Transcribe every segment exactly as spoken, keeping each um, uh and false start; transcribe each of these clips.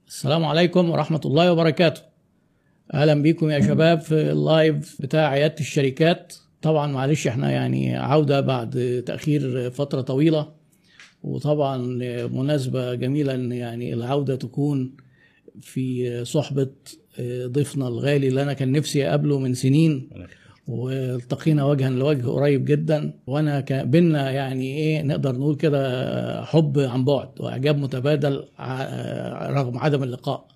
السلام عليكم ورحمة الله وبركاته. أهلا بكم يا شباب في اللايف بتاع عيادة الشركات. طبعا معلش احنا يعني عودة بعد تأخير فترة طويلة، وطبعا مناسبة جميلة ان يعني العودة تكون في صحبة ضيفنا الغالي اللي انا كان نفسي اقابله من سنين، والتقينا وجها لوجه قريب جدا، وانا بينا يعني ايه نقدر نقول كده حب عن بعد واعجاب متبادل رغم عدم اللقاء.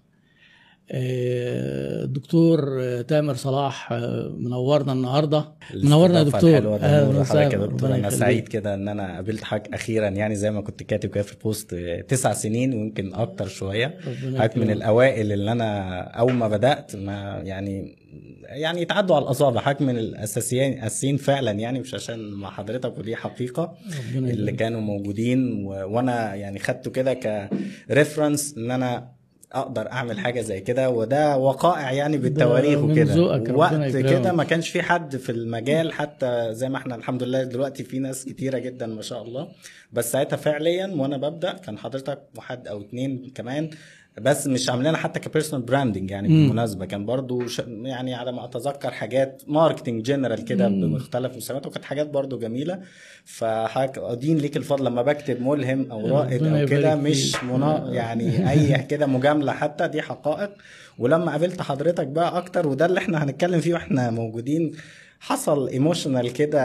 الدكتور تامر صلاح منورنا النهارده. منورنا يا دكتور. اهلا حضرتك يا دكتور. انا سعيد كده ان انا قابلت حضرتك اخيرا، يعني زي ما كنت كاتب كده في البوست تسع سنين ويمكن اكتر شويه. حضرتك من الاوائل اللي انا اول ما بدات ما يعني يعني يتعدوا على الاصابع. حضرتك من الاساسيين اساسيين فعلا، يعني مش عشان مع حضرتك، ودي حقيقه اللي كانوا موجودين، و... وانا يعني خدته كده كريفرنس ان انا اقدر اعمل حاجه زي كده، وده وقائع يعني بالتواريخ وكده. وقت كده ما كانش في حد في المجال، حتى زي ما احنا الحمد لله دلوقتي في ناس كتيره جدا ما شاء الله، بس ساعتها فعليا وانا ببدا كان حضرتك واحد او اتنين كمان، بس مش عاملينها حتى كبيرسونال براندنج يعني. بالمناسبه كان برضو يعني على ما اتذكر حاجات ماركتنج جنرال كده بمختلف مسميات، وكانت حاجات برضو جميله. فحضرتك ادين ليك الفضل لما بكتب ملهم او رائد او كده، مش منا يعني اي كده مجامله، حتى دي حقائق. ولما قابلت حضرتك بقى اكتر، وده اللي احنا هنتكلم فيه واحنا موجودين، حصل ايموشنال كده،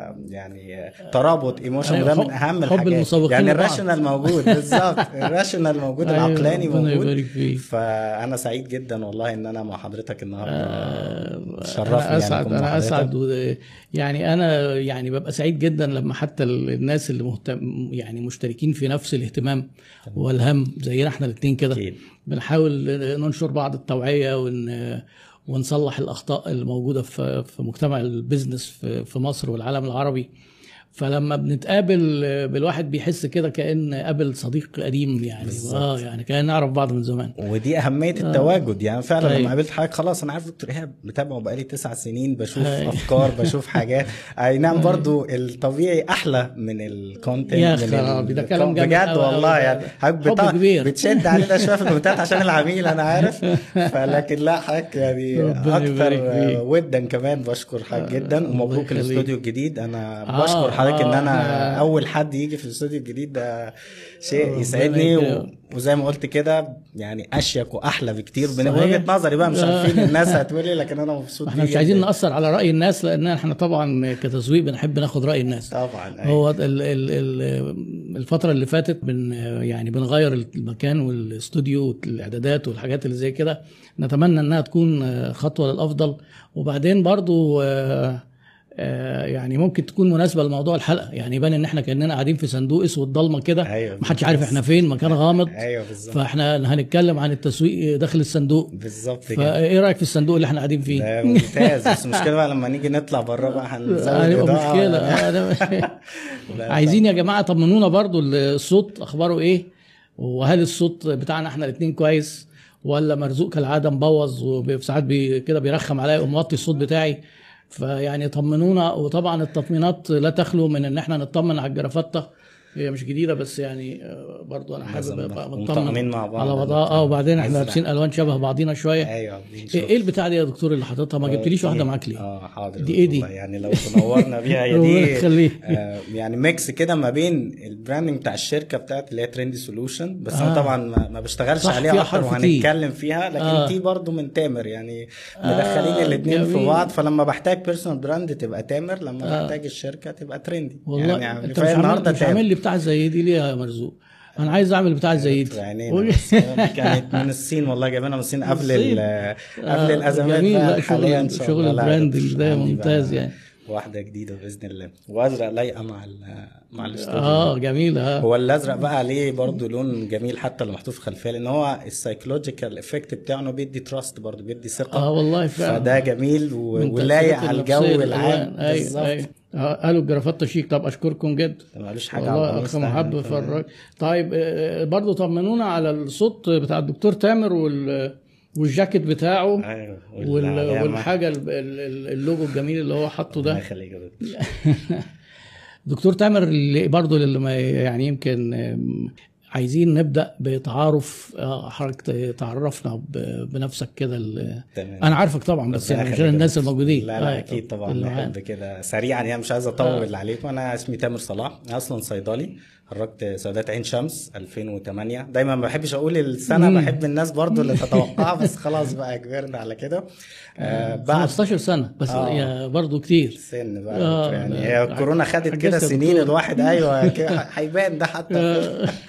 يعني ترابط ايموشنال، ده من اهم الحاجات. يعني الراشنال موجود بالظبط، الراشنال موجود، العقلاني موجود. فانا سعيد جدا والله ان انا مع حضرتك النهارده. شرفني انا اسعد يعني انا اسعد يعني انا يعني ببقى سعيد جدا لما حتى الناس اللي مهتم يعني مشتركين في نفس الاهتمام والهم زينا احنا الاثنين كده، بنحاول ننشر بعض التوعيه ون ونصلح الأخطاء الموجودة في في مجتمع البيزنس في مصر والعالم العربي. فلما بنتقابل بالواحد بيحس كده كأن قابل صديق قديم يعني. بالزبط. اه يعني كأن نعرف بعض من زمان، ودي أهمية آه. التواجد يعني فعلا. طيب. لما قابلت حضرتك خلاص أنا عارف دكتور إيهاب متابعه بقالي تسع سنين، بشوف هاي. أفكار، بشوف حاجات. أي نعم. برضو الطبيعي أحلى من الكونتنت. يا خرابي ده كلام جميل بجد والله يعني. حضرتك بتا... بتشد علينا شوية في الكومنتات عشان العميل أنا عارف، فلكن لا حضرتك يعني أكتر ودا كمان. بشكر حضرتك جدا، ومبروك الاستوديو الجديد. أنا بشكر حضرتك ان انا اول حد يجي في الاستوديو الجديد، ده شيء يسعدني. و... وزي ما قلت كده يعني اشيك واحلى بكتير من وجهه نظري بقى. مش عارفين الناس هتقولي، لكن انا مبسوط. احنا مش عايزين ناثر على راي الناس، لان احنا طبعا كتسويق بنحب ناخد راي الناس طبعا. هو ال ال الفتره اللي فاتت بن يعني بنغير المكان والاستوديو والاعدادات والحاجات اللي زي كده، نتمنى انها تكون خطوه للافضل. وبعدين برضو يعني ممكن تكون مناسبه لموضوع الحلقه، يعني يبان ان احنا كاننا قاعدين في صندوق اسود ضلمه كده. أيوة محدش عارف احنا فين، مكان غامض. ايوه بالظبط. فاحنا هنتكلم عن التسويق داخل الصندوق بالظبط. فايه رايك في الصندوق اللي احنا قاعدين فيه؟ ده ممتاز. بس المشكله بقى لما نيجي نطلع بره بقى هنزود اضاءه. مشكله. عايزين يا جماعه طمنونا برضو الصوت اخباره ايه، وهل الصوت بتاعنا احنا الاثنين كويس، ولا مرزوق كالعاده مبوظ وساعات بي كده بيرخم عليا وموطي الصوت بتاعي. فيعني طمنونا. وطبعا التطمينات لا تخلو من ان احنا نطمن على الجرافطه، هي مش جديده بس يعني برضو انا حابب ابقى مطمن على وضعها. اه وبعدين احنا لابسين الوان شبه بعضينا شويه. ايوه. ايه البتاع دي يا دكتور اللي حاططها؟ ما جبتليش واحده معاك ليه؟ اه حاضر. دي ايه دي؟ يعني لو تنورنا بيها هي دي. آه يعني ميكس كده ما بين البراندنج بتاع الشركه بتاعت اللي هي ترندي سولوشن، بس آه. انا طبعا ما بشتغلش عليها اكتر وهنتكلم فيها، لكن آه. تي برضو من تامر يعني مدخلين آه. الاثنين في بعض. فلما بحتاج بيرسونال براند تبقى تامر، لما آه. بحتاج الشركه تبقى ترندي. والله يعني انت مش عامل مش عامل لي بتاع زي دي ليه يا مرزوق؟ انا عايز اعمل بتاع زي دي. كانت من الصين والله، جايبينها من الصين قبل قبل الازمات. جميل. شغل شغل البراندنج ده ممتاز يعني. واحده جديده باذن الله، وازرق لايقه مع مع الاستوديو. اه جميل. اه هو الازرق بقى عليه برضو لون جميل حتى اللي محطوط في الخلفيه، لان هو السايكولوجيكال افكت بتاعه بيدي تراست برضو، بيدي ثقه. اه والله فعلا. فده جميل ولايق على الجو العام. بالظبط. أيوة. قالوا الجرافطه شيك. طب اشكركم جدا. مالوش حاجه والله اخ محب فرج. طيب برضو طمنونا على الصوت بتاع الدكتور تامر وال والجاكيت بتاعه. ايوه. وال... والحاجه اللوجو الجميل اللي هو حاطه ده. الله يخليك يا دكتور. دكتور تامر اللي برضو اللي ما يعني يمكن عايزين نبدا بتعارف. حضرتك تعرفنا بنفسك كده. انا عارفك طبعا بس يعني عشان الناس الموجودين. لا لا اكيد طبعا نحب كده سريعا يعني مش عايز اطول آه. عليكم. انا اسمي تامر صلاح، اصلا صيدلي، خرجت صيدليه عين شمس ألفين وثمانية. دايما ما بحبش اقول السنه، بحب الناس برضو اللي تتوقع، بس خلاص بقى كبرنا على كده. آه بعد خمستاشر سنه بس آه. برضو كتير سن بقى آه. يعني هي الكورونا خدت كده سنين الواحد. ايوه هيبان ده حتى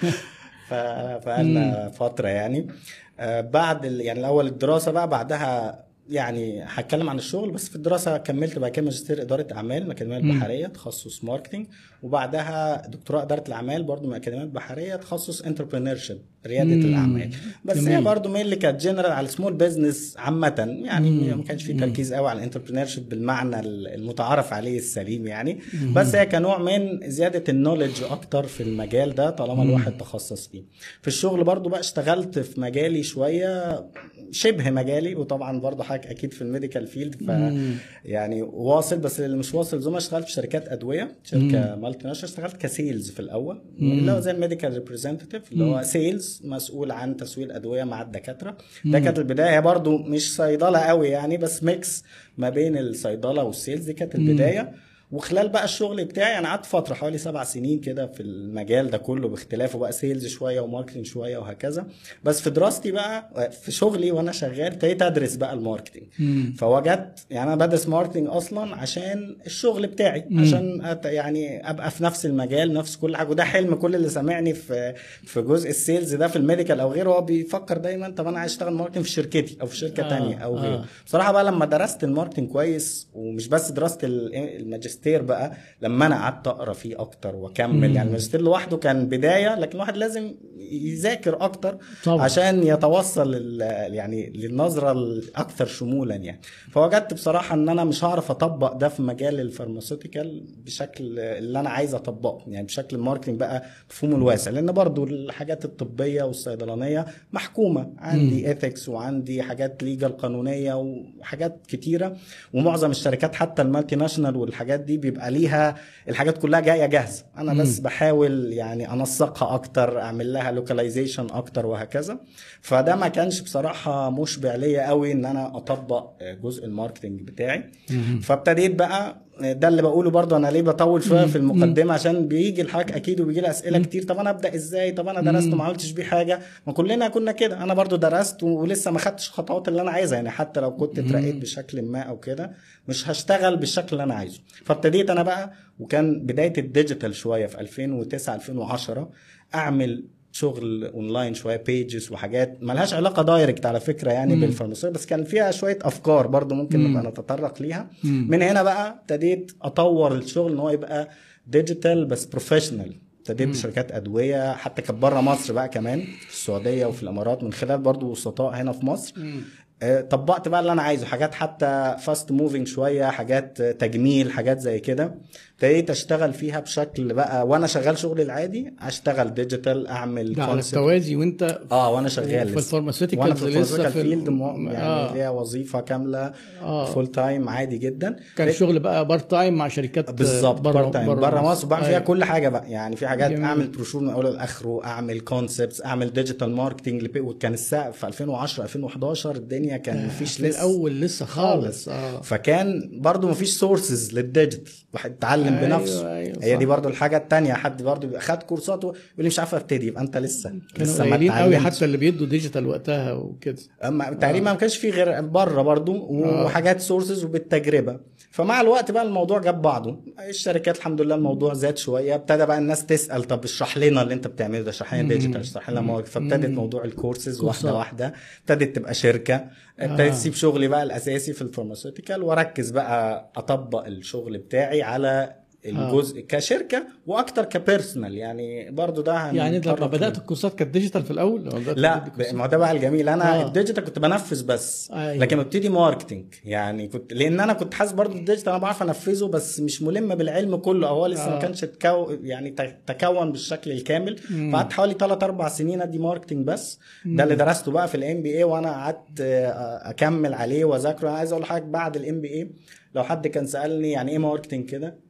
فقالنا فتره يعني. آه بعد يعني الاول الدراسه بقى، بعدها يعني هتكلم عن الشغل، بس في الدراسه كملت بقى كده ماجستير اداره اعمال من الاكاديميه البحريه تخصص ماركتنج، وبعدها دكتوراه اداره الاعمال برضو من الاكاديميه البحريه تخصص انتربرينورشيب رياده مم. الاعمال. بس جميل. هي برضو مين اللي كانت جنرال على السمول بزنس عامه يعني، مم. ما كانش في تركيز قوي على الانتربرينورشيب بالمعنى المتعارف عليه السليم يعني. مم. بس هي كنوع من زياده النوليدج اكتر في المجال ده طالما مم. الواحد تخصص فيه. في الشغل برضو بقى اشتغلت في مجالي شويه، شبه مجالي، وطبعا برضو حاجه اكيد في الميديكال فيلد ف يعني واصل، بس اللي مش واصل زي ما اشتغلت في شركات ادويه، شركه مالتي ناشونال، اشتغلت كسيلز في الاول اللي هو زي الميديكال ريبريزنتيف اللي هو سيلز مسؤول عن تسويق ادويه مع الدكاتره. ده كانت البدايه، برضو مش صيدله قوي يعني، بس ميكس ما بين الصيدله والسيلز، دي كانت البدايه. وخلال بقى الشغل بتاعي انا قعدت فتره حوالي سبع سنين كده في المجال ده كله باختلافه بقى، سيلز شويه وماركتنج شويه وهكذا. بس في دراستي بقى في شغلي وانا شغال ابتديت ادرس بقى الماركتنج. فوجدت يعني انا بدرس ماركتنج اصلا عشان الشغل بتاعي، مم. عشان يعني ابقى في نفس المجال نفس كل حاجه. وده حلم كل اللي سامعني في في جزء السيلز ده في الميديكال او غيره، هو بيفكر دايما طب انا عايز اشتغل ماركتنج في شركتي او في شركه آه تانية او غيره. آه. بصراحه بقى لما درست الماركتنج كويس، ومش بس درست الماجستير بقى، لما انا قعدت اقرا فيه اكتر واكمل. يعني الماجستير لوحده كان بدايه، لكن الواحد لازم يذاكر اكتر طبعا عشان يتوصل يعني للنظره الاكثر شمولا يعني. فوجدت بصراحه ان انا مش هعرف اطبق ده في مجال الفارماسيوتيكال بشكل اللي انا عايز اطبقه، يعني بشكل الماركتنج بقى مفهومه الواسع، لان برضو الحاجات الطبيه والصيدلانيه محكومه، عندي ايثكس وعندي حاجات ليجال قانونيه وحاجات كتيره. ومعظم الشركات حتى المالتي ناشونال والحاجات دي بيبقى ليها الحاجات كلها جايه جاهزه، انا بس بحاول يعني انسقها اكتر، اعمل لها لوكاليزيشن اكتر وهكذا. فده ما كانش بصراحه مشبع ليا قوي ان انا اطبق جزء الماركتنج بتاعي. فابتديت بقى، ده اللي بقوله برضو، انا ليه بطول شويه في المقدمه عشان بيجي الحاجه اكيد وبيجي لي اسئله كتير. طب انا ابدا ازاي؟ طب انا درست وما عملتش بيه حاجه. ما كلنا كنا كده، انا برضو درست ولسه ما خدتش خطوات اللي انا عايزها يعني. حتى لو كنت اترقيت بشكل ما او كده مش هشتغل بالشكل اللي انا عايزه. فابتديت انا بقى، وكان بدايه الديجيتال شويه في ألفين وتسعة ألفين وعشرة، اعمل شغل اونلاين شويه، بيجز وحاجات ملهاش علاقه دايركت على فكره يعني بالفارماسيا، بس كان فيها شويه افكار برضو ممكن نبقى نتطرق ليها. مم. من هنا بقى ابتديت اطور الشغل ان هو يبقى ديجيتال بس بروفيشنال. ابتديت بشركات ادويه حتى كانت بره مصر بقى، كمان في السعوديه وفي الامارات، من خلال برضو وسطاء هنا في مصر. مم. طبقت بقى اللي انا عايزه، حاجات حتى فاست موفينج شويه، حاجات تجميل، حاجات زي كده. ابتديت اشتغل فيها بشكل بقى وانا شغال شغلي العادي، اشتغل ديجيتال، اعمل ده على التوازي وانت اه وانا شغال في الفارماسيوتيكال، وانا في الفارماسيوتيكال في فيلد يعني آه. ليها وظيفه كامله آه. فول تايم عادي جدا. كان شغل بقى بارت تايم مع شركات بالظبط بارت تايم بره مصر، بعمل فيها أيوة. كل حاجه بقى يعني. في حاجات جميل. اعمل بروشور من اوله لاخره، اعمل كونسبتس، اعمل ديجيتال ماركتنج. وكان السقف في ألفين وعشرة ألفين وحداشر الدنيا كان مفيش لسه الاول لسه خالص آه. فكان برضو مفيش سورسز للديجيتال، واحد يتعلم أيوة بنفسه. أيوة هي دي برضو الحاجه الثانيه، حد برضو خد كورسات ويقول لي مش عارف ابتدي، يبقى انت لسه لسه ما اتعلمتش قوي حتى اللي بيدوا ديجيتال وقتها وكده. اما تقريبا آه. ما كانش في غير بره برضو وحاجات آه. سورسز وبالتجربه. فمع الوقت بقى الموضوع جاب بعضه، الشركات الحمد لله الموضوع زاد شويه، ابتدى بقى الناس تسال طب اشرح لنا اللي انت بتعمله ده، اشرح لنا ديجيتال، اشرح لنا ماركت. فابتدت موضوع الكورسز واحده واحده، ابتدت تبقى شركه، ابتديت اسيب شغلي بقى الاساسي في الفارماسيوتيكال واركز بقى اطبق الشغل بتاعي على الجزء آه. كشركه واكتر كبيرسونال يعني. برضو ده يعني انت لما بدات الكورسات كانت ديجيتال في الاول؟ لا ما ده بقى الجميل، انا آه. الديجيتال كنت بنفذ بس آه. لكن ببتدي ماركتنج يعني. كنت لان انا كنت حاسس برضو الديجيتال انا بعرف انفذه بس مش ملم بالعلم كله، هو لسه آه. ما كانش تكو يعني تكون بالشكل الكامل. فقعدت حوالي ثلاثة أربعة سنين ادي ماركتنج بس. مم. ده اللي درسته بقى في الام بي اي، وانا قعدت اكمل عليه واذاكره. انا عايز اقول حاجه، بعد الام بي اي لو حد كان سالني يعني ايه ماركتنج كده،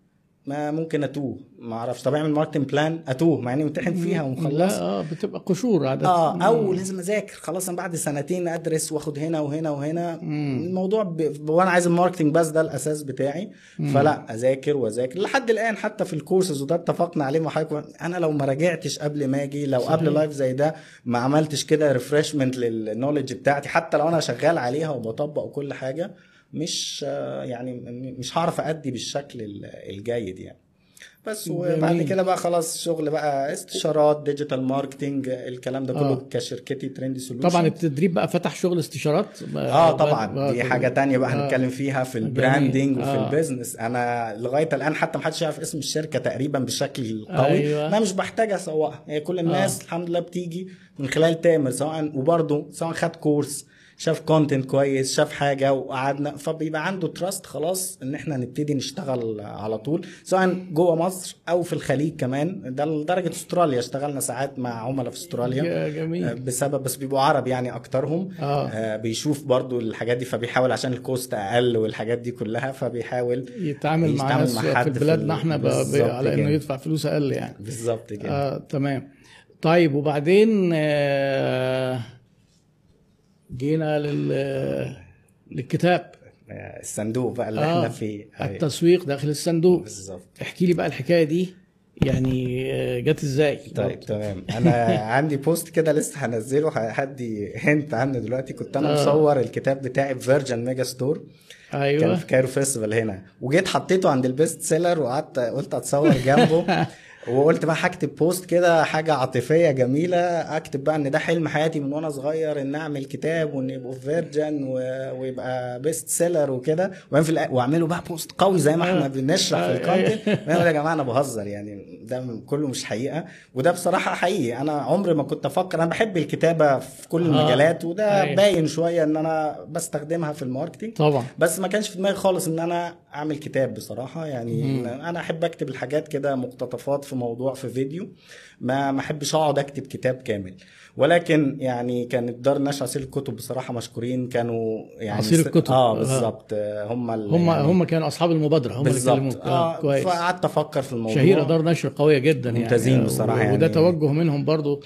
ما ممكن اتوه ما اعرفش. طب اعمل ماركتنج بلان اتوه مع اني ممتحن فيها ومخلص. اه بتبقى قشور عادة. اه او لازم اذاكر خلاص انا بعد سنتين ادرس واخد هنا وهنا وهنا. مم. الموضوع ب... وانا عايز الماركتنج بس ده الاساس بتاعي. مم. فلا اذاكر واذاكر لحد الان حتى في الكورسز وده اتفقنا عليه مع حضرتك. انا لو ما راجعتش قبل ما اجي لو صحيح. قبل لايف زي ده ما عملتش كده ريفرشمنت للنولج بتاعتي حتى لو انا شغال عليها وبطبق وكل حاجه مش يعني مش هعرف ادي بالشكل الجيد يعني. بس وبعد كده بقى خلاص شغل بقى استشارات ديجيتال ماركتنج الكلام ده كله آه. كشركتي ترندي سولوشن. طبعا التدريب بقى فتح شغل استشارات. اه طبعا دي حاجه تانية بقى هنتكلم آه. فيها في البراندنج وفي آه. البيزنس. انا لغايه الان حتى ما حدش يعرف اسم الشركه تقريبا بشكل قوي. أيوة. انا مش بحتاج اسوقها هي كل الناس آه. الحمد لله بتيجي من خلال تامر سواء وبرده سواء خد كورس شاف كونتنت كويس شاف حاجه وقعدنا فبيبقى عنده تراست خلاص ان احنا نبتدي نشتغل على طول سواء جوه مصر او في الخليج كمان. ده لدرجه استراليا اشتغلنا ساعات مع عملاء في استراليا جميل. بسبب بس بيبقوا عرب يعني اكترهم. آه. آه بيشوف برضو الحاجات دي فبيحاول عشان الكوست اقل والحاجات دي كلها فبيحاول يتعامل مع ناس مع في بلادنا احنا على انه يدفع فلوس اقل يعني. بالظبط كده. آه تمام. طيب وبعدين آه جينا لل للكتاب الصندوق بقى اللي آه. احنا فيه التسويق داخل الصندوق بالظبط. احكي لي بقى الحكايه دي يعني جت ازاي؟ طيب تمام. انا عندي بوست كده لسه هنزله هدي هنت عنه دلوقتي. كنت انا آه. مصور الكتاب بتاعي في فيرجن ميجا ستور. ايوه كان في كايرو فيستيفال هنا وجيت حطيته عند البيست سيلر وقعدت قلت اتصور جنبه وقلت بقى هكتب بوست كده حاجه عاطفيه جميله اكتب بقى ان ده حلم حياتي من وانا صغير ان اعمل كتاب وان يبقى في فيرجن ويبقى بيست سيلر وكده واعمله بقى بوست قوي زي ما احنا بنشرح في الكونتنت. انا يا جماعه انا بهزر يعني ده كله مش حقيقه وده بصراحه حقيقي. انا عمري ما كنت افكر انا بحب الكتابه في كل المجالات وده أيه. باين شويه ان انا بستخدمها في الماركتنج طبعا بس ما كانش في دماغي خالص ان انا اعمل كتاب بصراحه يعني. مم. انا احب اكتب الحاجات كده مقتطفات في موضوع في فيديو ما ما احبش اقعد اكتب كتاب كامل. ولكن يعني كانت دار النشر عصير الكتب بصراحه مشكورين كانوا يعني عصير الكتب اه بالظبط هم هم يعني هم كانوا اصحاب المبادره هم اللي كلموك. اه كويس. فقعدت افكر في الموضوع. شهيره دار نشر قويه جدا يعني ممتازين بصراحه يعني وده توجه منهم برضو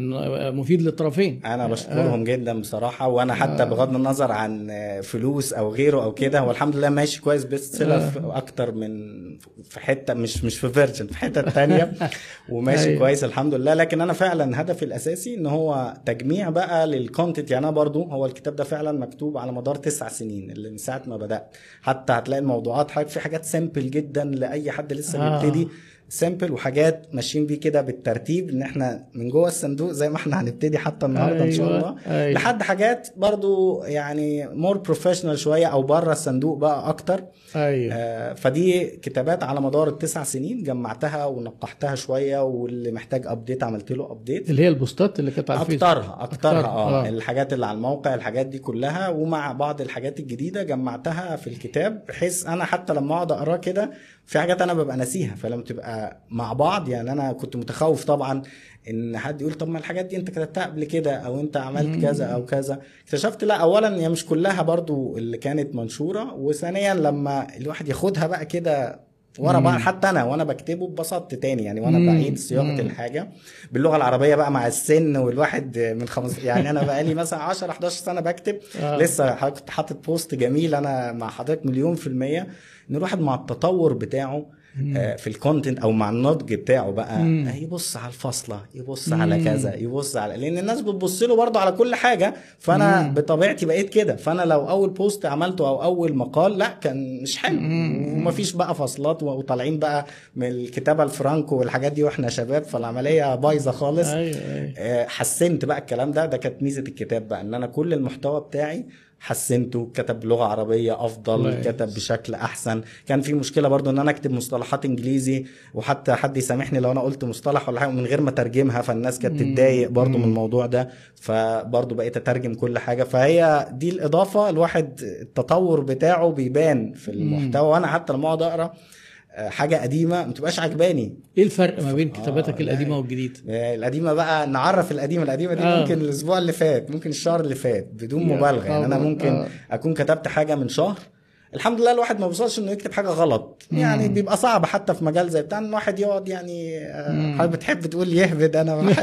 مفيد للطرفين. انا بشكرهم آه. جدا بصراحه. وانا حتى آه. بغض النظر عن فلوس او غيره او كده والحمد لله ماشي كويس بيست سيلر آه. اكتر من في حته مش مش في فيرجن في حته ثانيه وماشي أيوة. كويس الحمد لله. لكن انا فعلا هدفي الاساسي ان هو تجميع بقى للكونتنت يعني. انا برضو هو الكتاب ده فعلا مكتوب على مدار تسع سنين اللي من ساعه ما بدات. حتى هتلاقي الموضوعات حاجات في حاجات سامبل جدا لاي حد لسه آه. بيبتدي سامبل وحاجات ماشيين بيه كده بالترتيب ان احنا من جوه الصندوق زي ما احنا هنبتدي حتى النهارده أيوة. ان شاء الله أيوة. لحد حاجات برضو يعني مور بروفيشنال شويه او بره الصندوق بقى اكتر. أيوة. آه فدي كتابات على مدار التسع سنين جمعتها ونقحتها شويه واللي محتاج ابديت عملت له ابديت. اللي هي البوستات اللي كانت على الفيسبوك اكترها اكترها اه, آه. الحاجات اللي على الموقع الحاجات دي كلها ومع بعض الحاجات الجديده جمعتها في الكتاب بحيث انا حتى لما اقعد اقراه كده في حاجات انا ببقى ناسيها فلما تبقى مع بعض يعني. انا كنت متخوف طبعا ان حد يقول طب ما الحاجات دي انت كتبتها قبل كده او انت عملت كذا او كذا. اكتشفت لا اولا هي مش كلها برضو اللي كانت منشوره وثانيا لما الواحد ياخدها بقى كده ورا بقى حتى انا وانا بكتبه ببساطه تاني يعني وانا بعيد صياغه الحاجه باللغه العربيه بقى مع السن والواحد من خمس يعني انا بقى لي مثلا عشرة حداشر سنه بكتب آه. لسه كنت حاطط بوست جميل انا مع حضرتك مليون في الميه ان الواحد مع التطور بتاعه آه في الكونتنت او مع النضج بتاعه بقى مم. يبص على الفصله يبص مم. على كذا يبص على لان الناس بتبص له برضه على كل حاجه. فانا مم. بطبيعتي بقيت كده. فانا لو اول بوست عملته او اول مقال لا كان مش حلو ومفيش بقى فصلات وطالعين بقى من الكتابه الفرانكو والحاجات دي واحنا شباب فالعمليه بايظه خالص. أيوة أيوة. آه حسنت بقى الكلام ده. ده كانت ميزه الكتاب بقى ان انا كل المحتوى بتاعي حسنته كتب بلغه عربيه افضل كتب بشكل احسن. كان في مشكله برضو ان انا اكتب مصطلحات انجليزي وحتى حد يسامحني لو انا قلت مصطلح ولا حاجه من غير ما ترجمها فالناس كانت تتضايق برضو من الموضوع ده فبرضو بقيت اترجم كل حاجه. فهي دي الاضافه الواحد التطور بتاعه بيبان في المحتوى. وانا حتى لما اقعد اقرا حاجه قديمه ما تبقاش عجباني. ايه الفرق ما بين كتاباتك آه القديمه والجديده؟ القديمه بقى نعرف القديمه القديمه دي آه. ممكن الاسبوع اللي فات ممكن الشهر اللي فات بدون مبالغه يعني. انا ممكن آه. اكون كتبت حاجه من شهر الحمد لله الواحد ما بيوصلش انه يكتب حاجه غلط. مم. يعني بيبقى صعب حتى في مجال زي بتاعنا الواحد يقعد يعني حضرتك بتحب تقول يهبد، انا ما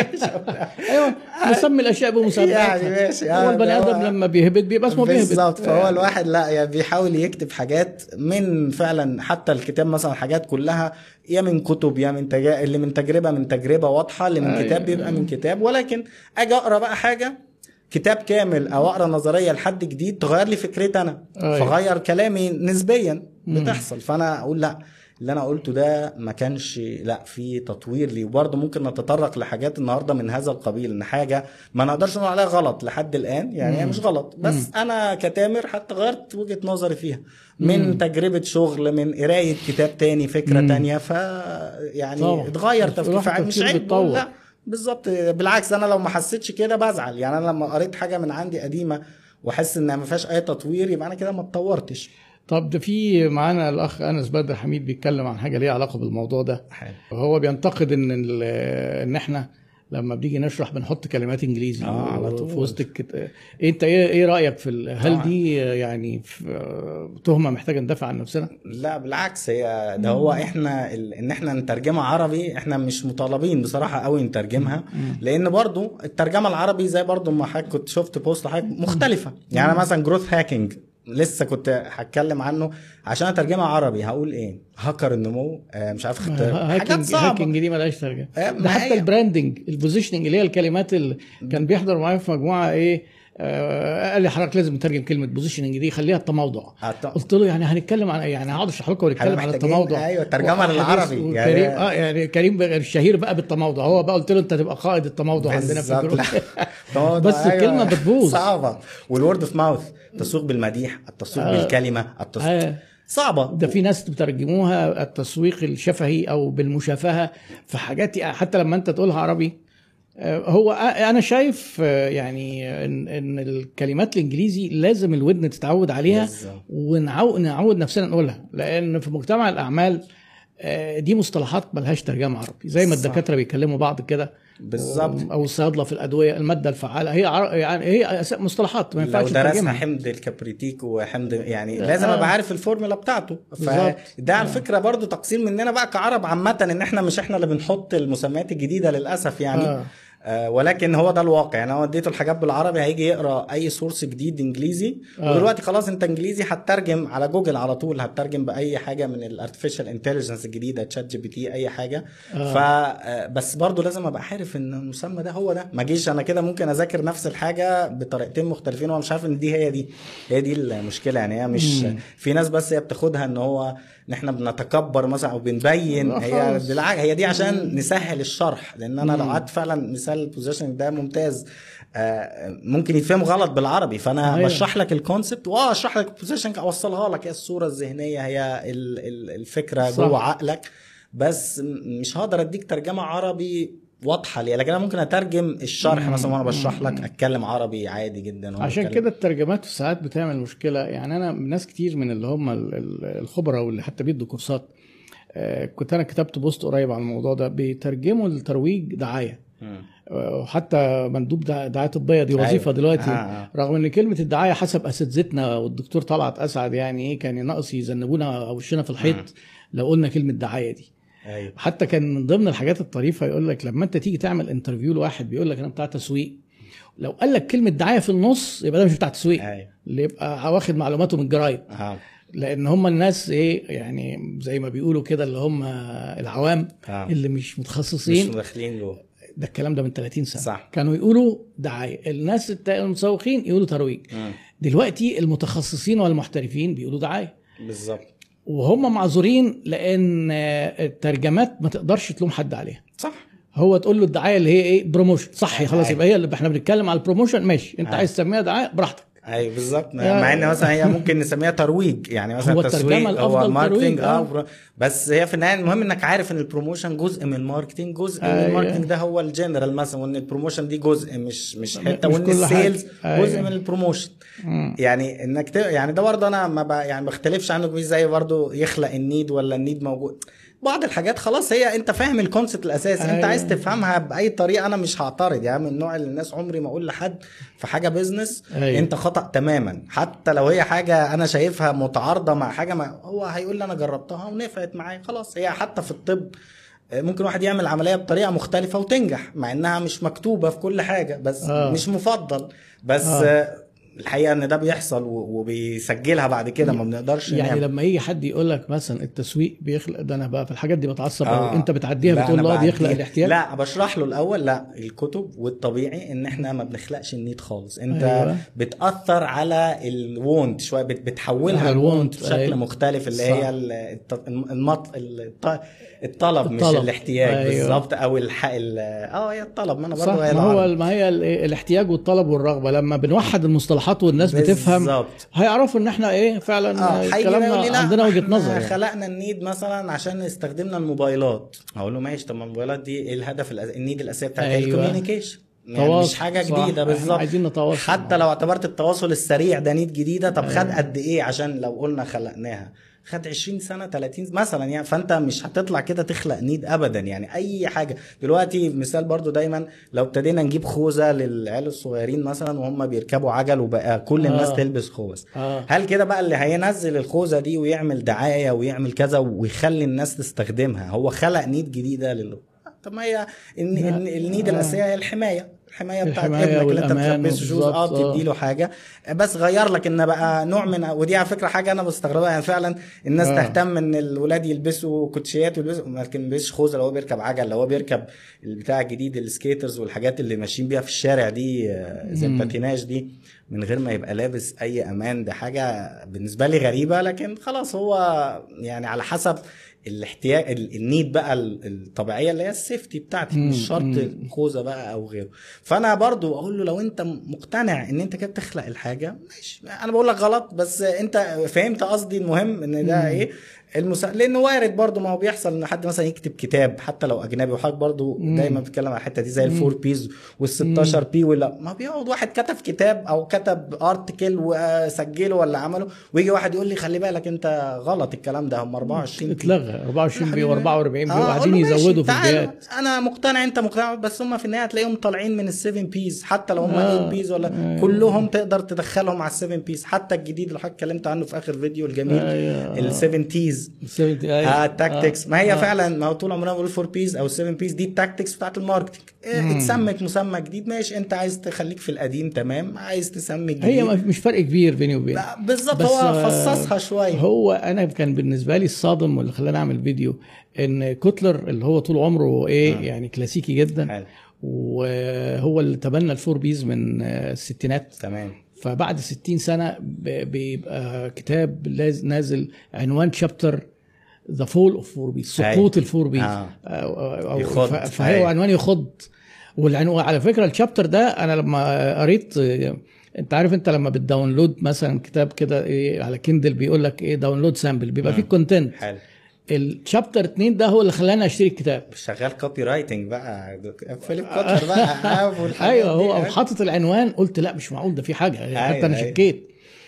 ايوه نسمي الاشياء بمسمياتها. يعني ماشي، هو البني ادم لما بيهبد بيبقى اسمه بيهبد بالظبط. فهو الواحد لا يعني بيحاول يكتب حاجات من فعلا حتى الكتاب مثلا حاجات كلها يا من كتب يا من تج... اللي من تجربه من تجربه واضحه، اللي من كتاب بيبقى من كتاب. ولكن اجي اقرا بقى حاجه كتاب كامل او اقرا نظريه لحد جديد تغير لي فكرتي انا، فغير كلامي نسبيا بتحصل. فانا اقول لا اللي انا قلته ده ما كانش لا في تطوير ليه. وبرضه ممكن نتطرق لحاجات النهارده من هذا القبيل، ان حاجه ما نقدرش نقول عليها غلط لحد الان، يعني هي مش غلط بس مم. انا كتامر حتى غيرت وجهه نظري فيها من مم. تجربه شغل، من قرايه كتاب تاني فكره مم. تانية، ف يعني طبعا. اتغير تفكير، مش عيب لا بالظبط. بالعكس انا لو ما حسيتش كده بزعل. يعني انا لما قريت حاجه من عندي قديمه واحس انها ما فيهاش اي تطوير يبقى انا كده ما اتطورتش. طب ده في معانا الاخ انس بدر حميد بيتكلم عن حاجه ليها علاقه بالموضوع ده. حلو. هو بينتقد ان ان احنا لما بنيجي نشرح بنحط كلمات انجليزي اه على طول في وسط الكتاب. انت ايه ايه رايك في هل طبعا. دي يعني تهمه محتاجه ندافع عن نفسنا؟ لا بالعكس، هي ده هو احنا ان احنا نترجمها عربي احنا مش مطالبين بصراحه قوي نترجمها، لان برضو الترجمه العربي زي برضو ما حضرتك كنت شفت بوست حضرتك مختلفه. يعني مثلا جروث هاكينج لسه كنت هتكلم عنه، عشان اترجمها عربي هقول ايه؟ هاكر النمو، آه مش عارف اختار حاجات صعبه. هاكينج دي مالهاش ترجمه. آه ده حتى البراندنج البوزيشننج اللي هي الكلمات اللي كان بيحضر معايا في مجموعه ايه آه قال لي حضرتك لازم نترجم كلمه بوزيشننج دي خليها التموضع. قلت له يعني هنتكلم عن يعني هقعد اشرح لكم ونتكلم عن التموضع. ايوه الترجمه للعربي يعني كريم اه يعني كريم الشهير بقى بالتموضع. هو بقى قلت له انت تبقى قائد التموضع عندنا في الجروب. بس أيوة الكلمه بتبوظ صعبه. والورد اوف ماوث التسويق بالمديح، التسويق آه بالكلمه، التسويق آه صعبة. ده في ناس بترجموها التسويق الشفهي او بالمشافهه في حاجات حتى لما انت تقولها عربي. هو انا شايف يعني ان, إن الكلمات الانجليزي لازم الودن تتعود عليها ونعود نفسنا نقولها، لان في مجتمع الاعمال دي مصطلحات ملهاش ترجمه عربي، زي ما الدكاتره بيكلموا بعض كده بالظبط، او الصيادله في الادويه الماده الفعاله هي عر... يعني هي مصطلحات ما ينفعش تترجمها. لو درسنا حمض الكبريتيك وحمض يعني لازم ابقى آه. عارف الفورمولا بتاعته. فده على فكره برضو تقصير مننا بقى كعرب عامه، ان احنا مش احنا اللي بنحط المسميات الجديده للاسف يعني آه. آه ولكن هو ده الواقع. يعني انا اديته الحاجات بالعربي هيجي يقرا اي سورس جديد انجليزي آه. ودلوقتي خلاص انت انجليزي هتترجم على جوجل على طول، هتترجم باي حاجه من الارتفيشال انتليجنس الجديده تشات جي بي تي اي حاجه آه. فبس برضو لازم ابقى عارف ان المسمى ده هو ده. ما اجيش انا كده ممكن اذاكر نفس الحاجه بطريقتين مختلفين وانا مش عارف ان دي هي دي هي دي المشكله. يعني هي مش مم. في ناس بس هي بتاخدها ان هو ان احنا بنتكبر مثلا او بنبين، هي بالعكس هي دي عشان مم. نسهل الشرح. لان انا لو قعدت فعلا مثال البوزيشن ده ممتاز آه ممكن يتفهم غلط بالعربي، فانا أيوة. بشرح لك الكونسبت واشرح لك البوزيشن اوصلها لك، هي الصوره الذهنيه هي الفكره جوه عقلك، بس مش هقدر اديك ترجمه عربي واضحه ليه. لكن انا ممكن اترجم الشرح مثلا وانا بشرح لك اتكلم عربي عادي جدا. عشان كده الترجمات في ساعات بتعمل مشكله. يعني انا ناس كتير من اللي هم الخبراء واللي حتى بيدوا كورسات آه كنت انا كتبت بوست قريب عن الموضوع ده، بيترجموا الترويج دعايه، وحتى مندوب دعايه طبيه دي وظيفه أيوة. دلوقتي آه آه. رغم ان كلمه الدعايه حسب اساتذتنا والدكتور طلعت اسعد يعني ايه كان ناقص يذنبونا او وشنا في الحيط آه. لو قلنا كلمه دعايه دي. أيوة. حتى كان من ضمن الحاجات الطريفه يقول لك لما انت تيجي تعمل انترفيو لواحد بيقول لك انا بتاع تسويق، لو قال لك كلمه دعايه في النص يبقى ده مش بتاع تسويق. أيوة. اللي يبقى واخد معلوماته من الجرايد آه. لان هم الناس ايه يعني زي ما بيقولوا كده اللي هم العوام آه. اللي مش متخصصين مش داخلين جوه. ده الكلام ده من ثلاثين سنه صح. كانوا يقولوا دعايه، الناس المسوقين يقولوا ترويج م. دلوقتي المتخصصين والمحترفين بيقولوا دعايه بالظبط، وهم معذورين لان الترجمات ما تقدرش تلوم حد عليها. صح، هو تقول له الدعايه اللي هي ايه بروموشن صح خلاص يبقى هي اللي احنا بنتكلم على البروموشن ماشي انت آه. عايز تسميها دعايه براحتك. ايوه بالظبط، مع ان مثلا هي ممكن نسميها ترويج يعني مثلا تسويق او ماركتنج اه بس هي في النهايه المهم انك عارف ان البروموشن جزء من الماركتنج، جزء آه من الماركتنج ده هو الجنرال مثلا، وان البروموشن دي جزء مش مش حته، وان السيلز آه جزء من البروموشن. يعني انك يعني ده برضه انا ما يعني ما بختلفش عنه، مش زي برضه يخلق النيد ولا النيد موجود. بعض الحاجات خلاص هي انت فاهم الكونسبت الاساسي. أيوة. انت عايز تفهمها باي طريقه انا مش هعترض يعني، من نوع الناس عمري ما اقول لحد في حاجه بيزنس أيوة. انت خطا تماما، حتى لو هي حاجه انا شايفها متعارضه مع حاجه، ما هو هيقول لي انا جربتها ونفعت معايا خلاص. هي حتى في الطب ممكن واحد يعمل عمليه بطريقه مختلفه وتنجح مع انها مش مكتوبه في كل حاجه، بس آه. مش مفضل، بس آه. الحقيقه ان ده بيحصل وبيسجلها بعد كده، ما بنقدرش يعني نعمل. لما يجي حد يقول لك مثلا التسويق بيخلق ده، انا بقى في الحاجات دي بتعصب آه. انت بتعديها بتقول له بيخلق الاحتياج. لا بشرح له الاول لا الكتب والطبيعي ان احنا ما بنخلقش النيد خالص. انت أيوة. بتاثر على الوونت شويه، بتحولها الوونت بشكل أيوة. مختلف اللي صح. هي المط... الطلب مش الاحتياج أيوة. بالظبط، او الحق اه هي الطلب. ما انا برضه هي ما هو ما هي الاحتياج والطلب والرغبه، لما بنوحد المصطلحات والناس بتفهم بالزبط. هيعرفوا ان احنا ايه فعلا آه. كلامنا عندنا وجهه نظر يعني. خلقنا النيد مثلا عشان استخدمنا الموبايلات، اقول له ماشي، طب الموبايلات دي ايه الهدف الأز... النيد الاساسي بتاعتها أيوة. الكوميونيكيشن يعني مش حاجه جديده بالظبط. عايزين نتواصل، حتى لو اعتبرت التواصل السريع ده نيد جديده، طب أيوة. خد قد ايه عشان لو قلنا خلقناها خد عشرين سنة ثلاثين مثلا يعني. فانت مش هتطلع كده تخلق نيد ابدا يعني. اي حاجة دلوقتي مثال برضو دايما، لو ابتدينا نجيب خوذة للعيال الصغيرين مثلا وهم بيركبوا عجل وبقى كل الناس آه. تلبس خوذ آه. هل كده بقى اللي هينزل الخوذة دي ويعمل دعاية ويعمل كذا ويخلي الناس تستخدمها هو خلق نيد جديدة لل... طب ما هي النيد آه. الاساسية هي الحماية الحمايه بتاعت ابنك اللي انت بتلبسه شوز اه تدي له حاجه، بس غير لك ان بقى نوع من، ودي على فكره حاجه انا بستغربها يعني. فعلا الناس آه. تهتم ان الولاد يلبسوا كوتشيات ويلبسوا، ما يلبسش خوذه لو هو بيركب عجل، لو هو بيركب البتاع الجديد السكيترز والحاجات اللي ماشيين بيها في الشارع دي زي الباتيناج دي من غير ما يبقى لابس اي امان. ده حاجه بالنسبه لي غريبه، لكن خلاص هو يعني على حسب الاحتياج النيد بقى الطبيعيه اللي هي السيفتي بتاعتي، مش شرط خوذه بقى او غيره. فانا برضو اقول له لو انت مقتنع ان انت كده بتخلق الحاجه ماشي، انا بقول لك غلط بس انت فهمت قصدي. المهم ان ده ايه المسا... لانه وارد برضو، ما هو بيحصل ان حد مثلا يكتب كتاب حتى لو اجنبي، وحاجه برضو دايما بتتكلم على الحته دي زي الفور بيز والستاشر بي، ولا ما بيقعد واحد كتب كتاب او كتب ارتكل وسجله ولا عمله، ويجي واحد يقول لي خلي بالك انت غلط الكلام ده، هم اربعة وعشرين اتلغى اربعة وعشرين بي واربعة واربعين بي وقاعدين يزودوا في البيات. انا مقتنع انت مقتنع، بس هم في النهايه هتلاقيهم طالعين من السفن بيز حتى لو هم آه. بيز ولا آه. كلهم تقدر تدخلهم على السفن بيز. حتى الجديد اللي حضرتك اتكلمت عنه في اخر فيديو الجميل آه. السفن تيز اه التاكتكس. ما هي آه. فعلا ما هو طول عمرنا بنقول فور بيز او سفن بيز، دي التاكتكس بتاعت الماركتنج. اتسمت مسمى جديد ماشي، انت عايز تخليك في القديم تمام، عايز تسمي جديد هي مش فرق كبير بيني وبين بالظبط. هو فصصها شويه. هو انا كان بالنسبه لي الصادم واللي خلاني اعمل فيديو ان كوتلر اللي هو طول عمره ايه آه. يعني كلاسيكي جدا حل. وهو اللي تبنى الفور بيز من الستينات تمام. فبعد ستين سنه بيبقى كتاب نازل عنوان شابتر ذا فول اوف فور بيز، سقوط الفور بيز آه. فهو عنوان يخض. والعنوان على فكره الشابتر ده انا لما قريت، انت عارف انت لما بتداونلود مثلا كتاب كده ايه على كيندل بيقول لك ايه داونلود سامبل، بيبقى فيه كونتنت. حلو. الشابتر اتنين ده هو اللي خلاني اشتري الكتاب. شغال كوبي رايتنج بقى فيليب كوتلر بقى ايوه هو حاطط العنوان، قلت لا مش معقول ده في حاجه حتى أيوة انا شكيت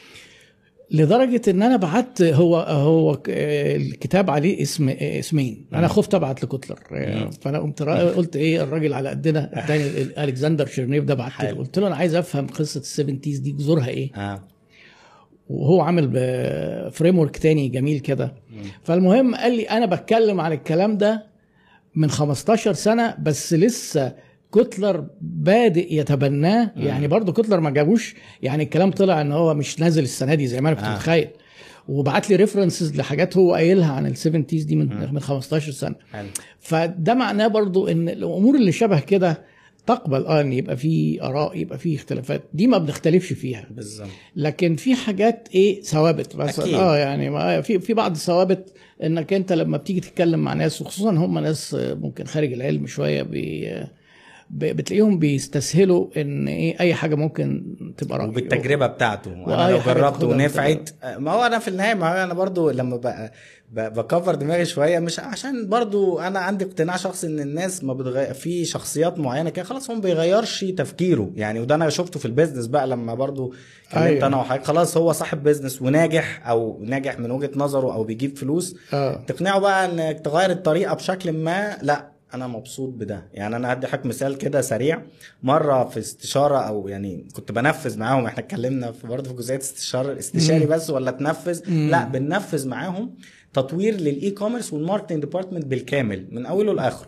لدرجه ان انا بعت هو هو الكتاب عليه اسم اسمين، انا خفت ابعت لكوتلر فانا قمت قلت ايه الراجل على قدنا الثاني الكسندر شيرنيف ده، بعت له قلت له انا عايز افهم قصه السبعينتيز دي جذورها ايه. آه. وهو عامل فريم ورك تاني جميل كده. فالمهم قال لي انا بتكلم عن الكلام ده من خمستاشر سنه بس لسه كوتلر بادئ يتبناه. مم. يعني برضو كوتلر ما جابوش يعني الكلام طلع ان هو مش نازل السنه دي زي ما انا كنت متخيل. آه. وبعت لي ريفرنسز لحاجات هو قايلها عن السبعينتيز دي من مم. من خمستاشر سنه. حل. فده معناه برضو ان الامور اللي شبه كده تقبل اه ان يبقى في اراء، يبقى في اختلافات، دي ما بنختلفش فيها بالظبط. لكن في حاجات ايه ثوابت بس اه يعني في في بعض الثوابت انك انت لما بتيجي تتكلم مع ناس وخصوصا هم ناس ممكن خارج العلم شويه بي بتلاقيهم بيستسهلوا ان ايه اي حاجه ممكن تبقى رأيي وبالتجربه بتاعته. انا لو جربت ونفعت، ما هو انا في النهايه، ما هو انا برضو لما بقى بكفر دماغي شويه، مش عشان برضو انا عندي اقتناع شخصي ان الناس ما بتغير في شخصيات معينه كده خلاص هو ما بيغيرش تفكيره يعني. وده انا شفته في البيزنس بقى لما برضو كلمت أيوة. انا وحضرتك خلاص هو صاحب بيزنس وناجح او ناجح من وجهه نظره او بيجيب فلوس، أوه. تقنعه بقى انك تغير الطريقه بشكل ما، لا انا مبسوط بده. يعني انا هدي حضرتك مثال كده سريع. مره في استشاره او يعني كنت بنفذ معاهم، احنا اتكلمنا في برضه في جزئيه استشاره استشاري بس ولا تنفذ؟ مم. لا بننفذ معاهم تطوير للاي كوميرس والماركتنج ديبارتمنت بالكامل من اوله لاخره.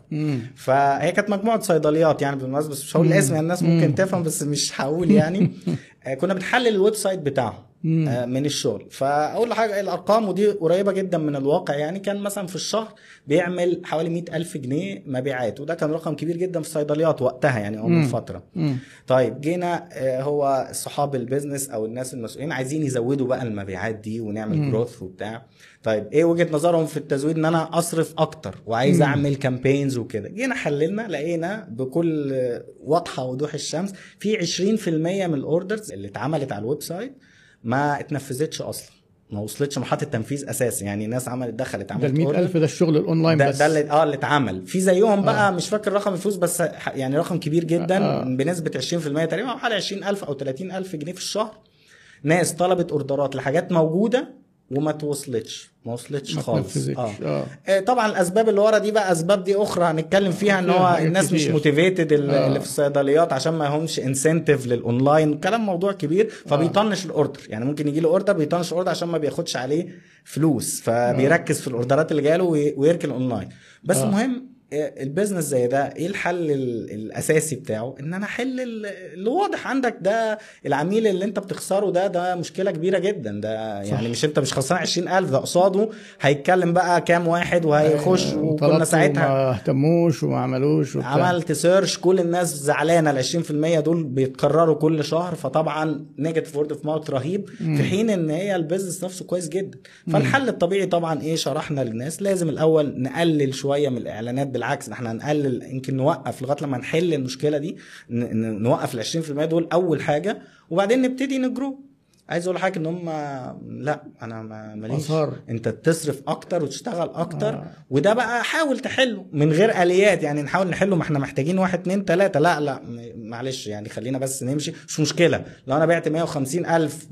فهي كانت مجموعه صيدليات يعني بالمناسبه، مش هقول الاسم يعني الناس ممكن مم. تفهم بس مش هقول يعني. كنا بنحلل الويب سايت بتاعهم من الشغل. فاول حاجه الارقام ودي قريبه جدا من الواقع يعني، كان مثلا في الشهر بيعمل حوالي مئة ألف جنيه مبيعات، وده كان رقم كبير جدا في الصيدليات وقتها يعني او من فتره. مم. طيب جينا هو صحاب البيزنس او الناس المسؤولين عايزين يزودوا بقى المبيعات دي ونعمل جروث وبتاع. طيب ايه وجهه نظرهم في التزويد؟ ان انا اصرف اكتر وعايز مم. اعمل كامبينز وكده. جينا حللنا لقينا بكل واضحه وضوح الشمس في عشرين في المية من الاوردرز اللي اتعملت على الويب سايت ما اتنفذتش اصلا، ما وصلتش مرحله التنفيذ اساسي. يعني الناس عملت دخلت عملت ده مئة ألف ده الشغل الاونلاين ده بس ده اللي اه اللي اتعمل في زيهم بقى. آه. مش فاكر رقم الفلوس بس يعني رقم كبير جدا. آه. بنسبه عشرين في المية تقريبا حوالي عشرين ألف او ثلاثين ألف جنيه في الشهر. ناس طلبت اوردرات لحاجات موجوده وما توصلتش ما وصلتش خالص. آه. اه طبعا الاسباب اللي ورا دي بقى اسباب دي اخرى هنتكلم فيها، ان هو الناس كتير. مش موتيفيتد اللي آه. في الصيدليات عشان ما همش انسنتيف للاونلاين، كلام موضوع كبير. فبيطنش آه. الاوردر يعني، ممكن يجي له اوردر بيطنش الاوردر عشان ما بياخدش عليه فلوس، فبيركز آه. في الاوردرات اللي جاله ويركن اونلاين بس. آه. مهم البيزنس زي ده ايه الحل الاساسي بتاعه؟ ان انا احل اللي واضح عندك ده. العميل اللي انت بتخسره ده ده مشكله كبيره جدا ده يعني. صح. مش انت مش خسران عشرين ألف، ده قصاده هيتكلم بقى كام واحد وهيخش. وكنا ساعتها ما اهتموش وما عملوش وبتاع. عملت سيرش كل الناس زعلانه، ال عشرين في المية دول بيتكرروا كل شهر، فطبعا نيجاتيف وورد اوف ماوث رهيب. مم. في حين ان هي البيزنس نفسه كويس جدا. فالحل الطبيعي طبعا ايه؟ شرحنا للناس لازم الاول نقلل شويه من الاعلانات، بالعكس احنا هنقلل، يمكن نوقف لغايه لما نحل المشكله دي، نوقف ال عشرين في المية دول اول حاجه، وبعدين نبتدي نجرو. عايز اقول حاجه ان هم لا انا ماليش، انت تصرف اكتر وتشتغل اكتر. آه. وده بقى حاول تحله من غير اليات يعني، نحاول نحله. ما احنا محتاجين واحد اتنين تلاته، لا لا معلش يعني خلينا بس نمشي، مش مشكله لو انا بعت مية وخمسين الف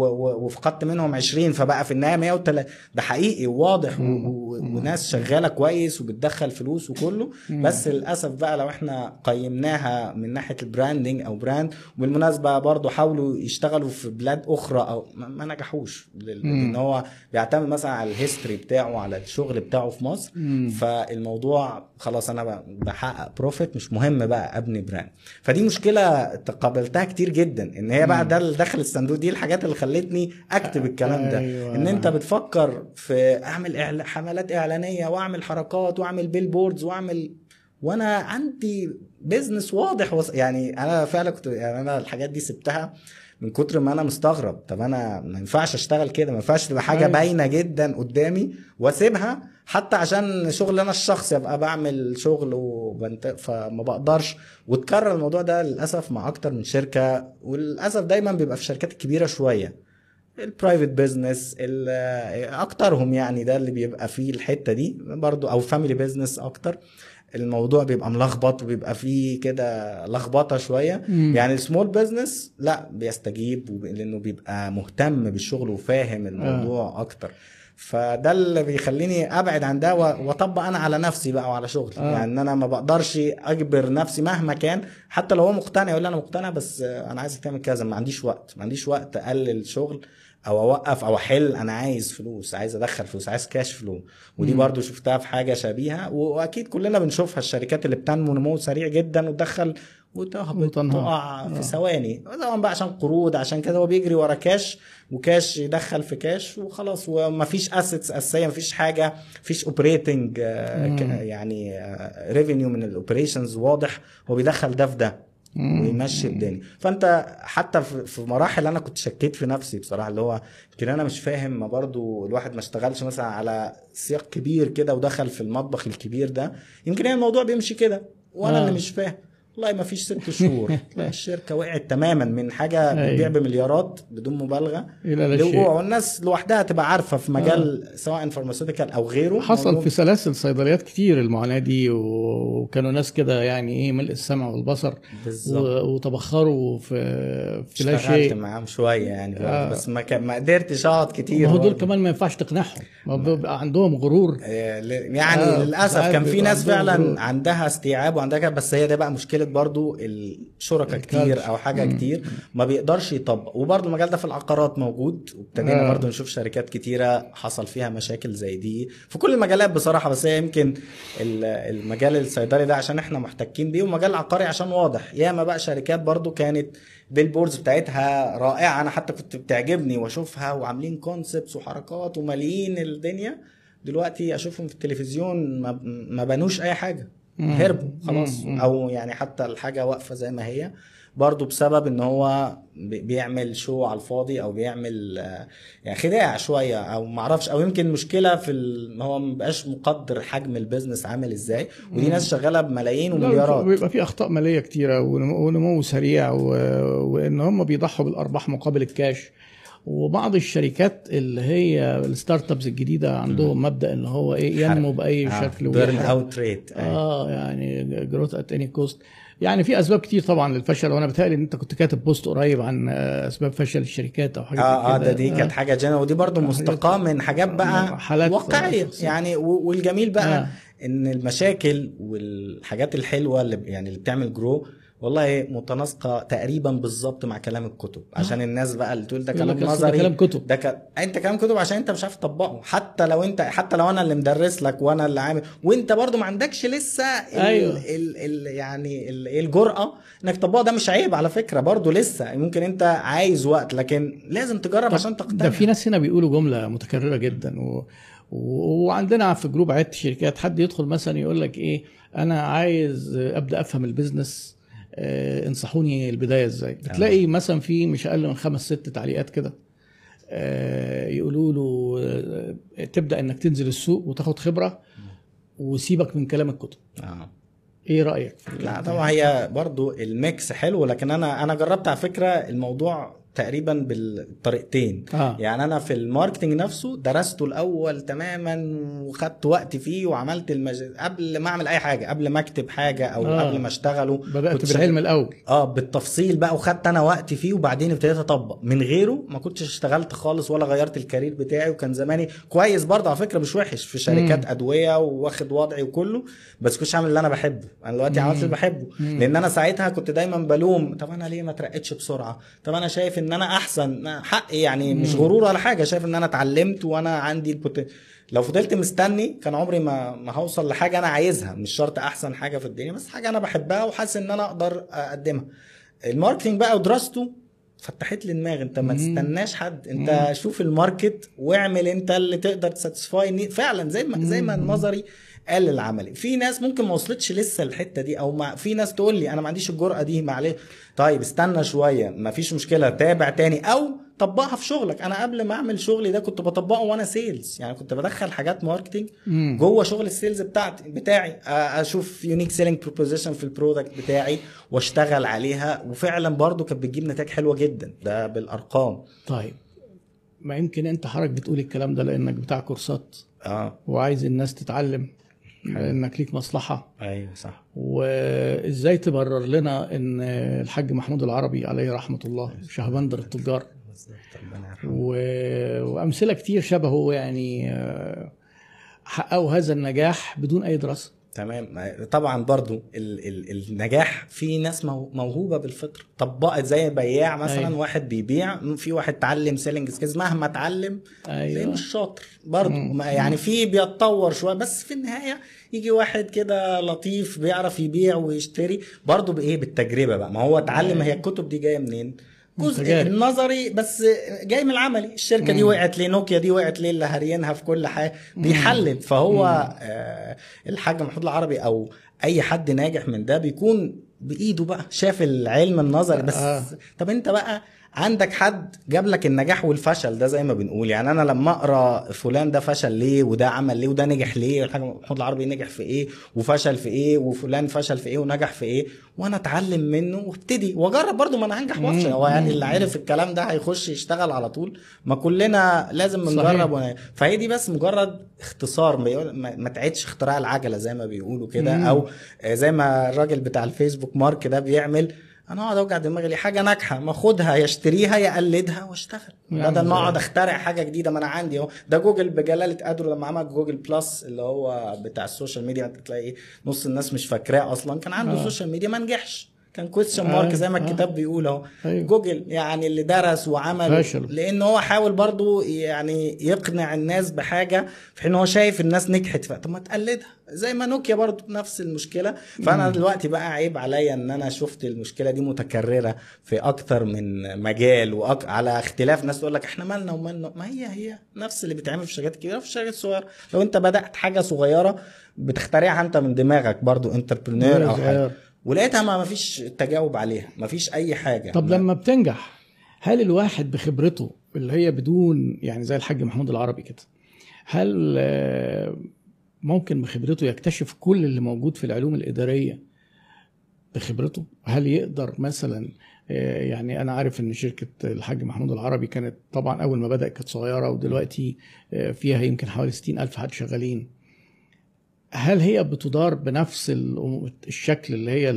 وفقدت منهم عشرين فبقى في النهايه مية وتلاتة. ده حقيقي وواضح وناس شغاله كويس وبتدخل فلوس وكله. بس للاسف بقى لو احنا قيمناها من ناحيه البراندنج او براند، وبالمناسبه برضو حاولوا يشتغلوا في بلاد اخرى او ما نجحوش، لان هو بيعتمد مثلا على الهيستوري بتاعه على الشغل بتاعه في مصر. مم. فالموضوع خلاص انا بحقق بروفيت، مش مهم بقى ابني براند. فدي مشكله تقابلتها كتير جدا، ان هي بقى ده اللي دخل الصندوق. دي الحاجات اللي خلتني اكتب الكلام ده. أيوة. ان انت بتفكر في اعمل حملات اعلانيه واعمل حركات واعمل بيل بوردز واعمل، وانا عندي بيزنس واضح وص... يعني انا فعلا كنت يعني انا الحاجات دي سبتها من كتر ما انا مستغرب. طب انا ما ينفعش اشتغل كده، ما ينفعش تبقى حاجه باينه جدا قدامي واسيبها حتى عشان شغل انا الشخصي ابقى بعمل شغل وبنت... فما بقدرش. وتكرر الموضوع ده للاسف مع اكتر من شركه، وللاسف دايما بيبقى في الشركات الكبيره شويه، البرايفت بيزنس اكترهم يعني، ده اللي بيبقى فيه الحته دي برضو، او فاميلي بيزنس اكتر. الموضوع بيبقى ملخبط وبيبقى فيه كده لخبطه شويه. مم. يعني السمول بيزنس لا بيستجيب لانه بيبقى مهتم بالشغل وفاهم الموضوع آه. اكتر. فده اللي بيخليني ابعد عن ده واطبق انا على نفسي بقى وعلى شغلي. آه. يعني انا ما بقدرش اجبر نفسي مهما كان، حتى لو هو مقتنع يقول انا مقتنع بس انا عايزك تعمل كذا، ما عنديش وقت ما عنديش وقت اقلل شغل او اوقف او احل. انا عايز فلوس، عايز ادخل فلوس، عايز كاش فلو. ودي مم. برضو شفتها في حاجه شبيهه، واكيد كلنا بنشوفها، الشركات اللي بتنمو نمو سريع جدا وتدخل وتهبط تقع في ثواني، طبعا بقى عشان قروض عشان كده هو بيجري ورا كاش، وكاش يدخل في كاش وخلاص، ومفيش اسيتس اساسيه، مفيش حاجه، مفيش اوبريتنج يعني ريفينيو من الاوبريشنز واضح، هو بيدخل ده في ده ويمشي الدنيا. فانت حتى في مراحل انا كنت شكيت في نفسي بصراحه، اللي هو يمكن انا مش فاهم، ما برضو الواحد ما اشتغلش مثلا على سياق كبير كده ودخل في المطبخ الكبير ده، يمكن هي الموضوع بيمشي كده وانا آه. اللي مش فاهم. والله ما فيش ست شهور الشركه وقعت تماما من حاجه بتبيع بمليارات بدون مبالغه لوقوع، والناس لوحدها تبقى عارفه في مجال آه. سواء فارماسيوتيكال او غيره. حصل في سلاسل صيدليات كتير المعاناه دي، وكانوا ناس كده يعني ايه ملء السمع والبصر وتبخروا في في لا شيء. اشتغلت معاهم شويه يعني آه. بس ما ما قدرتش اقعد كتير. ما هو دول كمان ما ينفعش تقنعهم، ما بيبقى عندهم غرور يعني آه. للاسف كان في ناس فعلا غرور. عندها استيعاب وعندها كده، بس هي ده بقى مشكله برضو الشركاء كتير او حاجه مم. كتير ما بيقدرش يطبق. وبرضو المجال ده في العقارات موجود، وابتدينا آه. برضو نشوف شركات كتيره حصل فيها مشاكل زي دي في كل المجالات بصراحه، بس هي يمكن المجال الصيدلي ده عشان احنا محتكين بيه، ومجال العقاري عشان واضح. ياما بقى شركات برضو كانت بالبوردز بتاعتها رائعه، انا حتى كنت بتعجبني واشوفها وعاملين كونسبتس وحركات ومالين الدنيا، دلوقتي اشوفهم في التلفزيون ما بنوش اي حاجه، هربوا خلاص. او يعني حتى الحاجه واقفه زي ما هي برضو بسبب ان هو بيعمل شو على الفاضي، او بيعمل يعني خداع شويه، او معرفش، او يمكن مشكله في ال... هو مبقاش مقدر حجم البيزنس عامل ازاي، ودي ناس شغاله بملايين ومليارات. بيبقى في اخطاء ماليه كتيره ونمو سريع، و... وان هم بيضحوا بالارباح مقابل الكاش. وبعض الشركات اللي هي الستارت ابس الجديده عندهم مبدا ان هو ايه ينمو باي آه. شكل، بيرن اوت ريت اه يعني جروث ات اني كوست. يعني في اسباب كتير طبعا للفشل، وانا بتهيألي ان انت كنت كاتب بوست قريب عن اسباب فشل الشركات او حاجه اه اه ده دي كانت حاجه جنة، ودي برضو مستقاه من حاجات بقى واقعيه يعني. والجميل بقى آه. ان المشاكل والحاجات الحلوه اللي يعني اللي بتعمل جرو والله متناسقه تقريبا بالظبط مع كلام الكتب، عشان الناس بقى اللي تقول ده كلام نظري، ده كلام كتب، ده ك... انت كلام كتب عشان انت مش عارف تطبقه. حتى لو انت حتى لو انا اللي مدرس لك وانا اللي عامل، وانت برضو ما عندكش لسه ال... أيوة. ال... ال... يعني ال... الجرأه انك تطبقه، ده مش عيب على فكره، برضو لسه ممكن انت عايز وقت، لكن لازم تجرب عشان تقتنع. ده في ناس هنا بيقولوا جمله متكرره جدا، و... وعندنا في جروب عيادة الشركات حد يدخل مثلا يقول لك ايه، انا عايز ابدا افهم البيزنس، آه انصحوني البدايه ازاي. بتلاقي آه. مثلا في مش اقل من خمس ست تعليقات كده آه يقولوا له آه تبدا انك تنزل السوق وتاخد خبره وسيبك من كلام الكتب. آه. ايه رايك؟ لا طبعا هي برضو الميكس حلو، لكن انا انا جربت على فكره الموضوع تقريبا بالطريقتين. آه. يعني انا في الماركتنج نفسه درسته الاول تماما وخدت وقت فيه وعملت المج... قبل ما اعمل اي حاجه، قبل ما اكتب حاجه او آه. قبل ما اشتغله بدات بالعلم الاول اه بالتفصيل بقى، وخدت انا وقت فيه وبعدين ابتديت اطبق. من غيره ما كنتش اشتغلت خالص ولا غيرت الكارير بتاعي، وكان زماني كويس برضه على فكره، مش وحش في شركات مم. ادويه واخد وضعي وكله، بس كنتش عامل اللي انا بحبه. انا دلوقتي عملت اللي بحبه مم. لان انا ساعتها كنت دايما بلوم، طب انا ليه ما ترقتش بسرعه، طب انا شايف ان انا احسن حقي يعني، مش غرور ولا حاجه، شايف ان انا اتعلمت وانا عندي البوت... لو فضلت مستني كان عمري ما ما هوصل لحاجه انا عايزها. مش شرط احسن حاجه في الدنيا، بس حاجه انا بحبها وحاسس ان انا اقدر اقدمها. الماركتنج بقى ودراسته فتحت لي دماغ، انت ما تستناش حد، انت مم. شوف الماركت واعمل انت اللي تقدر تساتسفاي فعلا، زي ما زي ما النظري قال العملي. في ناس ممكن ما وصلتش لسه الحته دي، او ما في ناس تقول لي انا ما عنديش الجرأه دي، معلش طيب استنى شويه ما فيش مشكله، تابع تاني او طبقها في شغلك. انا قبل ما اعمل شغلي ده كنت بطبقه وانا سيلز، يعني كنت بدخل حاجات ماركتنج جوه شغل السيلز بتاعتي بتاعي، اشوف يونيك سيلينج بروبوزيشن في البرودكت بتاعي واشتغل عليها، وفعلا برضو كانت بتجيب نتائج حلوه جدا ده بالارقام. طيب ما يمكن انت حضرتك بتقول الكلام ده لانك بتاع كورسات اه وعايز الناس تتعلم، انك ليك مصلحه. ايوه صح. وازاي تبرر لنا ان الحاج محمود العربي عليه رحمه الله شهبندر التجار و... وامثله كتير شبهه يعني حققوا هذا النجاح بدون اي دراسه؟ تمام. طبعا برضو ال ال النجاح في ناس موهوبه بالفطره، طبقت زي بياع مثلا. أيوة. واحد بيبيع، في واحد تعلم سيلينج سكيلز مهما اتعلم أيوة. مش شاطر برضو مم. يعني في بيتطور شويه، بس في النهايه يجي واحد كده لطيف بيعرف يبيع ويشتري برضو بايه، بالتجربه بقى. ما هو اتعلم. أيوة. هي الكتب دي جايه منين؟ جزء النظري بس جاي من العملي. الشركه دي وقعت ليه، نوكيا دي وقعت ليه، اللي هرينها في كل حاجه بيحلل. فهو آه الحاج محمود العربي او اي حد ناجح من ده بيكون بايده بقى، شاف العلم النظري بس. آه. طب انت بقى عندك حد جاب لك النجاح والفشل ده زي ما بنقول، يعني انا لما اقرا فلان ده فشل ليه وده عمل ليه وده نجح ليه، الحاج محمود العربي نجح في ايه وفشل في ايه وفلان فشل في ايه ونجح في ايه، وانا اتعلم منه وابتدي واجرب برضو، ما انا هنجح وافشل. هو يعني اللي عارف الكلام ده هيخش يشتغل على طول؟ ما كلنا لازم نجرب ون... فهي دي بس مجرد اختصار، ما, ما تعيدش اختراع العجله زي ما بيقولوا كده، او زي ما الراجل بتاع الفيسبوك مارك ده بيعمل، انا اقعد اوجع دماغي ليه؟ حاجه ناجحه ما اخدها يشتريها يقلدها واشتغل، بدل ما اقعد اخترع حاجه جديده. ما انا عندي اهو، ده جوجل بجلاله قدره لما عمل جوجل بلس اللي هو بتاع السوشيال ميديا، تلاقي نص الناس مش فاكراه اصلا، كان عنده آه. سوشيال ميديا ما نجحش، كان كويستشن مارك زي ما الكتاب بيقول اهو. جوجل يعني اللي درس وعمل، لان هو حاول برضو يعني يقنع الناس بحاجه في حين هو شايف الناس نجحت، طب ما تقلدها. زي ما نوكيا برضو نفس المشكله. فانا دلوقتي بقى عيب عليا ان انا شفت المشكله دي متكرره في اكتر من مجال وأك... على اختلاف. ناس تقول لك احنا مالنا ومالنا، ما هي هي نفس اللي بيتعمل في شركات كبيره في الشركات الصغيره. لو انت بدات حاجه صغيره بتخترعها انت من دماغك برضو انتربرينور او حاجه، ولقيتها ما فيش تجاوب عليها، ما فيش اي حاجه. طب لما بتنجح، هل الواحد بخبرته اللي هي بدون يعني زي الحاج محمود العربي كده، هل ممكن بخبرته يكتشف كل اللي موجود في العلوم الإدارية بخبرته؟ هل يقدر مثلا، يعني أنا عارف إن شركة الحاج محمود العربي كانت طبعا أول ما بدأ كانت صغيرة، ودلوقتي فيها يمكن حوالي ستين ألف حد شغالين. هل هي بتدار بنفس الشكل اللي هي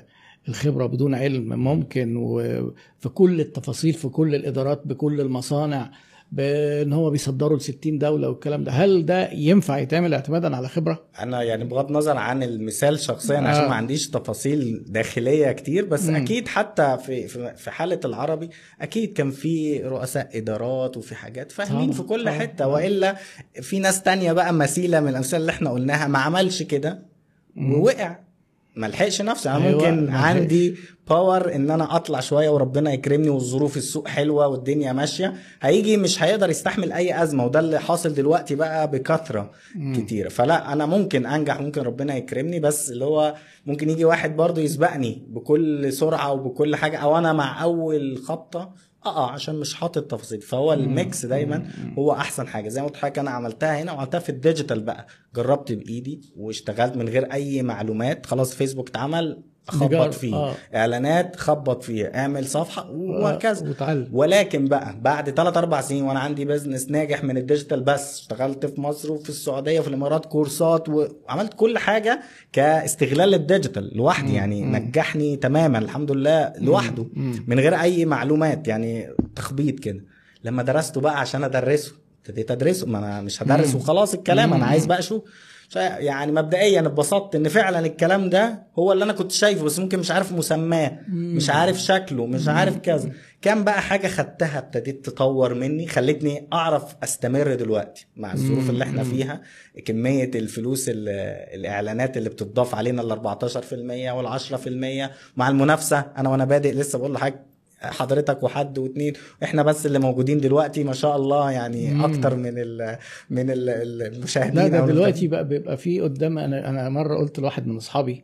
الخبرة بدون علم ممكن، وفي كل التفاصيل في كل الإدارات بكل المصانع بان هو بيصدروا ل ستين دولة والكلام ده، هل ده ينفع يتعمل اعتمادا على خبرة؟ انا يعني بغض النظر عن المثال شخصيا آه. عشان ما عنديش تفاصيل داخلية كتير، بس م. اكيد حتى في في حالة العربي اكيد كان في رؤساء ادارات وفي حاجات فاهمين في كل طبعا. حتة، والا في ناس تانية بقى مثيلة من الامثال اللي احنا قلناها ما عملش كده ووقع، ما لحقش نفسه. انا أيوة ممكن عندي باور ان انا اطلع شويه وربنا يكرمني والظروف السوق حلوه والدنيا ماشيه، هيجي مش هيقدر يستحمل اي ازمه، وده اللي حاصل دلوقتي بقى بكثره كتيره. فلا انا ممكن انجح، ممكن ربنا يكرمني، بس اللي هو ممكن يجي واحد برضو يسبقني بكل سرعه وبكل حاجه، او انا مع اول خبطه اه عشان مش حاطط تفاصيل. فهو الميكس دايما هو احسن حاجه. زي ما قلت لك انا عملتها هنا وعملتها في الديجيتال بقى، جربت بايدي واشتغلت من غير اي معلومات. خلاص فيسبوك اتعمل خبط فيه آه. اعلانات خبط فيه، اعمل صفحه وهكذا آه. ولكن بقى بعد ثلاثة أربعة سنين وانا عندي بزنس ناجح من الديجيتال، بس اشتغلت في مصر وفي السعوديه وفي الامارات كورسات وعملت كل حاجه كاستغلال الديجيتال لوحدي، يعني مم. نجحني تماما الحمد لله لوحده مم. من غير اي معلومات، يعني تخبيط كده. لما درسته بقى عشان ادرسه ابتديت ادرسه، ما انا مش هدرس وخلاص الكلام، انا عايز بقى شو يعني مبدئيا اتبسطت ان فعلا الكلام ده هو اللي انا كنت شايفه، بس ممكن مش عارف مسماه، مش عارف شكله، مش عارف كذا. كان بقى حاجة خدتها ابتديت تطور مني، خلتني اعرف استمر دلوقتي مع الظروف اللي احنا فيها. كمية الفلوس الاعلانات اللي بتضاف علينا ال أربعتاشر في المية وال عشرة في المية مع المنافسة. انا وانا بادئ لسه بقول لحضرتك حضرتك وحد واثنين، احنا بس اللي موجودين دلوقتي ما شاء الله، يعني مم. اكتر من ال من ال المشاهدين. لا ده دلوقتي بقى بيبقى في قدام. انا انا مره قلت لواحد من اصحابي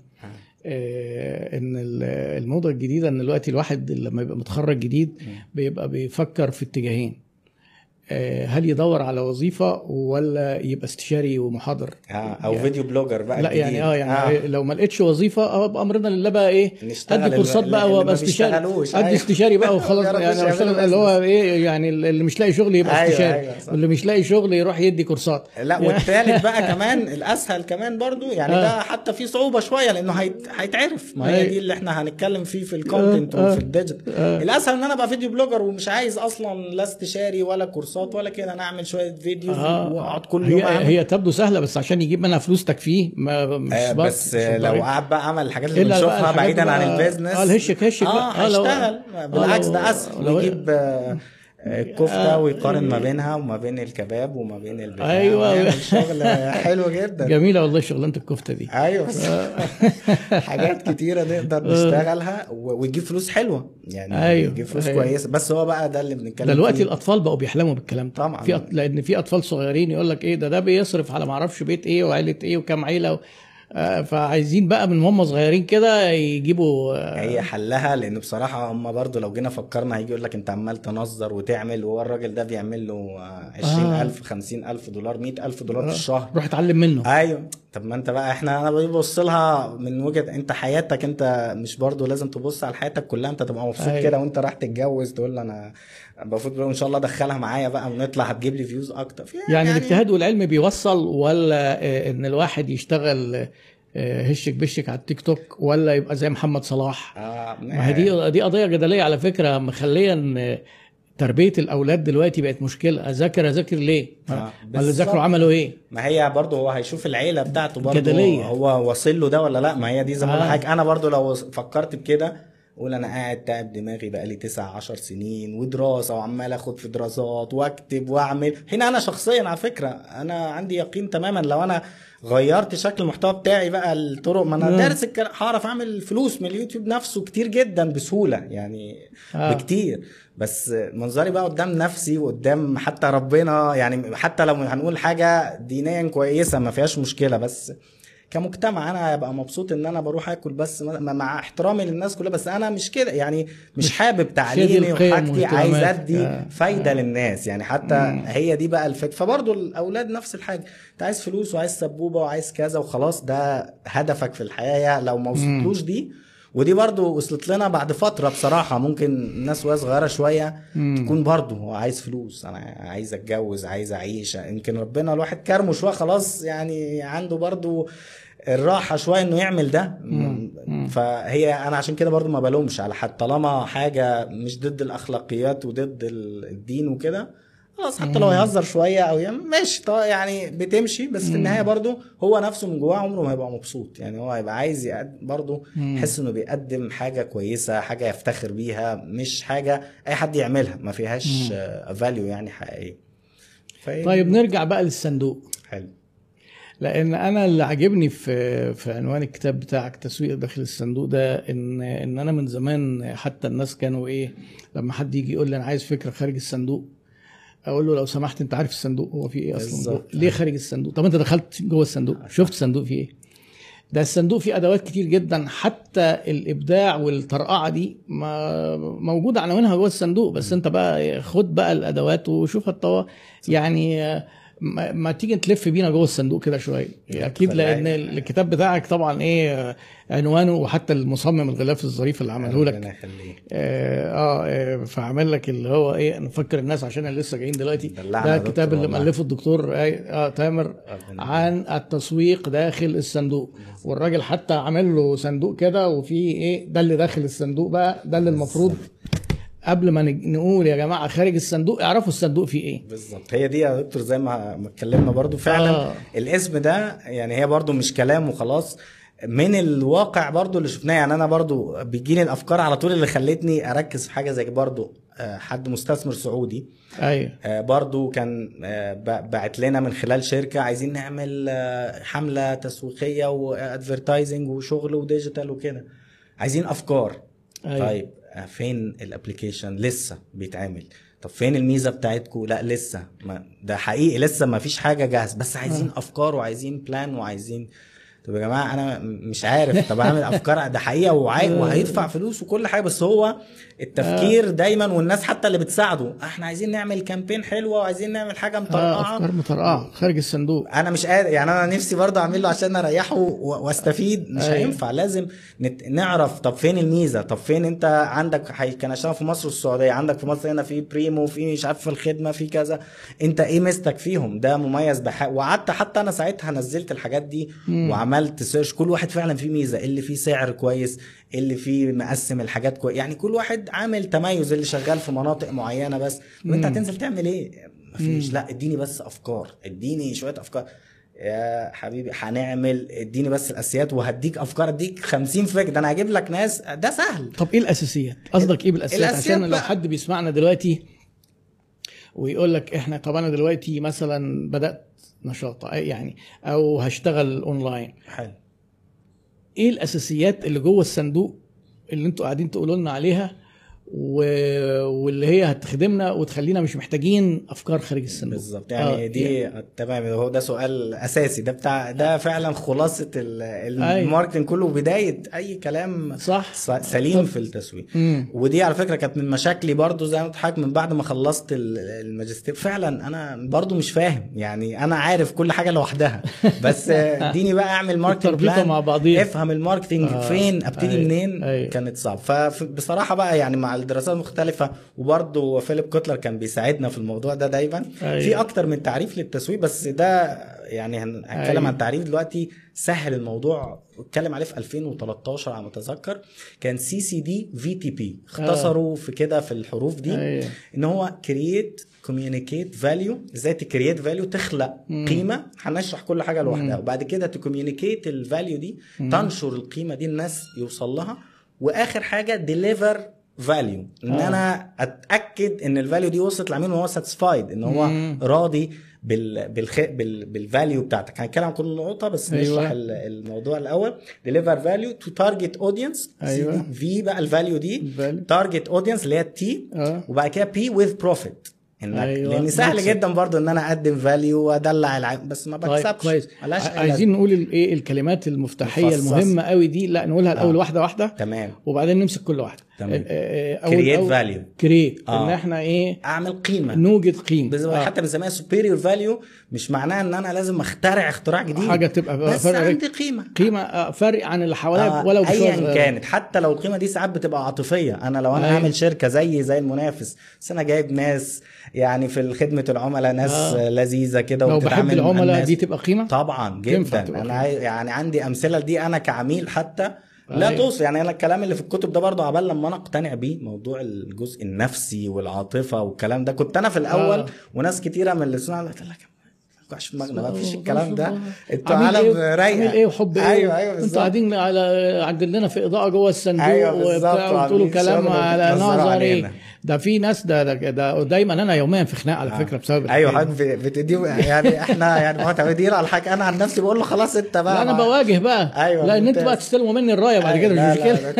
آه ان الموضه الجديده ان دلوقتي الواحد لما يبقى متخرج جديد بيبقى بيفكر في اتجاهين، هل يدور على وظيفة ولا يبقى استشاري ومحاضر آه او يعني فيديو بلوجر بقى لا جديد. يعني اه يعني آه. لو ما لقيتش وظيفه ابقى امرنا لله بقى ايه، ادي كورسات بقى وابقى استشاري، ادي استشاري بقى وخلاص. يعني اشتغل اللي هو ايه، يعني اللي مش لاقي شغل يبقى أيوة استشاري أيوة واللي مش لاقي شغل يروح يدي كورسات. لا والثالث بقى كمان الاسهل كمان برضو يعني آه. ده حتى فيه صعوبه شويه لانه هيتعرف. ما هي دي اللي احنا هنتكلم فيه في الكونتنت آه. وفي الديجيتال. آه. الاسهل ان انا ابقى فيديو بلوجر ومش عايز اصلا لا استشاري ولا كورسات ولا كده، انا اعمل شويه فيديو آه. واقعد كل يوم هي, هي تبدو سهله، بس عشان يجيب منها فلوس تكفيه ما مش آه بس لو قعد بقى عمل الحاجات اللي بنشوفها بعيدا عن البيزنس اه الهشك هشك اه هيشتغل. بالعكس ده اسهل، ويجيب آه الكفته ويقارن ما بينها وما بين الكباب وما بين البتاع. ايوه شغل حلو جدا. جميله والله شغلانه الكفته دي. ايوه حاجات كتيره نقدر نشتغلها ويجيب فلوس حلوه يعني. أيوة. يجيب فلوس أيوة. كويسه. بس هو بقى ده اللي بنتكلم فيه دلوقتي. الاطفال بقوا بيحلموا بالكلام ده طبعا، في أط... لان في اطفال صغيرين يقول لك ايه ده ده بيصرف على ما اعرفش بيت ايه وعيله ايه وكم عيله و... فعايزين بقى من هم صغيرين كده يجيبوا. هي حلها، لان بصراحه هم برضو لو جينا فكرنا هيجي يقول لك انت عمال تنظر وتعمل، وهو الراجل ده بيعمل له عشرين ألف خمسين ألف دولار مئة ألف دولار في الشهر، روح اتعلم منه. ايوه. طب ما انت بقى احنا انا ببص لها من وجهه انت حياتك، انت مش برضو لازم تبص على حياتك كلها؟ انت تبقى مبسوط أيوة. كده وانت راح تتجوز تقول انا المفروض ان شاء الله ادخلها معايا بقى ونطلع هتجيب لي فيوز اكتر يعني, يعني الاجتهاد والعلم بيوصل، ولا ان الواحد يشتغل هشك بشك على التيك توك، ولا يبقى زي محمد صلاح؟ اه ما هي دي دي قضيه جدليه على فكره، مخليه ان تربيه الاولاد دلوقتي بقت مشكله. اذاكر اذاكر ليه؟ آه ولا ذاكروا عملوا ايه؟ ما هي برضه هو هيشوف العيله بتاعته برضه جدلية. هو واصل له ده ولا لا. ما هي دي زي ما بقول لك، انا برضه لو فكرت بكده قول انا قاعد تعب دماغي بقالي تسع عشر سنين ودراسه وعمال اخد في دراسات واكتب واعمل. هنا انا شخصيا على فكره انا عندي يقين تماما لو انا غيرت شكل المحتوى بتاعي بقى الطرق، ما انا دارس هعرف اعمل فلوس من اليوتيوب نفسه كتير جدا بسهوله يعني آه. بكتير. بس منظري بقى قدام نفسي وقدام حتى ربنا، يعني حتى لو هنقول حاجه دينيا كويسه ما فيهاش مشكله، بس كمجتمع انا ابقى مبسوط ان انا بروح اكل بس مع احترامي للناس كلها، بس انا مش كده يعني، مش حابب تعليمي وحاجتي، عايز ادي آه. فايده آه. للناس يعني حتى مم. هي دي بقى الفكره. فبرضه الاولاد نفس الحاجه، انت عايز فلوس وعايز سبوبه وعايز كذا وخلاص، ده هدفك في الحياه. لو ما وصلتلوش دي، ودي برضو وصلت لنا بعد فتره بصراحه، ممكن الناس وهي صغيره شويه مم. تكون برضو هو عايز فلوس، انا عايز اتجوز عايز اعيش، يمكن ربنا الواحد كرمه شويه خلاص يعني عنده برضو الراحه شويه انه يعمل ده. مم. فهي انا عشان كده برضو ما بلومش على حد، طالما حاجه مش ضد الاخلاقيات وضد الدين وكده خلاص، حتى لو يهزر شويه او ماشي يعني بتمشي، بس في النهايه برضو هو نفسه من جواه عمره ما هيبقى مبسوط يعني، هو هيبقى عايز برضو يحس انه بيقدم حاجه كويسه، حاجه يفتخر بيها، مش حاجه اي حد يعملها ما فيهاش فاليو يعني حقيقيه. طيب نرجع بقى للصندوق. حلو. لان انا اللي عجبني في في عنوان الكتاب بتاعك تسويق داخل الصندوق ده، ان ان انا من زمان حتى الناس كانوا ايه، لما حد يجي يقول لي انا عايز فكره خارج الصندوق، اقول له لو سمحت انت عارف الصندوق هو فيه ايه اصلا؟ ليه خارج الصندوق؟ طب انت دخلت جوه الصندوق شفت الصندوق فيه ايه؟ ده الصندوق فيه ادوات كتير جدا، حتى الابداع والطرقعه دي ما موجوده عناوينها جوه الصندوق، بس انت بقى خد بقى الادوات وشوف الطوا يعني. ما, ما تيجي تلف بينا جوه الصندوق كده شويه اكيد، لان الكتاب بتاعك طبعا ايه عنوانه، وحتى المصمم الغلاف الظريف اللي عمله لك اه, آه فعمل لك اللي هو ايه، نفكر الناس عشان اللي لسه جايين دلوقتي، ده الكتاب اللي مؤلفه الدكتور اه تامر عن التسويق داخل الصندوق، والراجل حتى عامل له صندوق كده وفيه ايه ده اللي داخل الصندوق بقى، ده اللي المفروض قبل ما نقول يا جماعه خارج الصندوق اعرفوا الصندوق فيه ايه بالظبط. هي دي يا دكتور زي ما اتكلمنا برضو فعلا آه. الاسم ده يعني هي برضو مش كلام وخلاص، من الواقع برضو اللي شفناه يعني. انا برضو بيجيني الافكار على طول اللي خلتني اركز في حاجه زي برضو حد مستثمر سعودي ايوه برضو كان بعت لنا من خلال شركه عايزين نعمل حمله تسويقيه وادفيرتايزنج وشغل وديجيتال وكده، عايزين افكار أيوة. طيب فين الابليكيشن؟ لسه بيتعمل. طب فين الميزه بتاعتكم؟ لا لسه، ما ده حقيقي لسه ما فيش حاجه جاهز، بس عايزين أه. افكار وعايزين بلان وعايزين. طب يا جماعه انا مش عارف، طب اعمل افكار ده حقيقه وعاي... وهيدفع فلوس وكل حاجه، بس هو التفكير دايما، والناس حتى اللي بتساعده احنا عايزين نعمل كامبين حلوه وعايزين نعمل حاجه مطرقعه، افكار مطرقعه خارج الصندوق. انا مش قادر يعني، انا نفسي برضه اعمل له عشان اريحه واستفيد، مش أيوة. هينفع، لازم نت... نعرف طب فين الميزه، طب فين انت عندك حي... كان عشان في مصر والسعوديه، عندك في مصر هنا في بريمو، في مش عارف في الخدمه في كذا، انت ايه ميزتك فيهم؟ ده مميز بح... وقعدت حتى انا ساعتها نزلت الحاجات دي م. وعملت سيرش، كل واحد فعلا فيه ميزه، اللي فيه سعر كويس، اللي فيه مقسم الحاجات كويس، يعني كل واحد عامل تميز، اللي شغال في مناطق معينه بس، وانت هتنزل تعمل ايه؟ مفيش. لا اديني بس افكار، اديني شويه افكار يا حبيبي، هنعمل اديني بس الاساسيات وهديك افكار، اديك خمسين فكره، ده انا هجيب لك ناس، ده سهل. طب ايه الاساسيات؟ قصدك ايه بالاساسيات؟ عشان لو حد بيسمعنا دلوقتي ويقول لك احنا طب انا دلوقتي مثلا بدات نشاط يعني او هشتغل اونلاين، حلو، ايه الاساسيات اللي جوه الصندوق اللي انتوا قاعدين تقولوا لنا عليها، واللي هي هتخدمنا وتخلينا مش محتاجين افكار خارج الصندوق بالظبط. يعني آه دي يعني. تمام، هو ده سؤال اساسي، ده بتاع ده فعلا خلاصه الماركتنج كله، بدايه اي كلام صح سليم طب. في التسويق. مم. ودي على فكره كانت من مشاكلي برضو زي ما بتحكي من بعد ما خلصت الماجستير. فعلا انا برضو مش فاهم، يعني انا عارف كل حاجه لوحدها بس اديني بقى اعمل ماركتنج بلان مع بعضيها، افهم الماركتنج آه. فين ابتدي أي. منين أي. كانت صعب. فبصراحه بقى يعني مع الدراسات المختلفه، وبرضو فيليب كوتلر كان بيساعدنا في الموضوع ده دايما. أي. في اكتر من تعريف للتسويق، بس ده يعني هنتكلم عن تعريف دلوقتي سهل الموضوع. اتكلم عليه في ألفين وتلتاشر على ما اتذكر، كان سي سي دي في تي بي، اختصروا في كده في الحروف دي. أي. ان هو كرييت كوميونيكيت فاليو، ازاي تكرييت فاليو، تخلق مم. قيمه. هنشرح كل حاجه لوحدها، وبعد كده تكوميونيكيت الفاليو دي، مم. تنشر القيمه دي الناس يوصل لها، واخر حاجه ديليفر فاليو، ان آه. انا اتاكد ان الفاليو دي وصلت للعميل وهو ساتسفايد، ان هو مم. راضي بال بالخ... بال بالفاليو بتاعتك. هنتكلم عن كل نقطه بس أيوة. نشرح الموضوع الاول. ديليفر فاليو تو تارجت اودينس، ايوه في بقى الفاليو دي تارجت اودينس اللي هي التي، آه. وبعد كده بي وذ بروفيت، انك أيوة. لان سهل مكسب. جدا برضو ان انا اقدم فاليو وادلع العام بس ما بكسبش. طيب كويس. عايزين نقول ايه الكلمات المفتاحيه مفصص. المهمه قوي دي، لا نقولها الاول آه. واحده واحده، تمام، وبعدين نمسك كل واحده. كرييت فاليو، كرييت ان احنا ايه، اعمل قيمه، نوجد قيمه. آه. حتى بنسميها سوبيريور فاليو، مش معناها ان انا لازم اخترع اختراع جديد، حاجه تبقى بس عندي قيمه قيمه فرق عن اللي حواليا آه. ولو ايا كانت. حتى لو القيمه دي ساعات بتبقى عاطفيه، انا لو انا اعمل شركه زي زي المنافس، بس انا جايب ناس يعني في خدمه العملاء، ناس آه. لذيذه كده وبتتعامل مع العملاء، دي تبقى قيمه طبعا جدا. انا يعني عندي امثله دي انا كعميل حتى لا أيوة. توصل. يعني انا الكلام اللي في الكتب ده برضو عبال لما انا اقتنع بيه، موضوع الجزء النفسي والعاطفه والكلام ده، كنت انا في الاول آه. وناس كتيره من اللي سمعوا قالت لك مش في دماغنا، ما فيش الكلام ده، انتوا عالم رايقه. عامل ايه وحب ايه؟ ايوه ايوه بالظبط. انتوا قاعدين على عندنا لنا في اضاءه جوه الصندوق أيوة وبتاع، وتقولوا كلام على نظري. ده في ناس ده ده, ده دايما انا يوميا في خناقه على آه. فكره بسبب ايوه حضرتك بتدي يعني احنا يعني معتمدين على الحاجه. انا عن نفسي بقول له خلاص انت بقى، لا انا بواجه بقى أيوة لان انتوا بقى تستلموا مني الرايه بعد كده مش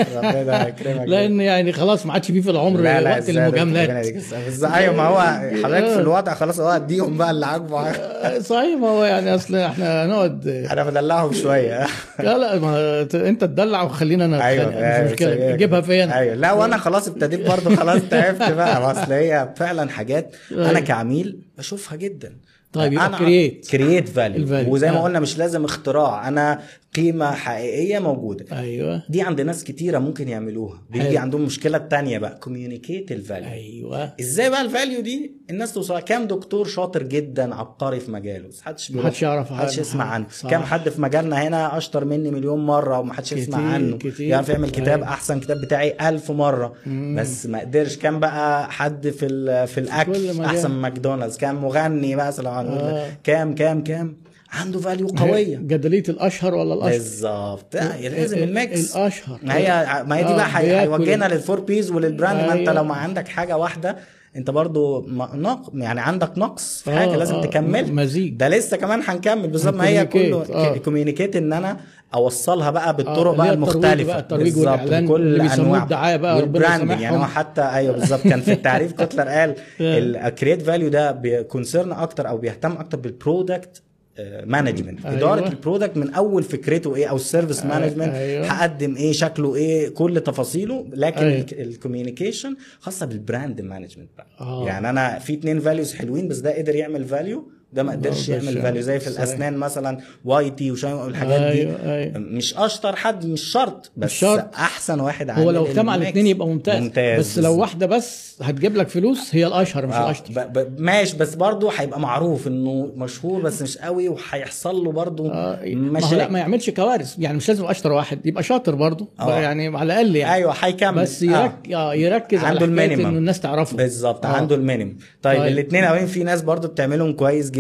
مشكله، لان يعني خلاص ما عادش فيه في العمر وقت المجاملات. ايوه ما هو حضرتك في الوضع خلاص، هو اديهم بقى اللي عاجبه. صحيح، ما هو يعني اصل احنا هنقعد انا بدلعهم شويه. لا لا ما انت تدلع وخلينا انا أيوة. مش مشكله جيبها فين. ايوه لا وانا خلاص ابتديت برضه خلاص تعبت بقى، اصل هي فعلا حاجات انا كعميل بشوفها جدا. طيب يبقى كرييت كرييت فاليو، وزي ما قلنا مش لازم اختراع، انا قيمه حقيقيه موجوده. ايوه دي عند ناس كتيره ممكن يعملوها، بيجي عندهم مشكله تانية بقى كوميونيكيت الفاليو. ايوه ازاي بقى الفاليو دي الناس توصل؟ كام دكتور شاطر جدا عبقري في مجاله بس محدش محدش يعرف، محدش يسمع عنه. كام حد في مجالنا هنا اشطر مني مليون مره ومحدش يسمع عنه، يعني يعمل كتاب أيوة. احسن كتاب بتاعي ألف مره مم. بس ما قدرش. كام بقى حد في في الاكل احسن من ماكدونالدز، كام مغني مثلا آه. كام كام كام عنده فاليو قويه. جدليه الاشهر ولا الاشهر بالظبط، لازم الميكس الاشهر. ما هي ما هي دي بقى هيوجهنا للفور بيز وللبراند. ما انت لو ما عندك حاجه واحده انت برضو نق... يعني عندك نقص في حاجه آه لازم آه تكمل مزيج. ده لسه كمان هنكمل بالظبط. ما هي كله آه. كوميونيكيت ان انا اوصلها بقى بالطرق آه بقى المختلفه بالظبط بكل انواع الدعايه بقى والبراندنج. يعني هو حتى ايوه بالظبط كان في التعريف كوتلر قال الكرييت فاليو ده بيكونسيرن اكتر او بيهتم اكتر بالبرودكت مانجمنت، أيوة. اداره البرودكت من اول فكرته ايه او السيرفيس مانجمنت، أيوة. هقدم ايه، شكله ايه، كل تفاصيله. لكن أيوة. الكوميونيكيشن خاصه بالبراند مانجمنت بقى. آه. يعني انا في اتنين فاليوز حلوين بس ده قدر يعمل فاليو، ده ما قدرش يعمل فاليو. زي في الاسنان مثلا واي تي والحاجات دي. أيوة. أيوة. مش اشطر حد مش شرط بس مش شرط. احسن واحد هو لو اجتمع الاثنين يبقى ممتاز. ممتاز بس لو واحده بس هتجيب لك فلوس هي الاشهر مش آه. الاشطر. ب- ب- ماشي بس برضه هيبقى معروف انه مشهور بس مش قوي، وهيحصل له برضه آه. مش لا ما يعملش كوارث. يعني مش لازم اشطر واحد يبقى شاطر برضه آه. يعني على الاقل يعني ايوه هيكمل بس يرك... آه. يركز على المينيمم انه الناس تعرفه بالظبط. آه. عنده المينيمم. طيب, طيب. الاثنين اوين في ناس برضه بتعملهم كويس جدا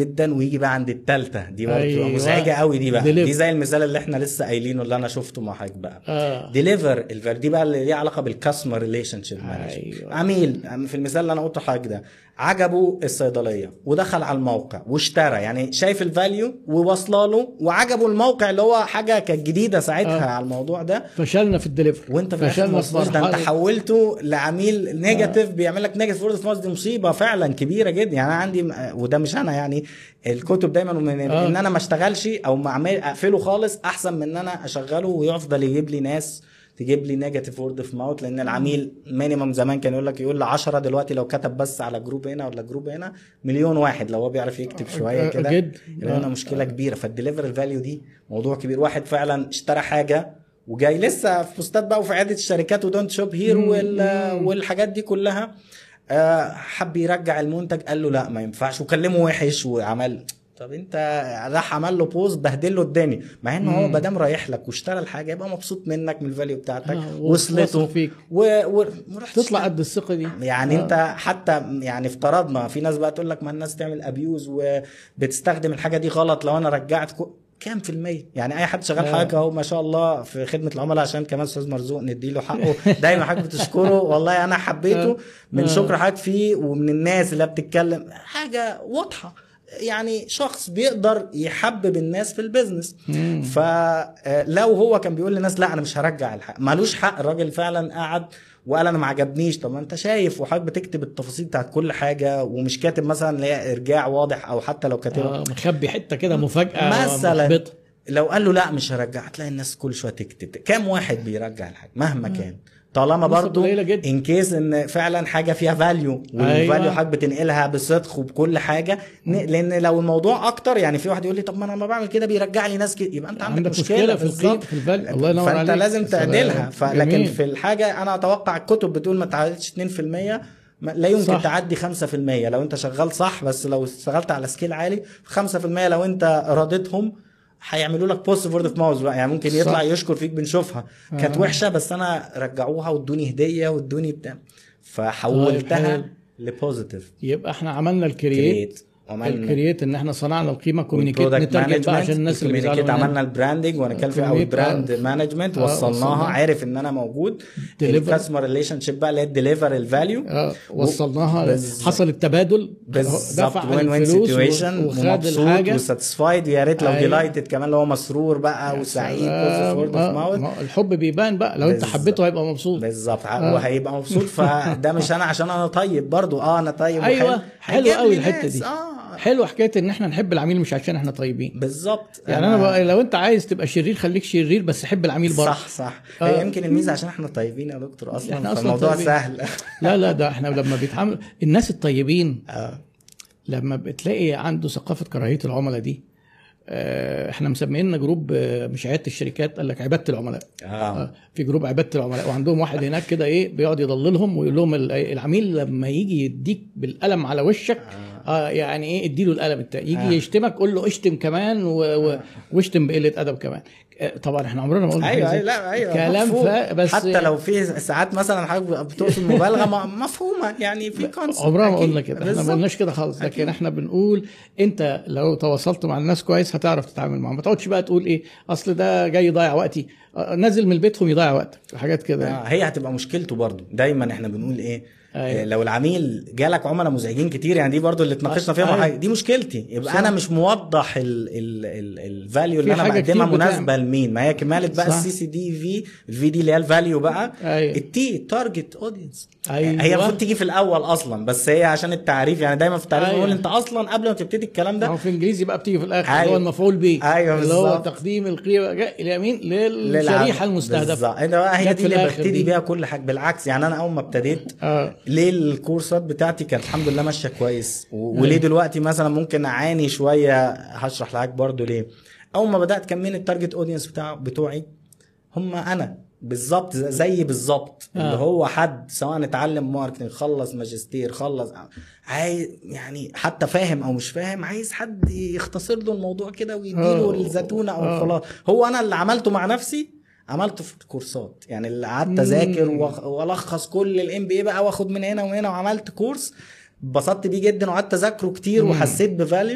جدا ويجي بقى عند الثالثه دي برضه أيوة. مزعجه قوي دي بقى Deliver. دي زي المثال اللي احنا لسه قايلينه اللي انا شفته مع حضرتك بقى آه. ديليفر دي بقى اللي ليها علاقه بالكاستمر ريليشن شيب أيوة. عميل في المثال اللي انا قلته حضرتك ده عجبه الصيدليه ودخل على الموقع واشترى يعني شايف الفاليو ووصله له وعجبه الموقع اللي هو حاجه كانت جديده ساعتها آه. على الموضوع ده فشلنا في الدليفر وانت في الاخر ما ده انت حولته لعميل نيجاتيف آه. بيعمل لك نيجاتيف وورد اوف ماوث. دي مصيبه فعلا كبيره جدا يعني. انا عندي وده مش انا يعني الكتب دايما من آه. ان انا ما اشتغلش او ما اعمل اقفله خالص احسن من ان انا اشغله ويفضل يجيب لي ناس تجيب لي نيجاتيف وورد اوف ماوث. لان العميل مينيمم زمان كان يقول لك يقول ل عشرة دلوقتي لو كتب بس على جروب هنا ولا جروب هنا مليون واحد لو هو بيعرف يكتب شويه كده لان مشكله كبيره. فالدليفري الفاليو دي موضوع كبير. واحد فعلا اشترى حاجه وجاي لسه في بوستات بقى وفي عده الشركات ودونت شوب هير والحاجات دي كلها حب يرجع المنتج قال له لا ما ينفعش وكلمه وحش وعمل. طب انت راح عمل له بوست بهدل له الدنيا مع انه هو مادام رايح لك واشترى الحاجه يبقى مبسوط منك من الفاليو بتاعتك آه وصلته فيك و... و... تطلع قد الثقه دي يعني آه. انت حتى يعني افترضنا في ناس بقى تقول لك ما الناس تعمل ابيوز وبتستخدم الحاجه دي غلط لو انا رجعت كو... كام في المية يعني اي حد شغال حاجه اهو ما شاء الله في خدمه العملاء عشان كمان استاذ مرزوق نديله حقه دايما حضرتك بتشكره والله انا حبيته من شكر حضرتك فيه ومن الناس اللي بتتكلم حاجه واضحه يعني شخص بيقدر يحبب الناس في البيزنس. فلو هو كان بيقول للناس لا انا مش هرجع الحق مالوش حق. الراجل فعلا قعد وقال انا ما عجبنيش. طب ما انت شايف وحضرتك بتكتب التفاصيل بتاعت كل حاجه ومش كاتب مثلا ليه ارجاع واضح او حتى لو كاتبها آه مخبي حته كده مفاجاه مثلا محبطه. لو قال له لا مش هرجع هتلاقي الناس كل شويه تكتب. كام واحد بيرجع الحاجه مهما آه. كان طالما برضو ان كيس ان فعلا حاجه فيها فاليو والفاليو أيوة. حاجه بتنقلها بصدق وبكل حاجه. لان لو الموضوع اكتر يعني في واحد يقول لي طب ما انا لما بعمل كده بيرجع لي ناس كده يبقى انت عندك, عندك مشكله في القيمه في الفاليو الله ينور عليك. فانت لازم تعدلها. لكن في الحاجه انا اتوقع الكتب بتقول ما تعديش اتنين في المية لا يمكن صح. تعدي خمسة في المية لو انت شغال صح. بس لو اشتغلت على سكيل عالي خمسة في المية لو انت راضيتهم هيعملوا لك بوست وورد اوف ماوث بقى. يعني ممكن يطلع صح. يشكر فيك بنشوفها آه. كانت وحشه بس انا رجعوها وادوني هديه وادوني بتاع فحولتها لبوزيتيف. يبقى احنا عملنا الكرييت الكرييت ان احنا صنعنا القيمه كوميونيكيت نترجم بقى عشان الناس اللي بيزعلوا مننا. عملنا البراندنج وانا كان في او براند مانجمنت وصلناها عارف ان انا موجود. الكاستمر ريليشن شيب بقى اللي هي الديليفر الفاليو اه وصلناها حصل التبادل دفع وين وين سيتويشن ومبسوط وساتسفايد ويا ريت لو ديلايتد كمان اللي هو مسرور بقى وسعيد. الحب بيبان بقى لو انت حبيته هيبقى مبسوط بالظبط وهيبقى مبسوط. فده مش انا عشان انا طيب برضو اه انا طيب ايوه حلو قوي الحته دي حلو حكايه ان احنا نحب العميل مش عشان احنا طيبين بالظبط. يعني انا, أنا لو انت عايز تبقى شرير خليك شرير بس حب العميل برضه صح صح آه. هي يمكن الميزه عشان احنا طيبين يا دكتور اصلا فالموضوع سهل لا لا ده احنا لما بيتعامل الناس الطيبين آه. لما بتلاقي عنده ثقافه كراهيه العملاء دي آه احنا مسمينا جروب آه مش عياده الشركات قال لك عباده العملاء آه. آه في جروب عباده العملاء وعندهم واحد هناك كده ايه بيقعد يضللهم ويقول لهم العميل لما يجي يديك بالقلم على وشك آه. اه يعني ايه اديله القلم التاني يجي آه. يشتمك قول له اشتم كمان و... و... واشتم بقله ادب كمان. طبعا احنا عمرنا ما قلنا ايوه ايوه لا ايوه كلام بس حتى لو في ساعات مثلا حضرتك بتقصد مبالغه مفهومه يعني في كونسبت عمرنا ما قلنا كده احنا ما قلناش كده خالص. لكن أكيد. احنا بنقول انت لو تواصلت مع الناس كويس هتعرف تتعامل معاهم. ما تقعدش بقى تقول ايه اصل ده جاي يضيع وقتي نازل من بيتهم يضيع وقتك حاجات كده آه هي هتبقى مشكلته برضو. دايما احنا بنقول ايه أيوة. لو العميل جالك عملاء مزعجين كتير يعني دي برضو اللي اتناقشنا فيها أيوة. دي مشكلتي يبقى صح. انا مش موضح الفاليو اللي انا بقدمها مناسبه لمين. ما هي كماله بقى السي سي دي في الفي دي اللي هي الفاليو بقى أيوة. التي تارجت اودينس أيوة. هي المفروض تيجي في الاول اصلا بس هي عشان التعريف يعني دايما في التعريف بنقول أيوة. انت اصلا قبل ما تبتدي الكلام ده او في انجليزي بقى بتيجي في الاخر أيوة. اللي هو المفعول به أيوة اللي هو تقديم القيمه اليمين للشريحه المستهدفه. هي دي اللي ببتدي بيها كل حاجه. بالعكس يعني انا اول ما ابتديت آه. ليه الكورسات بتاعتي كانت الحمد لله ماشيه كويس وليه دلوقتي مثلا ممكن اعاني شويه هشرح لك برضو ليه. اول ما بدات كان مين التارجت اودينس بتاع بتوعي هم انا بالظبط زي بالظبط آه. اللي هو حد سواء اتعلم ماركتنج خلص ماجستير خلص عايز يعني حتى فاهم او مش فاهم عايز حد يختصر له الموضوع كده ويديله الزتونه او آه. الخلاص. هو انا اللي عملته مع نفسي عملته في كورسات يعني اللي قعدت اذاكر والخص كل الام بي اي بقى واخد من هنا وهنا وعملت كورس اتبسطت بيه جدا وقعدت اذاكره كتير مم. وحسيت بفاليو.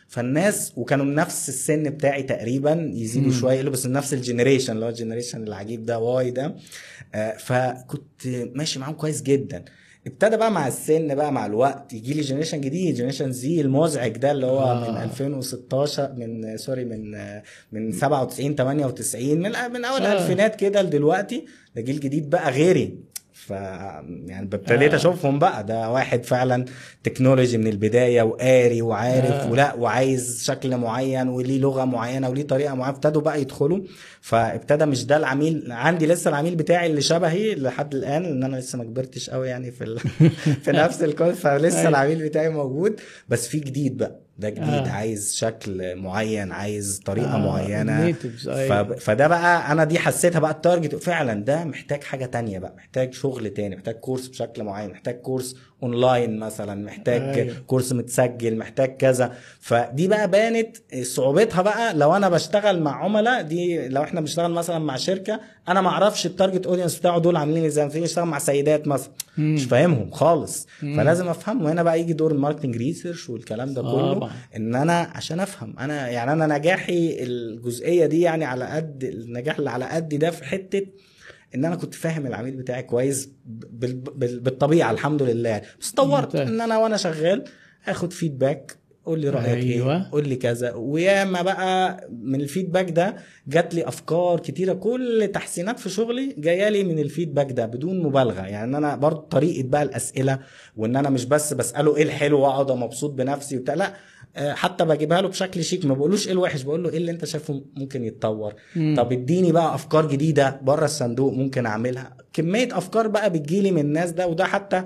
فالناس وكانوا نفس السن بتاعي تقريبا، يزيدوا شويه يقولوا بس نفس الجنريشن اللي هو الجنريشن العجيب ده واي ده. آه فكنت ماشي معاهم كويس جدا. ابتدى بقى مع السن بقى مع الوقت يجي لي جنريشن جديد، جنريشن زي المزعج ده اللي هو آه. من ألفين وستاشر من سوري من من سبعة وتسعين تمانية وتسعين من من اول آه. الالفينات كده لدلوقتي. ده جيل جديد بقى غيري. ف يعني ابتديت آه. اشوفهم بقى ده واحد فعلا تكنولوجي من البدايه وقاري وعارف آه. ولا وعايز شكل معين وليه لغه معينه وليه طريقه معينه. ابتدوا بقى يدخلوا، فابتدى مش ده العميل عندي لسه، العميل بتاعي اللي شبهي لحد الان لان انا لسه ما كبرتش قوي يعني في ال... في نفس الكون، فلسه العميل بتاعي موجود بس في جديد بقى، ده جديد آه. عايز شكل معين، عايز طريقه آه. معينه. ف... فده بقى انا دي حسيتها بقى التارجت فعلا ده محتاج حاجه تانية بقى، محتاج شغل تاني، محتاج كورس بشكل معين، محتاج كورس اونلاين مثلا، محتاج آه. كورس متسجل، محتاج كذا. فدي بقى بانت صعوبتها بقى لو انا بشتغل مع عملاء. دي لو احنا بنشتغل مثلا مع شركه انا ما اعرفش التارجت اودينس بتاعه دول عاملين ازاي، في اشتغل مع سيدات مثلا مم. مش فاهمهم خالص مم. فلازم افهمهم. هنا بقى يجي دور الماركتنج ريسيرش والكلام ده كله آه. ان انا عشان افهم انا يعني انا نجاحي الجزئيه دي يعني على قد النجاح اللي على قد ده في حته ان انا كنت فاهم العميل بتاعي كويس بالطبيعه الحمد لله. بس طورت ان انا وانا شغال اخد فيدباك، قول لي رايك أيوة. ايه، قول لي كذا. وياما بقى من الفيدباك ده جات لي افكار كتيره، كل تحسينات في شغلي جايه لي من الفيدباك ده بدون مبالغه. يعني انا برضو طريقه بقى الاسئله، وان انا مش بس بساله ايه الحلو واقعد مبسوط بنفسي وبتاع، لا حتى بجيبها له بشكل شيك، ما بقولوش ايه الوحش، بقول له ايه اللي انت شايفه ممكن يتطور. مم. طب اديني بقى افكار جديده بره الصندوق ممكن اعملها. كميه افكار بقى بتجيلي من الناس ده. وده حتى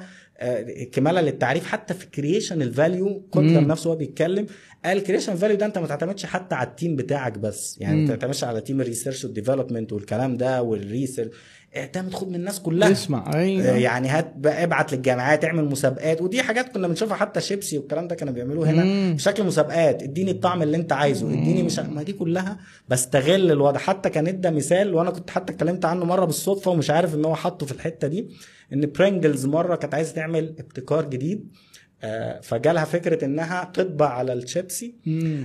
كمالا للتعريف حتى في كرييشن الفاليو كوتلر نفسه هو بيتكلم قال كرييشن فاليو ده انت ما تعتمدش حتى على التيم بتاعك بس، يعني ما تعتمدش على تيم الريسيرش والديفلوبمنت والكلام ده والريسيرش، اعتمد خد من الناس كلها اسمع أيوة. يعني هات بقى ابعت للجامعات اعمل مسابقات. ودي حاجات كنا بنشوفها حتى شيبسي والكلام ده كانوا بيعملوه هنا مم. بشكل مسابقات، اديني الطعم اللي انت عايزه اديني مش ما دي كلها بستغل الوضع. حتى كان ادى مثال وانا كنت حتى اتكلمت عنه مره بالصدفه ومش عارف ان هو حطه في الحته دي، ان برينجلز مره كانت عايزه تعمل ابتكار جديد فجالها فكره انها تطبع على الشيبسي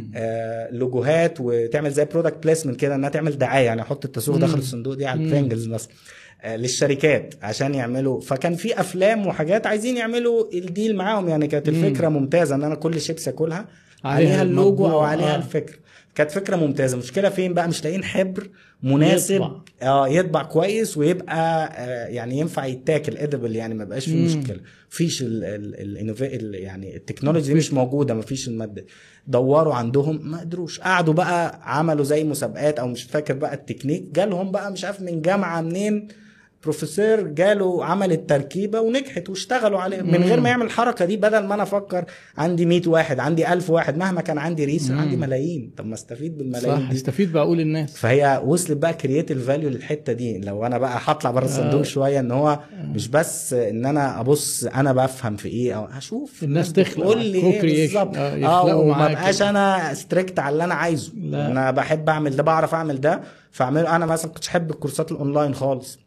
آه لوجوهات وتعمل زي برودكت بليسمنت كده، انها تعمل دعايه يعني احط التسويق داخل الصندوق دي على البرينجلز مثلا آه للشركات عشان يعملوا. فكان في افلام وحاجات عايزين يعملوا الديل معاهم، يعني كانت الفكره ممتازه ان انا كل شيبسي اكلها عليها اللوجو او عليها آه. الفكره كانت فكره ممتازه. مشكله فين بقى؟ مش لاقيين حبر مناسب يطبع. اه يطبع كويس ويبقى آه يعني ينفع يتاكل ادبل، يعني ما بقاش فيه مشكله. فيش ال ال ال يعني التكنولوجي مش موجوده، ما فيش الماده. دوروا عندهم ما قدروش، قعدوا بقى عملوا زي مسابقات او مش فاكر بقى التكنيك، جالهم بقى مش عارف من جامعه منين بروفيسور جاله عمل التركيبه ونجحت واشتغلوا عليه من غير ما يعمل الحركه دي. بدل ما انا افكر عندي مية واحد عندي ألف واحد مهما كان عندي ريسر عندي ملايين، طب ما استفيد بالملايين صح دي. استفيد بقول للناس. فهي وصلت بقى كرييتيف فاليو للحته دي. لو انا بقى هطلع بره الصندوق آه. شويه ان هو آه. مش بس ان انا ابص انا بفهم في ايه او هشوف الناس تخلق قول لي ايه بالظبط اه وما بقاش انا ستريكت على اللي انا عايزه. لا. انا بحب اعمل ده بعرف اعمل ده فاعمله. انا مثلا كنتش احب الكورسات الاونلاين خالص،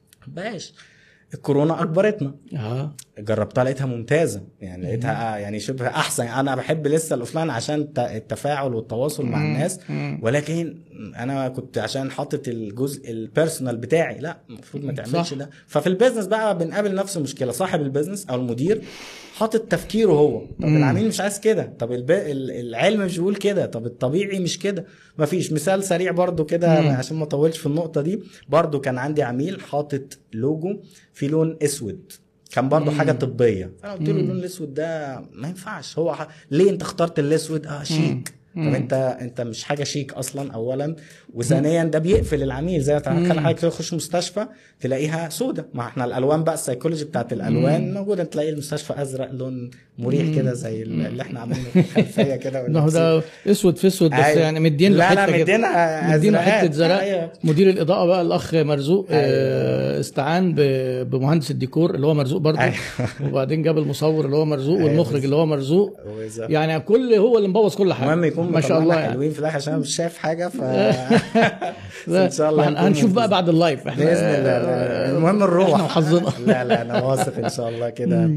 باش الكورونا اجبرتنا اه جربتها لقيتها ممتازه يعني لقيتها يعني شبه احسن. انا بحب لسه الاوفلاين عشان التفاعل والتواصل مع الناس، ولكن انا كنت عشان حاطط الجزء البيرسونال بتاعي لا المفروض ما تعملش ده. ففي البيزنس بقى بنقابل نفس المشكله، صاحب البيزنس او المدير حاطط تفكيره هو، طب العميل مش عايز كده، طب العلم مش بيقول كده، طب الطبيعي مش كده. مفيش مثال سريع برضو كده عشان ما اطولش في النقطه دي. برضو كان عندي عميل حاطط لوجو في لون اسود، كان برضو حاجه طبيه. انا قلت له اللون الاسود ده ما ينفعش. هو ح... ليه انت اخترت الاسود؟ اه شيك. طب انت انت مش حاجه شيك اصلا اولا، وثانيا ده بيقفل العميل. زي ما حضرتك تخش مستشفى تلاقيها سودة، ما احنا الالوان بقى السيكولوجي بتاعت الالوان موجوده، تلاقي المستشفى ازرق لون مريح كده زي اللي احنا عاملينه في الخلفيه كده. ده ده اسود في اسود بس أيوة. يعني مدين له حته كده، مدين له حته زرق. أيوة. مدير الاضاءه بقى الاخ مرزوق أيوة. استعان بمهندس الديكور اللي هو مرزوق برضه أيوة. وبعدين جاب المصور اللي هو مرزوق أيوة. والمخرج اللي هو مرزوق، يعني كل هو اللي مبوظ كل حاجه. المهم يكون ما شاء الله حلوين يعني. في الاخر عشان مش شايف حاجه ف ان شاء الله هنشوف بقى بعد اللايف احنا باذن الله. المهم الروح احنا وحظنا. لا لا انا واثق ان شاء الله كده.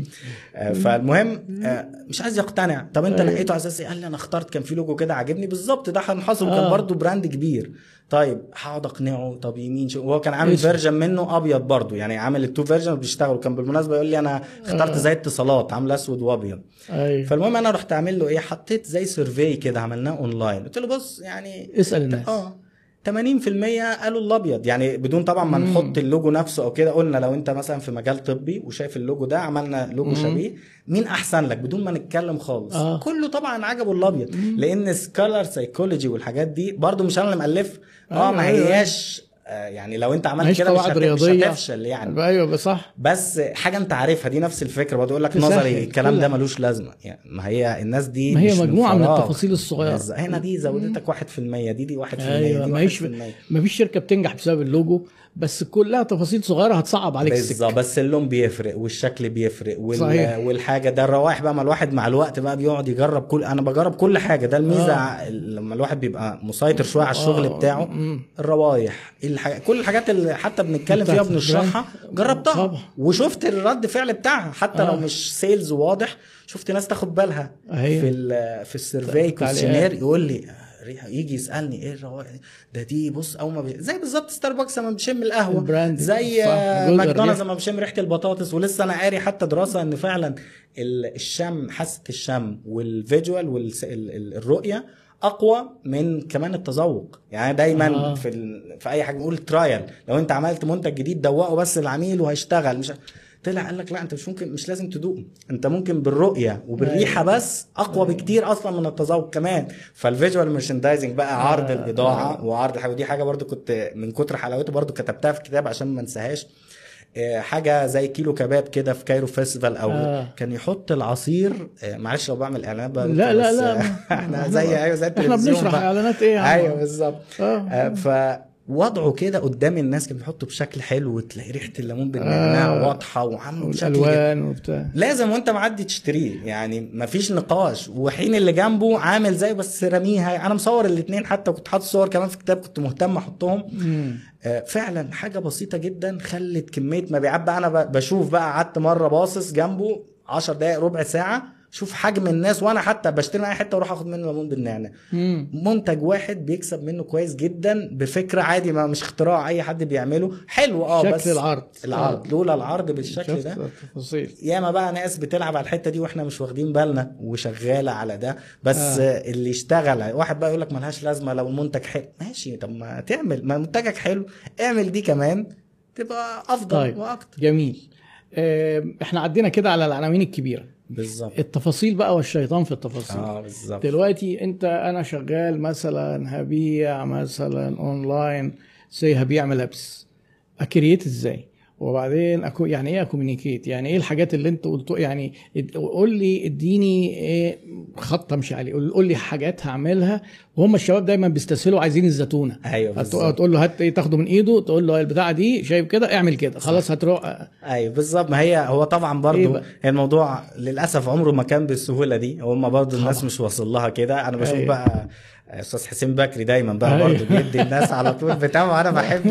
فالمهم مش عايز يقتنع. طب انت نقيته على اساس ايه؟ قال لي انا اخترت كان في لوجو كده عجبني بالظبط ده حصل وكان برضو براند كبير. طيب هقعد اقنعه. طب يمين شو وهو كان عامل فيرجن منه ابيض برضو يعني عامل التو فيرجن بيشتغلوا. كان بالمناسبه يقول لي انا اخترت زي اتصالات عامل اسود وابيض. أيوة. فالمهم انا رحت اعمل له ايه حطيت زي سيرفي كده عملناه اونلاين. قلت له بص يعني اسال الناس اه ثمانين بالمية قالوا الابيض يعني بدون طبعا ما نحط اللوجو نفسه او كده. قلنا لو انت مثلا في مجال طبي وشايف اللوجو ده عملنا لوجو مم. شبيه مين احسن لك بدون ما نتكلم خالص. آه. كله طبعا عجبه الابيض لان سكالر سايكولوجي والحاجات دي برضو مش انا اللي مؤلف اه ما هياش يعني لو انت عملت كده مش, مش هتفشل يعني. ايوه صح بس حاجه انت عارفها دي نفس الفكره برضه يقول لك نظري الكلام ده ملوش لازمه يعني. ما هي الناس دي ما هي مجموعه من التفاصيل الصغيره هنا دي زودتك واحد في المية دي دي واحد في المية. ايوه ما فيش ما فيش شركه بتنجح بسبب اللوجو بس كلها تفاصيل صغيره هتصعب عليك السكه. بس اللون بيفرق والشكل بيفرق وال... والحاجه ده الروائح بقى ما الواحد مع الوقت بقى بيقعد يجرب كل انا بجرب كل حاجه. ده الميزه آه. لما الواحد بيبقى مسيطر شويه على الشغل آه. بتاعه مم. الروائح الحاجة... كل الحاجات اللي حتى بنتكلم فيها وبنشرحها جربتها طبعا. وشفت الرد فعل بتاعها حتى آه. لو مش سيلز واضح شفت ناس تاخد بالها أيوة. في ال... في السيرفي كويشنير يقول لي يجي يسالني ايه الروائح ده دي بص اول ما بي... زي بالظبط ستاربكس لما بشم القهوه زي ماكدونالدز لما بشم ريحه البطاطس. ولسه انا قاري حتى دراسه ان فعلا الشم حاسه الشم والفيجوال والرؤيه اقوى من كمان التذوق يعني. دايما آه. في ال... في اي حاجه نقول ترايل لو انت عملت منتج جديد دوقه بس العميل وهيشتغل مش طلع قال لك لا انت مش ممكن مش لازم تدوق انت ممكن بالرؤيه وبالريحه بس اقوى بكتير اصلا من التذوق كمان. فالفيجوال ميرشندايزنج بقى عرض البضاعه وعرض الحاجه ودي حاجه برضو كنت من كتر حلاوتها برضو كتبتها في كتاب عشان ما انساهاش. حاجه زي كيلو كباب كده في كايرو فيستيفال او آه. كان يحط العصير معلش لو بعمل اعلانات بقى لا لا لا احنا زي ايوه زي التلفزيون احنا بنشرح اعلانات ايه يعني. ايوه بالظبط آه. ف وضعه كده قدام الناس كان بيحطه بشكل حلو وتلاقي ريحه الليمون بالنعناع آه. واضحه وعامله بشكل الوان وبتاع لازم وانت معدي تشتريه يعني مفيش نقاش. وحين اللي جنبه عامل زي بس رميها. انا مصور الاثنين حتى كنت حاطط صور كمان في كتاب كنت مهتم احطهم. آه فعلا حاجه بسيطه جدا خلت كميه مبيعات بقى. انا بشوف بقى قعدت مره باصص جنبه عشر دقائق ربع ساعه شوف حجم الناس وانا حتى بشتري اي حته واروح اخد منه ليمون بالنعناع. منتج واحد بيكسب منه كويس جدا بفكره عادي ما مش اختراع اي حد بيعمله حلو اه شكل بس العرض العرض لولا العرض بالشكل ده ياما بقى ناس بتلعب على الحته دي واحنا مش واخدين بالنا وشغاله على ده بس آه. اللي يشتغل واحد بقى يقول لك ملهاش لازمه لو المنتج حلو ماشي. طب ما تعمل ما منتجك حلو اعمل دي كمان تبقى افضل طيب. واكتر. جميل. احنا عدينا كده على العناوين الكبيره بالظبط. التفاصيل بقى والشيطان في التفاصيل. اه بالظبط. دلوقتي انت انا شغال مثلا هبيع مثلا اونلاين سي هبيع ملابس اكريت ازاي وبعدين أكو يعني ايه اكومينيكيت يعني ايه الحاجات اللي انت قلت يعني قول لي اديني ايه خط امشي عليه. قول لي حاجات هعملها. وهم الشباب دايما بيستسهلوا عايزين الزتونه. ايوه بالظبط. تقول له هات ايه تاخده من ايده تقول له البتاعه دي شايف كده اعمل كده خلاص هتروح. ايوه بالظبط. ما هي هو طبعا برضو إيه الموضوع للاسف عمره ما كان بالسهوله دي. هم برضو الناس مش واصل لها كده. انا بشوف أيوة. بقى استاذ حسين بكري دايما بقى أيوة. برضو بيدي الناس على طول بتاعه. انا بحب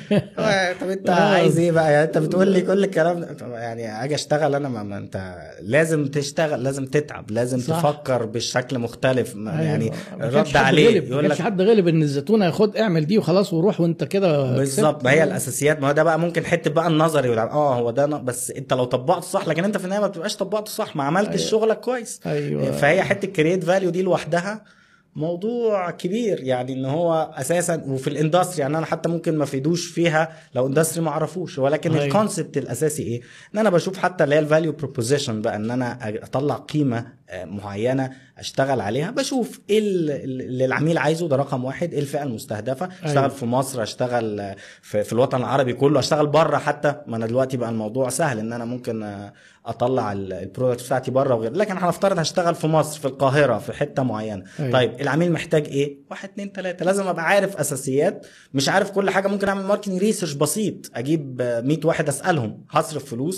طب انت عايز ايه بقى يعني انت بتقول لي كل الكلام يعني اجي اشتغل انا ما انت لازم تشتغل لازم تتعب لازم صح. تفكر بشكل مختلف أيوة. يعني رد عليه يقول لك حد غالب ان الزيتونه ياخد اعمل دي وخلاص وروح وانت كده بالظبط. ما هي الاساسيات. ما هو ده بقى ممكن حته بقى النظري ولا اه هو ده بس انت لو طبقته صح لكن انت في النهايه ما بتبقاش طبقته صح ما عملتش أيوة. شغلك كويس. أيوة. فهي حته كرييت فاليو دي لوحدها موضوع كبير يعني ان هو اساسا وفي الاندستري يعني انا حتى ممكن ما فيدوش فيها لو اندستري ما عرفوش. ولكن الكونسبت الاساسي ايه ان انا بشوف حتى اللي هي الفاليو بروبوزيشن بقى ان انا اطلع قيمه معينه اشتغل عليها. بشوف ايه اللي العميل عايزه ده رقم واحد. ايه الفئه المستهدفه اشتغل أيوة. في مصر اشتغل في, في الوطن العربي كله اشتغل بره حتى. ما انا دلوقتي بقى الموضوع سهل ان انا ممكن اطلع البرودكت بتاعتي بره وغير. لكن هنفترض هشتغل في مصر في القاهره في حته معينه. أيوة. طيب العميل محتاج ايه واحد اتنين تلاته لازم ابقى عارف اساسيات. مش عارف كل حاجه ممكن اعمل ماركتنج ريسيرش بسيط اجيب مية واحد اسالهم هصرف فلوس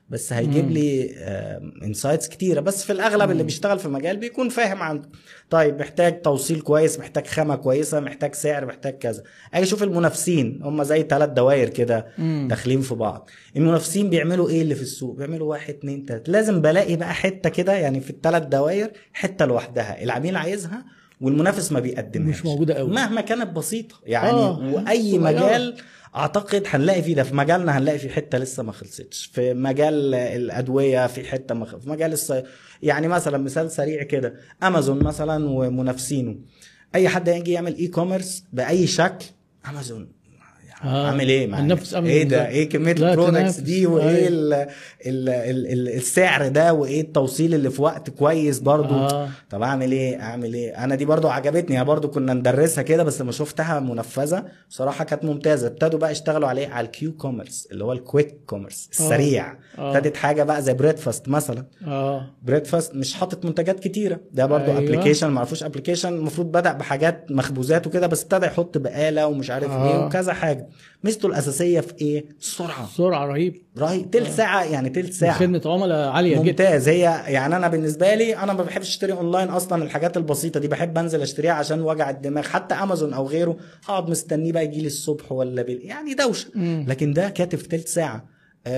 بس هيجيب لي انسايتس كتيره. بس في الاغلب اللي بيشتغل في المجال بيكون فاهم عنده. طيب محتاج توصيل كويس، محتاج خامه كويسه، محتاج سعر، محتاج كذا. اجي اشوف المنافسين، هم زي ثلاث دوائر كده داخلين في بعض. المنافسين بيعملوا ايه اللي في السوق؟ بيعملوا واحد اتنين تلاته. لازم بلاقي بقى حته كده يعني في الثلاث دوائر حته لوحدها العميل عايزها والمنافس ما بيقدمهاش، مش موجوده قوي مهما كانت بسيطه يعني. آه. واي مجال اعتقد هنلاقي فيه ده. في مجالنا هنلاقي في حته لسه ما خلصتش، في مجال الادويه في حته ما خلص. في مجال الصي... يعني مثلا مثال سريع كده، امازون مثلا ومنافسينه. اي حد يجي يعمل اي كوميرس باي شكل، امازون آه. عامل ايه معايا؟ ايه ده؟ ايه كميه البرودكتس دي؟ وايه ال ال ال ال السعر ده؟ وايه التوصيل اللي في وقت كويس برضو؟ آه. طب اعمل ايه؟ اعمل ايه؟ انا دي برضو عجبتني، برضو كنا ندرسها كده، بس لما شفتها منفذه بصراحه كانت ممتازه. ابتدوا بقى يشتغلوا عليه على الكيو كوميرس اللي هو الكويك كوميرس السريع. ابتدت آه. حاجه بقى زي بريدفاست مثلا. اه بريدفاست مش حاطط منتجات كتيره، ده برضو ابلكيشن. أيوة. ما عرفوش ابلكيشن، المفروض بدا بحاجات مخبوزات وكده، بس ابتدى يحط بقاله ومش عارف آه. ايه وكذا حاجه. ميزته الاساسيه في ايه؟ السرعه. سرعه رهيب رهيب. تلت ساعه يعني تلت ساعه خدمه عملاء عاليه جدا، ممتاز. هي يعني انا بالنسبه لي انا ما بحبش اشتري اونلاين اصلا. الحاجات البسيطه دي بحب انزل اشتريها عشان وجع الدماغ. حتى امازون او غيره اقعد مستنيه بقى يجي لي الصبح ولا بال... يعني دوشه. مم. لكن ده كاتب في تلت ساعه.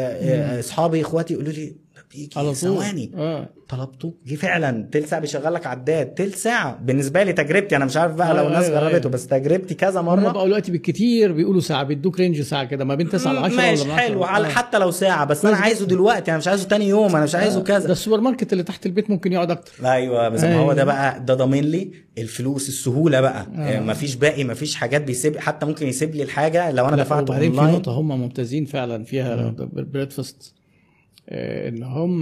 اصحابي اخواتي يقولوا لي بيجي ثواني. آه. طلبته جه فعلا تلت ساعه بيشغلك عداد. تلت ساعه بالنسبه لي تجربتي، انا مش عارف بقى آه لو الناس آه جربته آه. بس تجربتي كذا مره. هم بقى دلوقتي بالكتير بيقولوا ساعه، بيدوك رينج ساعه كده ما بين تسعة ل عشرة ماشي ولا حلو على آه. حتى لو ساعه، بس انا عايزه دلوقتي، انا مش عايزه تاني يوم، انا مش عايزه آه. كذا. ده السوبر ماركت اللي تحت البيت ممكن يقعد اكتر. ايوه بس آه. هو ده بقى ده ضامن لي الفلوس، السهوله بقى. آه. مفيش باقي، مفيش حاجات بيسيب، حتى ممكن يسيب لي الحاجه لو انا دفعت اونلاين. في نقطه هم ممتازين فعلا فيها بريدفاست، ان هم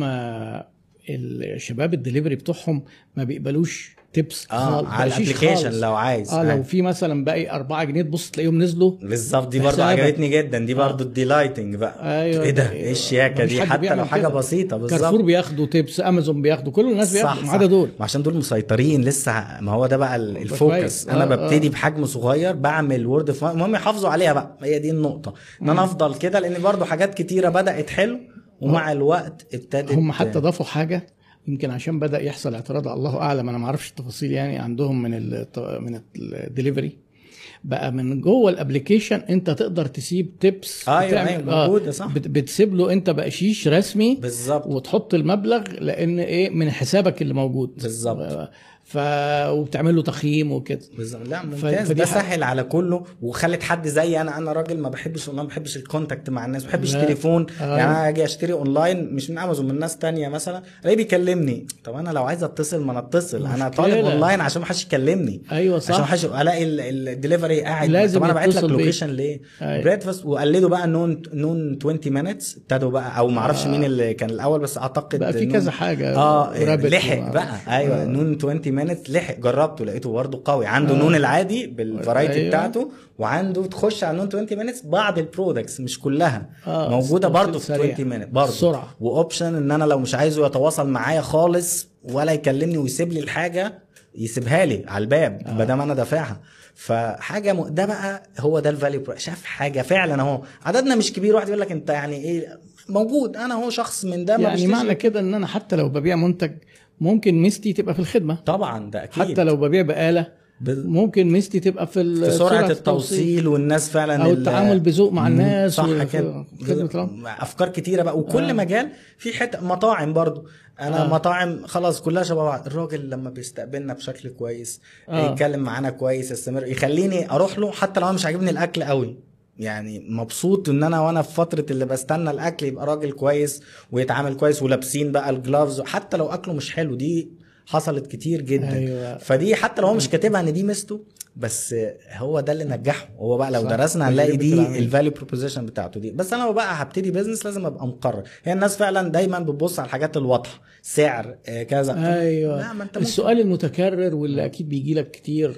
الشباب الدليفري بتوعهم ما بيقبلوش تيبس اه على الابلكيشن لو عايز. اه لو في مثلا باقي أربعة جنيه تبص تلاقيهم نزلوا بالظبط. دي برضو عجبتني جدا، دي برضو آه. الديلايتنج بقى. أيوة ايه ده؟ ايه الشياكه دي؟ حتى لو حاجه بسيطه. بالظبط. كارفور بياخدوا تيبس، امازون بياخدوا، كل الناس بياخدوا ما عدا دول، عشان دول مسيطرين لسه. ما هو ده بقى الفوكس. انا آه ببتدي آه. بحجم صغير، بعمل وورد ف... المهم يحافظوا عليها بقى. هي دي النقطه، ان انا افضل كده، لان برضو حاجات كتيره بدات حلو ومع الوقت ابتدت. هم حتى ضافوا حاجه يمكن عشان بدأ يحصل اعتراض، الله اعلم، انا ما اعرفش التفاصيل يعني عندهم من ال من الدليفري. بقى من جوه الابلكيشن انت تقدر تسيب تيبس. ايوه ايوه موجوده صح. بتسيب له انت بقشيش رسمي بالظبط، وتحط المبلغ لان ايه من حسابك اللي موجود بالظبط. ف وبتعمل له تقييم وكده. لا ممتاز. ده سهل على كله وخلت حد زي انا انا راجل ما بحبش ما بحبش الكونتاكت مع الناس، ما بحبش التليفون. آه. يعني انا اجي اشتري اونلاين مش من امازون، من ناس تانية مثلا الاقيه بيكلمني. طب انا لو عايز اتصل ما اتصل، انا طالب اونلاين عشان ما حدش يكلمني. ايوه صح، عشان ما حدش الاقي الدليفري قاعد. طب انا بعت لك لوكيشن ليه؟ بريدفاست. وقلدوا بقى نون نون عشرين مينتس ابتدوا بقى، او ما اعرفش آه. مين اللي كان الاول، بس اعتقد بقى في كذا حاجه. اه لحق بقى. ايوه آه. نون عشرين مينتس لحق، جربته لقيته برضه قوي. عنده آه. نون العادي بالفرايتي أيوة. بتاعته، وعنده تخش على نون عشرين مينتس بعض البرودكتس مش كلها آه. موجوده برضه في عشرين مينت برضه سرعه. واوبشن ان انا لو مش عايزه يتواصل معايا خالص ولا يكلمني ويسيب لي الحاجه، يسيبها لي على الباب آه. بدل ما انا دافعها. فحاجه م... ده بقى هو ده الفاليو. شاف حاجه فعلا اهو. عددنا مش كبير، واحد يقول لك انت يعني ايه موجود. انا هو شخص من ده. يعني معنى كده ان انا حتى لو ببيع منتج ممكن ميزتي تبقى في الخدمه. طبعا ده اكيد. حتى لو ببيع بآلة ممكن ميزتي تبقى في, في سرعه التوصيل والناس فعلا، او التعامل بذوق مع الناس. صح كده. افكار كتيره بقى. وكل آه. مجال في حته. مطاعم برضو انا آه. مطاعم خلاص كلها شبه بعض. الراجل لما بيستقبلنا بشكل كويس آه. يتكلم معانا كويس، يستمر، يخليني اروح له حتى لو انا مش عاجبني الاكل قوي. يعني مبسوط ان انا وانا في فتره اللي بستنى الاكل يبقى راجل كويس ويتعامل كويس، ولابسين بقى الجلافز حتى لو اكله مش حلو. دي حصلت كتير جدا. أيوة. فدي حتى لو هو مش كاتبها ان دي ميزته، بس هو ده اللي نجحه. هو بقى لو درسنا هنلاقي دي الفاليو بروبوزيشن بتاعته دي. بس انا بقى هبتدي بيزنس لازم ابقى مقرر. هي الناس فعلا دايما بتبص على الحاجات الواضحه، سعر كذا. ايوه السؤال المتكرر واللي اكيد بيجي لك كتير،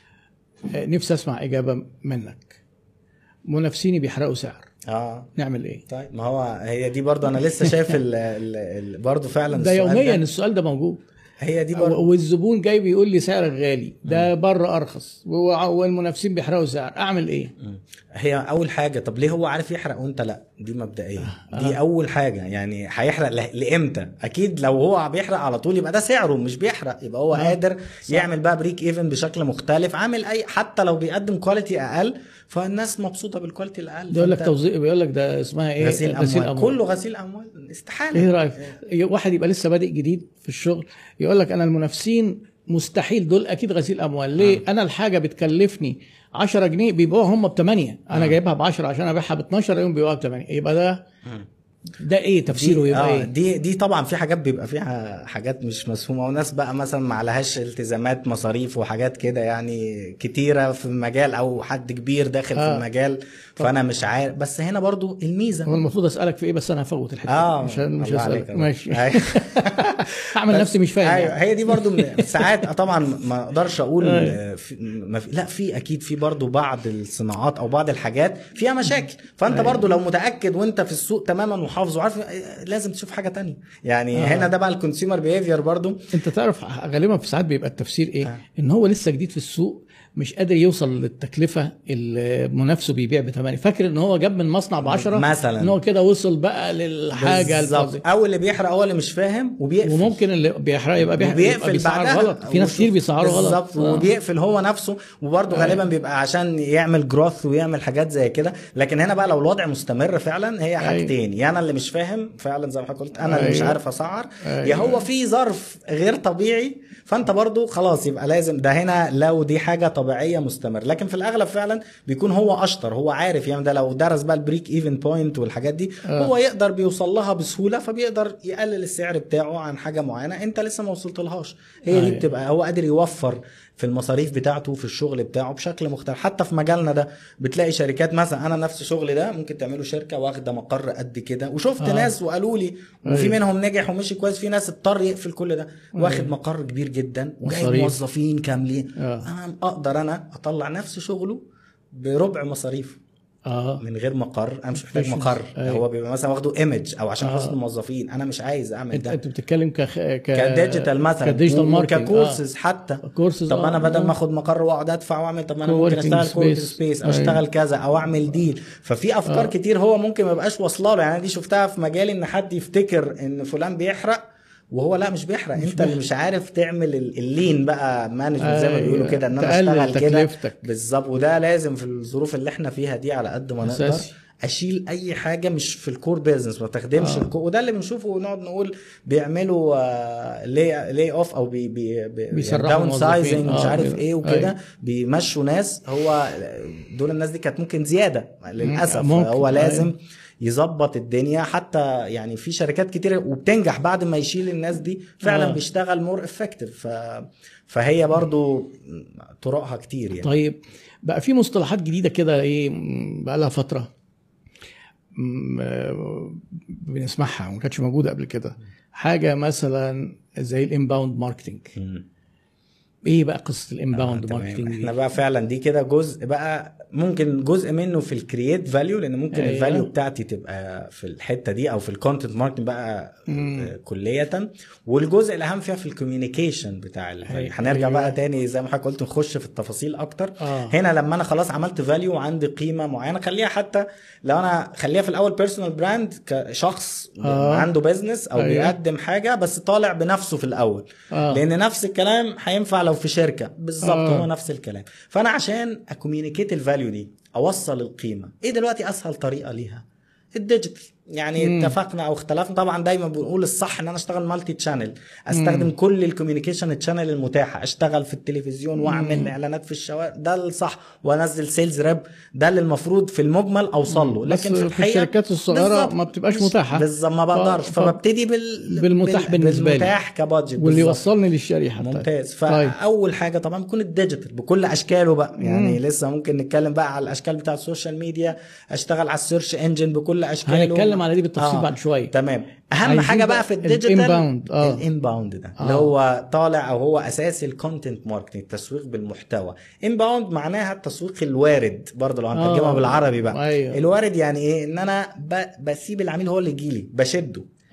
نفسي اسمع اجابه منك. منافسيني بيحرقوا سعر، اه نعمل ايه؟ طيب ما هو هي دي برضو انا لسه شايف ال ال برضو فعلا ده يوميا السؤال ده موجود. هي دي برضه. والزبون جاي بيقول لي سعرك غالي، ده بره ارخص والمنافسين بيحرقوا سعر، اعمل ايه؟ هي اول حاجه، طب ليه هو عارف يحرق وانت لا؟ دي مبدئيا دي آه. اول حاجه. يعني هيحرق لامتى؟ اكيد لو هو بيحرق على طول يبقى ده سعره، مش بيحرق يبقى هو آه. قادر صح. يعمل بقى بريك ايفن بشكل مختلف، عامل اي حتى لو بيقدم كواليتي اقل فالناس مبسوطه بالكواليتي الاقل. بيقول لك توظيف، بيقول لك ده اسمها ايه؟ غسيل اموال. غسيل أموال. كله غسيل اموال، استحاله. ايه رايك واحد يبقى لسه بادئ جديد في الشغل يقول لك انا المنافسين مستحيل دول اكيد غسيل اموال، ليه؟ آه. انا الحاجه بتكلفني عشرة جنيه بيبيعوها هم ب ثمانية، انا آه. جايبها ب عشرة عشان ابيعها ب اتناشر، يوم بيبيعوها ب ثمانية، يبقى ده آه. ده ايه تفسيره؟ دي يبقى آه ايه؟ دي دي طبعا في حاجات بيبقى فيها حاجات مش مفهومه، وناس بقى مثلا ما عليهاش التزامات مصاريف وحاجات كده يعني كتيره في المجال، او حد كبير داخل آه. في المجال، فانا مش عارف. بس هنا برضو الميزه، هو المفروض اسالك في ايه بس انا هفوت الحته آه مش مش هسالك. ماشي. هعمل نفسي مش فاهم. ايوه هي دي برضو ساعات طبعا ما اقدرش اقول في ما في لا في اكيد في برضو بعض الصناعات او بعض الحاجات فيها مشاكل، فانت برضو لو متاكد وانت في السوق تماما وحافظ وعارف لازم تشوف حاجه تانية يعني. آه. هنا ده بقى الكونسيومر بيهيفير برضو. انت تعرف غالبا في ساعات بيبقى التفسير ايه؟ آه. ان هو لسه جديد في السوق، مش قادر يوصل للتكلفه اللي منافسه بيبيع بثمانية، فاكر ان هو جاب من مصنع بعشرة مثلا، ان هو كده وصل بقى للحاجه الفاضيه، او اللي بيحرق هو اللي مش فاهم وبيقفل، وممكن اللي بيحرق يبقى بيقفل بيسعر غلط. في ناس كتير بيسعروا غلط بالظبط، وبيقفل هو نفسه، وبرده غالبا بيبقى عشان يعمل جروث ويعمل حاجات زي كده. لكن هنا بقى لو الوضع مستمر فعلا هي حاجتين، يا انا اللي مش فاهم فعلا زي ما حضرتك قلت، انا اللي مش عارف اسعر، يا هو في ظرف غير طبيعي، فانت برضو خلاص يبقى لازم ده هنا لو دي حاجه طبيعيه مستمر. لكن في الاغلب فعلا بيكون هو اشطر، هو عارف يعني، ده لو درس بقى البريك ايفن بوينت والحاجات دي آه. هو يقدر بيوصل لها بسهوله، فبيقدر يقلل السعر بتاعه عن حاجه معينه انت لسه ما وصلتلهاش. هي دي بتبقى هو قادر يوفر في المصاريف بتاعته في الشغل بتاعه بشكل مختلف. حتى في مجالنا ده بتلاقي شركات مثلا، انا نفس شغلي ده ممكن تعملوا شركه واخده مقر قد كده، وشفت آه. ناس وقالوا لي، وفي منهم نجح ومشي كويس، في ناس اضطر يقفل كل ده، واخد مقر كبير جدا وجايب موظفين كاملين آه. انا اقدر انا اطلع نفس شغله بربع مصاريفه آه. من غير مقر. انا مش محتاج مقر آه. هو بيبقى مثلا واخده ايمج او عشان حسن آه. الموظفين، انا مش عايز اعمل انت ده. انت بتتكلم ك ك كديجيتال مثلا، كديجيتال ماركتنج، ككورسز آه. حتى كورسز. طب آه. انا بدل ما اخد مقر واقعد ادفع واعمل، طب انا ممكن اشتغل كورس سبيس او اشتغل كذا او اعمل ديل. ففي افكار آه. كتير هو ممكن ما يبقاش واصله له. يعني دي شفتها في مجالي، ان حد يفتكر ان فلان بيحرق وهو لا مش بيحرق، مش انت بيحرق. اللي مش عارف تعمل اللين بقى مانجمنت زي ما بيقولوا كده، ان انا اشتغل كده بالظبط. وده لازم في الظروف اللي احنا فيها دي على قد ما نقدر اشيل اي حاجه مش في الكور بيزنس، ما تخدمش آه. الكور. وده اللي بنشوفه ونقعد نقول بيعملوا آه لي لي اوف او بي بي داون سايزنج مش عارف آه. ايه وكده، بيمشوا ناس. هو دول الناس دي كانت ممكن زياده للاسف، هو لازم آه. يظبط الدنيا. حتى يعني في شركات كتير وبتنجح بعد ما يشيل الناس دي فعلا آه. بيشتغل مور افكتيف. ف... فهي برضو طرقها كتير يعني. طيب بقى في مصطلحات جديدة كده ايه بقى لها فترة بنسمعها وما كانتش موجودة قبل كده، حاجة مثلا زي الانباوند ماركتنج. ايه بقى قصه الانباوند آه ماركتنج؟ احنا بقى فعلا دي كده جزء بقى ممكن جزء منه في الكرييت فاليو، لان ممكن أيوة. الفاليو بتاعتي تبقى في الحته دي او في الكونتنت ماركتنج بقى آه كليه. والجزء الاهم فيها في الكوميونيكيشن بتاع الفاليو. أيوة. هنرجع أيوة. بقى تاني زي ما حضرتك قلت نخش في التفاصيل اكتر. آه. هنا لما انا خلاص عملت فاليو وعندي قيمه معينه، خليها حتى لو انا خليها في الاول بيرسونال براند كشخص آه. عنده بيزنس او أيوة. بيقدم حاجه بس طالع بنفسه في الاول آه. لان نفس الكلام هينفع لو في شركه بالظبط آه. هو نفس الكلام. فانا عشان اكوميونيكيت الفاليو دي، اوصل القيمه، ايه دلوقتي اسهل طريقه ليها؟ الديجيتال. يعني مم. اتفقنا او اختلفنا، طبعا دايما بنقول الصح ان انا اشتغل مالتي تشانل، استخدم مم. كل الكوميونيكيشن تشانل المتاحه، اشتغل في التلفزيون واعمل مم. اعلانات في الشوارع، ده الصح، وانزل سيلز ريب، ده اللي المفروض في المجمل اوصل له. لكن في الحقيقه الشركات الصغيره ما بتبقاش متاحه بالظبط، ما بقدرش ف... فببتدي بال... بالمتاح بال... بالنسبه لي، بالمتاح كبادجت واللي يوصلني للشريحه. ممتاز. فاول حاجه طبعا بيكون الديجيتال بكل اشكاله بقى. يعني مم. لسه ممكن نتكلم بقى على الاشكال بتاعه السوشيال ميديا، اشتغل على السيرش انجن بكل اشكاله، هنتكلم على دي بالتفصيل آه. بعد شويه. تمام. اهم حاجه بقى في الديجيتال الانباوند آه. الانباوند ده آه. اللي هو طالع او هو اساس الكونتنت ماركتنج، التسويق بالمحتوى. انباوند معناها التسويق الوارد، برضه لو هنترجمها آه. بالعربي بقى أيوه. الوارد يعني ايه؟ ان انا ب... بسيب العميل هو اللي يجي لي، بشده آه.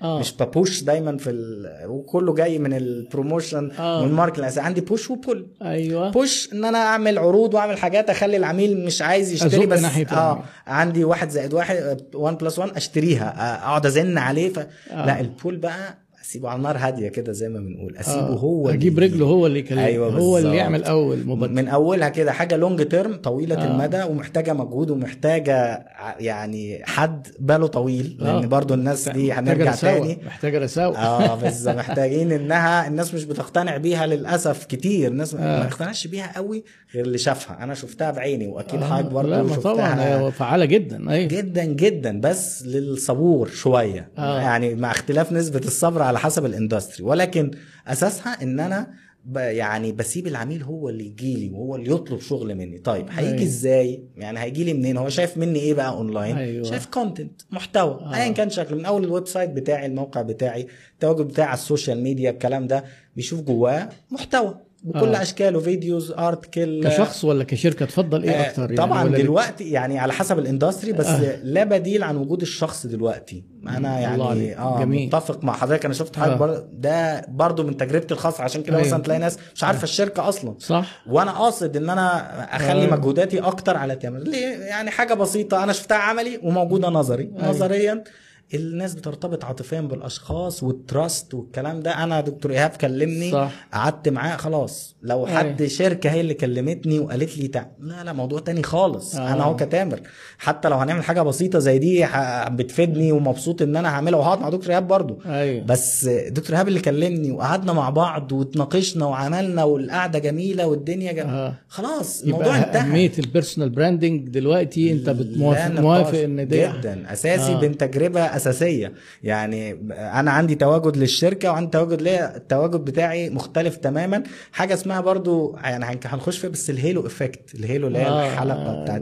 آه. مش ببوش دايما في ال... وكله جاي من البروموشن آه. من الماركت. عندي بوش وبول. ايوه بوش ان انا اعمل عروض واعمل حاجات اخلي العميل مش عايز يشتري بس اه عندي واحد زائد واحد واحد بلس واحد اشتريها اقعد ازن عليه ف... آه. لا البول بقى اسيبه على النار هاديه كده زي ما بنقول اسيبه آه. هو اجيب رجله هو اللي يكلم. أيوة هو اللي يعمل اول مبادره من اولها كده حاجه لونج تيرم طويله آه. المدى ومحتاجه مجهود ومحتاجه يعني حد باله طويل لان آه. برضو الناس دي هنرجع تاني محتاجه رساوه اه بس محتاجين انها الناس مش بتقتنع بيها للاسف كتير. الناس آه. ما اقتنعش بيها قوي غير اللي شافها. انا شفتها بعيني واكيد آه. حضرتك برضو شفتها. طبعا هي فعاله جدا. أيوة. جدا جدا بس للصبور شويه آه. يعني مع اختلاف نسبه الصبر على حسب الاندستري ولكن اساسها ان انا يعني بسيب العميل هو اللي يجيلي وهو اللي يطلب شغل مني. طيب هيجي أيوة. ازاي يعني هيجيلي منين؟ هو شايف مني ايه بقى اونلاين؟ أيوة. شايف كونتنت محتوى ايا آه. كان شكله من اول الويب سايت بتاعي الموقع بتاعي التواجد بتاعي على السوشيال ميديا الكلام ده بيشوف جواه محتوى بكل آه. اشكاله فيديوز ارتكل كشخص ولا كشركه تفضل ايه آه اكتر طبعا يعني دلوقتي يعني على حسب الاندستري بس آه. لا بديل عن وجود الشخص دلوقتي. انا يعني اه جميل. متفق مع حضرتك. انا شفت حاجه آه. بر... ده برضو من تجربتي الخاصه عشان كده أيوه. مثلا تلاقي ناس مش عارفه آه. الشركه اصلا صح وانا قاصد ان انا اخلي آه. مجهوداتي اكتر على تعمل ليه يعني حاجه بسيطه انا شفتها عملي وموجوده نظري أيوه. نظريا الناس بترتبط عاطفيا بالاشخاص والتراست والكلام ده. انا دكتور ايهاب كلمني قعدت معاه خلاص. لو حد أي. شركه هي اللي كلمتني وقالت لي تع... لا لا موضوع تاني خالص. آه. انا هو كتامر حتى لو هنعمل حاجه بسيطه زي دي ح... بتفيدني ومبسوط ان انا هعملها وهقعد مع دكتور ايهاب برضو أي. بس دكتور ايهاب اللي كلمني وقعدنا مع بعض واتناقشنا وعملنا والقعده جميله والدنيا جم... آه. خلاص الموضوع انتهى. اهميه البيرسونال براندنج دلوقتي انت بتموافق موافق ان ده جدا اساسي آه. بين تجربه اساسيه. يعني انا عندي تواجد للشركه وعندي تواجد ليا التواجد بتاعي مختلف تماما. حاجه اسمها برضو يعني هنخش فيها بس الهيلو افكت الهيلو اللي هي آه الحلقه بتاعت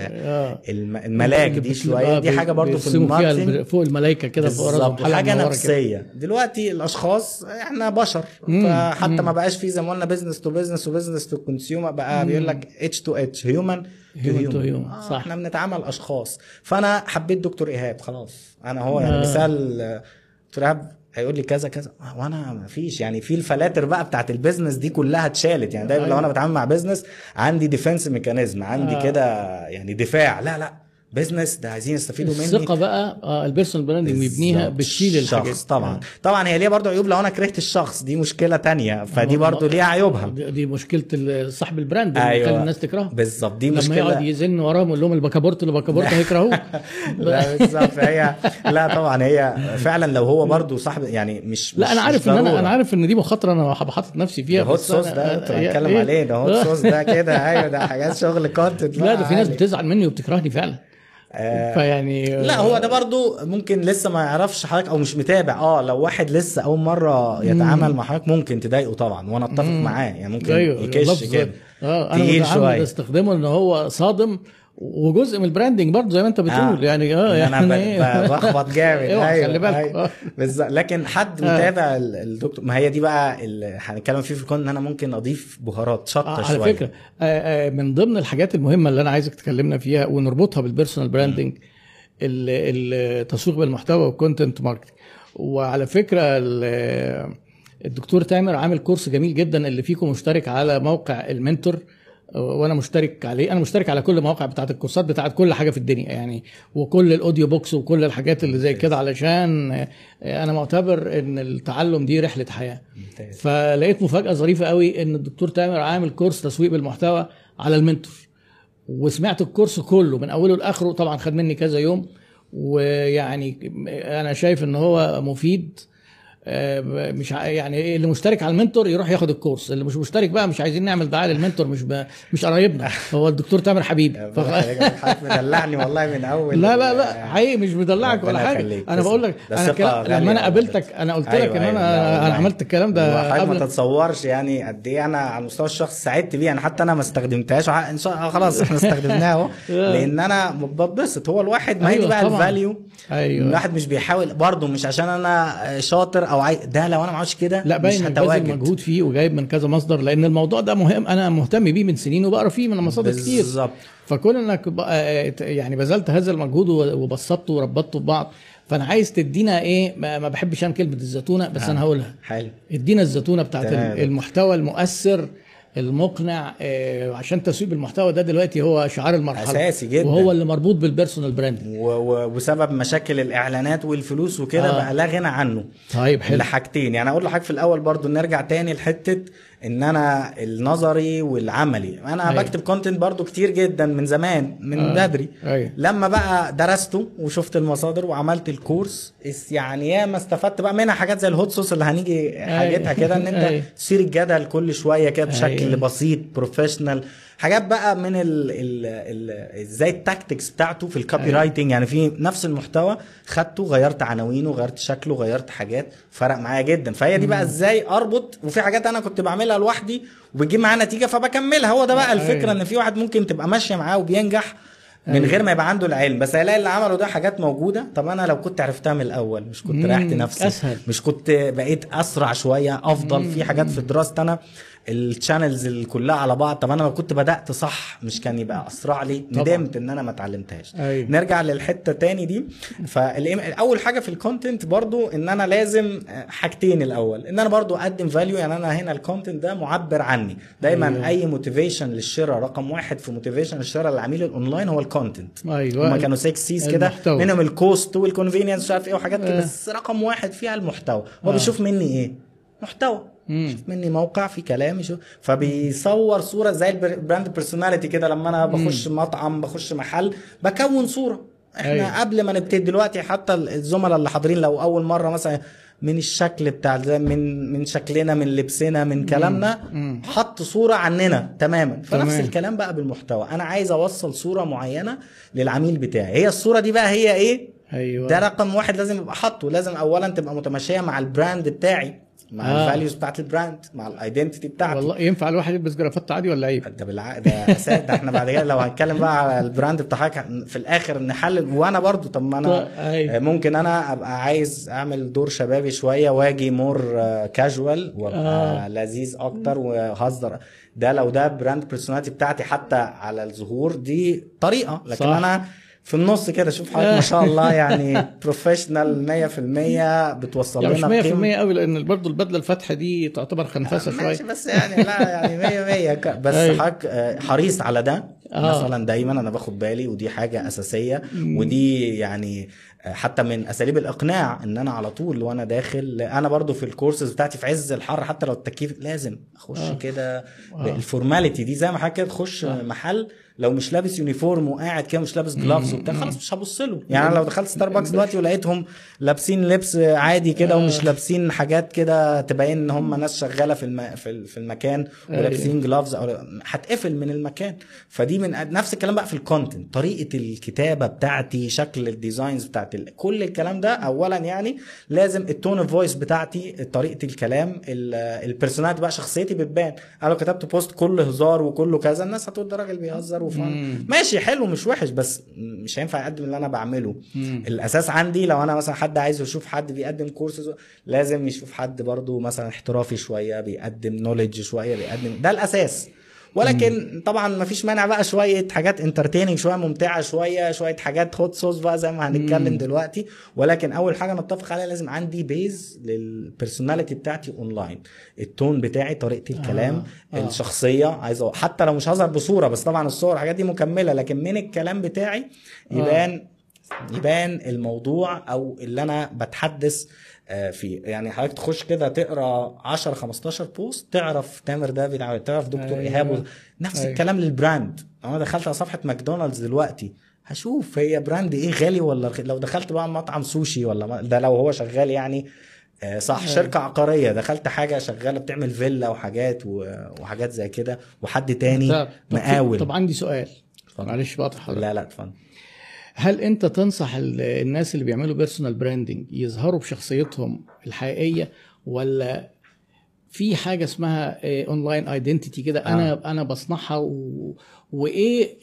آه الملاك دي شويه دي حاجه برضو في الماركتنج فوق الملائكه كده فوق حاجه نفسيه. دلوقتي الاشخاص احنا بشر فحتى ما بقاش في زي ما قلنا بزنس تو بزنس وبزنس تو كونسيومر بقى بيقول لك اتش تو اتش هيومن تو هيومن صح. احنا بنتعامل اشخاص. فانا حبيت دكتور ايهاب خلاص انا هو يعني مثال دكتور ايهاب هيقول لي كذا كذا وانا ما فيش يعني في الفلاتر بقى بتاعت البيزنس دي كلها اتشالت. يعني دايما لو انا بتعامل مع بيزنس عندي ديفنس ميكانيزم عندي آه. كده يعني دفاع. لا لا بيزنس ده عايزين يستفيدوا مني. الثقه بقى اه البيرسونال براندنج بيبنيها بتشيل الحاجات طبعا. طبعا هي ليها برضو عيوب. لو انا كرهت الشخص دي مشكله تانية فدي برضو ليها عيوبها. دي مشكله صاحب البراند اللي أيوة. خلي الناس تكرهه بالظبط. دي لما مشكله لما يقعد يزن وراهم يقول لهم البكابورت اللي بكابورت هيكرهوه. لا بالظبط هي لا طبعا هي فعلا لو هو برضو صاحب يعني مش لا انا عارف ان انا انا عارف ان دي مخاطره انا حاطط نفسي فيها. الهوت صوص ده بنتكلم عليه ده هوت صوص ده كده ايوه ده حاجات شغل كونتنت. لا ده في ناس بتزعل مني وبتكرهني فعلا. آه فيعني لا هو ده برضو ممكن لسه ما يعرفش حضرتك او مش متابع. اه لو واحد لسه اول مره يتعامل مع حضرتك ممكن تضايقه طبعا وانا اتفق معاه. يعني ممكن يكش كده اه انا متعمد استخدمه ان هو صادم وجزء من البراندنج برضه زي ما انت بتقول. آه. يعني اه يعني انا بخبط جامد. ايوه خلي بالك بالظبط. لكن حد متابع الدكتور ما هي دي بقى اللي هنتكلم فيه في الكون ان انا ممكن اضيف بهارات شطه آه شويه. على فكره آه من ضمن الحاجات المهمه اللي انا عايزك تكلمنا فيها ونربطها بالبيرسونال براندنج التسويق بالمحتوى والكونتنت ماركتنج. وعلى فكره الدكتور تامر عامل كورس جميل جدا اللي فيكم مشترك على موقع المنتور وانا مشترك عليه. انا مشترك على كل المواقع بتاعه الكورسات بتاعه كل حاجه في الدنيا يعني وكل الاوديو بوكس وكل الحاجات اللي زي كده علشان انا معتبر ان التعلم دي رحله حياه. فلقيت مفاجاه ظريفه قوي ان الدكتور تامر عامل كورس تسويق بالمحتوى على المنتور وسمعت الكورس كله من اوله لاخره. طبعا خد مني كذا يوم ويعني انا شايف ان هو مفيد. مش يعني اللي مشترك على المنتور يروح ياخد الكورس. اللي مش مشترك بقى مش عايزين نعمل دعايه للمنتور مش مش قرايبنا. هو الدكتور تامر حبيبي حضرتك مدلعني والله من اول. لا لا لا حقيقي مش مدلعك ولا حاجه. انا بقول لك انا لما انا قابلتك انا قلت لك ان انا انا عملت الكلام ده قبل. ما تتصورش يعني قد ايه انا على المستوى الشخصي ساعدت بيه. انا حتى انا ما استخدمتهاش ان شاء الله خلاص احنا استخدمناها اهو لان انا ببسط. هو الواحد ما هي بقى الفاليو. ايوه الواحد مش بيحاول برضه مش عشان انا شاطر او عايز ده لو انا ما عملتش كده لا باين بذل مجهود فيه وجايب من كذا مصدر لان الموضوع ده مهم. انا مهتم بيه من سنين وبقرا فيه من مصادر كتير بالظبط. فكون انك يعني بذلت هذا المجهود وبسطته وربطته ببعض فانا عايز تدينا ايه، ما بحبش انا كلمه الزتونه بس آه. انا هقولها حلو. ادينا الزتونه بتاعت تمام. المحتوى المؤثر المقنع، آه عشان تسويق المحتوى ده دلوقتي هو شعار المرحله، اساسي جدا، وهو اللي مربوط بالبيرسونال براندنج، وبسبب مشاكل الاعلانات والفلوس وكده آه. بقى لا غنى عنه. طيب حلو. لحاجتين يعني اقول لحضرتك في الاول برضو نرجع تاني لحته ان انا النظري والعملي. انا أيوة. بكتب كونتنت برضو كتير جدا من زمان من آه. بدري. أيوة. لما بقى درسته وشفت المصادر وعملت الكورس يعني يا ما استفدت بقى منها حاجات زي الهوت صوص اللي هنيجي حاجتها كده ان انت أيوة. تثير الجدل كل شويه كده بشكل أيوة. بسيط بروفيشنال. حاجات بقى من ال ال ازاي التاكتكس بتاعته في الكوبي أيوة. رايتنج، يعني في نفس المحتوى خدته غيرت عناوينه غيرت شكله غيرت حاجات فرق معايا جدا. فهي دي بقى ازاي اربط، وفي حاجات انا كنت بعملها لوحدي وبتجيب معايا نتيجه فبكملها. هو ده بقى الفكره، ان في واحد ممكن تبقى ماشيه معاه وبينجح من غير ما يبقى عنده العلم، بس هيلاقي اللي عمله ده حاجات موجوده. طب انا لو كنت عرفتها من الاول مش كنت ريحت نفسي أسهل. مش كنت بقيت اسرع شويه افضل مم. في حاجات في دراستي انا الشانلز اللي كلها على بعض، طب انا لو كنت بدات صح مش كان يبقى اسرع لي؟ ندمت ان انا ما اتعلمتهاش. أيوة. نرجع للحته تاني دي. فاول حاجه في الكونتنت برضو ان انا لازم حاجتين، الاول ان انا برضو اقدم فاليو، يعني انا هنا الكونتنت ده معبر عني دايما. أيوة. اي موتيفيشن للشراء رقم واحد في موتيفيشن للشراء للعميل الاونلاين هو الكونتنت. ايوه هم كانوا ستة سيز كده، منهم الكوست والكونفينينس مش عارف ايه وحاجات كده، بس رقم واحد فيها المحتوى. هو آه. بيشوف مني ايه؟ محتوى. شوف مني موقع في كلام يشوف، فبيصور صوره زي البراند بيرسوناليتي كده. لما انا بخش مم. مطعم بخش محل بكون صوره. احنا أيوة. قبل ما نبتدي دلوقتي حتى الزملاء اللي حاضرين لو اول مره مثلا من الشكل بتاع من من شكلنا من لبسنا من كلامنا حط صوره عننا تماما. فنفس تمام. الكلام بقى بالمحتوى، انا عايز اوصل صوره معينه للعميل بتاعي. هي الصوره دي بقى هي ايه؟ أيوة. ده رقم واحد لازم يبقى حاطه. لازم اولا تبقى متماشيه مع البراند بتاعي، مع آه. الفاليوز بتاعت البراند، مع الايدنتيتي بتاعتي. والله ينفع الواحد يلبس جرافات عادي ولا عيب؟ ده بالع... ده اساس. ده احنا بعد كده لو هنتكلم بقى على البراند بتاعك في الاخر نحلل. وانا برضو طب ما انا أي. ممكن انا ابقى عايز اعمل دور شبابي شويه واجي مور كاجوال وابقى آه. لذيذ اكتر وهزر. ده لو ده براند بيرسوناليتي بتاعتي حتى على الظهور دي طريقه، لكن صح. انا في النص كده شوف حضرتك ما شاء الله يعني بروفيشنال مية في المية بتوصل لنا يعني مش مية في المية قوي، لان برضو البدله الفاتحه دي تعتبر خنفسه شويه ماشي، بس يعني لا يعني مية مية بس حضرتك حريص على ده. آه. مثلا دايما انا باخد بالي ودي حاجه اساسيه. مم. ودي يعني حتى من اساليب الاقناع ان انا على طول وانا داخل. انا برضو في الكورسز بتاعتي في عز الحر حتى لو التكييف لازم اخش آه. كده آه. الفورماليتي دي زي ما حضرتك كده تخش آه. محل لو مش لابس يونيفورم وقاعد كده مش لابس جلافز وبتاع خلاص مش هبص له. يعني أنا لو دخلت ستاربكس دلوقتي ولقيتهم لابسين لبس عادي كده ومش لابسين حاجات كده تبين ان هم ناس شغاله في الم... في المكان ولابسين جلافز او هتقفل من المكان. فدي من نفس الكلام بقى في الكونتنت، طريقه الكتابه بتاعتي، شكل الديزاينز بتاعت ال... كل الكلام ده. اولا يعني لازم التون اوف فويس بتاعتي، طريقه الكلام، البيرسوناليتي بقى شخصيتي بتبان. انا لو كتبت بوست كله هزار وكله كذا الناس هتقول ده راجل بيهزر وفن. ماشي حلو مش وحش، بس مش هينفع اقدم اللي انا بعمله. مم. الاساس عندي لو انا مثلا حد عايز يشوف حد بيقدم كورسز لازم يشوف حد برضو مثلا احترافي شويه بيقدم نوليدج شويه بيقدم، ده الاساس. ولكن مم. طبعا ما فيش مانع بقى شويه حاجات انترتيننج شويه ممتعه شويه شويه حاجات هوت صوص بقى زي ما هنتكلم مم. دلوقتي. ولكن اول حاجه نتفق عليها لازم عندي بيز للبيرسوناليتي بتاعتي اونلاين، التون بتاعي، طريقه الكلام، آه. آه. الشخصيه. عايز حتى لو مش هظهر بصوره، بس طبعا الصور الحاجات دي مكمله، لكن من الكلام بتاعي يبان آه. يبان الموضوع او اللي انا بتحدث في. يعني حضرتك تخش كده تقرا عشرة خمستاشر بوست تعرف تامر دافيد، تعرف دكتور أيوة. ايهاب. نفس أيوة. الكلام للبراند. انا دخلت على صفحه ماكدونالدز دلوقتي هشوف هي براند ايه غالي ولا رخيص. لو دخلت بقى مطعم سوشي ولا ده لو هو شغال يعني صح أيوة. شركه عقاريه دخلت حاجه شغاله بتعمل فيلا وحاجات وحاجات زي كده وحد تاني مقاول. طب عندي سؤال معلش بقى حضرتك. لا لا اتفضل. هل انت تنصح الناس اللي بيعملوا بيرسونال براندنج يظهروا بشخصيتهم الحقيقيه، ولا في حاجه اسمها اونلاين ايدنتيتي كده انا آه. انا بصنعها و... وايه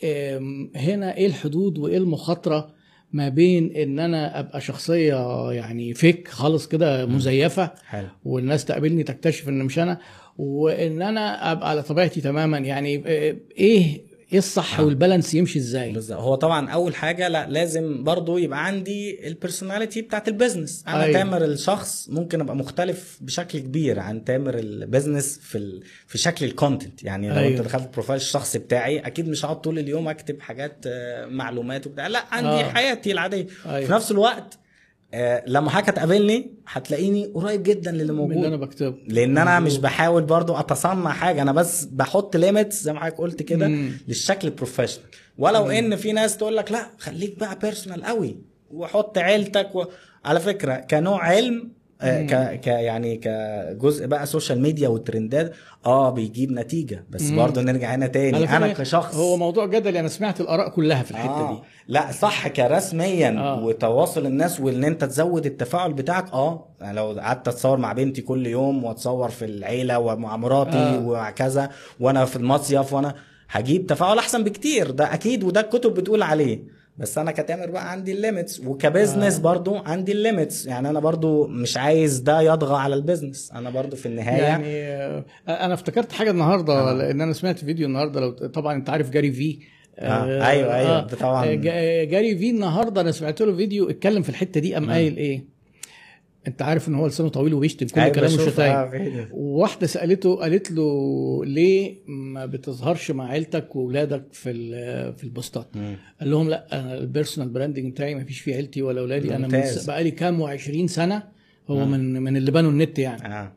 هنا ايه الحدود وايه المخاطره ما بين ان انا ابقى شخصيه يعني فيك خالص كده مزيفه حلو. والناس تقابلني تكتشف ان مش انا، وان انا ابقى على طبيعتي تماما. يعني ايه ايه الصح آه. والبالانس يمشي ازاي؟ بالظبط. هو طبعا اول حاجه لا لازم برضو يبقى عندي البيرسوناليتي بتاعت البيزنس. انا أيوة. تامر الشخص ممكن ابقى مختلف بشكل كبير عن تامر البيزنس في ال... في شكل الكونتنت. يعني لو أيوة. انت دخلت البروفايل الشخصي بتاعي اكيد مش هقعد طول اليوم اكتب حاجات معلومات وبتاع، لا عندي آه. حياتي العاديه. أيوة. في نفس الوقت آه لما حضرتك هتقابلني هتلاقيني قريب جدا للي موجود اللي انا بكتبه، لان انا مش بحاول برضو اتصنع حاجه، انا بس بحط ليميتس زي ما حضرتك قلت كده للشكل البروفيشنال. ولو مم. ان في ناس تقول لك لا خليك بقى بيرسونال قوي وحط عيلتك و... على فكره كنوع علم آه ك... ك يعني كجزء بقى سوشيال ميديا والترندات اه بيجيب نتيجه، بس برضو نرجع هنا تاني انا كشخص هو موضوع جدلي. انا سمعت الاراء كلها في الحته آه. دي. لا صح كرسميا آه. وتواصل الناس وان انت تزود التفاعل بتاعك. اه يعني لو قعدت اتصور مع بنتي كل يوم واتصور في العيله ومع مراتي آه. وكذا وانا في المصيف وانا هجيب تفاعل احسن بكتير، ده اكيد وده الكتب بتقول عليه. بس انا كتامر بقى عندي الليميتس، وكبزنس آه. برضو عندي الليميتس. يعني انا برضو مش عايز ده يضغى على البزنس. انا برضو في النهايه يعني انا افتكرت حاجه النهارده آه. لان انا سمعت فيديو النهارده. لو طبعا انت عارف جاري في آه. آه. ايوه ايوه آه. طبعا جاري في النهارده انا سمعت له فيديو اتكلم في الحته دي. قام قايل ايه؟ انت عارف ان هو لسانه طويل وبيشتم كل أيوة كلامه شتايم. آه وواحده سالته قالت له ليه ما بتظهرش مع عيلتك واولادك في في البوستات؟ قال لهم لا انا البيرسونال براندنج بتاعي ما فيش فيه عيلتي ولا اولادي. انا من بقالي كام وعشرين سنه هو مم. من من اللي بنوا النت يعني آه.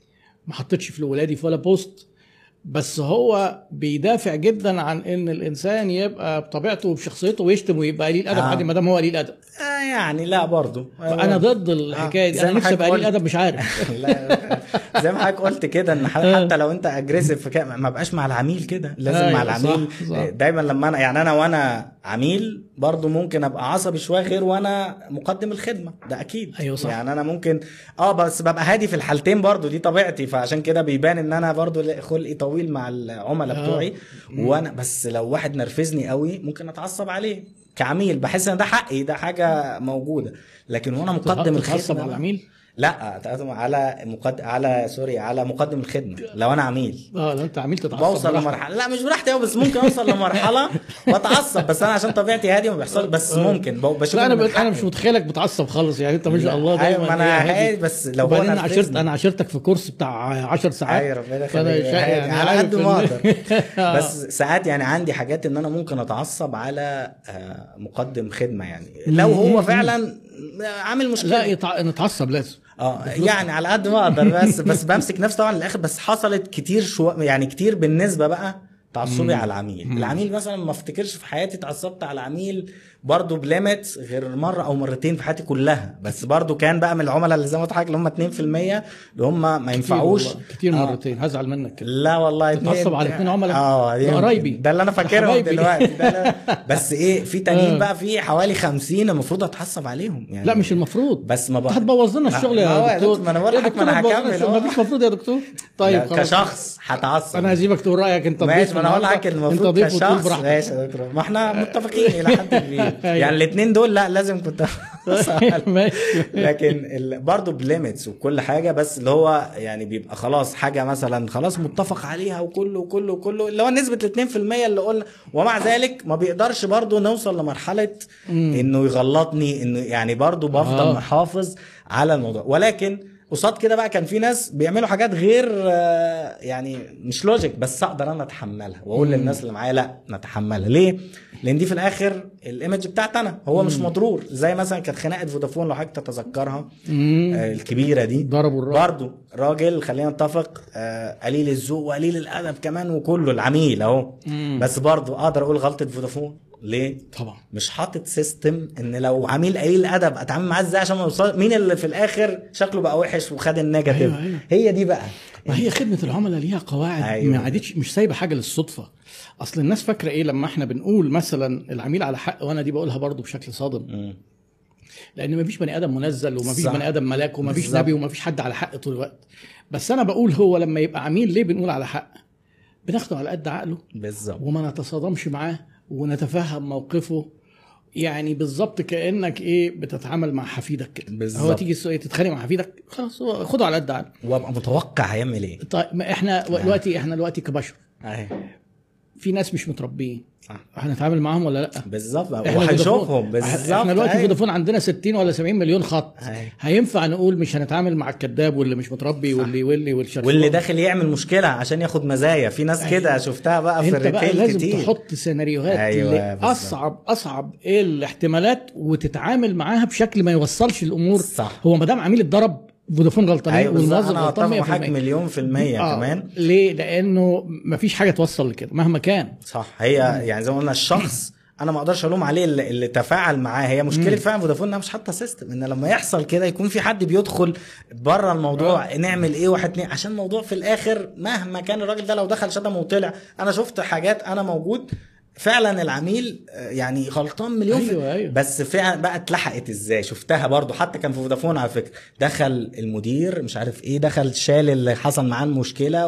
ما حطيتش في ولادي في ولا بوست. بس هو بيدافع جدا عن ان الانسان يبقى بطبيعته وبشخصيته ويشتم ويبقى قليل ادب. عادي آه. ما دام هو قليل ادب آه يعني لا برضو انا ضد الحكايه دي. آه. انا نفسي ابقى قليل ادب مش عارف. لا زي ما حضرتك قلت كده ان حتى لو انت اجريسيف ما بقاش مع العميل كده لازم آه مع العميل صح صح. دايما لما انا يعني انا وانا عميل برضو ممكن ابقى عصبي شويه غير وانا مقدم الخدمه. ده اكيد أيوة صح. يعني انا ممكن اه بس ببقى هادي في الحالتين برضو، دي طبيعتي. فعشان كده بيبان ان انا برضو خلقي طويل مع العملاء آه. بتوعي. وانا بس لو واحد نرفزني قوي ممكن اتعصب عليه كعميل، بحس ان ده حقي، ده حاجه موجوده. لكن وانا مقدم الخدمه على العميل لا تقدم على مقدم على سوري على مقدم الخدمه. لو انا عميل اه لو انت عميل تتعصب بوصل لمرحله لا مش براحتي قوي، بس ممكن اوصل لمرحله بتعصب. بس انا عشان طبيعتي هادي وما بيحصل، بس ممكن بشوف. لا انا انا مش متخيلك بتعصب خالص يعني. انت ما شاء الله دايما ايوه انا هادي. بس لو هو انا عشرت انا عشرتك في كورس بتاع عشر ساعات. ايوه ربنا يخليك يعني على قد ما اقدر. بس ساعات يعني عندي حاجات ان انا ممكن اتعصب على مقدم خدمه يعني لو هو فعلا عامل مشكله. لا يتع... نتعصب لازم اه يعني على قد ما اقدر. بس بس بمسك نفسي طبعا للاخر. بس حصلت كتير شو يعني كتير بالنسبه بقى تعصبي على العميل. مم. العميل مثلا ما افتكرش في حياتي اتعصبت على عميل برضو بليميت غير مره او مرتين في حياتي كلها. بس برضو كان بقى من العملاء اللي زي ما قلت لحضرتك اللي هم اتنين في المية اللي هم ما ينفعوش كتير, كتير آه. مرتين هزعل منك كده. لا والله تتعصب على اتنين عملاء اه قرايبي ده اللي انا فاكرهم دلوقتي. ده بس ايه في تانيين بقى في حوالي خمسين المفروض اتعصب عليهم يعني. لا مش المفروض بس ما بقى هتبوظ لنا الشغل يا دكتور. ما انا بقول لك ما انا هكمل. ما فيش مفروض يا دكتور. طيب كشخص هتعصب انا هسيبك تقول رايك انت. ماشي ما انا هقول لك المفروض كشخص ماشي يا دكتور. ما احنا متفقين الى حد كبير يعني الاثنين دول لا لازم كنت لكن برضه بليميتس وكل حاجه. بس اللي هو يعني بيبقى خلاص حاجه مثلا خلاص متفق عليها وكله وكله وكله اللي هو نسبه الاثنين في المية اللي قلنا. ومع ذلك ما بيقدرش برضه نوصل لمرحله انه يغلطني انه يعني برضه بفضل آه. محافظ على الموضوع. ولكن قصاد كده بقى كان في ناس بيعملوا حاجات غير يعني مش لوجيك بس اقدر انا اتحملها واقول للناس اللي معايا لا نتحملها. ليه؟ لان دي في الاخر الايمج بتاعتي انا هو مم. مش مضرور. زي مثلا كانت خناقه فودافون لو حضرتك تتذكرها آه الكبيره دي ضربوا الراجل برضه راجل خلينا نتفق آه قليل الذوق وقليل الادب كمان وكله العميل اهو. بس برضه اقدر اقول غلطه فودافون. ليه؟ طبعا مش حاطط سيستم ان لو عميل قليل ادب اتعامل معاه ازاي عشان ما يوصل مين اللي في الاخر شكله بقى وحش وخد النيجاتيف. أيوة أيوة. هي دي بقى ما هي خدمه العملاء ليها قواعد. أيوة. ما عادتش مش سايبه حاجه للصدفه. اصل الناس فاكره ايه لما احنا بنقول مثلا العميل على حق، وانا دي بقولها برضو بشكل صادم م. لان ما فيش بني ادم منزل وما فيش بني ادم ملاك وما فيش نبي وما فيش حد على حق طول الوقت. بس انا بقول هو لما يبقى عميل ليه بنقول على حق؟ بناخده على قد عقله بالظبط وما نتصادمش معاه ونتفهم موقفه. يعني بالظبط كانك ايه بتتعامل مع حفيدك كده. هو تيجي تتخانق مع حفيدك خلاص خده على قد عقله وابقى متوقع هيعمل ايه. طيب ما احنا دلوقتي احنا دلوقتي كبشر اهي في ناس مش متربيين، هنتعامل معاهم ولا لا؟ بالظبط، وهنشوفهم بالظبط. احنا دلوقتي في فودافون عندنا ستين ولا سبعين مليون خط. أي. هينفع نقول مش هنتعامل مع الكذاب واللي مش متربي واللي واللي والشرشور واللي داخل يعمل مشكله عشان ياخد مزايا؟ في ناس كده شفتها بقى في الريتيل كتير. لازم تحط سيناريوهات أيوة اصعب اصعب ايه الاحتمالات وتتعامل معاها بشكل ما يوصلش الامور. صح. هو ما دام عميل اتضرب فودافون غلطانين. أيوة والموظف غلطان مية في المية. مليون في المية آه. كمان ليه؟ لانه مفيش حاجه توصل لكده مهما كان. صح. هي يعني زي ما قلنا الشخص انا ما اقدرش الوم عليه اللي, اللي تفاعل معاه. هي مشكله فعلا فودافون انها مش حاطه سيستم ان لما يحصل كده يكون في حد بيدخل بره الموضوع. نعمل ايه واحد اتنين عشان الموضوع في الاخر مهما كان الراجل ده لو دخل شتم وطلع. انا شفت حاجات انا موجود فعلا العميل يعني غلطان مليون. أيوة أيوة. بس فعلا بقى اتلحقت ازاي شفتها برضو حتى كان في فودافون على فكره. دخل المدير مش عارف ايه دخل شال اللي حصل معاه المشكله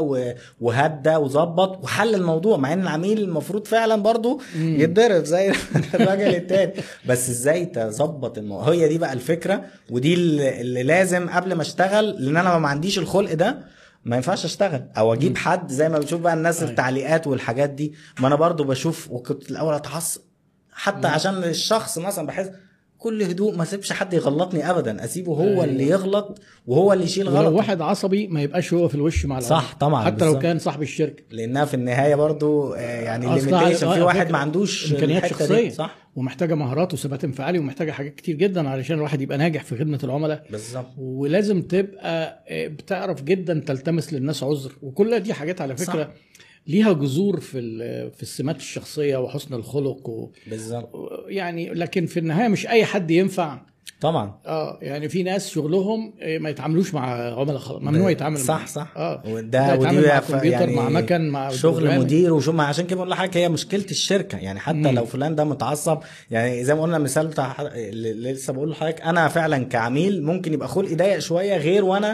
وهدى وظبط وحل الموضوع مع ان العميل المفروض فعلا برضو يتضرب زي الراجل التاني. بس ازاي تظبط الموضوع؟ هي دي بقى الفكره ودي اللي لازم قبل ما اشتغل لان انا ما عنديش الخلق ده ما ينفعش اشتغل او اجيب حد زي ما بتشوف بقى الناس التعليقات والحاجات دي. ما انا برضو بشوف وكنت الاول اتعصب حتى مم. عشان الشخص مثلا بحس كل هدوء ما سيبش حد يغلطني ابدا اسيبه هو أيوة. اللي يغلط وهو اللي يشيل غلط. ولو واحد عصبي ما يبقاش هو في الوش مع العمل. صح طبعا حتى بالزبط. لو كان صاحب الشركه لانها في النهايه برضو يعني الليميتيشن في واحد ما عندوش امكانيات شخصيه صح ومحتاجه مهارات وثبات انفعالي ومحتاجه حاجات كتير جدا علشان الواحد يبقى ناجح في خدمه العملاء. بالظبط. ولازم تبقى بتعرف جدا تلتمس للناس عذر وكل دي حاجات على فكره صح. ليها جذور في في السمات الشخصيه وحسن الخلق و... بالظبط يعني. لكن في النهايه مش اي حد ينفع طبعا. اه يعني في ناس شغلهم ما يتعاملوش مع عملاء خالص ممنوع يتعامل صح مع. صح اه وده ودي مع كمبيوتر يعني مع مكن مع شغل مدير وشو مع عشان كده بقول لك هي مشكله الشركه يعني حتى مم. لو فلان ده متعصب يعني زي ما قلنا المثال بتاع اللي لسه بقول لحضرتك انا فعلا كعميل ممكن يبقى خلقي ضيق شويه غير وانا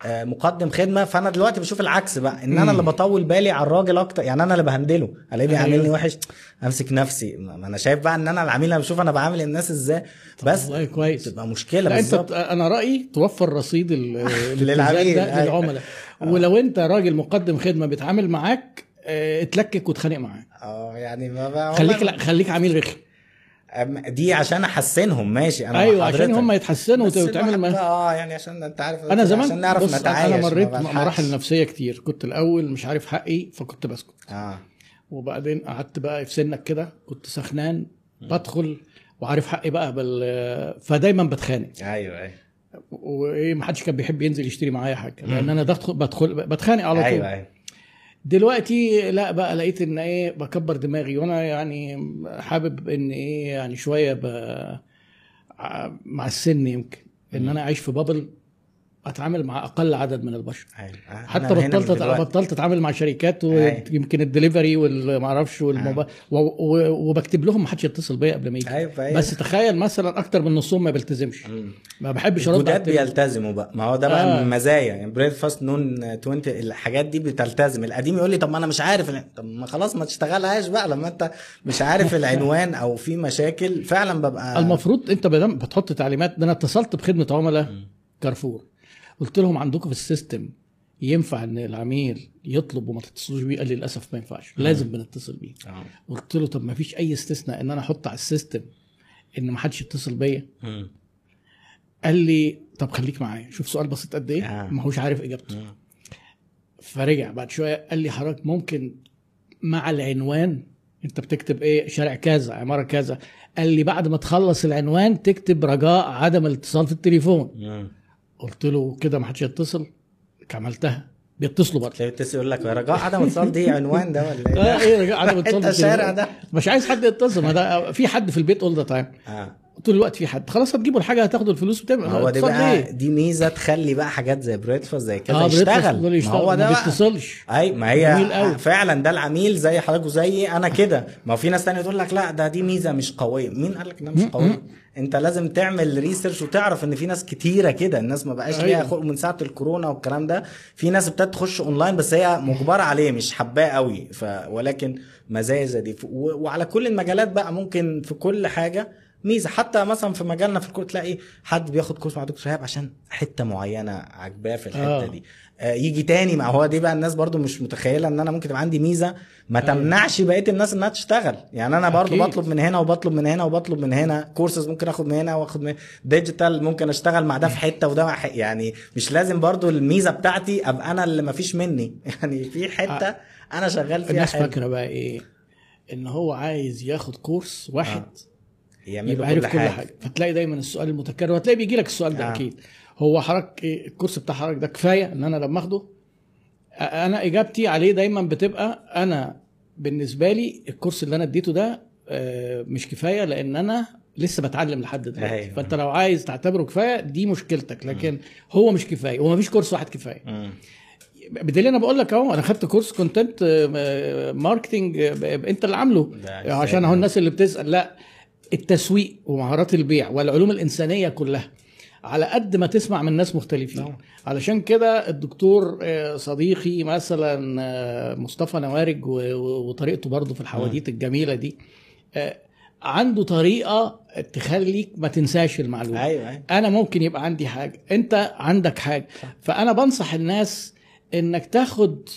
مقدم خدمه. فانا دلوقتي بشوف العكس بقى ان انا اللي بطول بالي على الراجل اكتر يعني انا اللي بهندله الاقيه بيعاملني وحش امسك نفسي. ما انا شايف بقى ان انا العميل انا بشوف انا بعامل الناس ازاي بس والله كويس تبقى مشكله بالظبط. انا رايي توفر رصيد للعميل ده للعملاء. ولو انت راجل مقدم خدمه بيتعامل معاك اتلكك وتخانق معاه اه يعني ما خليك خليك عميل رخم دي عشان احسنهم ماشي. انا ايوه عشان هم يتحسنوا وتعمل ما اه يعني عشان انت عارف انا زمان عشان نعرف نتعايش. انا مريت مراحل نفسيه كتير. كنت الاول مش عارف حقي فكنت بسكت اه وبعدين قعدت بقى في سنك كده كنت سخنان بدخل وعارف حقي بقى بال فدايما بتخانق. ايوه ايوه وايه ما حدش كان بيحب ينزل يشتري معايا حاجه لان انا بدخل بدخل بتخانق على طول. ايوه ايوه دلوقتي لا بقى لقيت ان ايه بكبر دماغي وانا يعني حابب ان ايه يعني شويه مع السن يمكن ان انا اعيش في بابل اتعامل مع اقل عدد من البشر. أيوة. حتى بطلت بطلت اتعامل مع شركات ويمكن الدليفري والما اعرفش والموبايل وبكتب لهم ما حدش يتصل بيا قبل ما يجي. أيوة. بس تخيل مثلا اكتر من نصهم ما بيلتزمش. مم. ما بحبش ارد على الجداد بيلتزموا بقى. ما هو ده بقى آه. مزايا يعني بريكفاست نون عشرين الحاجات دي بتلتزم. القديم يقول لي طب ما انا مش عارف. طب ما خلاص ما تشتغلهاش بقى لما انت مش عارف العنوان او في مشاكل فعلا. ببقى المفروض انت بدل بتحط تعليمات. ده انا اتصلت بخدمه عملاء كارفور قلت لهم عندكم في السيستم ينفع ان العميل يطلب وما تتصلوش بيه؟ قال لي للاسف ما ينفعش لازم بنتصل بيه. قلت له طب ما فيش اي استثناء ان انا احط على السيستم ان ما حدش يتصل بيا؟ قال لي طب خليك معايا شوف سؤال بسيط قد ايه ما هوش عارف اجابته. فرجع بعد شويه قال لي حضرتك ممكن مع العنوان انت بتكتب ايه شارع كذا عماره كذا. قال لي بعد ما تخلص العنوان تكتب رجاء عدم الاتصال في التليفون. قلت له كده ما حدش يتصل. عملتها بيتصلوا برضه بيتصل يقول لك رجاء عدم اتصال دي عنوان ده ولا ايه؟ اه ايه رجاء عدم اتصال انت الشارع ده مش عايز حد يتصل. ما ده في حد في البيت اول ذا تايم طول الوقت في حد. خلاص هتجيبوا الحاجه هتاخدوا الفلوس وتعمل. هو دي بقى إيه؟ دي ميزه تخلي بقى حاجات زي بريدفاست زي كده آه يشتغل. ما هو ده ما بيتصلش. اي ما هي فعلا ده العميل زي حضرتك وزي انا كده. ما في ناس تانية تقول لك لا ده دي ميزه مش قويه. مين قال لك انها مش قويه؟ انت لازم تعمل ريسيرش وتعرف ان في ناس كتيره كده. الناس ما بقاش ليها خلق من ساعه الكورونا والكلام ده. في ناس ابتدت تخش اونلاين بس هي مجبره عليه مش حباه قوي. ف ولكن مزايا زي دي وعلى كل المجالات بقى ممكن في كل حاجه ميزه. حتى مثلا في مجالنا في الكورس تلاقي حد بياخد كورس مع دكتور شهاب عشان حته معينه عجباه في الحته آه. دي. يجي تاني. ما هو دي بقى الناس برضو مش متخيله ان انا ممكن يبقى عندي ميزه ما تمنعش بقيه الناس انها تشتغل. يعني انا برضو أكيد. بطلب من هنا وبطلب من هنا وبطلب من هنا كورسز، ممكن اخد من هنا واخد من ديجيتال، ممكن اشتغل مع ده في حته وده ح... يعني مش لازم برضو الميزه بتاعتي ابقى انا اللي ما فيش مني. يعني في حته انا شغال فيها. الناس فاكره بقى ايه، ان هو عايز ياخد كورس واحد آه. يبقى عارف كل حاجه, حاجة. فتلاقي دايما السؤال المتكرر، وتلاقي بيجي لك السؤال ده آه. اكيد هو حضرتك إيه الكورس بتاع حضرتك ده كفايه ان انا لما اخده؟ انا اجابتي عليه دايما بتبقى انا بالنسبه لي الكورس اللي انا اديته ده مش كفايه، لان انا لسه بتعلم لحد دلوقتي. أيوة. فانت لو عايز تعتبره كفايه دي مشكلتك، لكن م. هو مش كفايه، وما فيش كورس واحد كفايه. م. بدليل انا بقول لك اهو، انا خدت كورس كونتنت ماركتنج انت اللي عامله، عشان اهو الناس اللي بتسال. لا، التسويق ومهارات البيع والعلوم الانسانيه كلها على قد ما تسمع من ناس مختلفين. نعم. علشان كده الدكتور صديقي مثلا مصطفى نوارج وطريقته برضو في الحواديت الجميلة دي، عنده طريقة تخليك ما تنساش المعلومة. أيوة أيوة. أنا ممكن يبقى عندي حاجة، أنت عندك حاجة. فأنا بنصح الناس إنك تاخد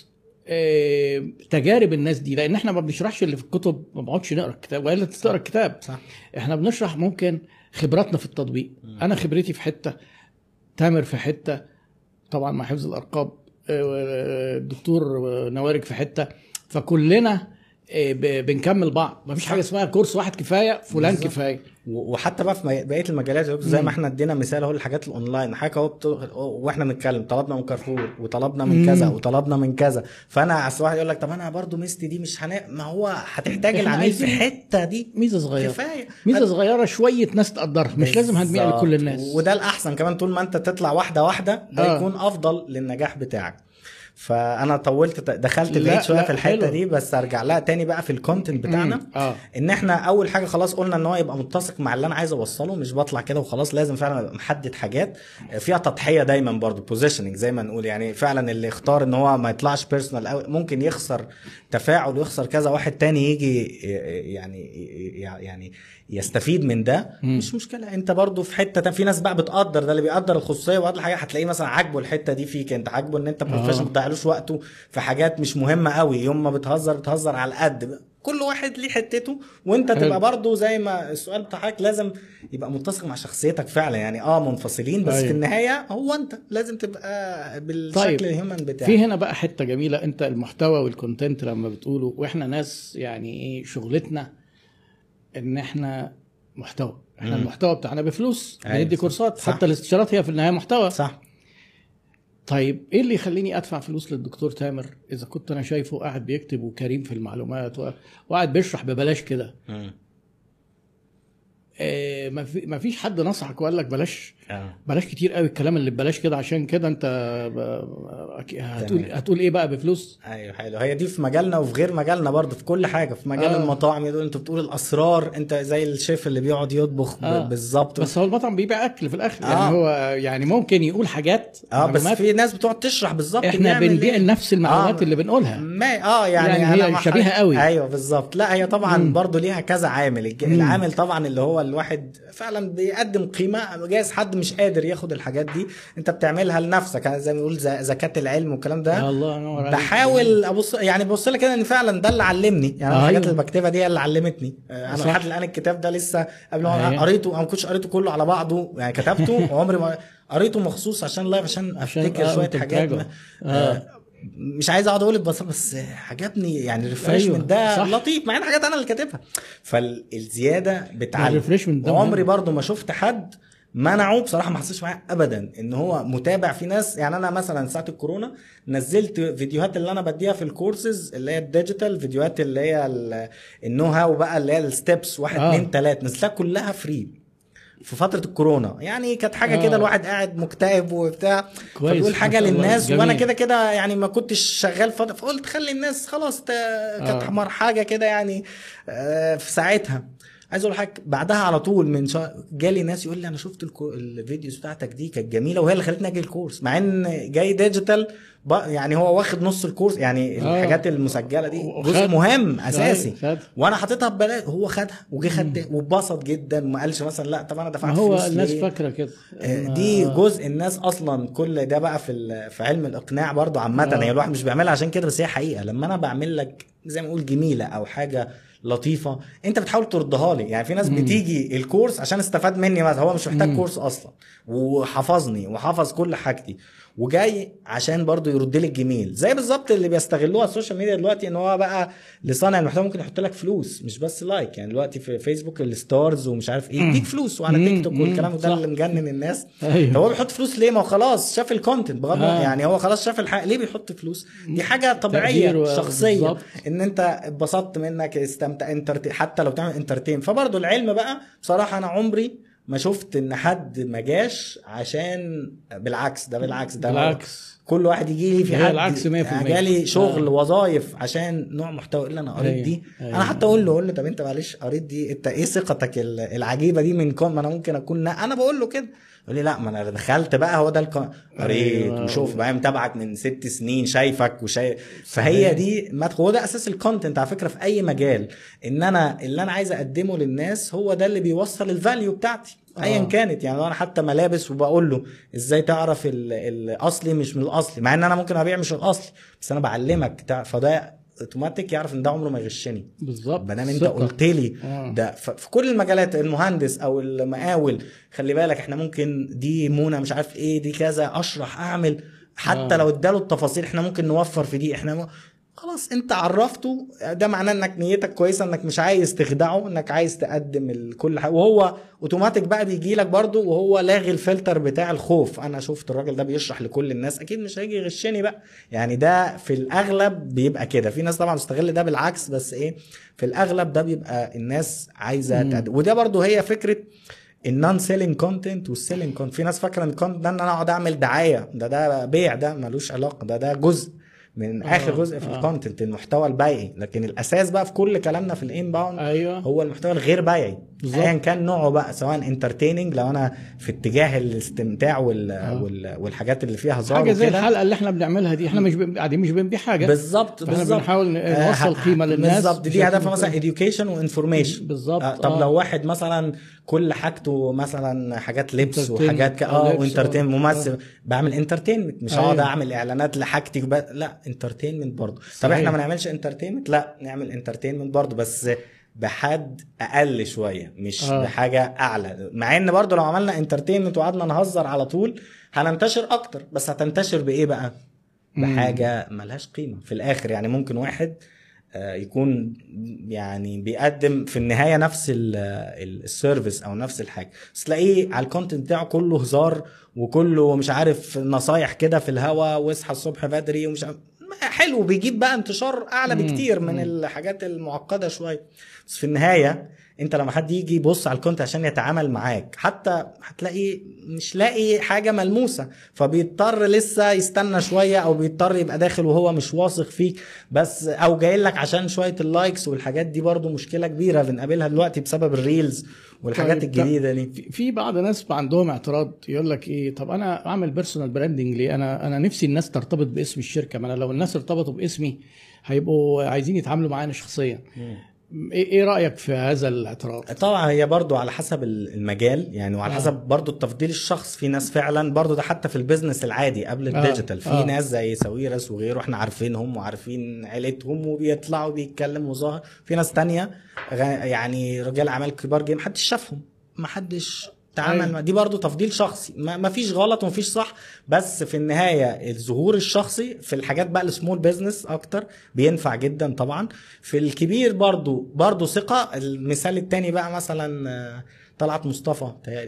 تجارب الناس دي، لأن احنا ما بنشرحش اللي في الكتب، ما بنقعدش نقرأ الكتاب ولا تقرأ الكتاب. صح. احنا بنشرح ممكن خبراتنا في التطبيق. م. انا خبرتي في حته، تامر في حته طبعا مع حفظ الارقام، الدكتور نوارج في حته، فكلنا بنكمل بعض. مفيش حاجه اسمها كورس واحد كفايه فلان بالزبط. كفايه. وحتى بقى في بقيه المجالات زي ما احنا ادينا مثال اهو الحاجات الاونلاين، حاجه اهو واحنا بنتكلم طلبنا من كارفور وطلبنا من كذا وطلبنا من كذا. فانا اصل واحد يقول لك طب انا برضو ميزتي دي مش هنا، ما هو هتحتاج العميل في الحته دي ميزه صغيره كفايه، ميزه صغيره شويه ناس تقدرها، مش لازم هنبيع لكل الناس. وده الاحسن كمان، طول ما انت تطلع واحده واحده ده آه. يكون افضل للنجاح بتاعك. فانا طولت دخلت بعيد شويه في الحته حلو. دي بس ارجع لها تاني بقى في الكونتنت بتاعنا. آه. ان احنا اول حاجه خلاص قلنا ان هو يبقى متسق مع اللي انا عايز اوصله، مش بطلع كده وخلاص، لازم فعلا ابقى محدد حاجات فيها تضحيه دايما برضو، بوزيشننج زي ما نقول. يعني فعلا اللي اختار ان هو ما يطلعش بيرسونال ممكن يخسر تفاعل ويخسر كذا واحد تاني يجي يعني يعني يستفيد من ده. مم. مش مشكله، انت برضو في حته في ناس بقى بتقدر ده، اللي بيقدر الخصوصيه وقدر حاجه هتلاقيه مثلا عاجبه الحته دي فيك انت، عاجبه ان انت بروفيشنال، ما تضيعلوش وقته في حاجات مش مهمه قوي. يوم ما بتهزر بتهزر على قد، كل واحد ليه حتته، وانت حلو. تبقى برضو زي ما السؤال بتاعك لازم يبقى متسق مع شخصيتك فعلا. يعني اه منفصلين بس أيوه. في النهايه هو انت لازم تبقى بالشكل طيب. الهيومن بتاعك. في هنا بقى حته جميله، انت المحتوى والكونتنت لما بتقوله، واحنا ناس يعني ايه شغلتنا ان احنا محتوى، احنا مم. المحتوى بتاعنا بفلوس، بندي أيوة. كورسات، صح. حتى الاستشارات هي في النهايه محتوى. صح. طيب ايه اللي يخليني ادفع فلوس للدكتور تامر اذا كنت انا شايفه قاعد بيكتب وكريم في المعلومات وقاعد بيشرح ببلاش كده؟ آه ما فيش حد نصحك وقال لك بلاش آه. بلاش كتير قوي الكلام اللي ببلاش كده، عشان كده انت هتقول هتقول ايه بقى بفلوس؟ ايوه حلو. هي دي في مجالنا وفي غير مجالنا برضه، في كل حاجه. في مجال آه. المطاعم يقول انت بتقول الاسرار، انت زي الشيف اللي بيقعد يطبخ آه. بالظبط، بس هو المطعم بيبيع اكل في الاخر. آه. يعني هو يعني ممكن يقول حاجات اه بس في ناس بتقعد تشرح بالظبط، احنا بنبيع نفس المعلومات آه. اللي بنقولها ما اه يعني, يعني هي شبيهه قوي. ايوه بالظبط. لا هي طبعا برضه ليها كذا عامل. العامل طبعا اللي هو الواحد فعلا بيقدم قيمه، جايز حد مش قادر ياخد الحاجات دي، انت بتعملها لنفسك زي ما بنقول زكاه العلم والكلام ده. الله ينور عليك. بحاول ابص يعني ببص لك كده ان فعلا ده اللي علمني. يعني أيوة. الحاجات اللي بكتبها دي اللي علمتني. انا لحد الان الكتاب ده لسه قبل ما أيوة. قريته، ما كنتش قريته كله على بعضه يعني، كتبته وعمري ما قريته مخصوص عشان لايف، عشان افتكر شويه حاجات آه. آه. مش عايز اقعد اقول بس بس عجبني يعني الريفريشمنت أيوة. ده صح. لطيف، مع ان حاجات انا اللي كاتبها. فالزياده بتعلم. وعمري برضو ما شفت حد منعه بصراحه، ما حسيتش معايا ابدا ان هو متابع. في ناس يعني انا مثلا ساعه الكورونا نزلت فيديوهات اللي انا بديها في الكورسز اللي هي الديجيتال، فيديوهات اللي هي النو هاو بقى اللي هي الستبس واحد آه. اتنين تلاته، نزلتها كلها فري في فترة الكورونا. يعني كانت حاجة آه. كده الواحد قاعد مكتئب وبتاع، فبقول حاجة للناس جميل. وانا كده كده يعني ما كنتش شغال فترة، فقلت خلي الناس خلاص. كانت آه. حاجة كده يعني آه في ساعتها عايز اقول حاجه بعدها على طول من شا... جالي ناس يقول لي انا شفت الكو... الفيديوز بتاعتك دي كانت جميله وهي اللي خلتني اجي الكورس، مع ان جاي ديجيتال ب... يعني هو واخد نص الكورس يعني آه. الحاجات المسجله دي جزء مهم اساسي خد. وانا حاططها ببلاش، هو خدها وجي خد واتبسط جدا وما قالش مثلا لا طب انا دفعت فلوس. هو الناس فاكره كده دي جزء الناس اصلا كل ده بقى في ال... في علم الاقناع برضو عامه آه. هي الواحد مش بيعملها عشان كده، بس هي حقيقه لما انا بعمل لك زي ما نقول جميله او حاجه لطيفه انت بتحاول تردها لي. يعني في ناس بتيجي الكورس عشان استفاد مني مثلا، هو مش محتاج مم. كورس اصلا وحفظني وحفظ كل حاجتي وجاي عشان برضو يرد لي الجميل، زي بالظبط اللي بيستغلوها السوشيال ميديا دلوقتي ان هو بقى لصانع المحتوى ممكن يحط لك فلوس مش بس لايك. يعني دلوقتي في فيسبوك الستارز ومش عارف ايه يديك فلوس، وعلى تيك توك والكلام ده اللي مجنن الناس. أيوه. هو بيحط فلوس ليه؟ ما هو خلاص شاف الكونتنت بغض آه. يعني هو خلاص شاف الحق، ليه بيحط فلوس؟ دي حاجه طبيعيه شخصيه بالزبط. ان انت اتبسطت منك استمتع انت حتى لو تعمل انترتين. فبرضو العلم بقى بصراحه انا عمري ما شفت ان حد ما جاش عشان بالعكس، ده بالعكس ده بالعكس كل واحد يجي لي في حد العكس مية في المية جالي شغل آه. وظايف عشان نوع محتوى اللي انا قريت دي. أيوة. انا حتى اقول له اقول له طب انت معلش قريت دي انت ايه ثقتك العجيبه دي من كم؟ ما انا ممكن اكون انا بقول له كده يقول لي لا ما انا دخلت بقى هو ده الق... قريت أيوة. وشوف بقى متابعك من ست سنين شايفك وشايف. فهي دي ما هو ده اساس الكونتنت على فكره في اي مجال، ان انا اللي انا عايز اقدمه للناس هو ده اللي بيوصل الفاليو بتاعتي ايا آه. كانت. يعني انا حتى ملابس وبقول له ازاي تعرف الاصلي مش من الاصلي، مع ان انا ممكن ابيع مش الاصلي بس انا بعلمك، فده اوتوماتيك يعرف ان ده عمره ما يغشني بالظبط. بدل انت قلت لي آه. ده في كل المجالات، المهندس او المقاول خلي بالك احنا ممكن دي مونه مش عارف ايه دي كذا اشرح اعمل حتى آه. لو اداله التفاصيل احنا ممكن نوفر في دي احنا م... خلاص انت عرفته، ده معناه انك نيتك كويسه، انك مش عايز تخدعه، انك عايز تقدم كل حاجه، وهو اوتوماتيك بقى بيجي لك برضه وهو لاغي الفلتر بتاع الخوف. انا شفت الراجل ده بيشرح لكل الناس اكيد مش هيجي يغشني بقى. يعني ده في الاغلب بيبقى كده، في ناس طبعا بتستغل ده بالعكس، بس ايه في الاغلب ده بيبقى الناس عايزه تقدم. وده برضه هي فكره النون سيلينج كونتنت والسيلينج كونتنت. في ناس فاكره ان الكونتنت ده ان انا اقعد اعمل دعايه، ده ده بيع، ده ملوش علاقه، ده ده جزء من آه اخر جزء في آه. الكونتنت المحتوى البيعي، لكن الاساس بقى في كل كلامنا في الانباوند أيوة. هو المحتوى الغير بيعي ايا كان نوعه بقى، سواء انترتيننج لو انا في اتجاه الاستمتاع وال... آه. وال... والحاجات اللي فيها هزار حاجه زي الحلقه اللي احنا بنعملها دي، احنا مش قاعدين مش بنبيع حاجه بالظبط بالظبط، بنحاول نوصل قيمه للناس بالظبط. دي هدفها مثلا education وانفورميشن بالظبط. آه. طب آه. لو واحد مثلا كل حاجته مثلا حاجات لبس وحاجات ك... اه وانترتين ممثل آه. بعمل انترتينمنت، مش هقعد أيوة. اعمل اعلانات لحاجتي ب... لا انترتينمنت برضه. طب احنا ما نعملش انترتينمنت؟ لا نعمل انترتينمنت برضه بس بحد اقل شويه، مش آه. بحاجه اعلى. مع ان برضو لو عملنا انترتينمنت وقعدنا نهزر على طول هننتشر اكتر، بس هتنتشر بايه بقى؟ بحاجه ملهاش قيمه في الاخر. يعني ممكن واحد يكون يعني بيقدم في النهايه نفس السيرفيس او نفس الحاجه، بس تلاقيه على الكونتنت بتاعه كله هزار وكله مش عارف نصايح كده في الهوا واصحى الصبح بدري ومش عارف حلو، بيجيب بقى انتشار اعلى بكتير من الحاجات المعقده شويه. بس في النهايه انت لما حد يجي يبص على الكونت عشان يتعامل معاك حتى هتلاقي مش لاقي حاجه ملموسه، فبيضطر لسه يستنى شويه او بيضطر يبقى داخل وهو مش واثق فيك بس، او جاي لك عشان شويه اللايكس والحاجات دي. برضو مشكله كبيره بنقابلها دلوقتي بسبب الريلز والحاجات طيب الجديده دي. في بعض ناس عندهم اعتراض يقول لك ايه، طب انا اعمل بيرسونال براندنج ليه؟ انا انا نفسي الناس ترتبط باسم الشركه، ما انا لو الناس ارتبطوا باسمي هيبقوا عايزين يتعاملوا معايا شخصيا. م. ايه رايك في هذا الاعتراض؟ طبعا هي برضو على حسب المجال يعني، وعلى آه. حسب برضو التفضيل الشخص. في ناس فعلا برضو ده حتى في البيزنس العادي قبل آه. الديجيتال في آه. ناس زي ساويرس وغيره احنا عارفينهم وعارفين عيلتهم وبيطلعوا بيتكلموا ظاهر. في ناس تانية يعني رجال اعمال كبار جدا محدش شافهم محدش تعامل أيوة. دي برضو تفضيل شخصي، ما فيش غلط وما فيش صح، بس في النهاية الظهور الشخصي في الحاجات بقى السمول بيزنس اكتر بينفع جدا طبعا. في الكبير برضو برضو ثقة. المثال التاني بقى مثلا طلعت مصطفى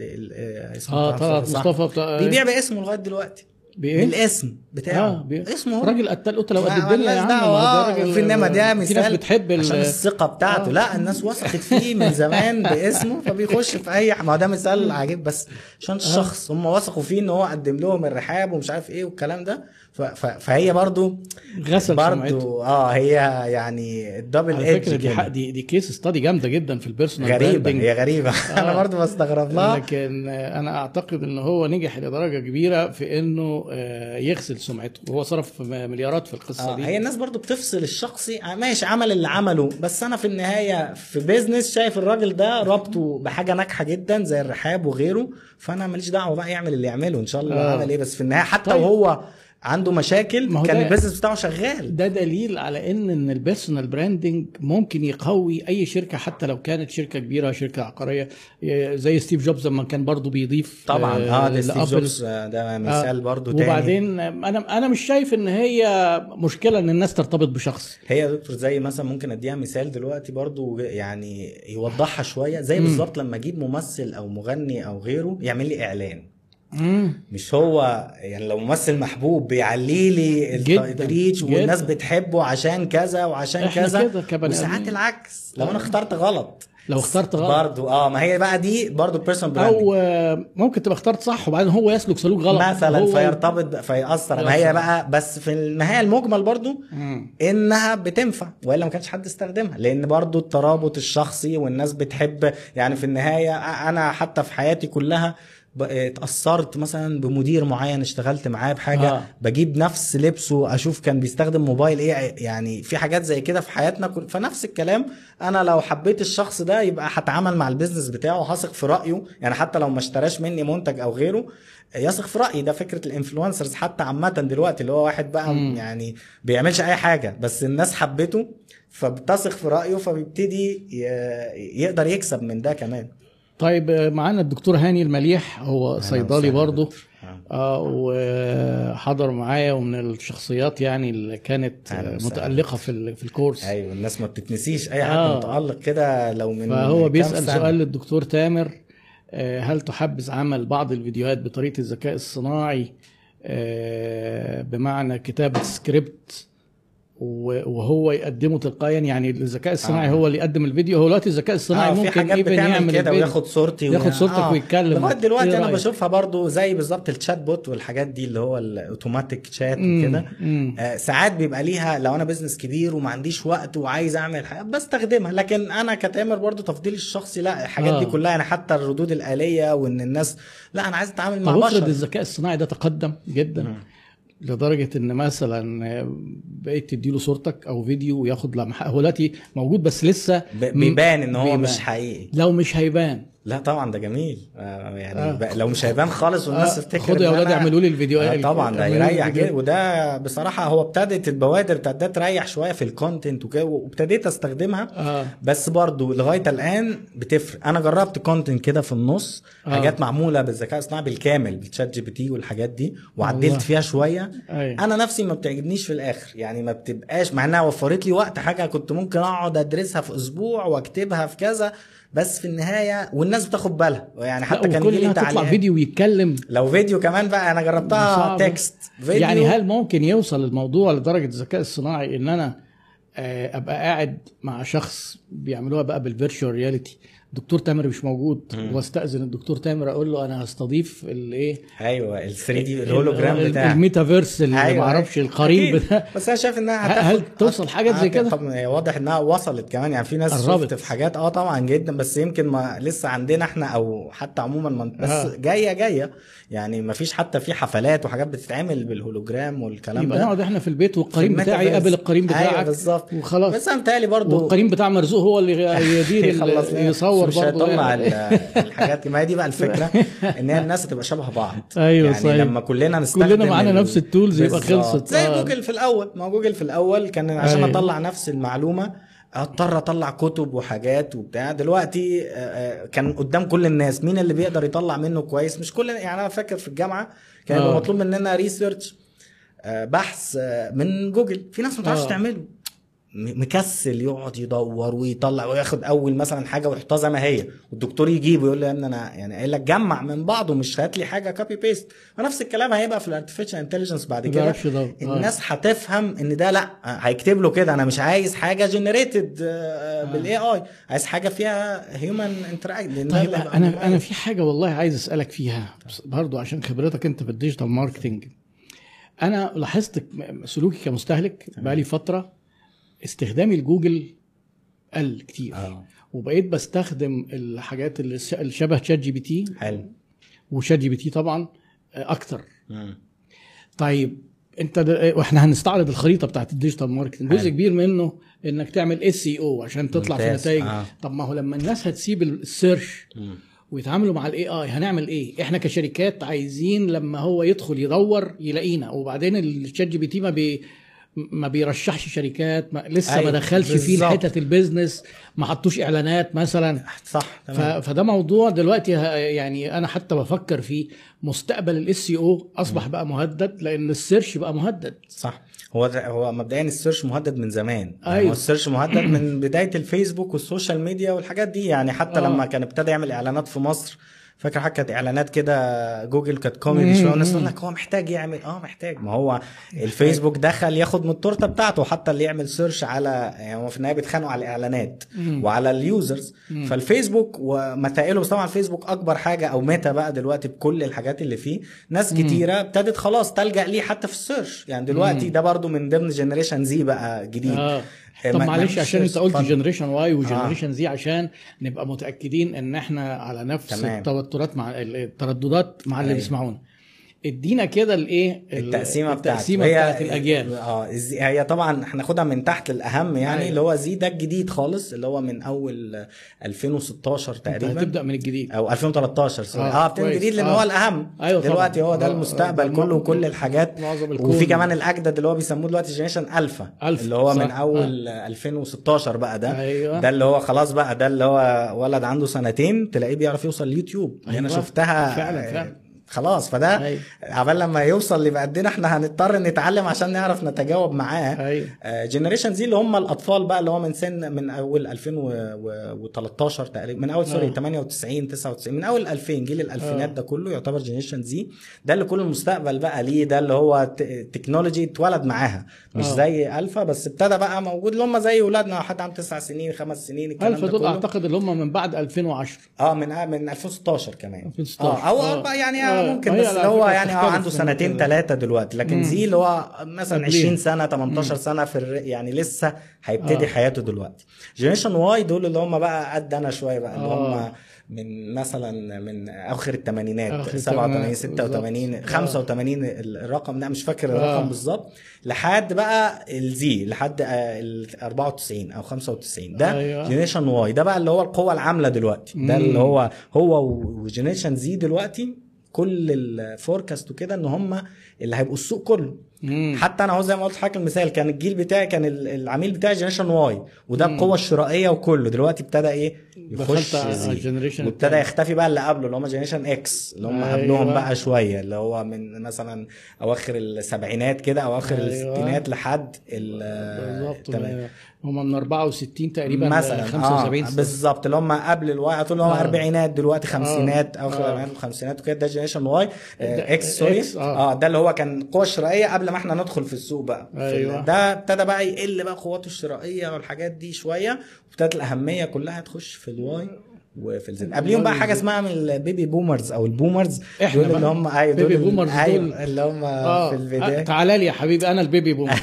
اه طلعت مصطفى بتاع... بيبيع باسمه لغاية دلوقتي بالاسم بتاعه آه بي... اسمه راجل قتال قتله وقد الدنيا يا عم. آه في انما ده مثال بتحب عشان الثقه بتاعته. آه. لا الناس وثقت فيه من زمان باسمه فبيخش في اي ما ده مثال عجيب، بس عشان الشخص هم وثقوا فيه ان هو قدم لهم الرحاب ومش عارف ايه والكلام ده، فهي برضو غسل برضو اه هي يعني الدبل ايدج دي, دي دي كيس ستادي جامده جدا في البيرسونال غريبه براندنج. هي غريبه آه. انا برضو بستغرب لها، لكن انا اعتقد ان هو نجح لدرجه كبيره في انه يغسل سمعته، وهو صرف مليارات في القصه آه. دي. هي الناس برضو بتفصل الشخصي، ماشي عمل اللي عمله، بس انا في النهايه في بيزنس شايف الراجل ده ربطه بحاجه ناجحه جدا زي الرحاب وغيره، فانا ماليش دعوه بقى يعمل اللي يعمله ان شاء الله آه. عمل ايه، بس في النهايه حتى طيب. وهو عنده مشاكل كان البيزنس بتاعه شغال. ده دليل على ان ان البيرسونال براندنج ممكن يقوي اي شركه حتى لو كانت شركه كبيره، شركه عقاريه زي ستيف جوبز لما كان برضو بيضيف طبعا اه ده ستيف جوبز ده مثال آه برضو تاني. وبعدين انا انا مش شايف ان هي مشكله ان الناس ترتبط بشخص. هي يا دكتور زي مثلا ممكن اديها مثال دلوقتي برضو يعني يوضحها شويه، زي بالظبط لما اجيب ممثل او مغني او غيره يعمل لي اعلان. مم. مش هو يعني لو ممثل محبوب بيعلي لي الريتش والناس بتحبه عشان كذا وعشان كذا، وساعات العكس لو انا اخترت غلط لو اخترت غلط برضو اه ما هي بقى دي برضو بيرسونال براندنج، او ممكن تبقى اخترت صح وبعدين هو يسلك سلوك غلط مثلا فيرتبط فيأثر. ما هي بقى بس في النهايه المجمل برضو مم. انها بتنفع والا ما كانش حد استخدمها، لان برضو الترابط الشخصي والناس بتحب. يعني في النهايه انا حتى في حياتي كلها اتأثرت مثلا بمدير معين اشتغلت معاه بحاجة آه. بجيب نفس لبسه، اشوف كان بيستخدم موبايل ايه، يعني في حاجات زي كده في حياتنا. فنفس الكلام انا لو حبيت الشخص ده يبقى هتعامل مع البيزنس بتاعه، هثق في رأيه، يعني حتى لو ما اشتراش مني منتج او غيره يثق في رأيي. ده فكرة الانفلونسرز حتى عامة دلوقتي، اللي هو واحد بقى م. يعني بيعملش اي حاجة بس الناس حبته فبتثق في رأيه فبيبتدي يقدر يكسب من ده كمان. طيب معانا الدكتور هاني المليح، هو صيدلي برضه اه وحضر معايا ومن الشخصيات يعني اللي كانت متألقة في في الكورس. ايوه الناس ما بتتنسيش اي حد آه. متألق كده لو من فهو بيسأل سنة. سؤال للدكتور تامر، هل تحبذ عمل بعض الفيديوهات بطريقة الذكاء الصناعي بمعنى كتابة سكريبت وهو يقدمه تلقائيا؟ يعني الذكاء الصناعي آه. هو اللي يقدم الفيديو. هو دلوقتي الذكاء الصناعي آه ممكن يعمل كده وياخد صورتي ياخد صورتك آه. ويتكلم. لغايه دلوقتي إيه انا بشوفها برضو زي بالظبط الشات بوت والحاجات دي اللي هو الاوتوماتيك شات وكده. آه ساعات بيبقى ليها لو انا بزنس كبير وما عنديش وقت وعايز اعمل حاجه بستخدمها، لكن انا كتامر برضو تفضيلي الشخصي لا الحاجات آه. دي كلها يعني حتى الردود الآلية وان الناس لا انا عايز اتعامل مع بشر. الذكاء الصناعي ده تقدم جدا م. لدرجة ان مثلا بقيت تديله صورتك او فيديو وياخد لمحة. هو دلوقتي موجود بس لسه بيبان ان هو بيبان. مش حقيقي. لو مش هيبان لا طبعا ده جميل آه يعني آه. لو مش هيبان خالص والناس تفتكر آه. خدوا يا اولاد اعملوا لي الفيديو آه طبعا ده يريح جدا. وده بصراحه هو ابتدت البوادر بتاعت ده تريح شويه في الكونتنت وكده وابتديت استخدمها آه. بس برضو لغايه الان بتفرق. انا جربت كونتنت كده في النص آه. حاجات معموله بالذكاء الصناعي بالكامل بالشات جي بي تي والحاجات دي وعدلت فيها شويه أي. انا نفسي ما بتعجبنيش في الاخر يعني ما بتبقاش مع انها وفرت لي وقت حاجه كنت ممكن اقعد ادرسها في اسبوع واكتبها في كذا بس في النهايه والناس بتاخد بالها يعني حتى كان يجي لي تطلع فيديو ويتكلم. لو فيديو كمان بقى انا جربتها تكست فيديو. يعني هل ممكن يوصل الموضوع لدرجه الذكاء الصناعي ان انا ابقى قاعد مع شخص بيعملوها بقى بالفيرتشوال رياليتي، دكتور تامر مش موجود واستأذن الدكتور تامر اقول له انا هستضيف الايه ايوه ال ثري دي الهولوجرام بتاع الميتافيرس اللي أيوة ما اعرفش القريب بتاع. بس انا شايف انها هتاخد هل توصل حاجات زي كده؟ طبعا واضح انها وصلت كمان يعني في ناس شفت في حاجات اه طبعا جدا بس يمكن ما لسه عندنا احنا او حتى عموما ما بس آه. جايه جايه يعني ما فيش حتى في حفلات وحاجات بتتعمل بالهولوجرام والكلام ده. يبقى نقعد احنا في البيت والقريب بتاعي يقابل القريب بتاعك. ايوه بالظبط وخلاص. بس انا متهيألي برضه والقريب بتاع مرزوق هو اللي يدير يصور برضه الحاجات. ما هي دي بقى الفكره ان هي الناس تبقى شبه بعض. أيوة يعني صحيح. لما كلنا نستخدم كلنا معانا نفس التولز يبقى خلصت زي آه. جوجل في الاول. ما جوجل في الاول كان عشان أيوة. اطلع نفس المعلومه اضطر اطلع كتب وحاجات وبتاع. دلوقتي كان قدام كل الناس مين اللي بيقدر يطلع منه كويس. مش كل يعني انا فاكر في الجامعه كان آه. مطلوب مننا ريسيرش بحث من جوجل، في ناس ما تعرفش آه. تعمله مكسل يقعد يدور ويطلع وياخد اول مثلا حاجه ويحطها زي ما هي والدكتور يجيبه يقول له يا ابني انا يعني قايل لك جمع من بعضه مش هات لي حاجه كوبي بيست. ونفس الكلام هيبقى في الارتفيشال انتليجنس بعد كده. الناس هتفهم ان ده لا هيكتب له كده انا مش عايز حاجه جنريتد بالاي اي، عايز حاجه فيها هيومن انتراكشن. طيب انا انا في حاجه والله عايز اسالك فيها برضو عشان خبرتك انت في الديجيتال ماركتنج. انا لاحظت سلوكي كمستهلك بقالي فتره استخدامي الجوجل قل كتير. آه. وبقيت بستخدم الحاجات اللي شبه شات جي بي تي. حلو. وشات جي بي تي طبعا اكتر. مم. طيب انت واحنا هنستعرض الخريطه بتاعت الديجيتال ماركتنج، جزء كبير منه انك تعمل اس اي او عشان تطلع ممتاز. في نتائج. آه. طب ما هو لما الناس هتسيب السيرش مم. ويتعاملوا مع الاي اي هنعمل ايه؟ احنا كشركات عايزين لما هو يدخل يدور يلاقينا، وبعدين الشات جي بي تي ما بي ما بيرشحش شركات، ما لسه ما دخلش فيه حته البيزنس، ما حطوش اعلانات مثلا. صح. تمام. فده موضوع دلوقتي يعني انا حتى بفكر فيه، مستقبل الاس اي او اصبح م. بقى مهدد لان السيرش بقى مهدد. صح. هو هو مبدئيا السيرش مهدد من زمان. أيوة. يعني هو السيرش مهدد من بدايه الفيسبوك والسوشيال ميديا والحاجات دي، يعني حتى آه. لما كان ابتدى يعمل اعلانات في مصر، فاكر حاجه كانت اعلانات كده جوجل كانت كوميدي شويه، والناس تقول لك هو محتاج يعمل اه محتاج ما هو الفيسبوك دخل ياخد من التورته بتاعته، حتى اللي يعمل سيرش على يعني هو في النهايه بيتخانقوا على الاعلانات وعلى اليوزرز. فالفيسبوك ومسائله، بس طبعا الفيسبوك اكبر حاجه او ميتا بقى دلوقتي بكل الحاجات اللي فيه، ناس كتيره ابتدت خلاص تلجأ ليه حتى في السيرش. يعني دلوقتي ده برضو من ضمن جنريشن زي بقى جديد. آه. طب معلش عشان انت قلت جنريشن واي وجنريشن زي عشان نبقى متاكدين ان احنا على نفس تمام. التوترات مع الترددات مع اللي بيسمعونا. ادينا كده الايه التقسيمه بتاعت بتاعت الاجيال. اه هي طبعا احنا ناخدها من تحت للاهم يعني. أيوة. اللي هو زي ده الجديد خالص، اللي هو من اول ألفين وستاشر تقريبا. هتبدا من الجديد او ألفين وتلتاشر سوري. اه ابتدي الجديد لان آه. هو الاهم. أيوة دلوقتي هو ده آه. المستقبل كله وكل الحاجات. وفي كمان الاجدد اللي هو بيسموه دلوقتي جنريشن الفا، اللي هو صح. من اول آه. ألفين وستاشر بقى ده. أيوة. ده اللي هو خلاص بقى، ده اللي هو ولد عنده سنتين تلاقيه بيعرف يوصل اليوتيوب. أيوة. انا شفتها فعلا فعلا خلاص. فده عبال لما يوصل اللي بقدنا احنا هنضطر نتعلم عشان نعرف نتجاوب معاه. جنريشن زي اللي هم الاطفال بقى، اللي هو من سن من اول ألفين وتلتاشر تقريبا، من اول سوري تمانية وتسعين تسعة وتسعين، من اول ألفين جيل الالفينات ده كله يعتبر جنريشن زي. ده اللي كل المستقبل بقى ليه، ده اللي هو تكنولوجي اتولد معاها، مش أوه. زي الفا بس ابتدى بقى موجود، اللي هم زي اولادنا حد عام تسع سنين خمس سنين الكلام الفا دول اعتقد اللي هم من بعد ألفين وعشرة. اه من من ألفين وستاشر كمان. ألفين وستاشر. اه او يعني ممكن، بس اللي هو يعني اه عنده سنتين ثلاثه دلوقتي، لكن زي اللي هو مثلا عشرين سنه تمنتاشر مم. سنه في يعني لسه هيبتدي آه. حياته دلوقتي. جنريشن واي دول اللي هم بقى قد انا شويه بقى، اللي آه. هم من مثلا من اخر الثمانينات سبعة وثمانين ستة وثمانين خمسة وثمانين الرقم ده مش فاكر الرقم آه. بالظبط، لحد بقى الزي لحد ال أربعة وتسعين او خمسة وتسعين ده. أيوة. جنريشن واي ده بقى اللي هو القوه العامله دلوقتي. مم. ده اللي هو هو وجنريشن زي دلوقتي كل الفوركاست وكده ان هم اللي هيبقوا السوق كله. مم. حتى انا اهو زي ما قلت لحضرتك المثال، كان الجيل بتاعي كان العميل بتاعي جنريشن واي، وده القوه الشرائيه وكله. دلوقتي ابتدى ايه يخش وابتدى يختفي بقى اللي قبله اللي هم جنريشن اكس، اللي هم أيوة. قبلهم بقى شويه، اللي هو من مثلا اواخر السبعينات كده او اخر أيوة. الستينات لحد بالظبط هم من أربعة وستين تقريبا مثلا خمسة وسبعين آه بالظبط، اللي هم قبل الواي طول هم اربعينات دلوقتي خمسينات او اربعينات وخمسينات وكده. ده جنريشن واي آه اكس سوري اه ده اللي هو كان القوه الشرائيه قبل ما احنا ندخل في السوق بقى. أيوة. ده ابتدى بقى يقل بقى قوته الشرائيه والحاجات دي شويه، وابتدت الاهميه كلها تخش في الواي وفي الزد. قبليهم بقى حاجه اسمها من البيبي بومرز او البومرز، دول اللي هم ايوه دول بيبي بومرز دول اللي هم آه. في البدايه. تعالى لي يا حبيبي انا البيبي بومرز.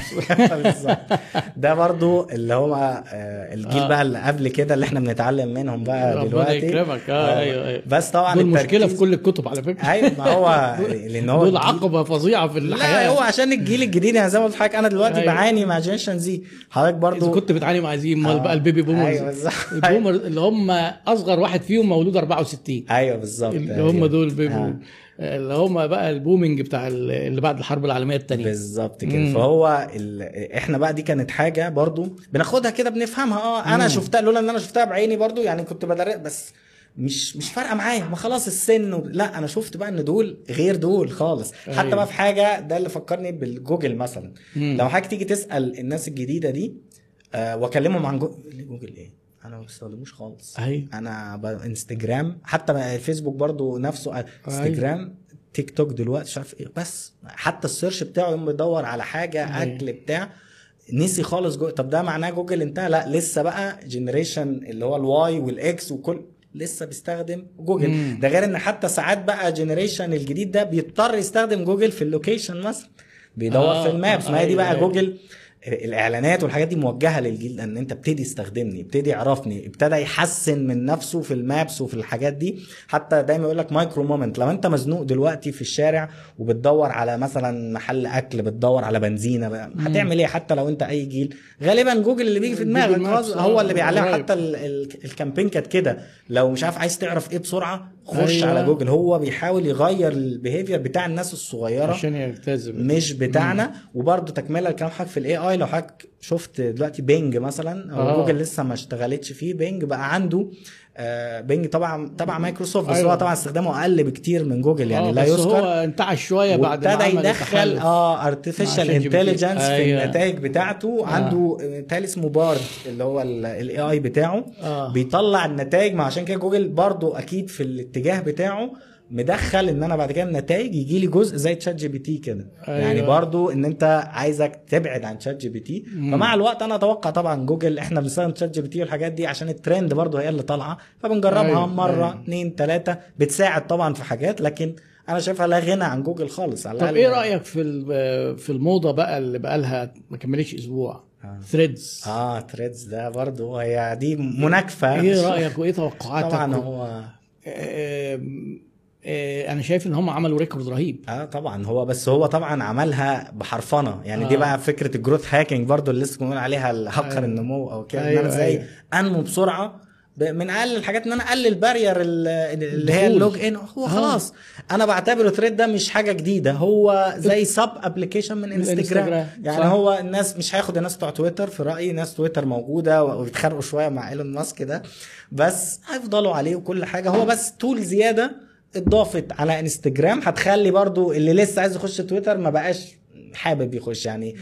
ده برضو اللي هم الجيل آه. بقى اللي قبل كده اللي احنا بنتعلم منهم بقى دلوقتي. يكرمك. اه ايوه ايوه بس طبعا دول مشكله في كل الكتب على فكره. ايوه ما هو لان هو دول عقبه فظيعه في الحياه. لا هو عشان الجيل الجديد يعني زي ما قلت لحضرتك انا دلوقتي أيوة. بعاني مع جنريشن زي. حضرتك برضو كنت بتعاني مع زي امال بقى البيبي بومرز. ايوه بالظبط البومر اللي هم اصغر واحد فيهم مولود أربعة وستين. ايوه بالظبط اللي هم دول بيبو آه. اللي هم بقى البومينج بتاع اللي بعد الحرب العالميه الثانيه بالظبط كده. فهو احنا بقى دي كانت حاجه برضو بناخدها كده بنفهمها. اه انا شفتها لولا ان انا شفتها بعيني برضو يعني كنت بدرس بس مش مش فارقه معايا، ما خلاص السن و... لا انا شفت بقى ان دول غير دول خالص. أيوة. حتى بقى في حاجه ده اللي فكرني بالجوجل مثلا. مم. لو حاجه تيجي تسال الناس الجديده دي آه واكلمهم عن جوجل, جوجل ايه انا ما بستخدموش خالص. أيوة. انا ب... انستجرام حتى الفيسبوك برضو نفسه. انستجرام أيوة. تيك توك دلوقتي مش عارف ايه، بس حتى السيرش بتاعه يوم بيدور على حاجه أيوة. اكل بتاع نسي خالص جوجل. طب ده معناه جوجل انتهى؟ لا لسه بقى جنريشن اللي هو الواي والاكس وكل لسه بيستخدم جوجل. مم. ده غير ان حتى ساعات بقى جنريشن الجديد ده بيضطر يستخدم جوجل في اللوكيشن مثلا. بيدور آه في المابس. ما هي دي بقى أيوة جوجل الاعلانات والحاجات دي موجهه للجيل ان انت ابتدي استخدمني، ابتدي اعرفني، ابتدى يحسن من نفسه في المابس وفي الحاجات دي. حتى دايما يقول لك مايكرو مومنت، لو انت مزنوق دلوقتي في الشارع وبتدور على مثلا محل اكل، بتدور على بنزينه بقى، هتعمل ايه؟ حتى لو انت اي جيل غالبا جوجل اللي بيجي في دماغك هو اللي بيعلمك. حتى الكامبين كانت كده، لو مش عارف عايز تعرف ايه بسرعه خش أيوة. على جوجل. هو بيحاول يغير البيهيفير بتاع الناس الصغيره عشان يلتزم مش بتاعنا. وبرده تكمله الكلام حق في الاي اي، لو حضرتك شفت دلوقتي بينج مثلا، او جوجل لسه ما اشتغلتش فيه، بينج بقى عنده آه بينج طبعا تبع مايكروسوفت، بس أيوة. هو طبعا استخدامه اقل بكتير من جوجل يعني لا يذكر. هو انتعش شويه بعد ما ابتدى يدخل اه ارتفيشال انتليجنس في أيوة. النتائج بتاعته. آه. عنده تالي اسمه بارد اللي هو الاي اي بتاعه آه. بيطلع النتائج. ما عشان كده جوجل برضو اكيد في الاتجاه بتاعه مدخل ان انا بعد كده النتائج يجي لي جزء زي تشات جي بي تي كده. أيوة. يعني برضو ان انت عايزك تبعد عن تشات جي بي تي. فمع الوقت انا اتوقع طبعا جوجل، احنا بنستخدم تشات جي بي تي والحاجات دي عشان الترند برضو هي اللي طالعه، فبنجربها أيوة. مره أيوة. اتنين تلاته، بتساعد طبعا في حاجات، لكن انا شايفها لا غنى عن جوجل خالص. على طب ايه رايك في في الموضه بقى اللي بقى لها ما كملتش اسبوع؟ ثريدز. اه ثريدز ده برضو هي دي مناكفه. ايه رايك وايه توقعاتك؟ طبعا هو آه انا شايف ان هم عملوا ريكورد رهيب. اه طبعا هو بس هو طبعا عملها بحرفنه يعني. آه. دي بقى فكره الجروث هاكينج برضو اللي لسه بنقول عليها الهكر. أيوة. النمو او كده. أيوة. ان انا ازاي أيوة. انمو بسرعه من اقل الحاجات ان انا اقلل بارير اللي هي اللوج ان. هو خلاص آه. انا بعتبره ثريد ده مش حاجه جديده، هو زي سب ابلكيشن من انستجرام يعني. صح. هو الناس مش هياخد الناس بتوع تويتر في رايي، ناس تويتر موجوده وبيتخانقوا شويه مع ايلون ماسك ده، بس هيفضلوا عليه وكل حاجه. هو بس تول زياده اضافت على انستجرام هتخلي برضو اللي لسه عايز يخش تويتر ما بقاش حابب يخش يعني.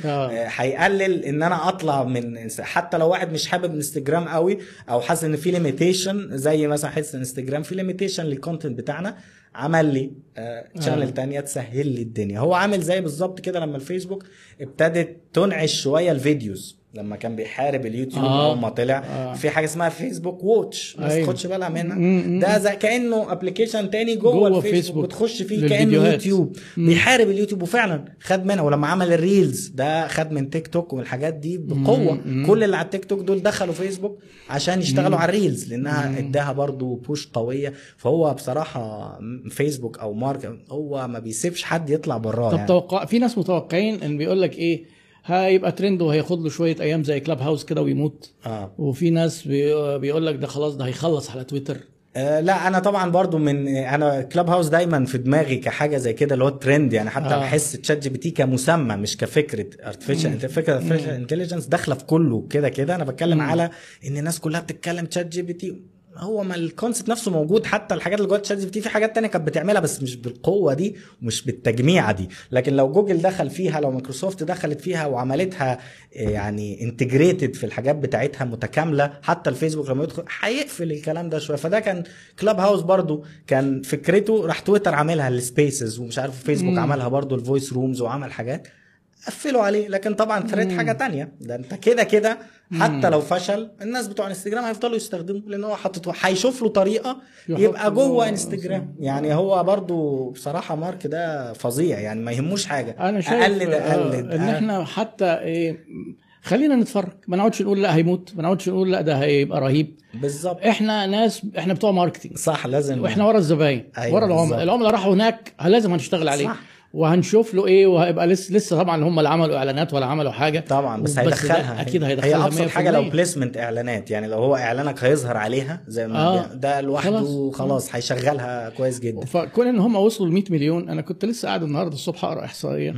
هيقلل ان انا اطلع من، حتى لو واحد مش حابب انستجرام قوي او حاسس ان في ليميتيشن، زي مثلا حاسس انستجرام في ليميتيشن للكونتنت بتاعنا، عمل لي تشانل آه. تانية تسهل لي الدنيا. هو عامل زي بالظبط كده لما الفيسبوك ابتدت تنعش شويه الفيديوز لما كان بيحارب اليوتيوب آه. اول ما طلع. آه. في حاجه اسمها فيسبوك ووتش بس أيوه. تاخدش بالها منها. ده زي كانه ابلكيشن تاني جوه, جوه الفيسبوك فيسبوك. بتخش فيه كانه يوتيوب. مم. بيحارب اليوتيوب وفعلا خد منها. ولما عمل الريلز ده خد من تيك توك والحاجات دي بقوه. مم. كل اللي على التيك توك دول دخلوا فيسبوك عشان يشتغلوا مم. على الريلز لانها اداها برضو بوش قويه. فهو بصراحه فيسبوك او مارك هو ما بيسيبش حد يطلع براه. طب يعني. توقع في ناس متوقعين ان بيقول لك ايه هيبقى ترند وهياخد له شويه ايام زي كلاب هاوس كده ويموت. آه. وفي ناس بيقول لك ده خلاص ده هيخلص على تويتر. آه لا انا طبعا برضو من انا كلاب هاوس دايما في دماغي كحاجه زي كده اللي هو الترند يعني. حتى آه. بحس تشات جي بي تي كمسمى مش كفكره ارتفيشال فكره ارتفيشال انتليجنس داخله في كله كده كده. انا بتكلم مم. على ان الناس كلها بتتكلم تشات جي بي تي. هو ما الكونسيبت نفسه موجود. حتى الحاجات اللي جوه تشات جي بي تي في حاجات تانية كانت بتعملها بس مش بالقوه دي ومش بالتجميعه دي. لكن لو جوجل دخل فيها، لو مايكروسوفت دخلت فيها وعملتها يعني انتجريتد في الحاجات بتاعتها متكامله، حتى الفيسبوك لما يدخل هيقفل الكلام ده شويه. فده كان كلاب هاوس برضو كان فكرته. راح تويتر عاملها السبيسز ومش عارف فيسبوك عملها برضو الفويس رومز وعمل حاجات قفلوا عليه. لكن طبعا ثريد حاجه تانية. ده انت كده كده حتى لو فشل الناس بتوع انستجرام هيفضلوا يستخدموا لان هو حاطط هيشوف له طريقه يبقى جوه انستجرام. يعني هو برضو بصراحه مارك ده فظيع يعني ما يهموش حاجه. انا شايف اقلد اقلد ان احنا حتى ايه خلينا نتفرج، ما نقعدش نقول لا هيموت، ما نقعدش نقول لا ده هيبقى رهيب. بالظبط. احنا ناس احنا بتوع ماركتينج صح. لازم واحنا ورا الزباين. أيوة ورا العملاء. العملاء راحوا هناك لازم هنشتغل عليه. صح. وهنشوف له ايه وهيبقى لسه لسه طبعا هم اللي عملوا اعلانات ولا عملوا حاجه طبعا بس هيدخلها اكيد هيدخلها. هي ابسط حاجه لو بليسمنت اعلانات يعني. لو هو اعلانك هيظهر عليها زي ما آه. ده لوحده خلاص هيشغلها كويس جدا. فكون ان هم وصلوا ل مية مليون. انا كنت لسه قاعد النهارده الصبح اقرا احصائيه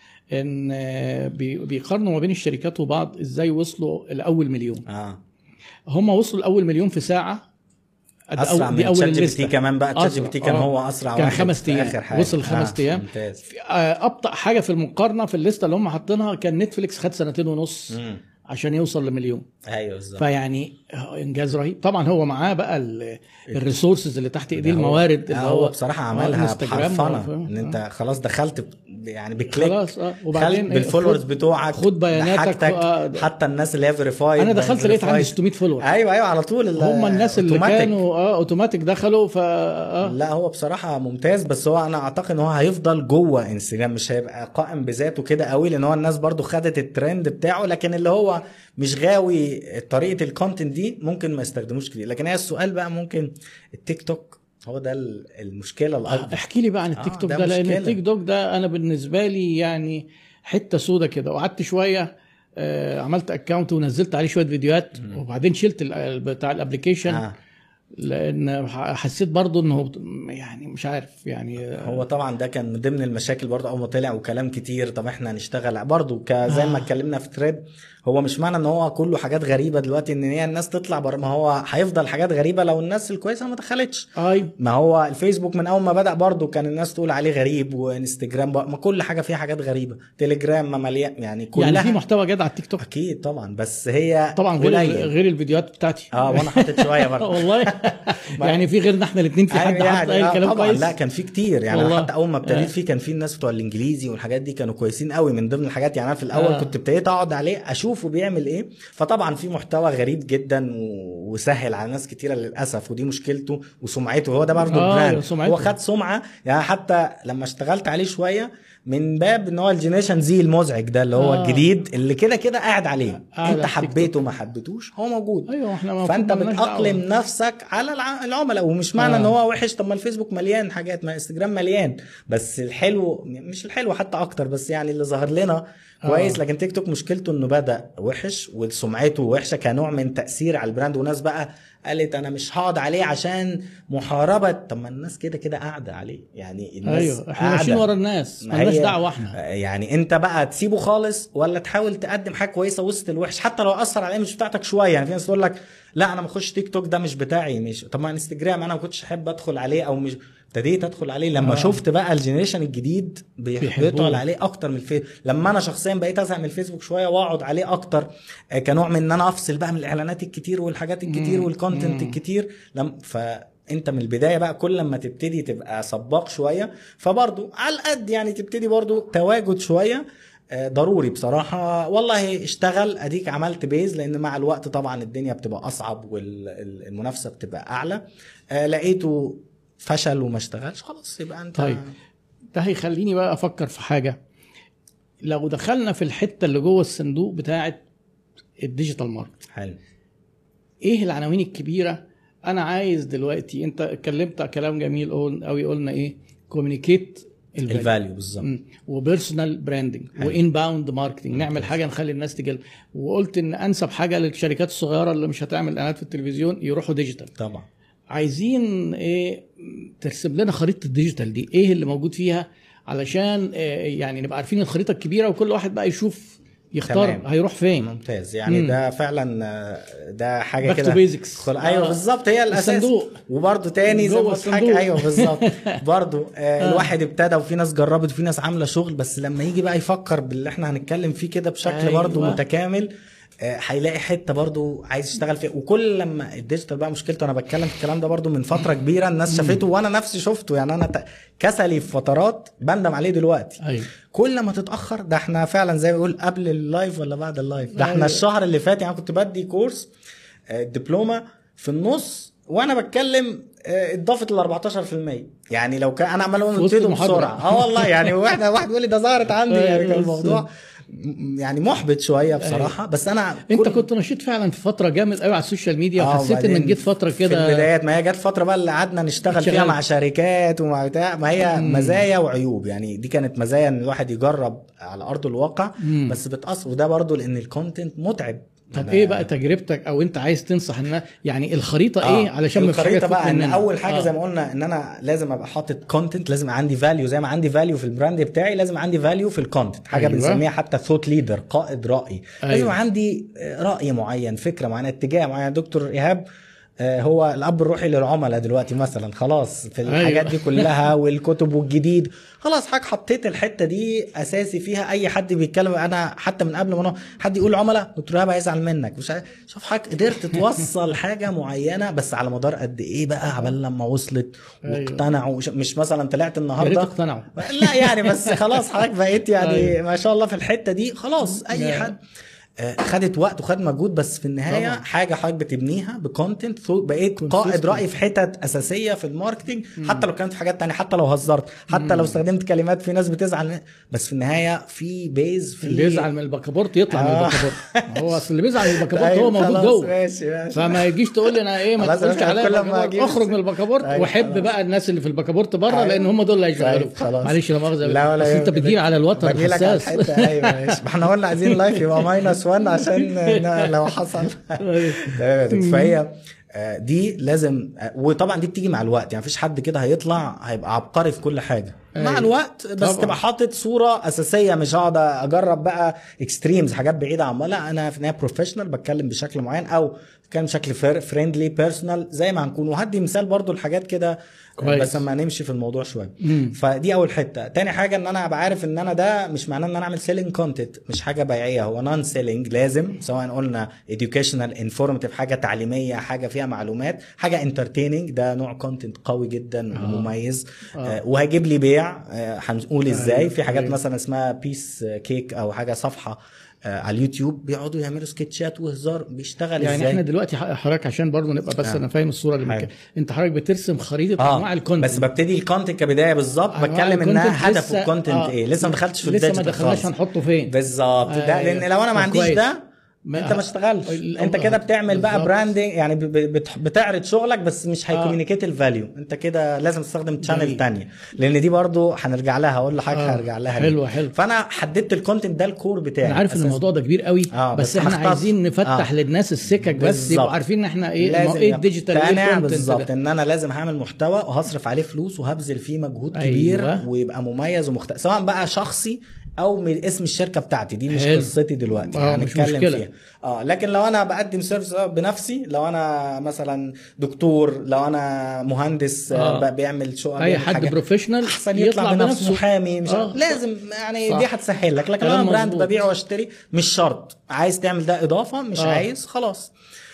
ان بيقارنوا ما بين الشركات وبعض ازاي وصلوا لاول مليون. اه هم وصلوا لاول مليون في ساعه. اسرع من تشات جي بي تي كمان بقى. تشات جي بي تي كان هو اسرع كان واحد خمس ايام وصل خمس آه. ايام. ابطا حاجه في المقارنه في الليسته اللي هم حاطينها كان نتفليكس خد سنتين ونص مم. عشان يوصل لمليون. ايوه بالظبط. فيعني انجاز رهيب طبعا. هو معاه بقى الريسورسز اللي تحت ايديه، الموارد اللي هو, هو بصراحه عملها بحرفنه ان انت آه. خلاص دخلت يعني بكليك خلاص اه. وبعدين بالفولورز بتوعك، خد بياناتك آه. حتى الناس اللي هي فيريفايد. انا دخلت لقيت عندي ستمية فولور. ايوه ايوه على طول. هم الناس اللي أوتوماتيك. كانوا اه اوتوماتيك دخلوا ف آه. لا هو بصراحه ممتاز، بس هو انا اعتقد ان هو هيفضل جوه انستجرام، مش هيبقى قائم بذاته كده قوي، لان هو الناس برضو خدت الترند بتاعه، لكن اللي هو مش غاوي طريقه الكونتنت دي ممكن ما يستخدموش كتير. لكن هي السؤال بقى ممكن التيك توك هو ده المشكله الاكبر. احكي لي بقى عن التيك توك آه ده, ده لان التيك توك ده انا بالنسبه لي يعني حته سودا كده. وقعدت شويه آه عملت اكاونت ونزلت عليه شويه فيديوهات، وبعدين شلت بتاع الابليكيشن آه. لان حسيت برضو انه يعني مش عارف يعني. هو طبعا ده كان من ضمن المشاكل برضو اول ما طلع وكلام كتير. طب احنا هنشتغل برضو زي ما اتكلمنا في تريد، هو مش معنى ان هو كله حاجات غريبه دلوقتي ان هي الناس تطلع بره، ما هو هيفضل حاجات غريبه لو الناس الكويسه ما دخلتش. ايوه ما هو الفيسبوك من اول ما بدا برضو كان الناس تقول عليه غريب، وانستجرام ما كل حاجه فيها حاجات غريبه، تليجرام ما مليان يعني كلها. يعني في محتوى جدع على التيك توك اكيد طبعا، بس هي طبعا غير غير الفيديوهات بتاعتي. اه وانا حاطط شويه برضه والله يعني في غيرنا احنا الاثنين في حد يعني حط اي كلام كويس. لا كان في كتير يعني والله. حتى اول ما ابتديت فيه كان في الناس بتوع الانجليزي والحاجات دي كانوا كويسين قوي من ضمن الحاجات. يعني انا في الاول آه. كنت ابتديت اقعد عليه اشوفه بيعمل ايه، فطبعا في محتوى غريب جدا وسهل على ناس كتيره للاسف، ودي مشكلته وسمعته. هو ده برضه آه براند، هو خد سمعه يعني. حتى لما اشتغلت عليه شويه من باب ان هو الجينيشن زي المزعج ده اللي هو آه. الجديد اللي كده كده قاعد عليه، انت حبيته ما حبيتوش هو موجود. ايوه احنا فانت بتأقلم نفسك على العملاء. ومش معنى آه. ان هو وحش، طب ما الفيسبوك مليان حاجات، ما انستجرام مليان، بس الحلو مش الحلو حتى اكتر، بس يعني اللي ظهر لنا كويس. آه. لكن تيك توك مشكلته انه بدأ وحش وسمعته وحشه كنوع من تأثير على البراند، وناس بقى قالت انا مش هقعد عليه عشان محاربه. طب ما الناس كده كده قاعده عليه يعني. الناس ايوه احنا ماشيين ورا الناس، مالناش دعوه احنا. يعني انت بقى تسيبه خالص ولا تحاول تقدم حاجه كويسه وسط الوحش، حتى لو اثر على الايمج بتاعتك شويه. يعني في ناس تقول لك لا انا ما اخش تيك توك ده مش بتاعي، مش طب ما انستجرام انا ما كنتش احب ادخل عليه، او مش ابتديت ادخل عليه لما آه. شفت بقى الجينيريشن الجديد بيحبطوا عليه اكتر من الفيسبوك. لما انا شخصيا بقيت ازهق من الفيسبوك شويه واقعد عليه اكتر كنوع من ان انا افصل بقى من الاعلانات الكتير والحاجات الكتير والكونتنت الكتير. لما فانت من البدايه بقى كل لما تبتدي تبقى سباق شويه، فبرضو على القد يعني تبتدي برضو تواجد شويه ضروري بصراحة. والله اشتغل اديك عملت بيز، لان مع الوقت طبعا الدنيا بتبقى اصعب والمنافسة بتبقى اعلى. لقيته فشل وما اشتغلش خلاص يبقى انت. طيب ده هيخليني بقى افكر في حاجة. لو دخلنا في الحتة اللي جوه الصندوق بتاعة الديجيتال ماركت، حلو، ايه العناوين الكبيرة؟ انا عايز دلوقتي، انت اتكلمت كلام جميل قوي، قلنا ايه؟ كوميونيكيت الفاليو بالظبط، وبيرسونال براندنج وانباوند ماركتنج، نعمل حاجه نخلي الناس تجي. وقلت ان انسب حاجه للشركات الصغيره اللي مش هتعمل اعلانات في التلفزيون يروحوا ديجيتال. طبعا عايزين ايه؟ ترسم لنا خريطه الديجيتال دي، ايه اللي موجود فيها علشان إيه يعني نبقى عارفين الخريطه الكبيره وكل واحد بقى يشوف يختار تمام. هيروح فين. ممتاز يعني. مم. ده فعلا ده حاجه كده بيزكس. ايوه بالظبط، هي الاساس. وبرده تاني زي ما قلت حاجه ايوه بالظبط. برده آه الواحد ابتدى وفي ناس جربت وفي ناس عامله شغل، بس لما يجي بقى يفكر باللي احنا هنتكلم فيه كده بشكل أيوة. برده متكامل، هيلاقي آه حته برضو عايز يشتغل فيها. وكل لما الديجيتال بقى مشكلته، انا بتكلم في الكلام ده برضو من فتره كبيره، الناس شافته وانا نفسي شفته. يعني انا كسلي في فترات بندم عليه دلوقتي. أيوة. كل ما تتاخر، ده احنا فعلا زي ما بيقول قبل اللايف ولا بعد اللايف. ده احنا أيوة. الشهر اللي فات يعني كنت بدي كورس دبلومه في النص وانا بتكلم اضافه ال أربعتاشر في المية. يعني لو كان انا عمال اقول بسرعه اه والله يعني واحد واحد يقول لي ده ظهرت عندي. يعني كان الموضوع يعني محبط شويه بصراحه. بس انا انت كنت نشيط فعلا في فتره جامد قوي على السوشيال ميديا، وحسيت انك جيت فتره كده في البدايات. ما هي جت فتره بقى اللي قعدنا نشتغل فيها مع شركات ومع بتاع. ما هي مم. مزايا وعيوب. يعني دي كانت مزايا ان الواحد يجرب على ارض الواقع، مم. بس بتاثر. وده برضو لان الكونتنت متعب. طب ايه بقى تجربتك، او انت عايز تنصح ان يعني الخريطه آه. ايه علشان ما الخريطه بقى ان اول حاجه آه. زي ما قلنا ان انا لازم ابقى حاطط كونتنت، لازم عندي فاليو. زي ما عندي فاليو في البراند بتاعي لازم عندي فاليو في الكونتنت. حاجه أيوة. بنسميها حتى ثوت ليدر، قائد راي. أيوة. لازم عندي راي معين، فكره معينه، اتجاه معين. دكتور ايهاب هو الاب الروحي للعملاء دلوقتي مثلا، خلاص في الحاجات دي كلها والكتب والجديد، خلاص حضرتك حطيت الحته دي اساسي فيها. اي حد بيتكلم، انا حتى من قبل ما حد يقول عملاء دكتور ايهاب هيزعل منك، مش عارف. شوف حضرتك قدرت توصل حاجه معينه، بس على مدار قد ايه بقى عبال لما وصلت واقتنعوا. مش مثلا طلعت النهارده اقتنعوا لا يعني، بس خلاص حضرتك بقيت يعني ما شاء الله في الحته دي، خلاص اي حد. خدت وقت وخد مجهود، بس في النهايه طبعا. حاجه حضرتك بتبنيها بكونتنت، بقيت قائد راي في حتت اساسيه في الماركتنج، حتى لو كانت في حاجات تانية، حتى لو هزرت، حتى مم. لو استخدمت كلمات في ناس بتزعل، بس في النهايه في بيز. في اللي بيزعل من البكابورت يطلع آه. من البكابورت. هو اصل اللي بيزعل من البكابورت هو موجود جوه. ماشي ماشي. فما يجيش تقول لي انا ايه، ما تقولش عليا اخرج من البكابورت وحب بقى الناس اللي في البكابورت بره، لان هم دول اللي هيشغلوك. معلش لا مؤاخذه، بس انت بتجيب على الوتر الحساس. ايوه ماشي. احنا قلنا عايزين لايف يبقى ماينس واحد عشان لو حصل. فهي دي لازم، وطبعا دي بتيجي مع الوقت، يعني مفيش حد كده هيطلع هيبقى عبقري في كل حاجه مع الوقت، بس طبعا. تبقى حاطط صوره اساسيه، مش هقعد اجرب بقى اكستريمز حاجات بعيده عن، لا انا في النهايه بروفيشنال بتكلم بشكل معين، او كان بشكل فريندلي بيرسونال زي ما هنكون. وهدي مثال برضو الحاجات كده كويس. بس لما نمشي في الموضوع شويه. فدي اول حته. تاني حاجه ان انا ابقى عارف ان انا ده مش معناه ان انا اعمل سيلينج كونتنت، مش حاجه بيعيه، هو نون سيلينج. لازم سواء قلنا educational informative، حاجه تعليميه، حاجه فيها معلومات، حاجه entertaining، ده نوع كونتنت قوي جدا آه. ومميز آه. آه وهيجيب لي بيع. هنقول آه. ازاي آه. في حاجات آه. مثلا اسمها بيس كيك او حاجه صفحه آه على اليوتيوب بيقعدوا يعملوا سكتشات وهزار، بيشتغل يعني ازاي. يعني احنا دلوقتي حضرتك عشان برضو نبقى بس آه. انا فاهم الصوره اللي ممكن انت حضرتك بترسم خريطه آه. انواع الكونتنت، بس ببتدي الكونتنت كبدايه بالظبط، بتكلم انها هدف الكونتنت آه. ايه. لسه ما دخلتش في الديجيتال، لسه ما دخلناش هنحطه فين بالظبط. آه. ده لان لو انا ما عنديش ده ما انت ما اشتغلش، انت كده بتعمل بقى براندنج، يعني بتعرض شغلك بس مش هيكومينيكيت الفاليو. انت كده لازم تستخدم تشانل تانية، لان دي برضو هنرجع لها، هقول لحضرتك آه. هرجع لها. حلو حلو. فانا حددت الكونتنت ده الكور بتاعي. انا عارف ان الموضوع ده كبير قوي آه. بس, بس احنا عايزين نفتح آه. للناس السكك، بس يبقوا عارفين ان احنا ايه ايه الديجيتال ايه بالظبط. ان انا لازم هعمل محتوى وهصرف عليه فلوس وهبذل فيه مجهود أيوة. كبير ويبقى مميز ومختلف، سواء بقى شخصي او من اسم الشركه بتاعتي. دي مش قصتي دلوقتي هنتكلم يعني فيها اه. لكن لو انا بقدم سيرفيس بنفسي، لو انا مثلا دكتور، لو انا مهندس آه. بيعمل شغل، اي حد بروفيشنال احسن يطلع بنفسه، محامي مش آه. لازم يعني صح. دي هتسهل لك. لكن انا براند ببيع واشتري، مش شرط. عايز تعمل ده اضافه، مش آه. عايز خلاص.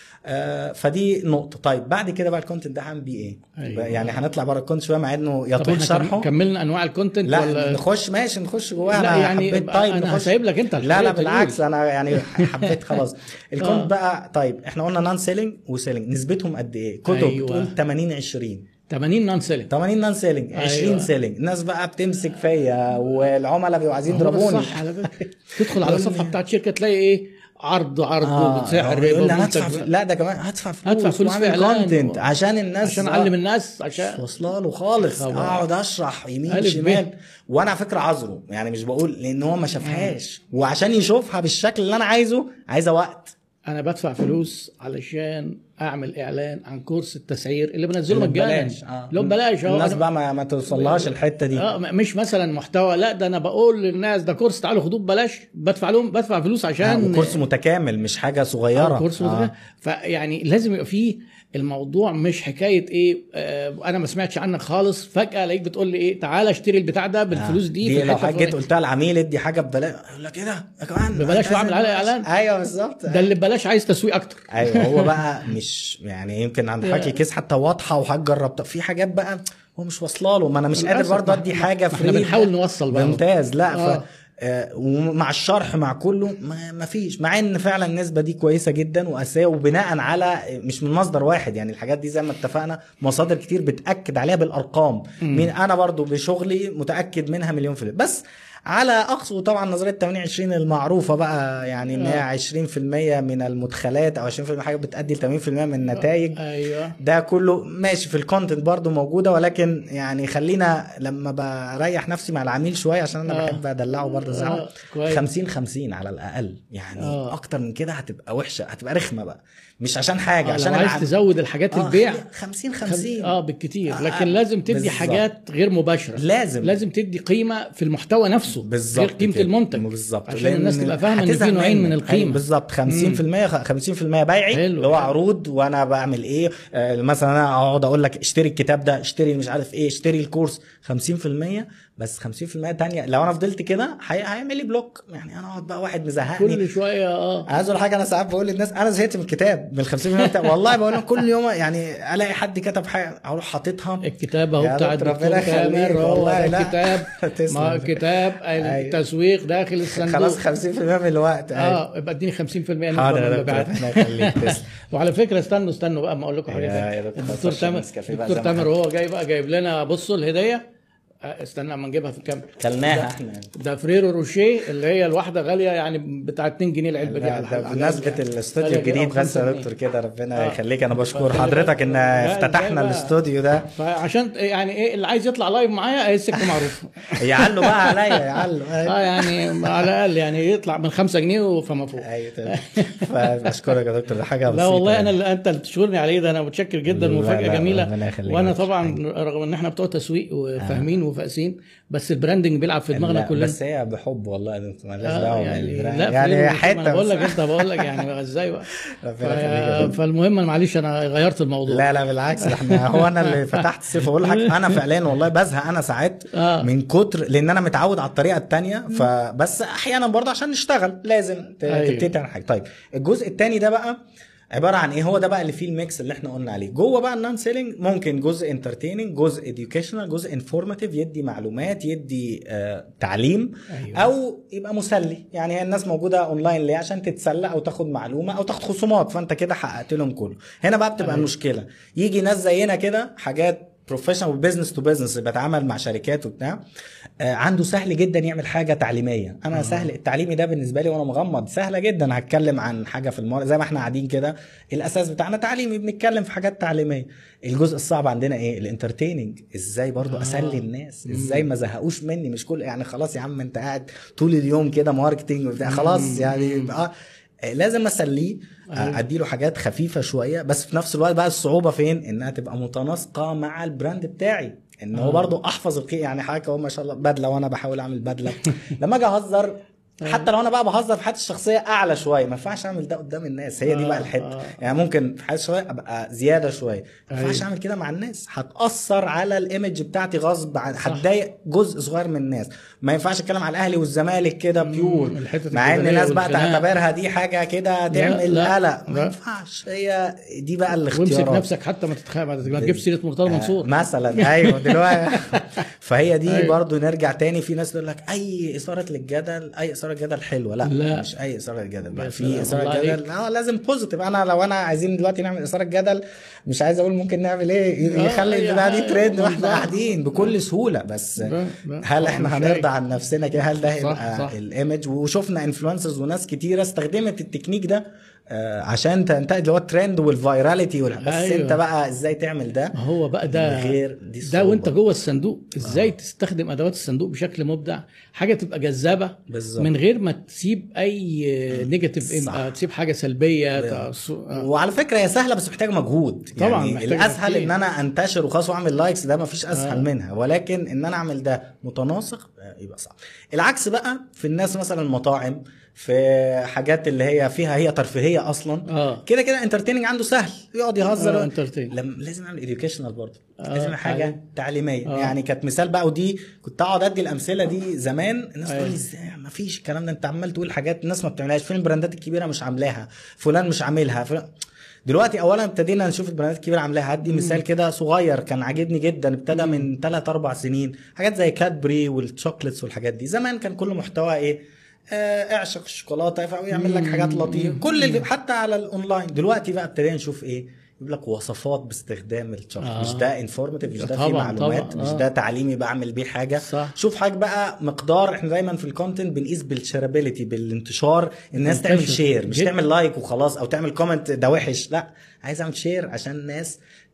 آه فدي نقطه. طيب بعد كده بقى الكونتنت ده هعمل بيه ايه؟ أيوة. يعني هنطلع بره الكونتنت شويه، مع انه يطول شرحه. كملنا انواع الكونتنت لا ولا نخش ماشي نخش جواها. لا يعني طيب انا هسيب لك انت. لا لا بالعكس، انا يعني حبيت خلاص الكونت آه. بقى. طيب احنا قلنا نون سيلينج وسيلينج، نسبتهم قد ايه؟ كتب أيوة. تقول ثمانين عشرين ثمانين نون سيلينج ثمانين نون سيلينج عشرين أيوة. سيلينج. الناس بقى بتمسك فيا والعملاء بيبقوا عايزين يضربوني. تدخل على الصفحه بتاعت شركه تلاقي ايه عرض عرض آه بسعر يقول لي هدفع ف... لا ده كمان هدفع فلوس هدفع فلوس في كونتنت عشان الناس، عشان اعلم الناس، عشان واصله له خالص. اقعد اشرح يمين شمال، وانا على فكره عذره يعني، مش بقول لان هو ما شافهاش آه. وعشان يشوفها بالشكل اللي انا عايزه عايزه وقت. انا بدفع فلوس علشان اعمل اعلان عن كورس التسعير اللي بنزله مجانا آه. لو ببلاش. الناس بقى ما, ما توصلهاش الحته دي اه مش مثلا محتوى، لا ده انا بقول للناس ده كورس تعالوا خدوه ببلاش، بدفع لهم بدفع فلوس عشان آه. كورس متكامل مش حاجه صغيره. آه. كورس آه. متكامل. فيعني لازم يبقى فيه الموضوع مش حكايه ايه آه انا ما سمعتش عنك خالص فجاه الاقيك بتقول لي ايه تعالى اشتري البتاع ده بالفلوس دي. دي لو حاجه جيت قلتها للعميل ادي حاجه ببلاش يقول لك ايه ده يا كمان ببلاش واعمل عليها اعلان. ايوه بالظبط. ده اللي ببلاش عايز تسويق اكتر. ايوه هو بقى مش يعني يمكن عند حكي كيس حتى واضحه وحاجه جربت في حاجات بقى هو مش واصله له، ما انا مش قادر برضه ادي حاجه فري. احنا بنحاول نوصل بقى ممتاز. لا آه. ف آه ومع الشرح مع كله ما فيش، مع ان فعلا النسبه دي كويسه جدا واساسيه، وبناء على مش من مصدر واحد يعني. الحاجات دي زي ما اتفقنا مصادر كتير بتاكد عليها بالارقام. من انا برضو بشغلي متاكد منها مليون في المية. بس على اقصى، وطبعا نظريه ثمانين عشرين المعروفه بقى يعني ان هي عشرين في المية من المدخلات او عشرين في المية حاجه بتؤدي ل ثمانين في المية من النتائج. ايوه ده كله ماشي في الكونتنت برضو موجوده، ولكن يعني خلينا لما بريح نفسي مع العميل شويه عشان انا آه. بحب ادلعه برضو زعل. خمسين خمسين على الاقل يعني. آه. اكتر من كده هتبقى وحشه، هتبقى رخمه بقى، مش عشان حاجه آه عشان عايز العم... تزود الحاجات آه البيع خمسين خمسين اه بالكتير. لكن آه لازم تدي بالزبط. حاجات غير مباشره. لازم لازم تدي قيمه في المحتوى نفسه نفسه بالظبط، غير قيمه المنتج بالظبط، عشان الناس تبقى فاهمه ان في نوعين من القيمه. بالظبط، خمسين في المية خمسين في المية بيعي اللي هو عروض، وانا بعمل ايه آه مثلا انا اقعد اقول لك اشتري الكتاب ده، اشتري مش عارف ايه، اشتري الكورس، خمسين في المية. بس خمسين في المية تانية لو انا فضلت كده هيعمل لي بلوك، يعني انا اقعد بقى واحد مزهقني كل شويه. اه عايز اقول حاجه، انا ساعات بقول للناس انا زهقت من الكتاب، من ال خمسين في المية والله بقول لهم كل يوم يعني الاقي حد كتب حاجه اروح حاططها الكتاب اهو بتاع الدكتور تامر، والله الكتاب ما كتاب التسويق داخل الصندوق. خلاص خمسين في المية من الوقت. اه يبقى اديني خمسين في المية نسبه من المبيعات. وعلى فكره استنوا استنوا بقى ما اقول لكم حاجه ثانيه. الدكتور تامر الدكتور تامر وهو جاي بقى جايب لنا بصوا الهديه، استنى اما نجيبها في الكاميرا. كلناها احنا. ده فريرو روشيه اللي هي الواحده غاليه يعني بتاع اتنين جنيه العلبه دي. بمناسبه الاستوديو الجديد بس يا دكتور كده ربنا يخليك، انا بشكر حضرتك ان افتتحنا الاستوديو ده، فعشان يعني ايه اللي عايز يطلع لايف معايا ايه السكه معروفه. يعلوا بقى عليا يعلوا اه يعني على الاقل يعني يطلع من خمسة جنيه فما فوق. ايوه تمام. فبشكرك يا دكتور، ده حاجه بسيطه. لا والله انا اللي انت اللي تشكرني عليه ده، انا متشكر جدا، مفاجاه جميله. وانا طبعا رغم ان احنا بتوع تسويق وفاهمين وفاسين، بس البراندنج بيلعب في دماغنا كلنا. بس هي بحب والله انت مالهاش دعوه يعني بالبراند يعني حته انا بقول لك انت بقول لك يعني ازاي بقى. فالمهم معلش انا غيرت الموضوع. لا لا بالعكس، احنا هو انا اللي فتحت السيف اقول لك انا فعليا والله بزهق انا ساعات آه. من كتر، لان انا متعود على الطريقه الثانيه، فبس احيانا برضه عشان نشتغل لازم تبتدي تعمل حاجه. طيب الجزء الثاني ده بقى عباره عن ايه؟ هو ده بقى اللي فيه الميكس اللي احنا قلنا عليه جوه بقى النون سيلينج. ممكن جزء انترتيننج، جزء اديوكيشنال، جزء انفورماتيف، يدي معلومات، يدي آه تعليم. أيوة. او يبقى مسلي، يعني الناس موجوده اونلاين ليه؟ عشان تتسلى او تاخد معلومه او تاخد خصومات، فانت كده حققت لهم كله. هنا بقى بتبقى أيوة. المشكله يجي ناس زينا كده حاجات بروفيشنال وبزنس تو بزنس، بيتعامل مع شركات وبتاع، آه عنده سهل جدا يعمل حاجه تعليميه. انا آه. سهل التعليمي ده بالنسبه لي وانا مغمض سهله جدا، هتكلم عن حاجه في المار زي ما احنا قاعدين كده، الاساس بتاعنا تعليمي، بنتكلم في حاجات تعليميه. الجزء الصعب عندنا ايه؟ الانترتيننج، ازاي برضو اسلي الناس، ازاي ما زهقوش مني، مش كل يعني خلاص يا عم انت قاعد طول اليوم كده ماركتنج وبتاع خلاص يعني اه لازم اسليه، اديله حاجات خفيفه شويه، بس في نفس الوقت بقى الصعوبه فين؟ انها تبقى متناسقه مع البراند بتاعي، ان هو برضو احفظ القيم. يعني حاجه هو ما شاء الله بدله وانا بحاول اعمل بدله، لما اجي اهزر حتى لو انا بقى بهزر في حياتي الشخصيه اعلى شويه، ما ينفعش اعمل ده قدام الناس. هي دي بقى الحته، يعني ممكن في حياتي شويه ابقى زياده شويه، ما ينفعش اعمل كده مع الناس، هتاثر على الايمج بتاعتي غصب عن، هتضايق جزء صغير من الناس. ما ينفعش اتكلم على الاهلي والزمالك كده بيور، مع ان الناس بقى تعتبرها دي حاجه كده تعمل قلق، ما ينفعش. هي دي بقى الاختيارات. وامسك نفسك حتى ما تتخيل ما تجيبش سيره مرتضى منصور مثلا. ايوه دلوقتي فهي دي أيوة. برضو نرجع تاني، في ناس تقول لك اي اثاره للجدل، اي اثاره للجدل حلوه، لا, لا مش اي اثاره للجدل بقى، في اثاره للجدل اه لازم بوزيتيف. انا لو انا عايزين دلوقتي نعمل اثاره جدل، مش عايز اقول ممكن نعمل ايه يخلي البتاع دي ترند واحنا قاعدين بكل سهوله، بس هل احنا هنرضى عن نفسنا كده؟ هل ده هيبقى الايمج؟ وشفنا انفلونسرز وناس كتيره استخدمت التكنيك ده آه عشان تنتقل اللي هو الترند والفايراليتي وال... بس أيوة. انت بقى ازاي تعمل ده؟ هو بقى ده غير ده وانت جوه الصندوق ازاي آه. تستخدم ادوات الصندوق بشكل مبدع، حاجه تبقى جذابه بالزبط. من غير ما تسيب اي نيجاتيف، تسيب حاجه سلبيه آه. وعلى فكره هي سهله بس محتاجه مجهود طبعا. يعني الاسهل كتير. ان انا انتشر وخلاص واعمل لايكس، ده ما فيش اسهل آه. منها، ولكن ان انا اعمل ده متناسق يبقى صعب. العكس بقى في الناس مثلا المطاعم، في حاجات اللي هي فيها هي ترفيهيه اصلا آه. كده كده انترتيننج عنده سهل يقعد يهزر آه لم لازم اعمل اديوكيشنال برضه آه. لازم حاجه آه. تعليميه آه. يعني كانت مثال بقى، ودي كنت اقعد ادي الامثله دي زمان، الناس تقول لي ازاي ما فيش الكلام ده، انت عمال تقول حاجات الناس ما بتعملهاش، فين البراندات الكبيره مش عاملاها، فلان مش عاملها فلان. دلوقتي اولا ابتدينا نشوف البراندات الكبيره عاملاها. هدي مثال كده صغير كان عاجبني جدا، ابتدى من ثلاثة أربعة سنين، حاجات زي كادبري والشوكليتس والحاجات دي. زمان كان كل محتوى ايه؟ اعشق الشوكولاته، فيعمل لك حاجات لطيفه كل اللي حتى على الاونلاين. دلوقتي بقى ابتدينا نشوف ايه؟ يقول لك وصفات باستخدام الشوكليت آه. مش ده انفورماتيف، مش ده فيه معلومات طبعًا. مش ده تعليمي بعمل بيه حاجه صح. شوف حاجه بقى مقدار، احنا دايما في الكونتنت بنقيس بالشيرابيليتي، بالانتشار، الناس تعمل شير مش جد. تعمل لايك وخلاص او تعمل كومنت ده وحش، لا عايز اعمل شير عشان الناس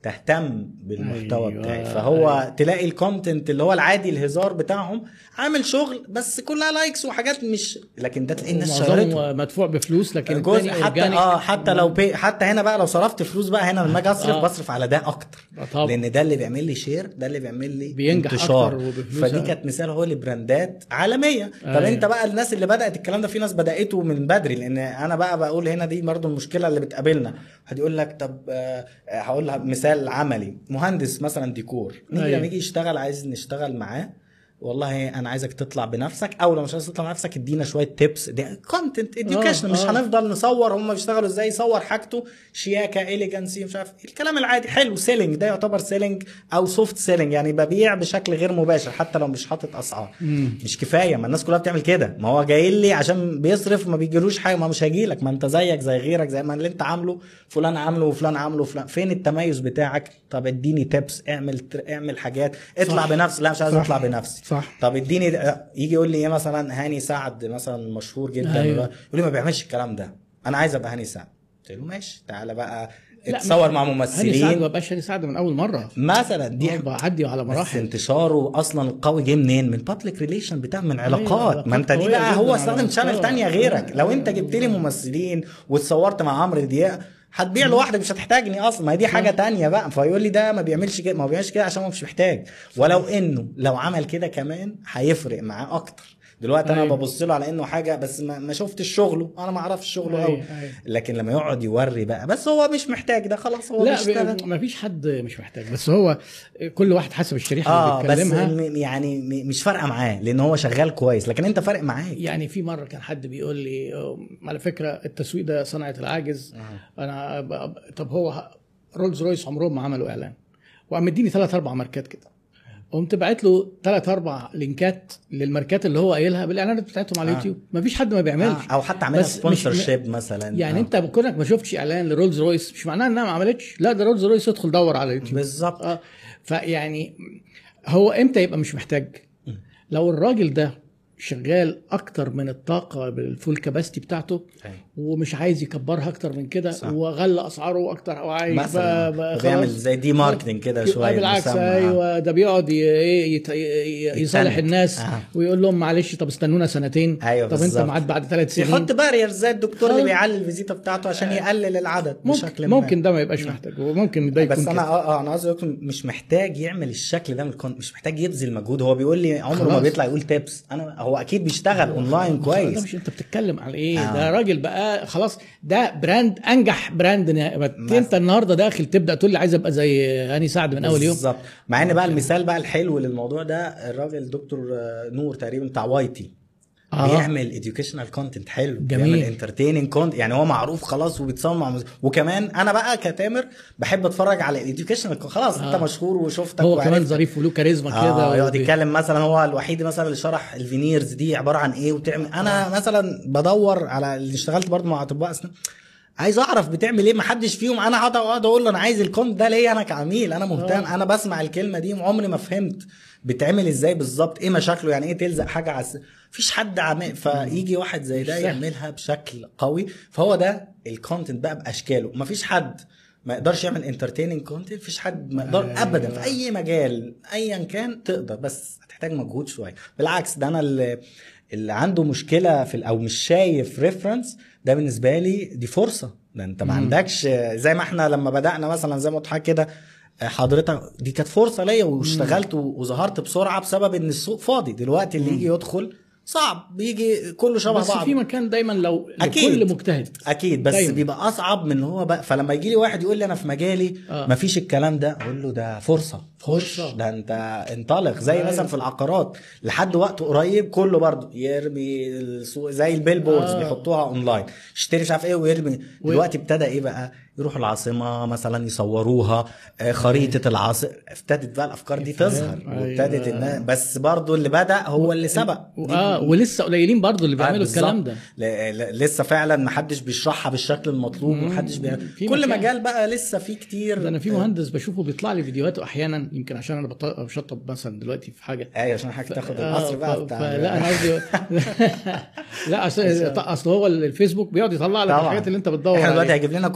تهتم بالمحتوى أيوة. بتاعي. فهو أيوة. تلاقي الكونتنت اللي هو العادي الهزار بتاعهم عامل شغل بس كلها لايكس وحاجات مش، لكن ده تلاقي الناس شهرته مدفوع بفلوس، لكن جزء حتى اه حتى لو بي حتى هنا بقى لو صرفت فلوس بقى هنا لما اجي اصرف آه. بصرف على ده اكتر طبعا. لان ده اللي بيعمل لي شير، ده اللي بيعمل لي بينجح انتشار. فدي كانت مثال هو لبراندات عالميه. أيوة. طب انت بقى الناس اللي بدات الكلام ده، في ناس بداته من بدري، لان انا بقى بقول هنا دي برضو المشكله اللي بتقابلنا. حد يقول لك طب آه هقول لها مثال عملي، مهندس مثلا ديكور نيجي أيوة. لما يجي يشتغل عايز نشتغل معاه، والله انا عايزك تطلع بنفسك، او لو مش عايز تطلع بنفسك ادينا شويه تيبس، دي كونتنت اديوكيشن. مش آه. هنفضل نصور هم بيشتغلوا ازاي، يصور حاجته شياكه اليجانسي مش عارف الكلام العادي حلو. سيلينج ده يعتبر سيلينج او سوفت سيلينج، يعني ببيع بشكل غير مباشر حتى لو مش حاطط اسعار. مم. مش كفايه؟ ما الناس كلها بتعمل كده، ما هو جاي لي عشان بيصرف ما بيجيلوش حاجه، ما مش هيجي لك، ما انت زيك زي غيرك، زي ما اللي انت عامله فلان عامله وفلان عامله وفلان. فين التميز بتاعك؟ طب اديني تيبس، اعمل اعمل حاجات، اطلع بنفسك. لا مش عايز اطلع بنفسي. صح. طب اديني، يجي يقول لي ايه مثلا هاني سعد مثلا مشهور جدا. أيوة. يقول لي ما بيعملش الكلام ده، انا عايز ابقى هاني سعد. قلت له ماشي تعالى بقى اتصور مع ممثلين. هاني سعد ما بقاش هاني سعد من اول مره مثلا، دي بعدي على مراحل. انتشاره اصلا القوي جه منين؟ من بابليك ريليشن بتاع، من علاقات. أيوة. ما انت دي بقى هو استخدم شانل تانية غيرك. لو انت جبت لي ممثلين واتصورت مع عمرو دياب هتبيع لوحدك، مش هتحتاجني اصلا. ما هي دي حاجه تانية بقى. فيقول لي ده ما بيعملش كده، ما بيعملش كده عشان هو مش محتاج. ولو انه لو عمل كده كمان هيفرق معاه اكتر. دلوقتي انا ببص له على انه حاجه بس ما, ما شفتش شغله، انا ما اعرفش شغله قوي. لكن لما يقعد يوري بقى، بس هو مش محتاج ده خلاص، هو لا ما فيش حد مش محتاج، بس هو كل واحد حسب الشريحه آه اللي بيتكلمها. بس يعني مش فارقه معاه لان هو شغال كويس، لكن انت فارق معاك. يعني في مره كان حد بيقول لي على فكره التسويق ده صنعه العاجز. آه. انا طب هو رولز رويس عمرهم ما عملوا اعلان، وقام مديني ثلاث اربع ماركات كده، قمت بعت له ثلاث اربع لينكات للماركات اللي هو قايلها بالاعلانات بتاعتهم على اليوتيوب. آه. مفيش حد ما بيعملش. آه. او حتى عملها سبونسر شيب مثلا. يعني آه. انت كونك ما شفتش اعلان لرولز رويس مش معناه انها ما عملتش، لا ده رولز رويس ادخل دور على اليوتيوب بالظبط. آه. فيعني هو امتى يبقى مش محتاج؟ لو الراجل ده شغال اكتر من الطاقه بالفول كاباسيتي بتاعته أي. ومش عايز يكبرها اكتر من كده، وغلى اسعاره اكتر او عايز بيعمل زي دي ماركتنج كده شويه. بالعكس ايوه، ده بيقعد يصالح الناس آه. ويقول لهم معلش طب استنونا سنتين. أيوة طب بالزبط. انت معاد بعد ثلاث سنين، يحط باريرز زي الدكتور اللي بيعلي الفيزيتا بتاعته عشان آه. يقلل العدد ممكن بشكل ما ممكن ده ما يبقاش محتاج، وممكن ده يكون بس انا اه انا قصدي اقول مش محتاج يعمل الشكل ده من الكون، مش محتاج يبذل مجهود. هو بيقول لي عمره ما بيطلع يقول تيبس، انا هو اكيد بيشتغل اونلاين كويس. ده مش انت بتتكلم على ايه؟ آه. ده راجل بقى خلاص، ده براند انجح براند. انت النهارده داخل تبدا تقول لي عايز ابقى زي هاني سعد من اول يوم بالظبط. مع ان بقى المثال بقى الحلو للموضوع ده الراجل دكتور نور تقريبا بتاع وايتي. آه. بيعمل educational content حلو، جميل. بيعمل entertaining content، يعني هو معروف خلاص وبيتصنع. وكمان انا بقى كتامر بحب اتفرج على educational خلاص. آه. انت مشهور وشفتك، هو كمان ظريف وله كاريزما كده. آه يقعد يتكلم مثلا، هو الوحيد مثلا اللي شرح الفينيرز دي عباره عن ايه وتعمل. انا آه. مثلا بدور على اللي اشتغلت برضه مع اطباء اسنان، عايز اعرف بتعمل ايه، ما حدش فيهم. انا قاعد اقعد اقول له انا عايز الكونت ده ليه، انا كعميل انا مهتم. آه. انا بسمع الكلمه دي وعمري ما فهمت بتعمل ازاي بالظبط، ايه مشاكله، يعني ايه تلزق حاجه على مفيش حد عامل. فيجي واحد زي ده يعملها بشكل قوي. فهو ده الكونتنت بقى باشكاله. مفيش حد ما يقدرش يعمل انترتيننج كونتنت، مفيش حد ما يقدر ابدا في اي مجال ايا كان تقدر، بس هتحتاج مجهود شويه. بالعكس ده انا اللي, اللي عنده مشكله في او مش شايف ريفرنس ده بالنسبه لي دي فرصه. ده انت ما عندكش زي ما احنا لما بدانا مثلا زي ما قلت كده حضرتك، دي كانت فرصه ليا واشتغلت وظهرت بسرعه بسبب ان السوق فاضي. دلوقتي اللي يجي يدخل صعب، بيجي كله شبه بعض. بس في مكان دايما لو لكل مجتهد اكيد، بس دايما. بيبقى اصعب من هو بقى. فلما يجي لي واحد يقول لي انا في مجالي آه. مفيش الكلام ده، اقول له ده فرصه، خش ده انت انطلق. زي آه. مثلا في العقارات لحد وقت قريب كله برضو يرمي السوق زي البيلبوردز آه. بيحطوها اونلاين، اشتري مش عارف ايه ويرمي. دلوقتي ابتدى ايه بقى، يروحوا العاصمه مثلا يصوروها، خريطه العاصمه. ابتدت بقى الافكار دي تظهر وابتدت الناس. بس برضو اللي بدا هو اللي سبق. اه ولسه قليلين برضو اللي بيعملوا الكلام ده. لسه فعلا ما حدش بيشرحها بالشكل المطلوب، وما حدش بيعمل كل مجال بقى لسه في كتير. انا في مهندس بشوفه بيطلع لي فيديوهاته احيانا، يمكن عشان انا بشطب مثلا دلوقتي في حاجه. ايوه عشان حضرتك تاخد العصر بقى بتاع. لا انا قصدي لا اصل اصل هو الفيسبوك بيقعد يطلع لك الحاجات اللي انت بتدور عليها. احنا دلوقتي هيجيب لنا كل اللي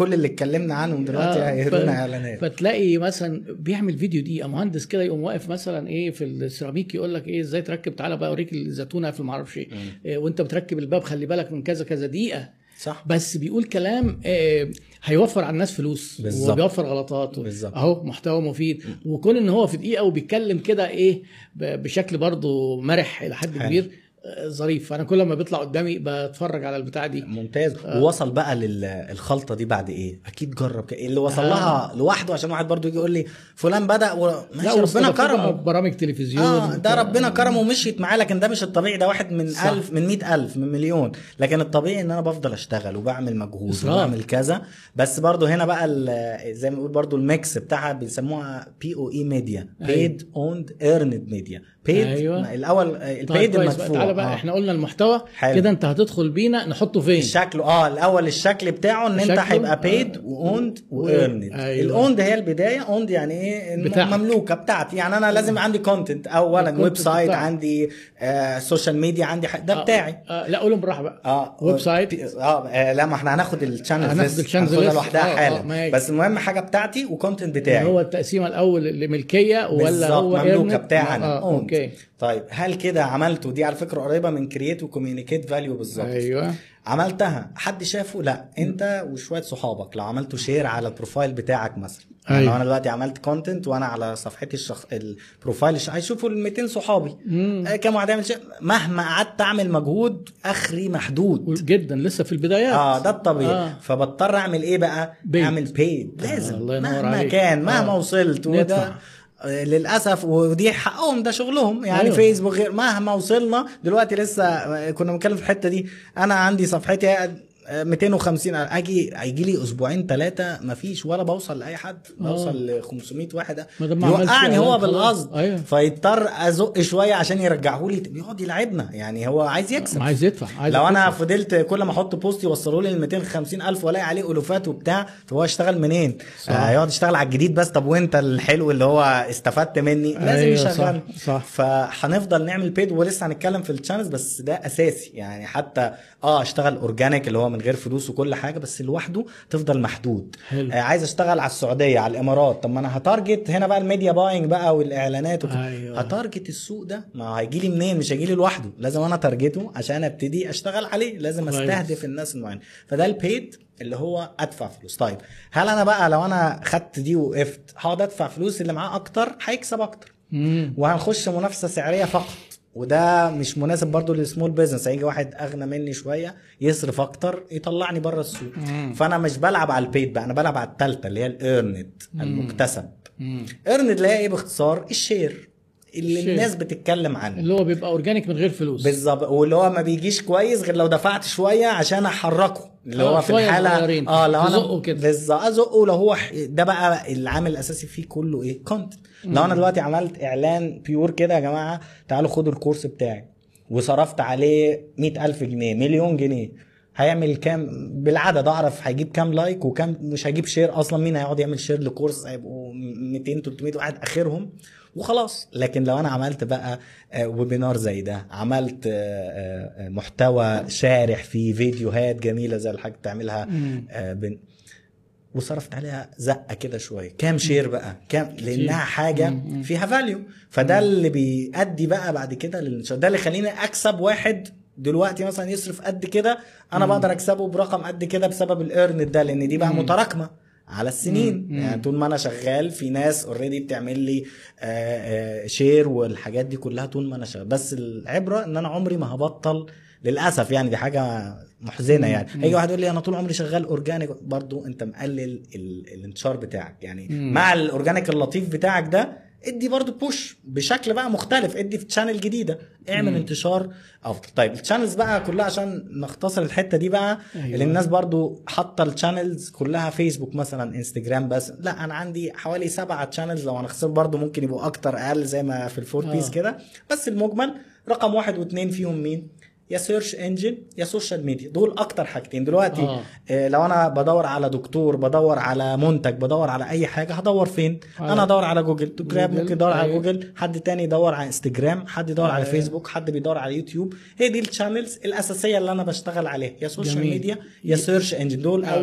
اتكلمنا عنهم دلوقتي آه هيهرونا ف... اعلانات. فتلاقي مثلا بيعمل فيديو دقيقه، مهندس كده يقوم واقف مثلا ايه في السيراميك يقول لك ايه ازاي تركب، تعالى بقى اوريك الزيتونه في المعرفش ايه، إيه وانت بتركب الباب خلي بالك من كذا كذا، دقيقه صح. بس بيقول كلام آه هيوفر على الناس فلوس بالزبط. وبيوفر غلطات بالزبط. اهو محتوى مفيد. م. وكون ان هو في دقيقه وبيتكلم كده ايه بشكل برضو مرح الى حد كبير ظريف. انا كل ما بيطلع قدامي بتفرج على البتاع دي. ممتاز. آه. ووصل بقى للخلطه دي بعد ايه؟ اكيد جرب اللي وصل آه. لها لوحده، عشان واحد برضو يجي يقول لي فلان بدا و... ماشي ربنا كرمه برامج تلفزيون اه ده ربنا كرمه ومشيت معاه، لكن ده مش الطبيعي. ده واحد من صح. ألف من مئة ألف من مليون. لكن الطبيعي ان انا بفضل اشتغل وبعمل مجهود وبعمل كذا. بس برضو هنا بقى زي ما بنقول برضو الميكس بتاعها بيسموها بي او اي ميديا، بيد اوند ايرند ميديا. بيد أيوة. الاول البيد طيب المدفوع. تعالى بقى آه. احنا قلنا المحتوى كده، انت هتدخل بينا نحطه فين؟ شكله اه الاول الشكل بتاعه ان انت هيبقى بيد واوند وايرند. الاوند هي البدايه. اوند يعني ايه؟ المملوكه بتاعتي، يعني انا لازم عندي كونتنت اولا، ويب سايت عندي، آه سوشيال ميديا عندي، ده آه بتاعي. آه لا قولهم بالراحه بقى. اه ويب سايت اه, آه لا ما احنا هناخد الشانلز هناخد الشانلز لوحدها حالا. آه بس المهم حاجه بتاعتي وكونتنت بتاعي. يعني هو التقسيمه الاول لملكيه ولا هو مملوكه بتاعنا؟ آه اوكي. طيب هل كده عملته؟ دي على فكره قريبه من كرييت وكوميونيكيت فاليو بالظبط. ايوه عملتها حد شافه؟ لا، انت وشويه صحابك لو عملتوا شير على البروفايل بتاعك مثلا. أيوة. يعني لو انا دلوقتي عملت كونتنت وانا على صفحتي الشخص البروفايل هيشوفوا ال مئتين صحابي آه كم واحد يعمل شير. مهما قعدت اعمل مجهود اخري محدود جدا، لسه في البدايات. اه ده الطبيعي. آه. فبضطر اعمل ايه بقى؟ بيد. اعمل بيد لازم آه مهما عليك. كان مهما آه. وصلت وده للاسف ودي حقهم، ده شغلهم يعني. أيوه. فيسبوك غير مهما وصلنا دلوقتي. لسه كنا بنتكلم في الحته دي. انا عندي صفحتي مئتين وخمسين، اجي هيجي لي اسبوعين ثلاثه مفيش ولا بوصل لاي حد. بوصل ل خمسمية واحد يوقعني هو بالقصد. أيوه. فيضطر ازق شويه عشان يرجعه لي، بيقعد يلعبنا يعني. هو عايز يكسب، عايز يدفع عايز لو يدفع. انا فضلت كل ما احط بوست يوصلوا لي ل مئتين وخمسين الف والاقي عليه الوفات وبتاع، فهو يشتغل منين؟ هيقعد آه يشتغل على الجديد بس. طب وانت الحلو اللي هو استفدت مني لازم أيوه يشغل. صح. صح. فهنفضل نعمل بيد، ولسه هنتكلم في الشانلز بس ده اساسي يعني. حتى اه اشتغل اورجانيك اللي هو من غير فلوس وكل حاجه، بس لوحده تفضل محدود. آه عايز اشتغل على السعوديه على الامارات، طب ما انا هتارجت هنا بقى الميديا باينج بقى والاعلانات أيوة. هتارجت السوق ده، ما هيجي لي منين؟ مش هيجي لي لوحده، لازم انا تارجته عشان ابتدي اشتغل عليه. لازم استهدف الناس المعينه. فده البيد اللي هو ادفع فلوس. طيب هل انا بقى لو انا خدت دي وقفت هقعد ادفع فلوس؟ اللي معاه اكتر هيكسب اكتر. مم. وهنخش منافسه سعريه فقط، وده مش مناسب برضو للسمول بيزنس. هيجي واحد اغنى مني شويه يصرف اكتر يطلعني بره السوق. مم. فانا مش بلعب على البيد بقى، انا بلعب على الثالثه اللي هي الايرند، المكتسب. ايرند اللي هي ايه باختصار؟ الشير اللي الشير. الناس بتتكلم عنه، اللي هو بيبقى اورجانيك من غير فلوس بالظبط، واللي هو ما بيجيش كويس غير لو دفعت شويه عشان احركه، اللي هو في الحاله اه لو انا بالظبط ازقه. لو هو ده بقى العامل الاساسي فيه كله ايه؟ كونتنت. لو انا دلوقتي عملت اعلان بيور كده يا جماعه تعالوا خدوا الكورس بتاعي، وصرفت عليه مئة ألف جنيه مليون جنيه، هيعمل كام بالعدد؟ اعرف هيجيب كام لايك وكام مش هيجيب شير اصلا. مين هيقعد يعمل شير لكورس؟ هيبقوا مئتين ثلاثمئة واحد اخرهم وخلاص. لكن لو انا عملت بقى ويبينار زي ده، عملت محتوى شارح فيه فيديوهات جميله زي الحاجه بتعملها بن... وصرفت عليها زقه كده شويه، كام شير بقى؟ كام؟ لانها حاجه فيها فاليو. فده اللي بيؤدي بقى بعد كده للنشاط. ده اللي يخليني اكسب واحد دلوقتي مثلا يصرف قد كده، انا بقدر اكسبه برقم قد كده بسبب الايرن ده، لان دي بقى متراكمه على السنين. مم. يعني طول ما انا شغال في ناس اوريدي بتعمل لي آآ آآ شير والحاجات دي كلها طول ما انا شغال. بس العبره ان انا عمري ما هبطل للاسف، يعني دي حاجه محزنه. يعني هيجي واحد يقول لي انا طول عمري شغال اورجانيك، برضو انت مقلل الانتشار بتاعك. يعني مم. مع الاورجانيك اللطيف بتاعك ده ادي برضو بوش بشكل بقى مختلف، ادي في تشانل جديده، اعمل مم. انتشار افضل. طيب التشانلز بقى كلها عشان نختصر الحته دي بقى. أيوة. اللي الناس برضو حاطه التشانلز كلها فيسبوك مثلا، انستجرام بس. لا انا عندي حوالي سبعة تشانلز، لو هنخسر برضو ممكن يبقوا اكتر اقل زي ما في الفور بيس كده. بس المجمل رقم واحد واثنين فيهم مين؟ يا سيرش انجن يا سوشيال ميديا. دول اكتر حاجتين دلوقتي. آه. آه لو انا بدور على دكتور، بدور على منتج، بدور على اي حاجه، هدور فين؟ آه. انا ادور على جوجل. جوجل ممكن يدور على جوجل، حد تاني يدور على انستجرام، حد يدور آه. على فيسبوك، حد بيدور على يوتيوب. هي دي الشانلز الاساسيه اللي انا بشتغل عليها، يا سوشيال ميديا يا سيرش انجن. دول آه. اول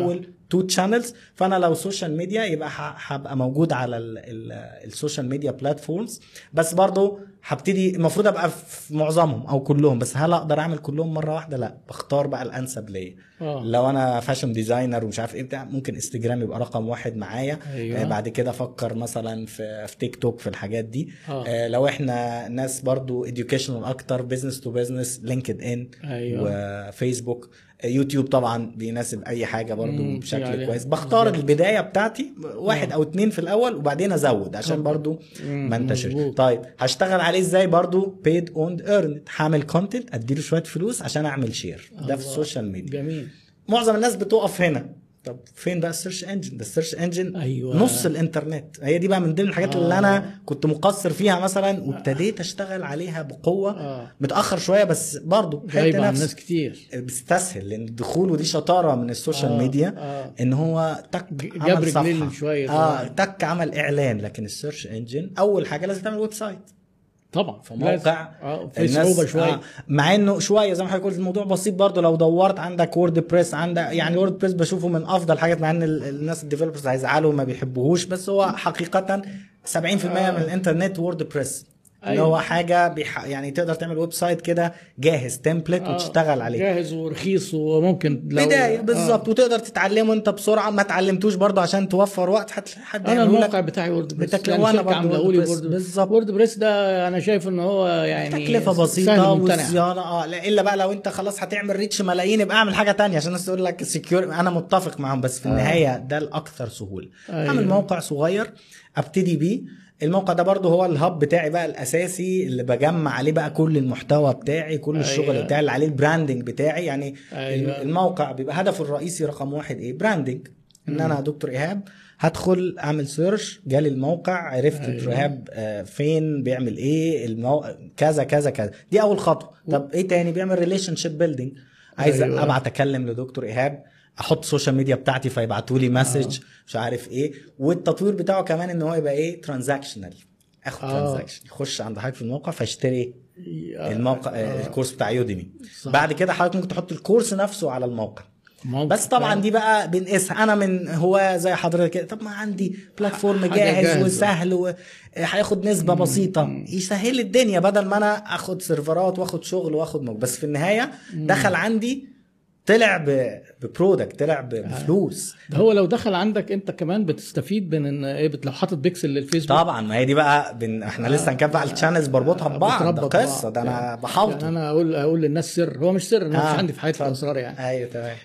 تو تشانلز. فانا لو سوشيال ميديا يبقى هبقى موجود على السوشيال ميديا بلاتفورمز، بس برضو هبتدي المفروض ابقى في معظمهم او كلهم، بس هل اقدر اعمل كلهم مره واحده؟ لا، بختار بقى الانسب ليا. لو انا فاشن ديزاينر ومش عارف ايه بتاع، ممكن انستجرام يبقى رقم واحد معايا. أيوة. آه بعد كده افكر مثلا في في تيك توك في الحاجات دي. آه. آه لو احنا ناس برضو educational اكتر، بيزنس تو بيزنس، لينكد ان. أيوة. وفيسبوك. يوتيوب طبعا بيناسب اي حاجه برضو بشكل يعني كويس. بختار بالزبط. البدايه بتاعتي واحد أوه. او اتنين في الاول، وبعدين ازود عشان أوه. برضو ما انتشرش. طيب هشتغل عليه ازاي؟ برضو paid and earned، هعمل كونتنت اديله شويه فلوس عشان اعمل شير. ده في السوشيال ميديا. جميل. معظم الناس بتقف هنا. طب فين بقى السيرش انجن؟ ده السيرش انجن أيوة. نص الانترنت. هي دي بقى من ضمن الحاجات آه. اللي انا كنت مقصر فيها مثلا، وابتديت اشتغل عليها بقوه. آه. متاخر شويه بس برضو غايبه عن ناس كتير. بيستسهل لان الدخول، ودي شطاره من السوشيال آه. ميديا. آه. ان هو تك عمل صفحه شويه اه تك عمل اعلان. لكن السيرش انجن اول حاجه لازم تعمل ويب سايت طبعا، في موقع. اه في صعوبه شويه. آه مع انه شويه زي ما حضرتك قلت الموضوع بسيط برضو. لو دورت عندك وورد بريس، عندك يعني وورد بريس بشوفه من افضل حاجات، مع ان الناس الديفلوبرز هيزعلوا ما بيحبوهوش، بس هو حقيقه سبعين في المية آه. من الانترنت وورد بريس. اللي هو حاجه بيح... يعني تقدر تعمل ويب سايت كده جاهز، تمبلت آه. وتشتغل عليه، جاهز ورخيص وممكن لو بدايه بالظبط. آه. وتقدر تتعلمه انت بسرعه. ما تعلمتوش برضو عشان توفر وقت. حد انا الموقع بتاعي وورد بريس، يعني شركه عامله لي بالظبط. وورد بريس ده انا شايف ان هو يعني تكلفه بسيطه وصيانه اه لا الا بقى لو انت خلاص هتعمل ريتش ملايين يبقى اعمل حاجه تانية عشان الناس تقول لك سكيور. انا متفق معاهم، بس في النهايه ده الاكثر سهوله. أيوة. اعمل موقع صغير ابتدي بيه. الموقع ده برضو هو الهاب بتاعي بقى الاساسي، اللي بجمع عليه بقى كل المحتوى بتاعي، كل الشغل أيوة. بتاعي اللي عليه البراندنج بتاعي. يعني أيوة. الموقع بيبقى هدفه الرئيسي رقم واحد ايه؟ براندنج. ان انا دكتور ايهاب هدخل اعمل سيرش، جالي الموقع، عرفت أيوة. دكتور ايهاب فين، بيعمل ايه، المو... كذا كذا كذا. دي اول خطوه. طب ايه تاني؟ بيعمل ريليشن شيب بيلدينج. عايز أيوة. ابعت اكلم لدكتور ايهاب، احط سوشيال ميديا بتاعتي فيبعتوا لي مسج. آه. مش عارف ايه. والتطوير بتاعه كمان ان هو يبقى ايه؟ ترانزاكشنال. اخد آه. ترانزاكشن، يخش عند حضرتك في الموقع فاشتري آه. الموقع آه. الكورس بتاع يوديمي. بعد كده حضرتك ممكن تحط الكورس نفسه على الموقع. بس طبعا دي بقى بنقيسها. انا من هو زي حضرتك كده، طب ما عندي بلاتفورم جاهز وسهل وهياخد نسبه بسيطه يسهل الدنيا، بدل ما انا اخد سيرفرات واخد شغل واخد موقع. بس في النهايه دخل عندي، طلع ببرودكت، طلع بفلوس. ده هو لو دخل عندك انت كمان بتستفيد من ان ايه، لو حاطط بيكسل للفيسبوك. طبعا ما هي دي بقى بن... احنا لسه هنكمل بقى الشانلز بربطها ببعض. ده قصه، ده انا بحاوطه. يعني انا اقول اقول للناس سر، هو مش سر، انا آه. مش عندي في حياتي الاسرار يعني. ايوه تمام.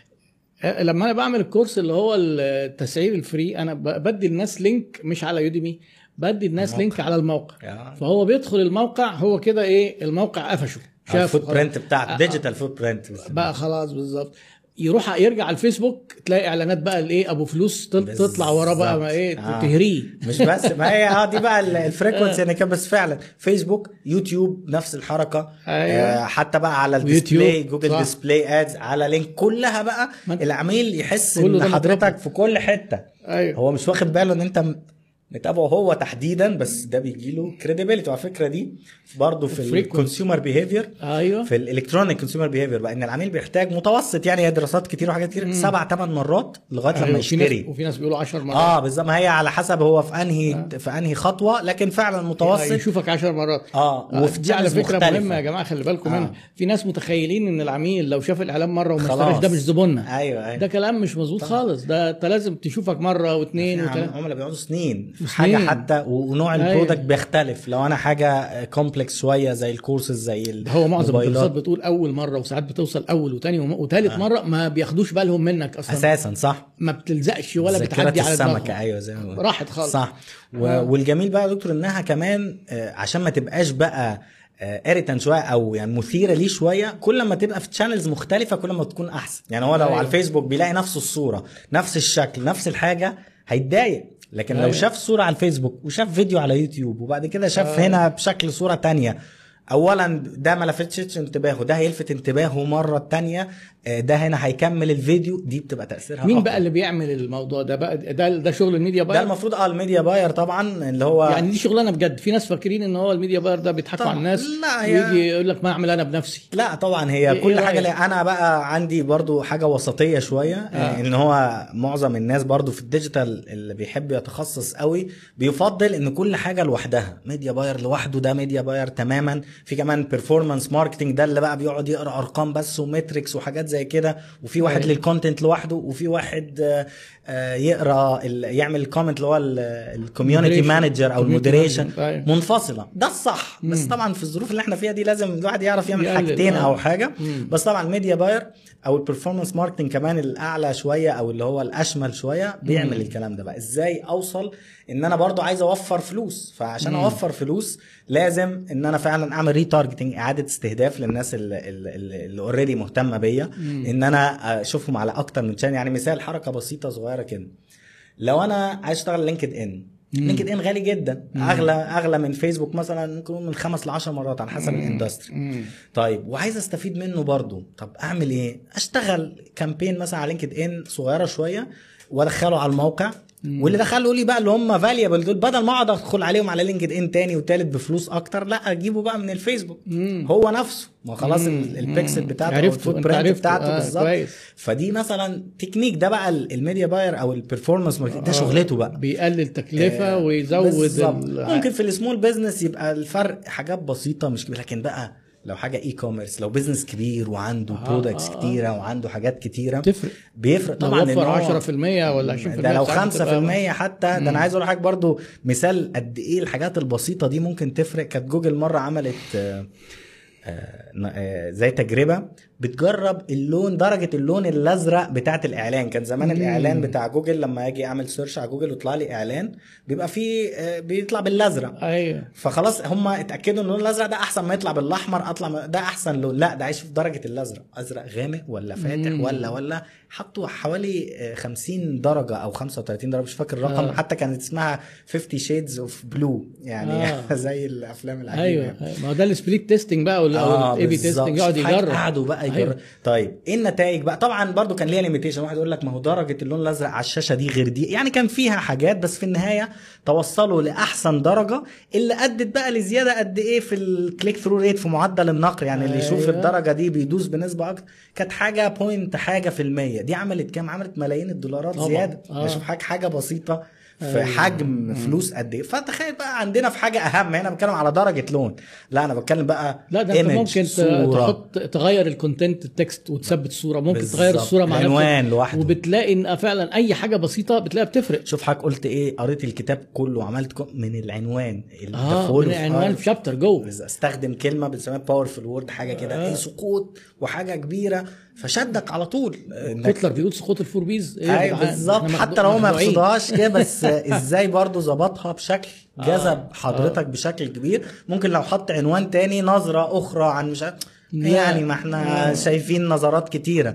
لما انا بعمل الكورس اللي هو التسعير الفري، انا بدي الناس لينك مش على يوديمي، بدي الناس الموقع. لينك على الموقع. يعني. فهو بيدخل الموقع، هو كده ايه، الموقع قفشه، شاف الفوت برنت بتاعك، ديجيتال فوت برنت بقى خلاص بالظبط. يروح يرجع على الفيسبوك تلاقي اعلانات بقى الايه ابو فلوس تطلع وراه بقى ما ايه آه. تهريه. مش بس ما هي اه دي بقى الفريكونسي يعني كان. بس فعلا فيسبوك، يوتيوب نفس الحركه. أيوة. آه حتى بقى على الديسبلاي، جوجل ديسبلاي ادز، على لينك، كلها بقى العميل يحس ان حضرتك في كل حته. أيوة. هو مش واخد باله ان انت متابعه هو تحديدا، بس ده بيجيله كريديبيليتي. وعلى فكره دي برضه في الكونسيومر بيهيفير. ايوه في الالكترونيك كونسيومر بيهيفير بقى ان العميل بيحتاج متوسط، يعني هي دراسات كتير وحاجات كتير، سبع ثمان مرات لغايه أيوة. لما يشتري. وفي ناس بيقولوا عشر مرات. اه بالظبط. ما هي على حسب هو في انهي آه. في انهي خطوه، لكن فعلا متوسط يشوفك عشر مرات. اه, آه. وفي دي على فكره مختلفة. مهمه يا جماعه، خلي بالكم منها. آه. في ناس متخيلين ان العميل لو شاف الاعلان مره وما اشتراش ده مش زبوننا. ايوه ايوه. ده كلام مش مظبوط خالص. ده انت لازم تشوفك مره واثنين وثلاثه. عملاء بيقعدوا سنين في حاجه حتى، ونوع البرودكت بيختلف. لو انا حاجه كومبلكس شويه زي الكورسز زي هو معظم الدراسات بتقول اول مره، وساعات بتوصل اول وثاني وثالث آه. مره ما بياخدوش بالهم منك اصلا اساسا. صح. ما بتلزقش ولا بتعدي على السمكه. ايوه زي ما راحت خالص. صح. و... آه. والجميل بقى يا دكتور انها كمان عشان ما تبقاش بقى اريتان شويه او يعني مثيره ليه شويه، كل ما تبقى في تشانلز مختلفه كل ما تكون احسن. يعني هو لو أيوة. على الفيسبوك بيلاقي نفس الصوره، نفس الشكل، نفس الحاجه، هيتضايق. لكن أيوة. لو شاف صورة على الفيسبوك وشاف فيديو على يوتيوب وبعد كده شاف أيوة. هنا بشكل صورة تانية، اولا ده ما لفتش انتباهه، ده هيلفت انتباهه مرة تانية. ده هنا هيكمل الفيديو، دي بتبقى تاثيرها. مين أقوى. بقى اللي بيعمل الموضوع ده بقى؟ ده ده شغل الميديا باير؟ ده المفروض اه الميديا باير طبعا، اللي هو يعني دي شغلانه بجد. في ناس فاكرين ان هو الميديا باير ده بيضحكوا على الناس، لا هي... ويجي يقول لك ما اعمل انا بنفسي. لا طبعا هي إيه كل إيه حاجه. رأيك؟ انا بقى عندي برضو حاجه وسطيه شويه. آه. ان هو معظم الناس برضو في الديجيتال اللي بيحب يتخصص قوي بيفضل ان كل حاجه لوحدها. ميديا باير لوحده ده ميديا باير تماما. في كمان بيرفورمانس ماركتنج، ده اللي بقى بيقعد يقرا ارقام بس ومتريكس وحاجات زي كده. وفي واحد للكونتنت لوحده، وفي واحد يقرا يعمل الكومنت اللي هو الكوميونتي مانجر او المودريشن منفصله. ده الصح. بس طبعا في الظروف اللي احنا فيها دي لازم الواحد يعرف يعمل حاجتين او حاجه. بس طبعا الميديا باير او البرفورمانس ماركتنج كمان الاعلى شويه او اللي هو الاشمل شويه بيعمل مم. الكلام ده بقى. ازاي اوصل ان انا برضو عايز اوفر فلوس؟ فعشان مم. اوفر فلوس لازم ان انا فعلا اعمل ريتارجتنج، اعاده استهداف للناس اللي اوريدي مهتمه بيا، ان انا اشوفهم على اكتر من شان. يعني مثال حركه بسيطه صغيره كده، لو انا عايز اشتغل لينكد ان، لينكد ان غالي جدا، مم. اغلى اغلى من فيسبوك مثلا، ممكن من خمس لعشر مرات على حسب الاندستري. طيب وعايز استفيد منه برضو، طب اعمل ايه؟ اشتغل كامبين مثلا على لينكد ان صغيره شويه وادخله على الموقع. مم. واللي دخلوا لي بقى اللي هم فاليبل دول، بدل ما اقعد ادخل عليهم على لينكد ان تاني وتالت بفلوس اكتر، لا اجيبه بقى من الفيسبوك. مم. هو نفسه ما خلاص البيكسل بتاعته او الفوت برنت بتاعته آه بالظبط. فدي مثلا تكنيك. ده بقى الميديا باير او البرفورمانس ماركتنج، ده شغلته بقى، بيقلل تكلفه آه ويزود ال... ممكن في السمول بيزنس يبقى الفرق حاجات بسيطه مش كبيره، لكن بقى لو حاجه اي كوميرس، لو بيزنس كبير وعنده آه برودكتس آه كتيره وعنده حاجات كتيره، تفرق. بيفرق طبعا. لو وفر عشرة في المية ولا عشرين في المية، ده لو خمسة في المية حتى. ده انا عايز اقول لك برضو مثال قد ايه الحاجات البسيطه دي ممكن تفرق. كانت جوجل مره عملت آه آه زي تجربه بتجرب اللون، درجه اللون الازرق بتاعه الاعلان. كان زمان الاعلان بتاع جوجل لما اجي اعمل سيرش على جوجل ويطلع لي اعلان بيبقى فيه آه بيطلع بالازرق. ايوه. فخلاص هم اتاكدوا ان اللون الازرق ده احسن ما يطلع بالاحمر، اطلع ده احسن لون. لا ده عايش في درجه الازرق، ازرق غامق ولا فاتح مم. ولا ولا حطوا حوالي خمسين درجه او خمسة وثلاثين درجه، مش فاكر الرقم. آه. حتى كانت اسمها خمسين شيدز اوف بلو يعني. آه. زي الافلام العجيبه. ايوه ما هو ده السبليت تيستنج بقى ولا آه الاي بي تيستنج، يقعد يجرب. قعدوا بقى يجرب. أيوة. طيب ايه النتائج بقى؟ طبعا برضو كان ليها ليميتيشن. واحد يقول لك ما هو درجه اللون الازرق على الشاشه دي غير دي، يعني كان فيها حاجات، بس في النهايه توصلوا لاحسن درجه اللي ادت بقى لزياده قد ايه في الكليك ثرو ريت، في معدل النقر. يعني اللي يشوف أيوة. الدرجه دي بيدوس بنسبه اكتر. كانت حاجه بوينت حاجه في المية. دي عملت كام؟ عملت ملايين الدولارات طبعا. زياده. آه. اشوف حاجه حاجه بسيطه في حجم فلوس قد ايه. فتخيل بقى عندنا في حاجه اهم. هنا بتكلم على درجه لون، لا انا بتكلم بقى لا ده انت ممكن صورة. تحط تغير الكونتنت التكست وتثبت الصوره، ممكن بالزبط. تغير الصوره مع عنوان لوحده، وبتلاقي ان فعلا اي حاجه بسيطه بتلاقيها بتفرق. شوف حضرتك قلت ايه، قريت الكتاب كله وعملت من العنوان اه من العنوان في شابتر جوه استخدم كلمه بنسميها باورفul وورد، حاجه كده آه. ايه سقوط وحاجه كبيره فشدك على طول. كوتلر بيقول سقوط الفور بيز ايه ايوه بالظبط. حتى لو ما يقصدهاش كده، بس ازاي برضو ظبطها بشكل جذب حضرتك آه. بشكل كبير. ممكن لو حط عنوان تاني نظرة اخرى عن مش يعني ما احنا شايفين نظرات كتيرة.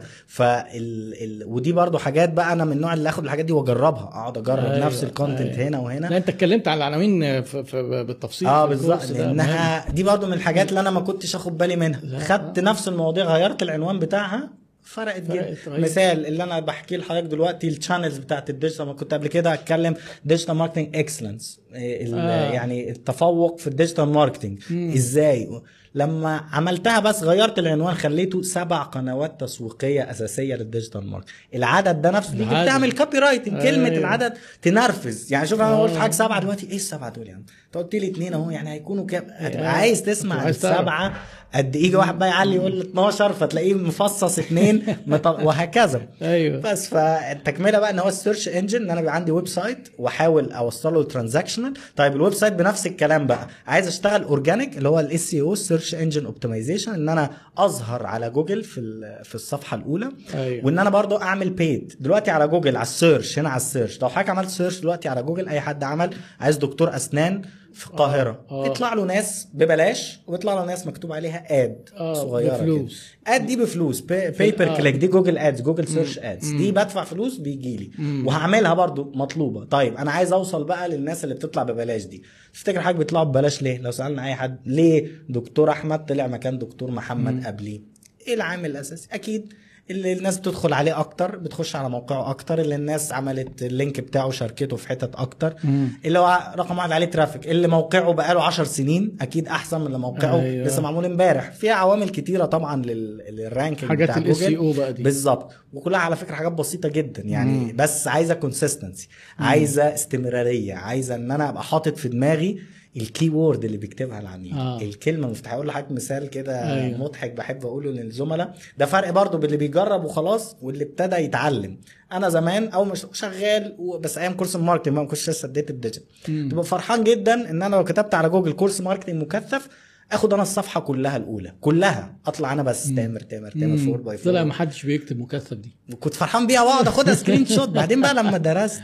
فال ال... ودي برضو حاجات بقى انا من النوع اللي اخد الحاجات دي واجربها، اقعد اجرب أيوة. نفس الكونتنت أيوة. هنا وهنا. لا انت اتكلمت على العناوين في... في... بالتفصيل اه بالظبط، لانها دي برضو من الحاجات اللي انا ما كنتش اخد بالي منها. خدت نفس المواضيع غيرت العنوان بتاعها، فرقت جدا. مثال اللي انا بحكي لحضرتك دلوقتي الشانلز بتاعت الديجيتال. ما كنت قبل كده اتكلم ديجيتال ماركتنج اكسلنس، يعني التفوق في الديجيتال ماركتنج ازاي. لما عملتها بس غيرت العنوان، خليته سبع قنوات تسويقيه اساسيه للديجيتال ماركتنج. العدد ده نفسه دي بتعمل كوبي رايتنج. كلمه أيوة. العدد تنرفز. يعني شوف انا قلت حاجه سبعه دلوقتي، ايه السبعه دول يعني؟ انت قلت لي اثنين اهو، يعني هيكونوا كام؟ أيوة. عايز تسمع السبعه قد ايه؟ واحد بقى يعلي يقول اتناشر فتلاقيه مفصص اثنين وهكذا. ايوه. بس فالتكمله بقى ان هو السيرش انجن، ان انا بيبقى عندي ويب سايت واحاول اوصله للترانزاكشنال. طيب الويب سايت بنفس الكلام بقى، عايز اشتغل اورجانيك اللي هو الاس اي او، سيرش انجن اوبتمايزيشن، ان انا اظهر على جوجل في في الصفحه الاولى. أيوة. وان انا برضو اعمل بيد دلوقتي على جوجل على السيرش. هنا على السيرش لو حضرتك عملت سيرش دلوقتي على جوجل، اي حد عمل عايز دكتور اسنان في القاهره، آه. يطلع له ناس ببلاش ويطلع له ناس مكتوب عليها اد آه. صغيره بفلوس. اد دي بفلوس، بيبر آه. كليك، دي جوجل ادز، جوجل سيرش ادز، دي بدفع فلوس بيجي لي وهعملها برضو مطلوبه. طيب انا عايز اوصل بقى للناس اللي بتطلع ببلاش دي. تفتكر حاجه بيطلعوا ببلاش ليه؟ لو سالنا اي حد ليه دكتور احمد طلع مكان دكتور محمد قبليه، ايه العامل الاساسي؟ اكيد اللي الناس بتدخل عليه اكتر، بتخش على موقعه اكتر، اللي الناس عملت اللينك بتاعه شاركته في حتت اكتر، مم. اللي هو رقم واحد عليه ترافيك، اللي موقعه بقاله عشر سنين اكيد احسن من اللي موقعه أيوة. لسه معمول امبارح. في عوامل كتيره طبعا للرانكينج حاجات بتاع الاس اي او بقى دي بالظبط، وكلها على فكره حاجات بسيطه جدا يعني، مم. بس عايزه كونسيستنسي، عايزه استمراريه، عايزه ان انا ابقى حاطط في دماغي الكي وورد اللي بيكتبها العميل، آه. الكلمه المفتاحه. اقول لحضرتك مثال كده أيوه. مضحك بحب اقوله للزملاء، ده فرق برضو باللي بيجرب وخلاص واللي ابتدى يتعلم. انا زمان او مش شغال بس ايام كورس الماركتنج ما كنتش لسه اديت الديجيتال، تبقى فرحان جدا ان انا لو كتبت على جوجل كورس ماركتنج مكثف اخد انا الصفحه كلها الاولى كلها، اطلع انا بس تامر تامر تامر فور باي فور. طلع ما حدش بيكتب مكثف دي، كنت فرحان بيها واقعد اخدها سكرين شوت. بعدين بقى لما درست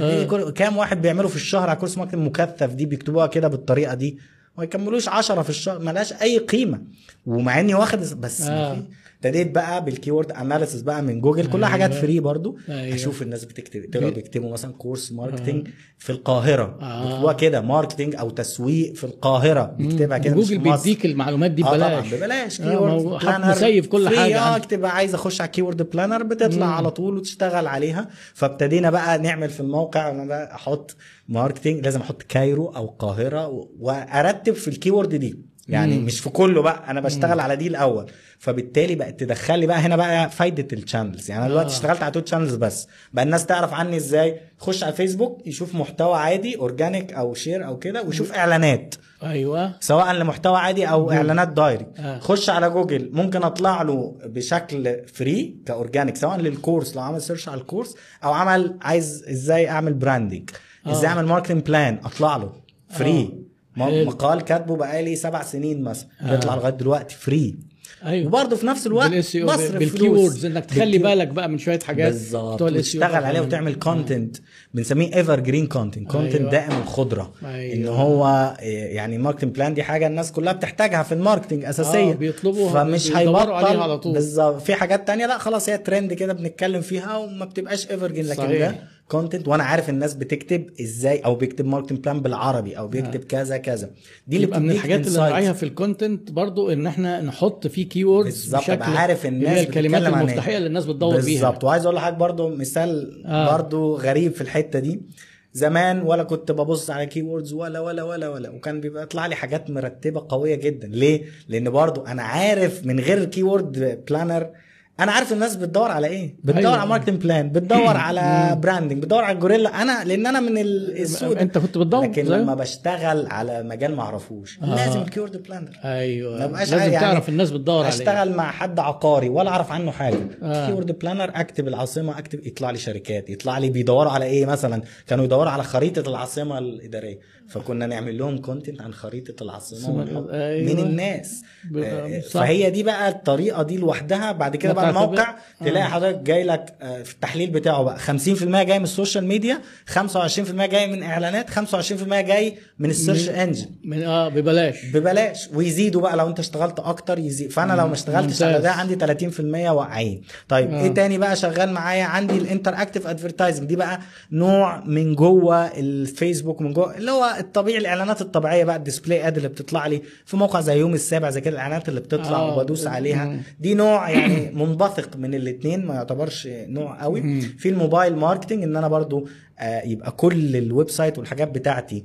كام واحد بيعملوا في الشهر على كورس ماركتنج مكثف دي، بيكتبوها كده بالطريقه دي ما يكملوش عشرة في الشهر، ملاش اي قيمه، ومع اني واخد بس آه. ابتديت بقى بالكيورد اناليسيس بقى من جوجل، كلها أيوة. حاجات فري برضو. أيوة. اشوف الناس بتكتب طلعوا بيكتبوا مثلا كورس ماركتنج آه. في القاهره آه. بيكتبوها كده ماركتنج او تسويق في القاهره، بيكتبها كده. جوجل بيديك المعلومات دي ببلاش آه طبعا ببلاش. كيورد بلانر مسيف كل حاجه اه اكتب عايز اخش على كيورد بلانر بتطلع مم. على طول وتشتغل عليها. فابتدينا بقى نعمل في الموقع، انا بقى احط ماركتنج لازم احط كايرو او القاهره وارتب في الكيورد دي يعني مم. مش في كله بقى، انا بشتغل مم. على دي الاول. فبالتالي بقت تدخل لي بقى هنا بقى فايده الشانلز. يعني انا دلوقتي آه. اشتغلت على تو شانلز بس، بقى الناس تعرف عني ازاي؟ تخش على فيسبوك يشوف محتوى عادي اورجانيك او شير او كده، ويشوف اعلانات ايوه سواء لمحتوى عادي او مم. اعلانات دايركت. آه. خش على جوجل ممكن اطلع له بشكل فري كاورجانيك سواء للكورس لو عمل سيرش على الكورس، او عمل عايز ازاي اعمل براندنج آه. ازاي اعمل ماركتنج بلان اطلع له فري آه. مقال كاتبه بقالي سبع سنين مثلا بيطلع آه. لغايه دلوقتي فري. أيوة. وبرضه في نفس الوقت بصرف بالكيوردز انك تخلي بالك بقى من شويه حاجات بالظبط وتشتغل عليه وتعمل كونتنت بنسميه ايفر جرين كونتنت كونتنت أيوة. دائم الخضره. أيوة. ان هو يعني الماركتنج بلان دي حاجه الناس كلها بتحتاجها في الماركتنج اساسيه آه بيطلبوها فمش هيبطل بالظبط. في حاجات تانية لا خلاص هي ترند كده بنتكلم فيها وما بتبقاش ايفر جرين، لكن صحيح. ده كونتنت وانا عارف الناس بتكتب ازاي او بيكتب ماركتنج بلان بالعربي او بيكتب آه. كذا كذا. دي اللي من الحاجات اللي نراعيها في الكونتنت برضو ان احنا نحط فيه كيوردز بشكل عارف الناس الكلمات المفتاحيه اللي الناس بتدور بيها بالظبط. وعايز اقول لحضرتك برضو مثال آه. برضو غريب في الحته دي. زمان ولا كنت ببص على كيوردز ولا ولا ولا ولا وكان بيبقى يطلع لي حاجات مرتبه قويه جدا. ليه؟ لان برضو انا عارف من غير الكيورد بلانر انا عارف الناس بتدور على ايه، بتدور أيوة. على ماركتنج بلان، بتدور على براندنج، بتدور على الجوريلا. انا لان انا من السوق انت كنت بتدور، لكن زي. لما بشتغل على مجال ما اعرفوش آه. لازم الكيورد بلانر. ايوه لازم يعني تعرف الناس بتدور عليه. اشتغل مع حد عقاري ولا اعرف عنه حاجه آه. كيورد بلانر اكتب العاصمه، اكتب يطلع لي شركات، يطلع لي بيدوروا على ايه. مثلا كانوا يدوروا على خريطه العاصمه الاداريه، فكنا نعمل لهم كونتنت عن خريطه العاصمه أيوة. من الناس صح. فهي دي بقى الطريقه دي لوحدها. بعد كده بقى الموقع تلاقي حضرتك جاي لك في التحليل بتاعه بقى خمسين في المية جاي من السوشيال ميديا، خمسة وعشرين في المية جاي من اعلانات، خمسة وعشرين في المية جاي من السيرش انجن من اه ببلاش ببلاش ويزيدوا بقى لو انت اشتغلت اكتر يزيد. فانا لو ما اشتغلتش على ده عندي ثلاثين في المية واقعين. طيب آه. ايه تاني بقى شغال معايا؟ عندي الانتر اكتيف ادفرتايزنج، دي بقى نوع من جوه الفيسبوك من جوه اللي هو الطبيعي الاعلانات الطبيعيه بقى الديسبلاي اد اللي بتطلع لي في موقع زي يوم السابع زي كده الاعلانات اللي بتطلع آه. وبدوس عليها. دي نوع يعني منبثق من الاثنين ما يعتبرش نوع قوي. في الموبايل ماركتنج ان انا برضو آه يبقى كل الويب سايت والحاجات بتاعتي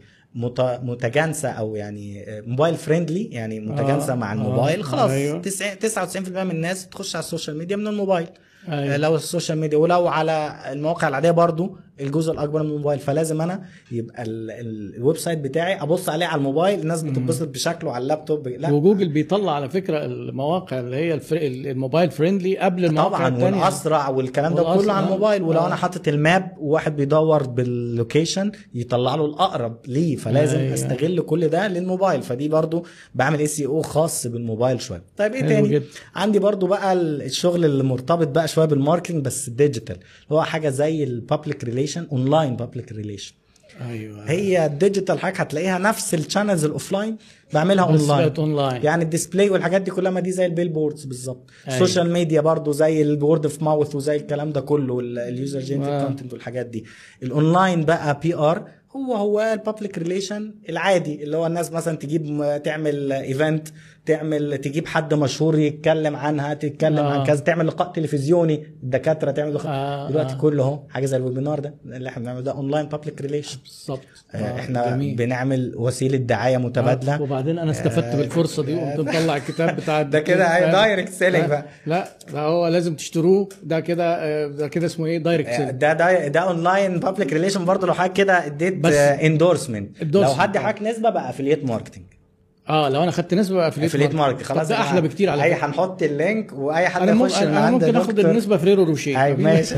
متجانسه او يعني موبايل فريندلي يعني متجانسه آه. مع الموبايل. خلاص أيوة. تسعة وتسعين في المية من الناس تخش على السوشيال ميديا من الموبايل. أيوة. لو السوشيال ميديا ولو على المواقع العاديه برضو الجزء الاكبر من الموبايل. فلازم انا يبقى الويب سايت بتاعي ابص عليه على الموبايل. الناس بتتبسط بشكله على اللابتوب. لا وجوجل بيطلع على فكره المواقع اللي هي الموبايل فريندلي قبل المواقع الثانيه طبعا والاسرع والكلام ده كله على الموبايل. ولو آه. انا حاطط الماب وواحد بيدور باللوكيشن يطلع له الاقرب ليه. فلازم أيوة. استغل كل ده للموبايل. فدي برضو بعمل اي سي او خاص بالموبايل شويه. طيب ايه تاني جدا. عندي برضو بقى الشغل اللي مرتبط بقى شويه بالماركتنج بس ديجيتال، هو حاجه زي البابليك ريليشن اونلاين بابليك ريليشن. ايوه هي الديجيتال حاجه هتلاقيها نفس الشانلز الاوفلاين بعملها اونلاين. اونلاين يعني الديسبلاي والحاجات دي كلها ما دي زي البيل بوردز بالظبط. أيوة. السوشيال ميديا برضو زي الورد اوف ماوث وزي الكلام ده كله اليوزر جينيريتد كونتنت والحاجات دي. الاونلاين بقى بي ار هو هو البابليك ريليشن العادي اللي هو الناس مثلا تجيب تعمل ايفنت تعمل تجيب حد مشهور يتكلم عنها، تتكلم آه. عن كذا، تعمل لقاء تلفزيوني، الدكاتره تعمل لقاء آه. دلوقتي آه. كله اهو حاجه زي الويبينار ده اللي احنا بنعمله، ده اونلاين بابليك ريليشن بالظبط. آه. احنا جميل. بنعمل وسيله دعايه متبادله آه. وبعدين انا استفدت آه. بالفرصه دي وقمت مطلع الكتاب بتاع ده كده دايركت سيلينج بقى. لا ده هو لازم تشتروه، ده كده ده كده اسمه ايه دايركت سيلينج. ده ده ده اونلاين بابليك ريليشن برضه. لو حاجه كده اديت اندورسمنت، لو حد حاجه نسبه بقى افيليت ماركتنج. اه لو انا خدت نسبه بقى افيليت ماركتنج خلاص ده احلى بكتير على اي هنحط اللينك واي حد يخش من عند ممكن اخد النسبه فريرو روشيه. ايوه ماشي.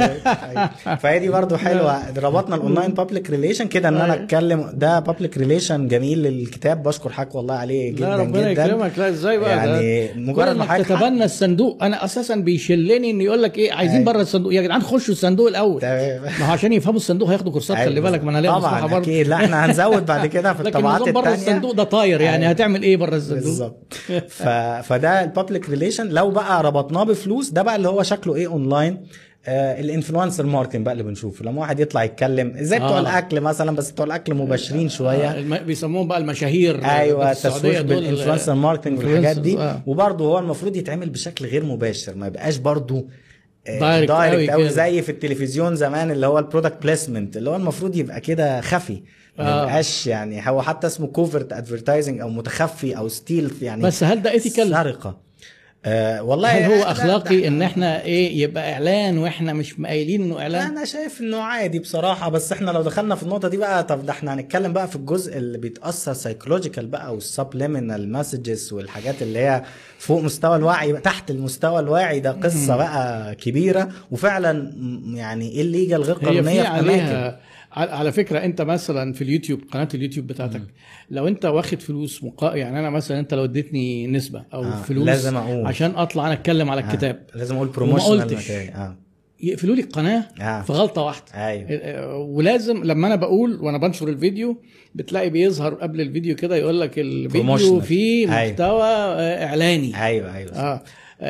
فهي دي برضو حلوه، ربطنا الاونلاين بابليك ريليشن كده ان انا اتكلم. ده بابليك ريليشن جميل للكتاب، بشكر حضرتك والله عليه جدا. لا ربنا جدا يكرمك. لا ازاي بقى يعني مجرد ما حضرتك تتبنى الصندوق. انا اساسا بيشلني ان يقول لك ايه عايزين بره الصندوق يا جدعان، خشوا الصندوق الاول. ما هو عشان يفهموا الصندوق هياخدوا كورسات. خلي بالك ما انا ليا مصلحه برضه. اكيد لا احنا هنزود بعد كده في الطبعات الثانيه. بره الصندوق ده طاير يعني هتعمل ايه بره الصندوق؟ ف... فده البابليك ريليشن. لو بقى ربطناه بفلوس ده بقى اللي هو شكله ايه اونلاين. آه الانفلونسر ماركتنج بقى اللي بنشوفه لما واحد يطلع يتكلم زي بتوع آه. الاكل مثلا، بس بتوع الاكل مباشرين شويه. آه. بيسموهم بقى المشاهير. ايوه تسويق بالانفلونسر ماركتنج والحاجات دي. آه. وبرضه هو المفروض يتعمل بشكل غير مباشر، ما يبقاش برضه دايركت دايركت قوي زي في التلفزيون زمان اللي هو البرودكت بليسمنت، اللي هو المفروض يبقى كده خفي. ما يبقاش يعني هو حتى اسمه كوفرت ادفرتايزنج او متخفي او ستيلث يعني. بس هل ده ايثيكال؟ سرقه. آه والله هل هو اخلاقي ان احنا ايه يبقى اعلان واحنا مش قايلين انه اعلان؟ انا شايف انه عادي بصراحه. بس احنا لو دخلنا في النقطه دي بقى، طب ده احنا هنتكلم بقى في الجزء اللي بيتاثر سايكولوجيكال بقى، والسبليمينال مسجز والحاجات اللي هي فوق مستوى الوعي تحت المستوى الواعي. ده قصه بقى كبيره وفعلا يعني ايه الليجل غير قانونيه في اماكن. على فكرة انت مثلا في اليوتيوب، قناة اليوتيوب بتاعتك، م. لو انت واخد فلوس مقا... يعني انا مثلا انت لو اديتني نسبة او آه. فلوس لازم أقول. عشان اطلع انا اتكلم على الكتاب آه. لازم اقول بروموشنال آه. يقفلوا لي القناة آه. في غلطة واحدة. أيوة. ولازم لما انا بقول وانا بنشر الفيديو بتلاقي بيظهر قبل الفيديو كده يقول لك الفيديو فيه محتوى أيوة. اعلاني. ايوه ايوه اه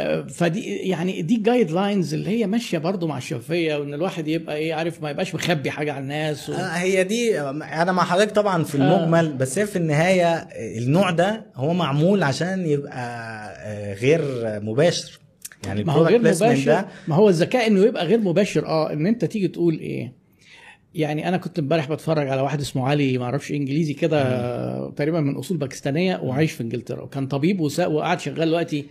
فدي يعني دي جايد لاينز اللي هي ماشيه برضو مع الشفافيه، وان الواحد يبقى ايه عارف ما يبقاش مخبي حاجه على الناس و... آه هي دي. انا مع حضرتك طبعا في المجمل آه. بس هي في النهايه النوع ده هو معمول عشان يبقى غير مباشر. يعني ما هو غير مباشر ده ما هو الذكاء انه يبقى غير مباشر. اه ان انت تيجي تقول ايه يعني. انا كنت امبارح بتفرج على واحد اسمه علي ما اعرفش انجليزي كده تقريبا من اصول باكستانيه وعايش في انجلترا، وكان طبيب وقاعد شغال دلوقتي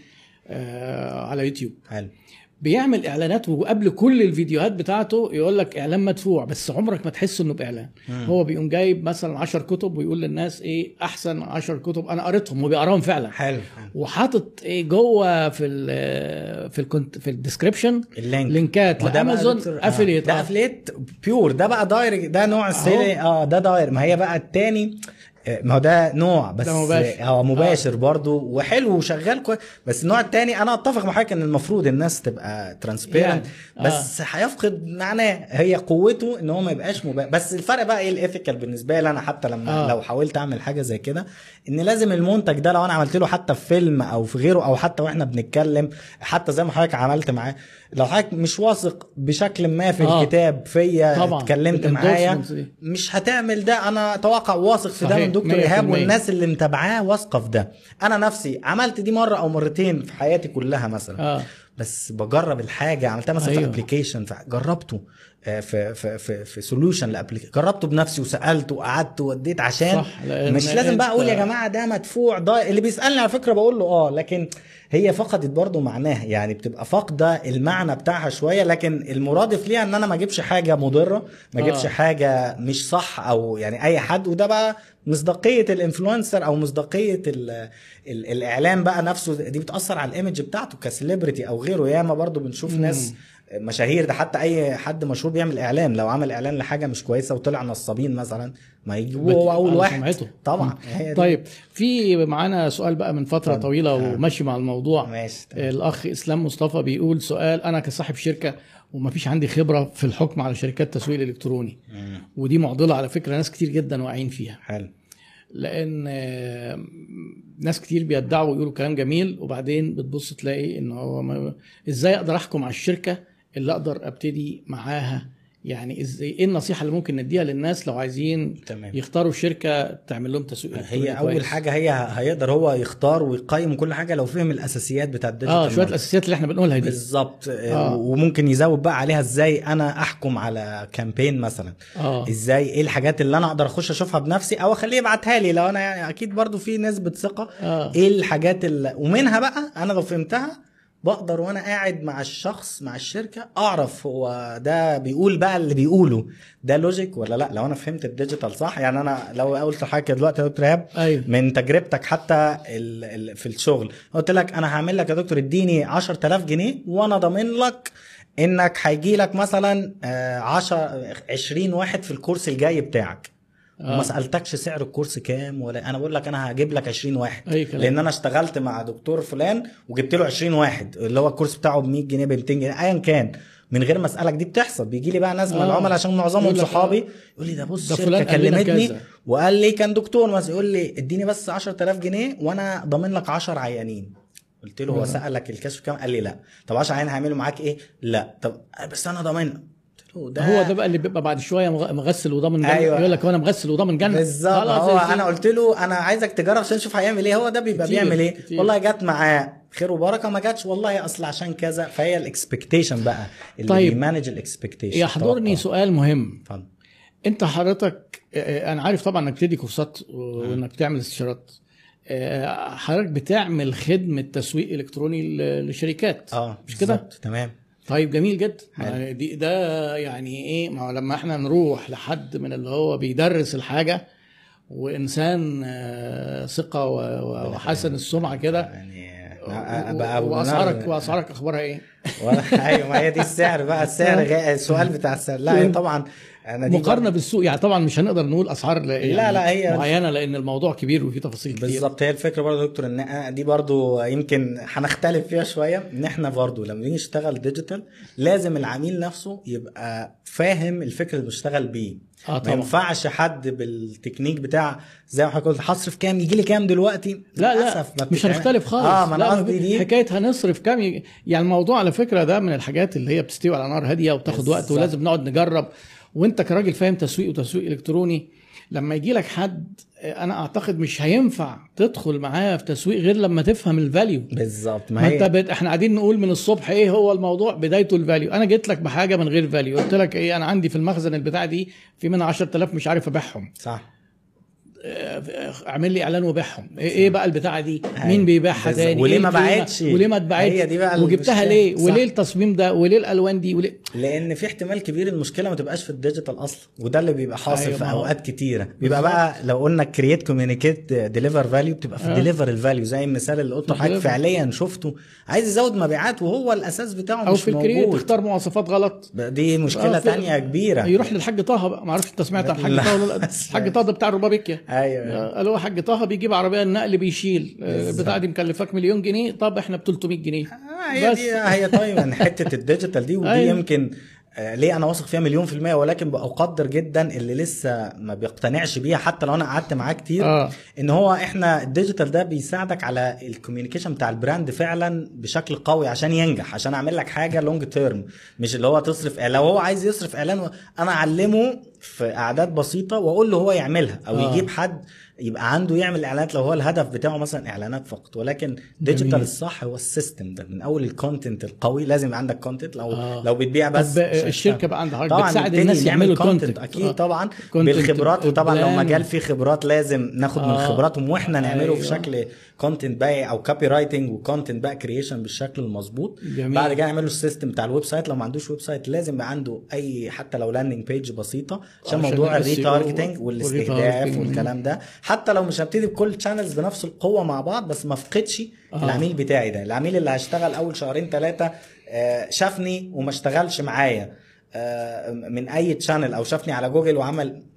آه على يوتيوب. حلو. بيعمل اعلانات وقبل كل الفيديوهات بتاعته يقول لك اعلان مدفوع، بس عمرك ما تحس انه باعلان. مم. هو بيقوم جايب مثلا عشر كتب ويقول للناس ايه احسن عشر كتب انا قريتهم وبيقراهم فعلا. حلو. وحاطط ايه جوه في ال في ال في الديسكريبشن اللينك لينكات لامازون افيليت. ده افيليت بيور. ده بقى دايركت. ده نوع السيلي. اه ده داير. ما هي بقى التاني ما هو ده نوع بس هو مباشر آه. برضو وحلو وشغال كويس. بس النوع التاني انا اتفق مع حضرتك ان المفروض الناس تبقى ترانسبيرنت يعني. بس هيفقد آه. معناه. هي قوته ان هو ما يبقاش مباشر. بس الفرق بقى ايه الايثيكال بالنسبه لي انا حتى لما آه. لو حاولت اعمل حاجه زي كده ان لازم المنتج ده لو انا عملت له حتى في فيلم او في غيره او حتى واحنا بنتكلم حتى زي ما حضرتك عملت معاه، لو حضرتك مش واثق بشكل ما في آه. الكتاب فيا اتكلمت معايا مش هتعمل ده. انا اتوقع واثق في ده من دكتور ايهاب والناس اللي متابعاه واثقه في ده. انا نفسي عملت دي مره او مرتين في حياتي كلها مثلا آه. بس بجرب الحاجه عملتها مثلا أيوه. في ابلكيشن جربته في في في في سوليوشن لابلكيشن جربته بنفسي وسالت وقعدت ووديت عشان مش لازم بقى اقول يا جماعه ده مدفوع. ده اللي بيسالني على فكره بقول له اه، لكن هي فقدت برضو معناها. يعني بتبقى فاقده المعنى بتاعها شويه، لكن المرادف ليها ان انا ما اجيبش حاجه مضره، ما اجيبش آه. حاجه مش صح او يعني اي حد. وده بقى مصداقيه الانفلونسر او مصداقيه ال ال الاعلام بقى نفسه. دي بتاثر على الايمج بتاعته كسليبرتي او غيره. ياما برضو بنشوف مم. ناس مشاهير. ده حتى اي حد مشهور بيعمل اعلان، لو عمل اعلان لحاجه مش كويسه وطلع نصابين مثلا ما يجيبوه هو اول واحد طبعا. طيب في معانا سؤال بقى من فتره طبعا. طويله وماشي مع الموضوع. ماشي. الاخ اسلام مصطفى بيقول سؤال. انا كصاحب شركه ومفيش عندي خبره في الحكم على شركات تسويق الالكتروني، مم. ودي معضله على فكره ناس كتير جدا واعيين فيها. حلو. لان ناس كتير بيدعوا ويقولوا كلام جميل وبعدين بتبص تلاقي ان هو ازاي اقدر احكم على الشركه اللي اقدر ابتدي معاها يعني ازاي، ايه النصيحه اللي ممكن نديها للناس لو عايزين تمام. يختاروا شركه تعمل لهم تسويق؟ هي اول كويس. حاجه هي هيقدر هو يختار ويقيم كل حاجه لو فهم الاساسيات بتاعه الديجيتال. اه شويه الاساسيات اللي احنا بنقولها دي بالظبط. آه. وممكن يزود بقى عليها ازاي انا احكم على كامبين مثلا. آه. ازاي ايه الحاجات اللي انا اقدر اخش اشوفها بنفسي او اخليه يبعتها لي لو انا يعني اكيد برضو في نسبه ثقه. آه. ايه الحاجات اللي ومنها بقى انا لو فهمتها بقدر وانا قاعد مع الشخص مع الشركه اعرف هو ده بيقول بقى اللي بيقوله ده لوجيك ولا لا. لو انا فهمت الديجيتال صح، يعني انا لو قلت حاجه دلوقتي يا دكتور ايهاب أيوه. من تجربتك حتى ال ال في الشغل قلت لك انا هعمل لك يا دكتور اديني عشرة آلاف جنيه وانا ضامن لك انك هيجي لك مثلا عشرة عشرين واحد في الكورس الجاي بتاعك. آه. وما سالتكش سعر الكورس كام ولا انا بقول لك انا هجيب لك عشرين واحد لان انا اشتغلت مع دكتور فلان وجبت له عشرين واحد اللي هو الكورس بتاعه ب مية جنيه ب ميتين جنيه ايا كان من غير ما اسالك. دي بتحصل بيجي لي بقى ناس من آه. العملاء عشان معظمهم صحابي يقول لي ده بص الشركه كلمتني وقال لي كان دكتور مثلا يقول لي اديني بس عشرة آلاف جنيه وانا ضامن لك عشرة عيانين. قلت له هو سالك الكشف كام؟ قال لي لا. طب عشرة عيانين هيعملوا معاك ايه؟ لا. طب بس انا ضامنها. ده هو ده بقى اللي بيبقى بعد شويه مغسل وضامن جنه. أيوة. يقول لك هو انا مغسل وضامن جنه بالظبط. هو انا قلت له انا عايزك تجرب عشان نشوف هيعمل ايه. هو ده بيبقى كتير بيعمل ايه كتير. والله جت معاه خير وبركه، ما جاتش والله اصل عشان كذا. فهي الاكسبكتيشن بقى اللي طيب. بيمانج الاكسبكتيشن. يحضرني سؤال مهم. فهم. انت حضرتك انا عارف طبعا انك بتدي كورسات وانك بتعمل استشارات، حضرتك بتعمل خدمه تسويق الكتروني للشركات اه مش كده؟ تمام. طيب جميل جدا. يعني دي ده يعني ايه، ما لما احنا نروح لحد من اللي هو بيدرس الحاجه وانسان ثقه وحسن السمعه كده يعني واسعارك واسعارك اخبارها ايه؟ ايوه ما هي دي السعر بقى. السعر السؤال بتاع السعر لا طبعا أنا دي مقارنه بالسوق يعني طبعا مش هنقدر نقول اسعار يعني لا لا هي معينه لان الموضوع كبير وفيه تفاصيل كتير. بالظبط. هي الفكره برضه يا دكتور ان دي برضه يمكن هنختلف فيها شويه ان احنا برضه لما نيجي نشتغل ديجيتال لازم العميل نفسه يبقى فاهم الفكره اللي بنشتغل بيه. آه ما ينفعش حد بالتكنيك بتاع زي ما حضرتك قلت هصرف كام يجي لي كام دلوقتي. لا لا مش هنختلف خالص. اه ما انا قصدي دي حكايه هنصرف كام يجي. يعني الموضوع على فكره ده من الحاجات اللي هي بتستوي على نار هاديه وتاخد وقت ولازم نقعد نجرب. وانت كراجل فاهم تسويق وتسويق الكتروني لما يجي لك حد انا اعتقد مش هينفع تدخل معاه في تسويق غير لما تفهم الفاليو. بالظبط. ما, ما انت بت... احنا قاعدين نقول من الصبح ايه هو الموضوع بدايته الفاليو. انا جيت لك بحاجه من غير فاليو قلت لك ايه انا عندي في المخزن البتاع دي في منها عشرة آلاف مش عارف ابيعهم. صح. اعمل لي اعلان وبيعهم. ايه بقى البتاعه دي؟ مين بيبيعها تاني؟ وليه ما باعتش؟ وليه ما اتباعتش؟ وجبتها ليه؟ وليه التصميم ده؟ وليه الالوان دي؟ وليه؟ لان في احتمال كبير المشكله ما تبقاش في الديجيتال اصلا وده اللي بيبقى حاصل. أيوة في اوقات كتيره بيبقى بقى لو قلنا كرييت كوميونيكيت ديليفر فاليو بتبقى في الديليفر الفاليو زي المثال اللي قلته حضرتك فعليا شفته عايز يزود مبيعات وهو الاساس بتاعه أو مش في موجود. او في الكرييت تختار مواصفات غلط. دي مشكله تانية كبيره. يروح للحاج طه بقى ما اعرفش انت سمعت عن الحاج طه ولا لا؟ الحاج طه ده بتاع الربابيكيا. ايوه هو حاج طه بيجيب عربيه النقل بيشيل البتاعه دي مكلفاك مليون جنيه. طب احنا ب ثلاثمية جنيه. آه هي دي هي طيب حته الديجيتال دي ودي أيوة. يمكن آه ليه انا واثق فيها مليون في المية ولكن بقدر جدا اللي لسه ما بيقتنعش بيها حتى لو انا قعدت معاه كتير. آه. ان هو احنا الديجيتال ده بيساعدك على الكوميونيكيشن بتاع البراند فعلا بشكل قوي عشان ينجح عشان اعمل لك حاجه لونج تيرم مش اللي هو تصرف. لو هو عايز يصرف اعلان انا اعلمه في اعداد بسيطه واقول له هو يعملها او آه. يجيب حد يبقى عنده يعمل اعلانات لو هو الهدف بتاعه مثلا اعلانات فقط. ولكن ديجيتال الصح هو السيستم ده من اول الكونتنت القوي. لازم يبقى عندك كونتنت لو آه. لو بتبيع بس الشركه بقى عندها بتساعد الناس يعملوا كونتنت اكيد آه. طبعا بالخبرات. وطبعا لو مجال فيه خبرات لازم ناخد آه. من خبراتهم واحنا نعمله أيوة. في شكل كونتنت بقى او كوبي رايتنج وكونتنت بقى كرييشن بالشكل المظبوط. بعد كده نعمله السيستم بتاع الويب سايت. لو ما عندوش ويب سايت لازم يبقى عنده اي حتى لو لاندنج بيج بسيطه عشان موضوع الريتارجتنج والاستهداف والكلام ده. حتى لو مش هبتدي بكل تشانلز بنفس القوه مع بعض بس ما افقدش آه. العميل بتاعي ده. العميل اللي هشتغل اول شهرين ثلاثه شافني وما اشتغلش معايا من اي تشانل او شافني على جوجل وعمل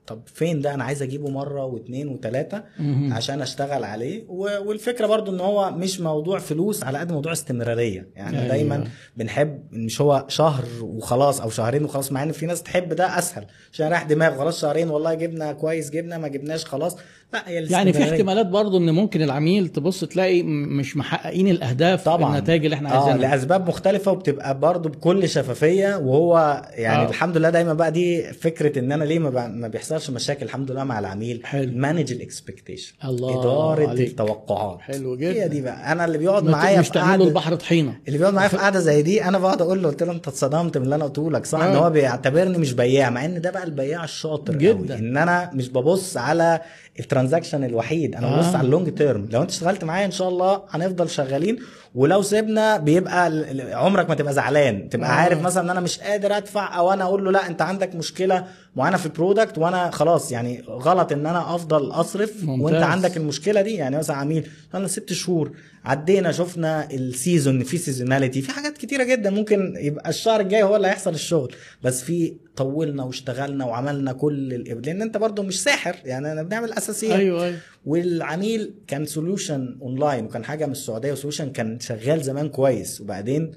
طب فين ده؟ انا عايز اجيبه مره واثنين وثلاثه عشان اشتغل عليه. والفكره برضو ان هو مش موضوع فلوس على قد موضوع استمراريه. يعني أيوة. دايما بنحب مش هو شهر وخلاص او شهرين وخلاص، مع ان في ناس تحب ده اسهل عشان رايح دماغ خلاص شهرين والله جبنا كويس جبنا ما جبناش خلاص. لا هي يعني في احتمالات برضو ان ممكن العميل تبص تلاقي مش محققين الاهداف طبعا النتائج اللي احنا عايزينها اه لاسباب مختلفه وبتبقى برضو بكل شفافيه. وهو يعني آه. الحمد لله دايما بقى دي فكره ان انا ليه ما, ما بيحصلش مشاكل الحمد لله مع العميل. مانج الاكسبكتيشن، اداره عليك. التوقعات. حلو جدا. هي دي بقى انا اللي بيقعد معايا في قعده البحر طحينه، اللي بيقعد معايا في قعده زي دي انا بقعد اقول له قلت له انت اتصدمت من اللي انا قلته لك صح؟ آه. ان هو بيعتبرني مش بياع، مع ان ده بقى البياع الشاطر جدا. ان انا مش ببص على الترانزاكشن الوحيد، انا ببص آه. على اللونج تيرم. لو انت اشتغلت معايا ان شاء الله هنفضل شغالين، ولو سيبنا بيبقى عمرك ما تبقى زعلان، تبقى آه. عارف مثلا ان انا مش قادر ادفع، او انا اقول له لا انت عندك مشكله معينه في البرودكت وانا خلاص يعني غلط ان انا افضل اصرف ممتاز. وانت عندك المشكله دي. يعني مثلا عميل انا ست شهور عدينا شفنا السيزون في سيزوناليتي، في حاجات كتيره جدا ممكن يبقى الشهر الجاي هو اللي هيحصل الشغل، بس في طولنا واشتغلنا وعملنا كل الإبل. لان انت برضو مش ساحر، يعني انا بنعمل اساسيات. ايوه ايوه. والعميل كان سوليوشن اونلاين وكان حاجه من السعوديه، وسوليوشن كان شغال زمان كويس، وبعدين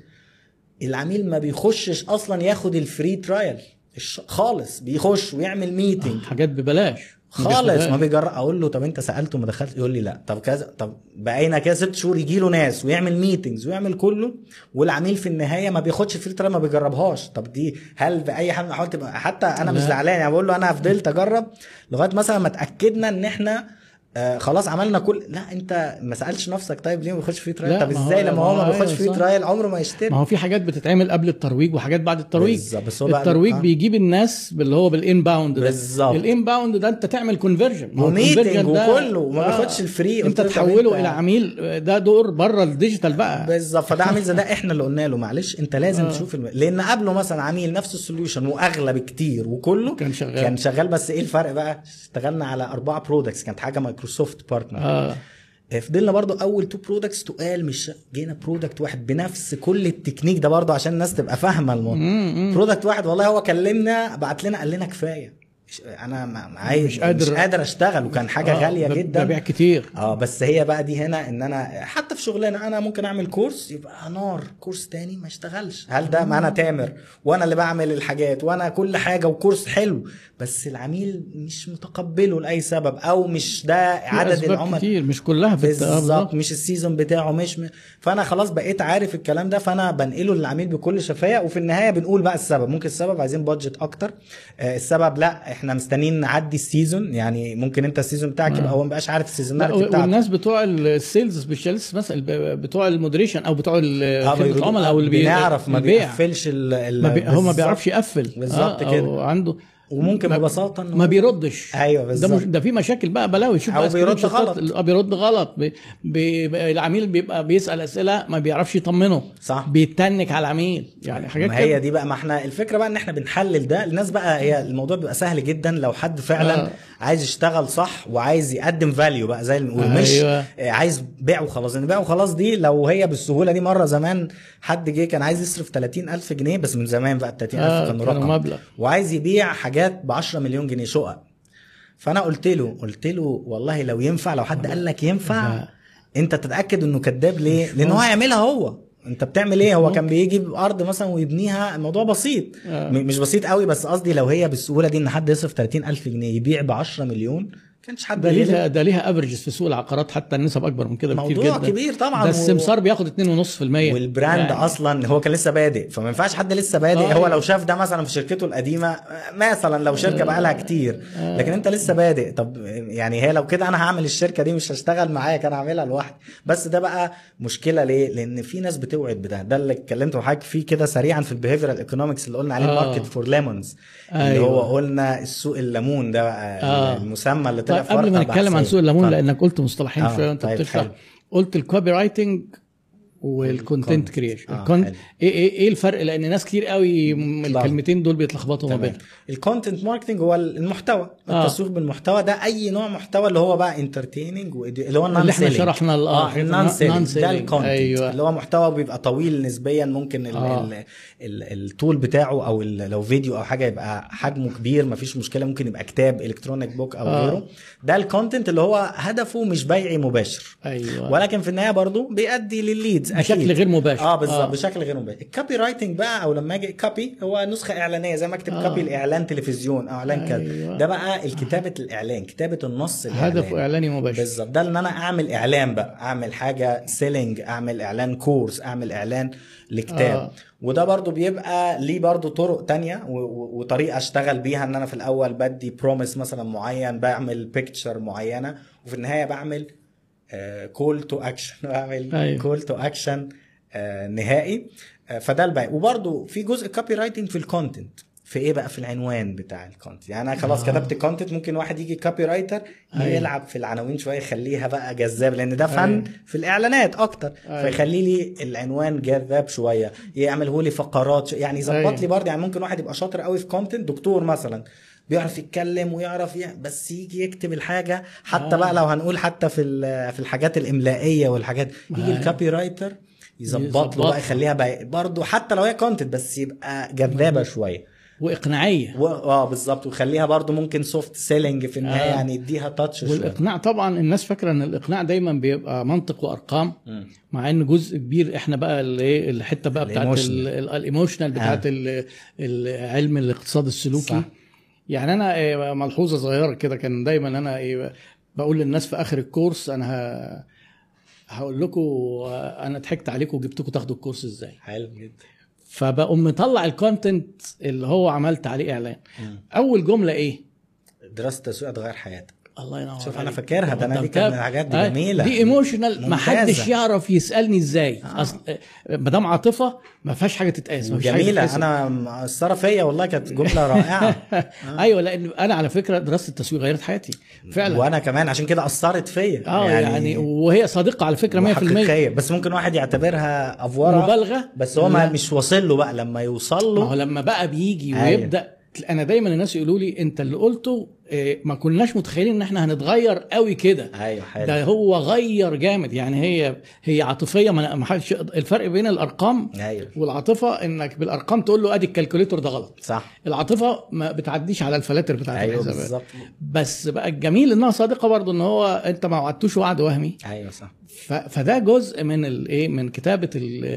العميل ما بيخشش اصلا ياخد الفري ترايل خالص، بيخش ويعمل ميتنج حاجات ببلاش خالص ما بيجرب. اقول له طب انت سالته ما دخلت؟ يقول لي لا. طب كذا، طب بقينا كده ست شهور يجي له ناس ويعمل ميتنجز ويعمل كله، والعميل في النهايه ما بياخدش فري ترايل، ما بيجربهاش. طب دي هل باي حال حاول تبقى حتى انا مش زعلان يعني، بقول له انا فضلت اجرب لغايه مثلا ما اتاكدنا ان احنا آه خلاص عملنا كل. لا انت ما سالتش نفسك طيب ليه ما بيخش فيه ترايل؟ طب ازاي لما هو ما بيخش فيه ترايل عمره ما يشتري؟ ما هو في حاجات بتتعمل قبل الترويج وحاجات بعد الترويج. بس الترويج آه. بيجيب الناس باللي هو بالانباوند ده. بالظبط. الانباوند ده انت تعمل كونفرجن وميتنج وكله وما بياخدش الفري، انت تحوله الى عميل. ده دور بره الديجيتال بقى. بالظبط. فده عميل زي ده احنا اللي قلنا له معلش انت لازم آه. تشوف الم... لان قبله مثلا عميل نفس السوليوشن واغلى بكتير وكله كان شغال كان شغال بس ايه الفرق بقى؟ اشتغلنا على اربعه برودكتس، كانت حاجه مايكروسوفت بارتنر. آه. فضلنا برضو اول تو برودكتس تقال، مش جينا برودكت واحد بنفس كل التكنيك ده برضو عشان الناس تبقى فاهمه الموضوع. برودكت واحد والله هو كلمنا بعت لنا قال لنا كفايه انا عايز مش قادر, مش قادر اشتغل، وكان حاجه آه غاليه جدا ببيع كتير. اه بس هي بقى دي هنا ان انا حتى في شغلنا انا ممكن اعمل كورس يبقى نار، كورس تاني ما اشتغلش. هل ده ما انا تامر وانا اللي بعمل الحاجات وانا كل حاجه وكورس حلو، بس العميل مش متقبله لاي سبب، او مش ده عدد العملاء كتير مش كلها في بالظبط، مش السيزون بتاعه مش م... فانا خلاص بقيت عارف الكلام ده، فانا بنقله للعميل بكل شفافيه. وفي النهايه بنقول بقى السبب، ممكن السبب عايزين بادجت اكتر، آه السبب لا احنا مستنيين نعدي السيزون. يعني ممكن انت السيزون بتاعك يبقى هو مبقاش عارف السيزوناليتي بتاعته. والناس بتوع السيلز سبيشالست مثلا بتوع المودريشن او بتوع خدمه العملاء او اللي بيعرف ما بيقفلش هو ما بيعرفش يقفل بالظبط آه كده عنده، وممكن ببساطه ما بيردش. ايوه بالظبط. ده, ده في مشاكل بقى بلاوي. شوف بقى بيرد غلط، بيرد غلط بي بي العميل بيبقى بيسال اسئله ما بيعرفش يطمنه، صح، بيتنك على العميل. يعني حاجات ما هي دي بقى. ما احنا الفكره بقى ان احنا بنحلل ده الناس بقى. هي الموضوع بيبقى سهل جدا لو حد فعلا آه. عايز يشتغل صح وعايز يقدم فاليو بقى زي اللي مش أيوة. عايز بيع وخلاص. ان بيع وخلاص دي لو هي بالسهوله دي، مره زمان حد جه كان عايز يصرف ثلاثين ألف جنيه، بس من زمان بقى ثلاثين ألف آه كان رقم مبلغ، وعايز يبيع حاجات ب عشرة مليون جنيه شقق. فانا قلت له قلت له والله لو ينفع، لو حد قال لك ينفع انت تتاكد انه كذاب. ليه؟ لان هو هيعملها هو. انت بتعمل ايه؟ هو كان بيجي بارض مثلا ويبنيها، الموضوع بسيط آه. مش بسيط قوي، بس قصدي لو هي بالسهوله دي ان حد يصرف ثلاثين ألف جنيه يبيع ب عشرة مليون، كانش حد. ده ليها ده ليها افريجز في سوق العقارات، حتى النسب اكبر من كده بكتير جدا. موضوع كبير طبعا. ده السمسار بياخد اتنين ونص في المية، والبراند يعني اصلا هو كان لسه بادئ، فما ينفعش حد لسه بادئ آه. هو لو شاف ده مثلا في شركته القديمه مثلا، لو شركه بقى لها كتير آه. لكن انت لسه بادئ، طب يعني هي لو كده انا هعمل الشركه دي مش هشتغل معايا، كان هعملها لوحدي. بس ده بقى مشكله. ليه؟ لان في ناس بتوعد بده. ده اللي اتكلمت معاك فيه كده سريعا في البيهيفيرال ايكونومكس اللي قلنا عليه ماركت فور ليمونز، اللي هو قلنا السوق الليمون ده بقى آه. المسمى اللي طلع قبل ما نتكلم عن سوق الليمون، لانك قلت مصطلحين شويه وانت بتشرح. قلت الكوبي رايتنج والكونتنت كريشن. آه ايه ايه ايه الفرق؟ لان ناس كتير قوي الكلمتين دول بيتلخبطوا ما بينهم. الكونتنت ماركتنج هو المحتوى، آه. التسويق بالمحتوى ده اي نوع محتوى اللي هو بقى انترتيننج اللي هو اللي احنا شرحنا اه النون سيلينج ده الكونتنت، أيوة. اللي هو محتوى بيبقى طويل نسبيا، ممكن ال آه. ال ال الطول بتاعه او لو فيديو او حاجه يبقى حجمه كبير مفيش مشكله، ممكن يبقى كتاب الكترونيك بوك او آه. غيره. ده الكونتنت اللي هو هدفه مش بيعي مباشر، أيوة. ولكن في النهايه برضو بيؤدي للليدز بشكل غير مباشر. اه بالظبط آه. بشكل غير مباشر. الكوبي رايتنج بقى او لما اجي كوبي هو نسخه اعلانيه، زي ما اكتب آه. كوبي الاعلان تلفزيون او اعلان كذا. أيوة. ده بقى الكتابه الاعلان، كتابه النص الاعلاني، هدف اعلاني مباشر بالظبط. ده ان انا اعمل اعلان بقى، اعمل حاجه سيلينج، اعمل اعلان كورس، اعمل اعلان لكتاب آه. وده برضو بيبقى ليه برضو طرق تانية وطريقه اشتغل بيها، ان انا في الاول بدي بروميس مثلا معين، بعمل بيكتشر معينه، وفي النهايه بعمل كول تو اكشن، بعمل كول تو اكشن نهائي. uh, فده الباقي. وبرضو في جزء كوبي رايتنج في الكونتنت، في ايه بقى؟ في العنوان بتاع الكونتنت. يعني انا خلاص آه. كتبت كونتنت، ممكن واحد يجي كوبي رايتر يلعب في العناوين شويه، يخليها بقى جذاب، لان ده فن أي. في الاعلانات اكتر، فيخلي لي العنوان جذاب شويه، يعمله لي فقرات، يعني يظبط لي برضه. يعني ممكن واحد يبقى شاطر قوي في كونتنت، دكتور مثلا بيعرف يتكلم ويعرف يعني، بس يجي يكتب الحاجه حتى آه. بقى لو هنقول حتى في في الحاجات الاملائيه والحاجات، يجي الكوبي رايتر يظبط له بقى، يخليها برضه حتى لو هي كونتنت بس يبقى جذابه شويه واقناعيه و... اه بالظبط، وخليها برضو ممكن سوفت سيلينج في النهايه، آه. يعني يديها تاتش شويه. والاقناع طبعا الناس فاكره ان الاقناع دايما بيبقى منطق وارقام، م. مع ان جزء كبير احنا بقى الايه الحته بقى بتاعت الايموشنال بتاعت آه. علم الاقتصاد السلوكي. صح. يعني انا ملحوظه صغيره كده، كان دايما انا ايه بقول للناس في اخر الكورس، انا ه... هقول لكم انا ضحكت عليكم وجبتكم تاخدوا الكورس ازاي. حلو جدا. فبقوم مطلع الكونتنت اللي هو عملت عليه اعلان. مم. اول جمله ايه؟ دراسه التسويق تغير حياتك. الله ينور. شوف انا فاكرها ده، انا دي كانت من الحاجات دي جميله، دي ايموشنال، ما حدش يعرف يسالني ازاي. آه. اصل ما دام عاطفه ما فيهاش حاجه تتقاس، ما فيش حاجه جميله. انا مأثره فيا والله، كانت جمله رائعه. آه. ايوه، لان انا على فكره دراسه التسويق غيرت حياتي فعلا، وانا كمان عشان كده اثرت فيا. اه يعني, يعني وهي صادقه على فكره مية في المية. بس ممكن واحد يعتبرها افوره مبالغه، بس هو ما مش واصل له بقى. لما يوصل له، ما هو لما بقى بيجي ويبدا أيوة. انا دايما الناس يقولوا لي انت اللي قلته ما كناش متخيلين ان احنا هنتغير قوي كده. ايوه حلو. ده هو غير جامد. يعني هي هي عاطفيه، ما حدش. الفرق بين الارقام أيوة. والعاطفه انك بالارقام تقول له ادي الكالكوليتور ده غلط. صح. العاطفه ما بتعديش على الفلاتر بتاعت أيوة الحسابات. بالظبط. بس بقى الجميل انها صادقه برضو، ان هو انت ما وعدتوش وعد وهمي. ايوه صح. فده جزء من الايه من كتابه ال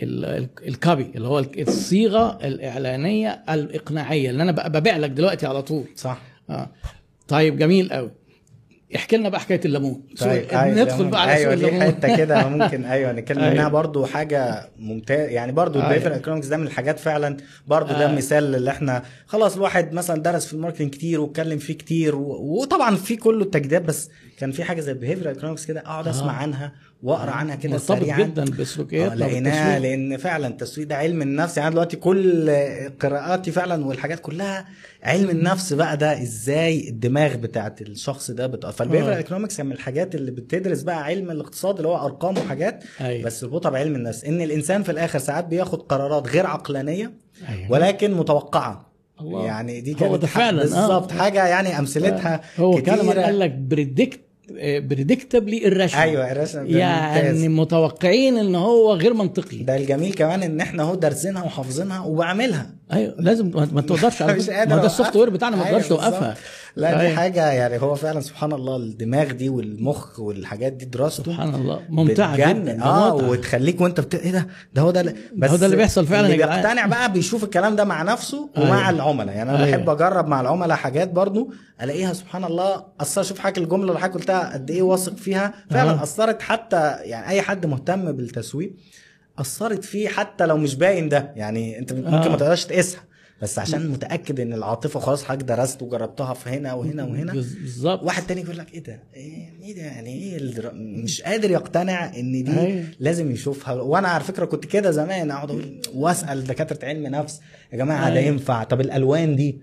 الكابي اللي هو الصيغه الاعلانيه الاقناعيه اللي انا ببيع لك دلوقتي على طول. صح. اه طيب جميل قوي. احكي لنا بقى حكايه الليمون. طيب أيوة ندخل بقى على أيوة الليمون. ايوه دي حته كده ممكن ايوه نتكلم أيوة. منها برضو حاجه ممتازه. يعني برضو أيوة. البيفر ايكونومكس ده من الحاجات فعلا برضو ده أيوة. مثال اللي احنا خلاص الواحد مثلا درس في الماركتنج كتير واتكلم فيه كتير و... وطبعا في كله التجديد، بس كان في حاجه زي البيفر ايكونومكس كده اقعد اسمع آه. عنها واقرا عنها كده سريعا جدا بسلوكيات. لقيناها لان فعلا التسويق ده علم النفس. يعني دلوقتي كل قراءاتي فعلا والحاجات كلها علم النفس بقى، ده ازاي الدماغ بتاعت الشخص ده بتقف. فالبيفر ايكونومكس من الحاجات اللي بتدرس بقى علم الاقتصاد اللي هو ارقام وحاجات. أيوة. بس ربطها بعلم النفس، ان الانسان في الاخر ساعات بياخد قرارات غير عقلانيه. أيوة. ولكن متوقعه. الله. يعني دي كانت فعلا بالظبط آه. حاجه يعني امثلتها هو كتير. قال لك بريدكت بريدكتبلي الرشوه. ايوه الرشوه يعني متوقعين ان هو غير منطقي. ده الجميل كمان ان احنا اهو دارسينها وحافظينها وبعملها. ايوه لازم ما تقدرش على ما ده السوفت وير بتاعنا ما تقدرش توقفها. لا دي حاجه يعني هو فعلا سبحان الله الدماغ دي والمخ والحاجات دي دراسته سبحان الله ممتعه جدا. اه وتخليك وانت بت... ايه ده ده هو ده. بس هو ده اللي بيحصل فعلا. اللي بيقتنع بقى بيشوف الكلام ده مع نفسه ومع أيوة. العملاء. يعني انا أيوة. بحب اجرب مع العملاء حاجات برضو الاقيها سبحان الله اثر. شوف حاجه الجمله اللي حضرتك قلتها قد ايه واثق فيها فعلا. آه. اثرت حتى يعني اي حد مهتم بالتسويق اثرت فيه حتى لو مش باين ده. يعني انت ممكن آه. ما تقدرش تقيسها، بس عشان متاكد ان العاطفه خلاص حاجه درست وجربتها في هنا وهنا وهنا بالظبط. واحد تاني يقول لك ايه ده ايه ده يعني ايه الدر... مش قادر يقتنع ان دي أيوة. لازم يشوفها. وانا على فكره كنت كده زمان اقعد اقول واسال دكاتره علم نفس يا جماعه أيوة. ده ينفع؟ طب الالوان دي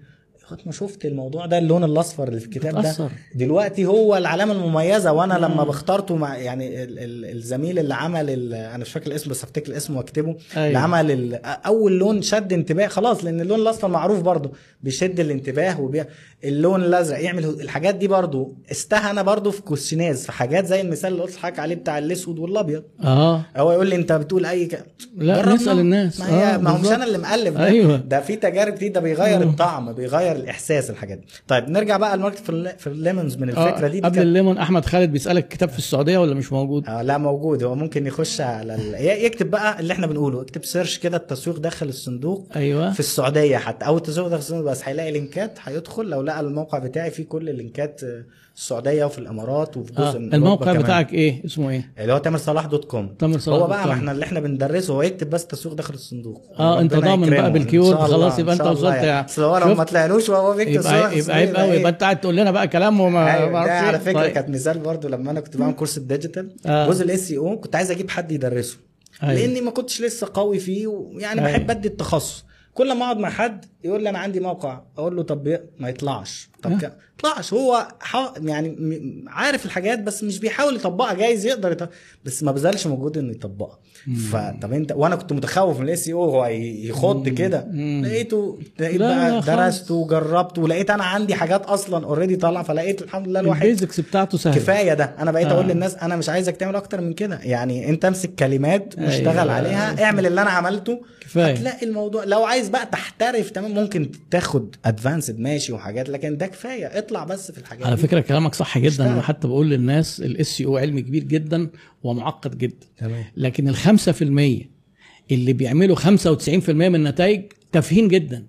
لغايه ما شفت الموضوع ده، اللون الاصفر اللي في الكتاب بتأثر. ده دلوقتي هو العلامه المميزه. وانا مم. لما بختارته مع يعني ال ال الزميل اللي عمل، انا مش فاكر الاسم بس هفتكر الاسم واكتبه، أيوة. اللي عمل اول لون شد انتباه خلاص، لان اللون الاصفر معروف برضو بيشد الانتباه، وبي... اللون الازرق يعمل الحاجات دي برضو. استهنى برضو في كوستشناز في حاجات زي المثال اللي قلت لحضرتك عليه بتاع الاسود والابيض. اه هو يقول لي انت بتقول اي ك... لا نسال الناس. ما هي آه ما هو مش انا اللي مؤلف ده. أيوة. ده في تجارب كتير، ده بيغير الطعم بيغير الاحساس الحاجات دي. طيب نرجع بقى الماركت في, في الليمونز من الفكره آه. دي, دي قبل كان... الليمون احمد خالد بيسالك كتاب في السعوديه ولا مش موجود؟ آه لا موجود. هو ممكن يخش على ال... يكتب بقى اللي احنا بنقوله، اكتب سيرش كده التسويق داخل الصندوق. ايوه في السعوديه حتى، او التسويق داخل الصندوق بس، هيلاقي لينكات. هيدخل لو لقى الموقع بتاعي فيه كل اللينكات، السعوديه وفي الامارات وفي جزء آه. من الموقع بتاعك ايه اسمه ايه؟ اللي هو تامر صلاح دوت كوم. تامر صلاح هو بقى ما احنا اللي احنا بندرسه هو يكتب بس تسويق داخل الصندوق. اه انت ضامن بقى بالكيورد خلاص، يبقى انت وصلت يعني. اصل هو لو ما طلعلوش وهو بيكتب يبقى يبقى عيب قوي، يبقى انت قاعد تقول لنا بقى كلام وما أيوة. ده على فكره طيب. كانت مثال برضو لما انا كنت بعمل كورس الديجيتال آه. جزء الاس اي او، كنت عايز اجيب حد يدرسه. أيوة. لاني ما كنتش لسه قوي فيه، ويعني أيوة. بحب ادي التخصص. كل ما اقعد مع حد يقول لي انا عندي موقع، اقول له طب ما يطلعش. طب ما يطلعش. هو يعني عارف الحاجات بس مش بيحاول يطبقها. جايز يقدر يطبقها بس ما بذلش مجهود انه يطبقها. فطب انت، وانا كنت متخوف من الاس اي او هو يخض كده، لقيته لقيت بقى درسته وجربته، ولقيت انا عندي حاجات اصلا اوريدي طالعه، فلقيت الحمد لله الواحد البيزكس بتاعته سهله كفايه. ده انا بقيت آه. اقول للناس انا مش عايزك تعمل اكتر من كده، يعني انت امسك كلمات واشتغل أيوة. عليها، اعمل اللي انا عملته كفايه. هتلاقي الموضوع. لو عايز بقى تحترف تمام ممكن تاخد ادفانسد ماشي وحاجات، لكن ده كفايه. اطلع بس في الحاجات على دي. فكره كلامك صح جدا. انا حتى بقول للناس الاس او علم كبير جدا ومعقد جدا تمام. لكن الخمسة في المية اللي بيعملوا خمسة وتسعين في المية من النتائج تافهين جدا،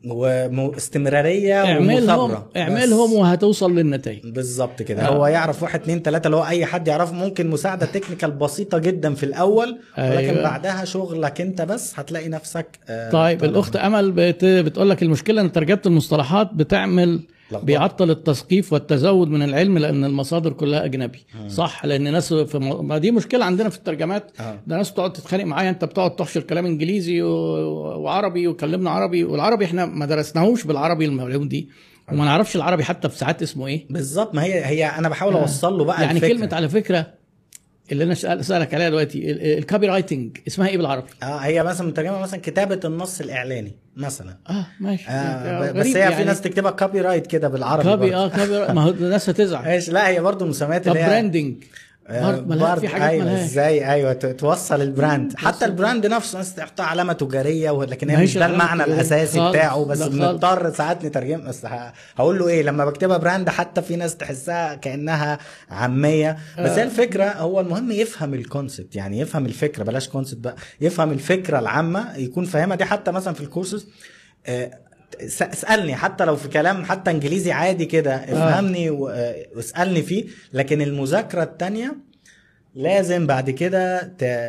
واستمراريه اعملهم اعملهم وهتوصل للنتائج بالظبط كده. آه. هو يعرف واحد اتنين تلاته اللي هو اي حد يعرفه. ممكن مساعده تكنيكال بسيطه جدا في الاول، ولكن أيوة. بعدها شغلك انت بس هتلاقي نفسك. آه طيب الاخت امل بت... بتقول لك المشكله ان ترجمه المصطلحات بتعمل لغبط. بيعطل التثقيف والتزود من العلم لان المصادر كلها اجنبي. مم. صح، لان ناس في م... ما دي مشكله عندنا في الترجمات. آه. ده ناس تقعد تتخانق معايا، انت بتقعد تحشر كلام انجليزي و... وعربي وكلمنا عربي، والعربي احنا ما درسناهوش بالعربي المعلوم دي، وما نعرفش العربي حتى في ساعات اسمه ايه بالظبط. ما هي هي انا بحاول آه. اوصل له بقى يعني الفكرة. كلمه على فكره اللي انا سألك عليها دلوقتي، الكوبي رايتنج اسمها ايه بالعربي؟ اه هي مثلا مترجمه مثلا كتابه النص الاعلاني مثلا. اه ماشي. آه بس هي يعني في ناس تكتبها كوبي رايت كده بالعربي. كوبي اه كوبي ما هو الناس هتزعل. ايش لا هي برضو مسميات اللي هي براندنج برضه في حاجات أيوة ملهاش. ازاي ايوه توصل البراند. حتى البراند نفسه ناس تحطها علامه تجاريه، ولكن هي مش ده المعنى الاساسي بتاعه. بس بنضطر ساعات نترجم. بس هقول له ايه لما بكتبها براند، حتى في ناس تحسها كانها عاميه. بس هي الفكره، هو المهم يفهم الكونسبت، يعني يفهم الفكره، بلاش كونسبت بقى، يفهم الفكره العامه يكون فاهمها. دي حتى مثلا في الكورسز آه اسألني حتى لو في كلام حتى انجليزي عادي كده، افهمني واسألني فيه. لكن المذاكرة التانية لازم بعد كده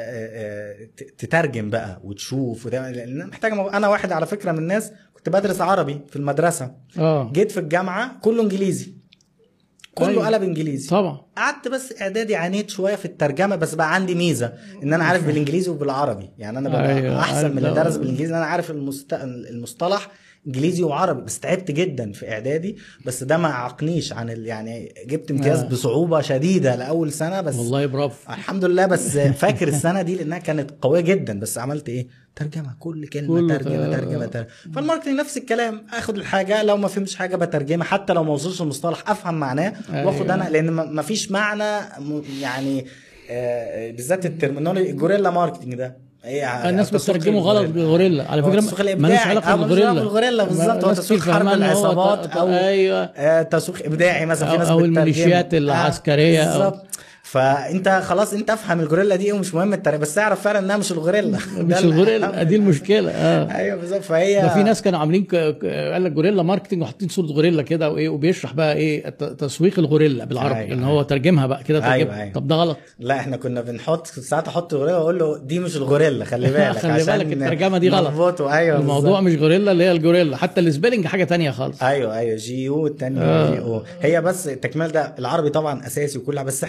تترجم بقى وتشوف، لان محتاج. انا واحد على فكرة من الناس كنت بدرس عربي في المدرسة، أوه. جيت في الجامعة كله انجليزي، كله قلب انجليزي طبعا. قعدت بس اعدادي عانيت شويه في الترجمه، بس بقى عندي ميزه ان انا عارف بالانجليزي وبالعربي. يعني انا بقى أيوة. احسن من اللي درس بالانجليزي، انا عارف المست... المصطلح انجليزي وعربي. بس تعبت جدا في اعدادي، بس ده ما عقنيش عن ال... يعني جبت امتياز آه. بصعوبه شديده لاول سنه بس والله برافو الحمد لله. بس فاكر السنه دي لانها كانت قويه جدا. بس عملت ايه؟ ترجمه، كل كلمه ترجمه ترجمه ترجمه. فالماركتنج نفس الكلام، اخد الحاجه لو ما فهمتش حاجه بترجمها، حتى لو ما وصلش المصطلح افهم معناه واخد انا، لان ما فيش معنى يعني آه بالذات الترمينولوجي. الجوريلا ماركتنج ده ايه الناس بتترجمه غلط غوريلا على فكره، مالوش علاقه بالغوريلا. الغوريلا بالظبط هو تسويق حرب العصابات او ايوه آه تسويق ابداعي مثلا، في ناس او الميليشيات العسكريه بالظبط. فانت خلاص انت افهم الغوريلا دي ومش مهم التاريخ، بس اعرف فعلا انها مش الغوريلا مش الغوريلا دي المشكله. اه ايوه بالظبط. فهي ده في ناس كانوا عاملين قال لك غوريلا ماركتنج وحاطين صوره غوريلا كده وايه، وبيشرح بقى ايه تسويق الغوريلا بالعربي. أيوة. ان هو ترجمها بقى كده ترجمها. أيوة أيوة. طب ده غلط. لا احنا كنا بنحط ساعات احط غوريلا واقول له دي مش الغوريلا، خلي بالك خلي بالك الترجمه دي غلط. ايوه الموضوع مش غوريلا اللي هي الغوريلا، حتى السبيلنج حاجه تانية خالص. ايوه ايوه جي او الثانيه آه. جي او. هي بس التكمال ده العربي طبعا اساسي وكلها، بس احنا للاسف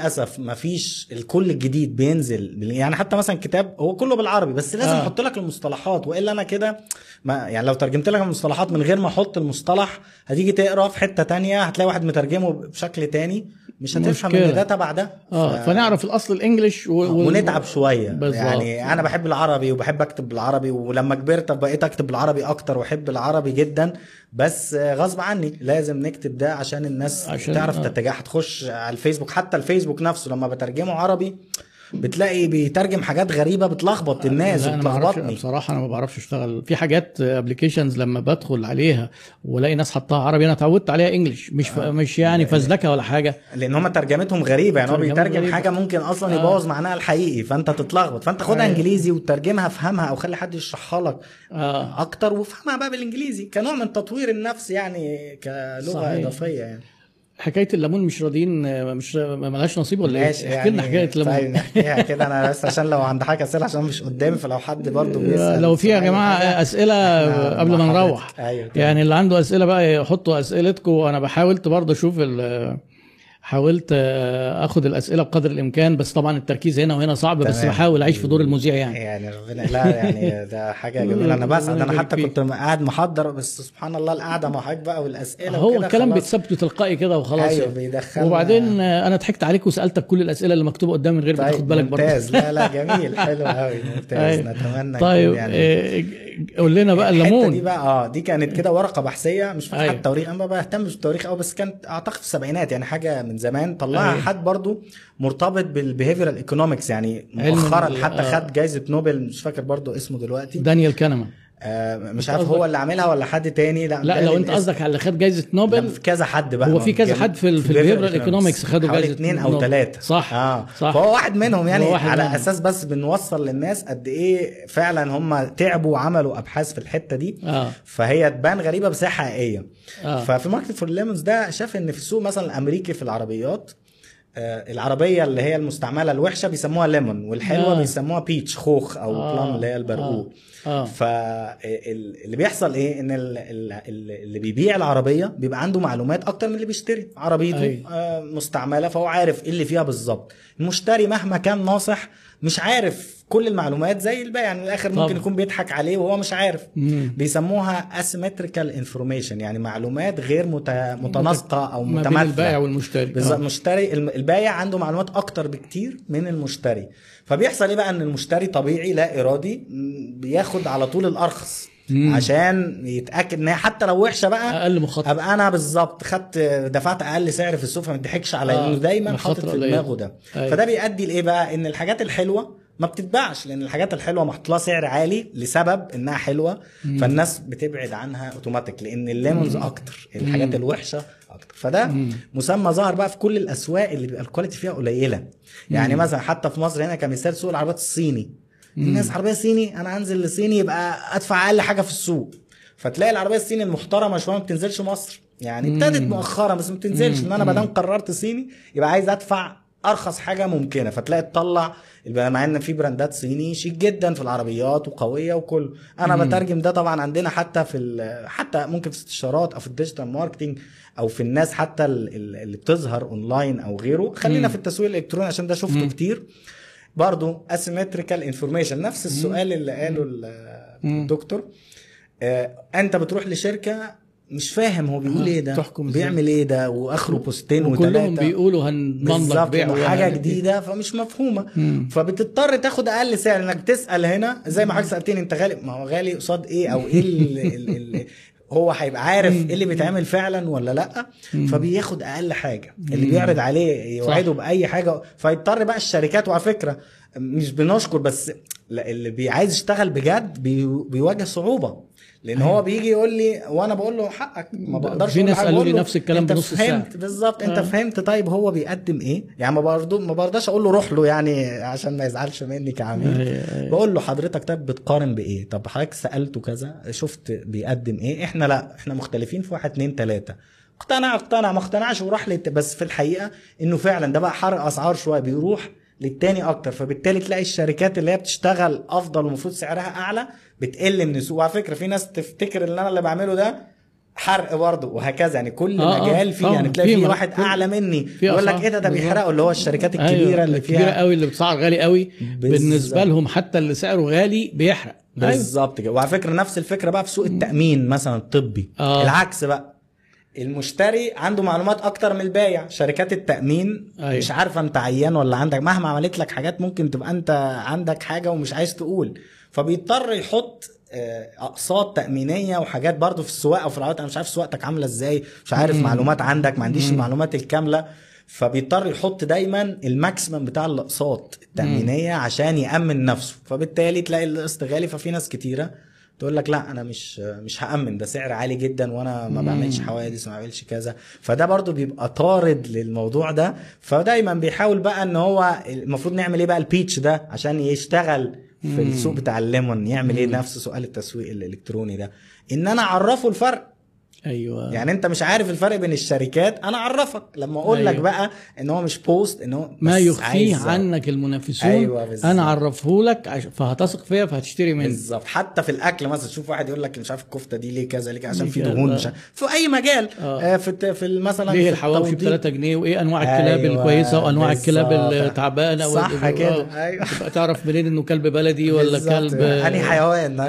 للاسف ما فيش الكل الجديد بينزل، يعني حتى مثلا كتاب هو كله بالعربي بس لازم آه. احط لك المصطلحات، والا انا كده ما يعني لو ترجمت لك المصطلحات من غير ما احط المصطلح هتيجي تقرا في حته تانية هتلاقي واحد مترجمه بشكل تاني مش هتفهم ان ده تبع ده. اه ف... فنعرف الاصل الانجليش و... و... ونتعب شويه بالزبط. يعني انا بحب العربي وبحب اكتب بالعربي، ولما كبرت بقيت اكتب بالعربي اكتر واحب العربي جدا، بس غصب عني لازم نكتب ده عشان الناس عشان تعرف آه. تتجاه. هتخش على الفيسبوك، حتى الفيسبوك نفسه لما بترجمه عربي بتلاقي بيترجم حاجات غريبه بتلخبط الناس وبتلخبطني. بصراحه انا ما بعرفش اشتغل في حاجات ابلكيشنز لما بدخل عليها والاقي ناس حطها عربي انا اتعودت عليها انجلش، مش آه. مش يعني فزلكه ولا حاجه، لان هم ترجمتهم غريبه، يعني هو بيترجم غريبة. حاجه ممكن اصلا يبوظ آه. معناها الحقيقي فانت تتلخبط، فانت خدها آه. انجليزي وترجمها افهمها او خلي حد يشرحها لك آه. اكتر وافهمها بقى بالانجليزي كنوع من تطوير النفس يعني كلغه صحيح. اضافيه يعني. حكايه الليمون مش راضيين مش مالهاش نصيب ولا ايه؟ احكي لنا حكايه الليمون. طيب نحكيها كده انا بس عشان لو عند حاجه اسئله عشان مش قدامي، فلو حد برضو بيسال لو في يا جماعه اسئله قبل ما نروح أيوة يعني اللي عنده اسئله بقى يحطوا اسئلتكم، وانا بحاولت برضه اشوف حاولت اخد الاسئله بقدر الامكان، بس طبعا التركيز هنا وهنا صعب، بس بحاول اعيش في دور المذيع يعني يعني ربنا لا يعني ده حاجه جميله. انا بسعد انا حتى كنت قاعد محضر بس سبحان الله القعده مع حضرتك بقى والاسئله هو الكلام بيتثبت تلقائي كده وخلاص. ايوه بيدخلنا. وبعدين انا ضحكت عليك وسالتك كل الاسئله اللي مكتوبه قدامي من غير ما طيب تاخد بالك برضه. ممتاز لا لا جميل حلو قوي ممتاز. نتمنى طيب يعني قول لنا بقى الليمون دي بقى اه دي كانت كده ورقه بحثيه مش فاكر التواريخ، انا ما بهتمش بالتواريخ قوي بس كانت اعتقد في السبعينات يعني حاجه من زمان طلعها أيه. حد برضو مرتبط بالبيهيفيرال ايكونومكس يعني مؤخرا حتى آه. خد جائزه نوبل مش فاكر برضو اسمه دلوقتي دانيال كانمان آه مش عارف هو اللي عاملها ولا حد تاني. لا لا لو انت قصدك على اللي خد جائزه نوبل في كذا حد بقى، هو في كذا حد في في البيهيفيرال ايكونومكس خدوا جائزه اثنين او ثلاثه صح اه صح. فهو واحد منهم يعني واحد على منهم. اساس بس بنوصل للناس قد ايه فعلا هم تعبوا وعملوا ابحاث في الحته دي آه. فهي تبان غريبه بس هي حقيقيه آه. ففي ماركت فور ليمونز ده شاف ان في السوق مثلا الامريكي في العربيات آه العربيه اللي هي المستعمله الوحشه بيسموها ليمون والحلوه آه. بيسموها بيتش خوخ او آه. بلام اللي هي البرقوق آه. فاللي بيحصل ايه ان اللي بيبيع العربيه بيبقى عنده معلومات اكتر من اللي بيشتري عربيته أي. آه مستعمله فهو عارف ايه اللي فيها بالظبط. المشتري مهما كان ناصح مش عارف كل المعلومات زي البائع يعني الاخر ممكن يكون بيضحك عليه وهو مش عارف. مم. بيسموها asymmetrical information يعني معلومات غير متناسقه او متماثله ما بين البائع والمشتري. بالظبط آه. المشتري البائع عنده معلومات اكتر بكتير من المشتري، فبيحصل ايه بقى ان المشتري طبيعي لا ارادي بياخد على طول الارخص مم. عشان يتاكد ان حتى لو وحشه بقى اقل مخاطره ابقى انا بالظبط خدت دفعت اقل سعر في السوق فما تضحكش عليا آه. دايما حاطط في دماغه ده. أيوة. فده بيؤدي لايه بقى ان الحاجات الحلوه ما بتتباعش لان الحاجات الحلوه محطوط لها سعر عالي لسبب انها حلوه مم. فالناس بتبعد عنها اوتوماتيك لان الليمونز اكتر الحاجات مم. الوحشه اكتر. فده مم. مسمى ظهر بقى في كل الاسواق اللي بيبقى الكواليتي فيها قليله يعني مم. مثلا حتى في مصر هنا كمثال سوق العربيات الصيني الناس عربيه صيني انا انزل لصيني يبقى ادفع اقل حاجه في السوق، فتلاقي العربيه الصيني المحترمه شويه ما بتنزلش مصر يعني ابتدت مؤخرا بس ما بتنزلش ان انا بدل قررت صيني يبقى عايز ادفع ارخص حاجه ممكنه فتلاقي تطلع مع ان في براندات صيني شيك جدا في العربيات وقويه وكل انا مم. بترجم ده طبعا عندنا حتى في حتى ممكن في استشارات او في الديجيتال ماركتنج او في الناس حتى اللي بتظهر اونلاين او غيره. خلينا مم. في التسويق الالكتروني عشان ده شفته مم. كتير برضو asymmetrical information نفس السؤال اللي قاله الدكتور. آه انت بتروح لشركه مش فاهم هو بيقول ايه ده بيعمل ايه ده واخره بوستين وثلاثه وكلهم بيقولوا هنضمن لك بيع حاجه جديده فمش مفهومه مم. فبتضطر تاخد اقل سعر انك تسال هنا زي ما حضرتك سالتني انت غالي ما هو غالي قصاد ايه او ايه اللي هو هيبقى عارف ايه اللي بيتعمل فعلا ولا لا فبياخد اقل حاجه اللي بيعرض عليه يوعده باي حاجه فيضطر بقى الشركات. وعلى فكره مش بنشكر بس اللي عايز يشتغل بجد بيواجه صعوبه لان هو بيجي يقول لي وانا بقول له حقك ما بقدرش في ناس قالوا لي نفس الكلام بنص ساعه فهمت بالظبط انت آه. فهمت طيب هو بيقدم ايه يعني ما برضو ما برضاش اقول له روح له يعني عشان ما يزعلش مني كعميل. آه. آه. بقول له حضرتك طيب بتقارن بايه طب حضرتك سالته كذا شفت بيقدم ايه احنا لا احنا مختلفين في واحد اتنين تلاته اقتنع اقتنع ما اقتنعش وراح لي بس في الحقيقه انه فعلا ده بقى حرق اسعار شويه بيروح للتاني اكتر فبالتالي تلاقي الشركات اللي هي بتشتغل افضل ومفروض سعرها اعلى بتقل من السوق. وعلى فكره في ناس تفتكر ان انا اللي بعمله ده حرق برضه وهكذا. يعني كل آه مجال فيه، يعني تلاقي في واحد اعلى مني يقول لك ايه ده ده بيحرقوا، اللي هو الشركات الكبيره أيوة اللي فيها كبيره قوي اللي بتسعر غالي قوي بالنسبه لهم، حتى اللي سعره غالي بيحرق بالظبط كده. وعلى فكره نفس الفكره بقى في سوق التامين مثلا الطبي. آه. العكس بقى، المشتري عنده معلومات اكتر من البايع. شركات التامين أيوة. مش عارفه انت عيان ولا عندك، مهما عملت لك حاجات ممكن تبقى انت عندك حاجه ومش عايز تقول، فبيضطر يحط اقساط تامينيه وحاجات برضو في السواقه وفي العربيات. انا مش عارف سواقتك عامله ازاي، مش عارف مم. معلومات عندك، ما عنديش مم. المعلومات الكامله، فبيضطر يحط دايما الماكسيمم بتاع الاقساط التامينيه مم. عشان يامن نفسه. فبالتالي تلاقي القسط غالي، ففي ناس كتيره تقول لك لا انا مش مش هامن، ده سعر عالي جدا وانا ما بعملش حوادث ما بعملش كذا. فده برضو بيبقى طارد للموضوع ده. فدايما بيحاول بقى ان هو المفروض نعمل ايه بقى البيتش ده عشان يشتغل في السوق بتاع الليمون. يعمل ايه؟ نفس سؤال التسويق الالكتروني ده، ان انا اعرفه الفرق. ايوه، يعني انت مش عارف الفرق بين الشركات، انا اعرفك لما اقول أيوة. لك بقى ان هو مش بوست، ان هو ما يخفيه عنك المنافسون. أيوة انا اعرفه لك عش... فهتثق فيا فهتشتري مني. بالظبط. حتى في الاكل مثلا تشوف واحد يقول لك مش عارف الكفته دي ليه كذا ليه عشان في دهون، مش عارف في اي مجال. آه. في في مثلا ليه الحواوشي ب ثلاثة جنيه، وايه انواع الكلاب أيوة. الكويسه وانواع بالزبط. الكلاب التعبانه صح كده. ايوه، تبقى تعرف منين انه كلب بلدي ولا بالزبط. كلب انهي حيوان.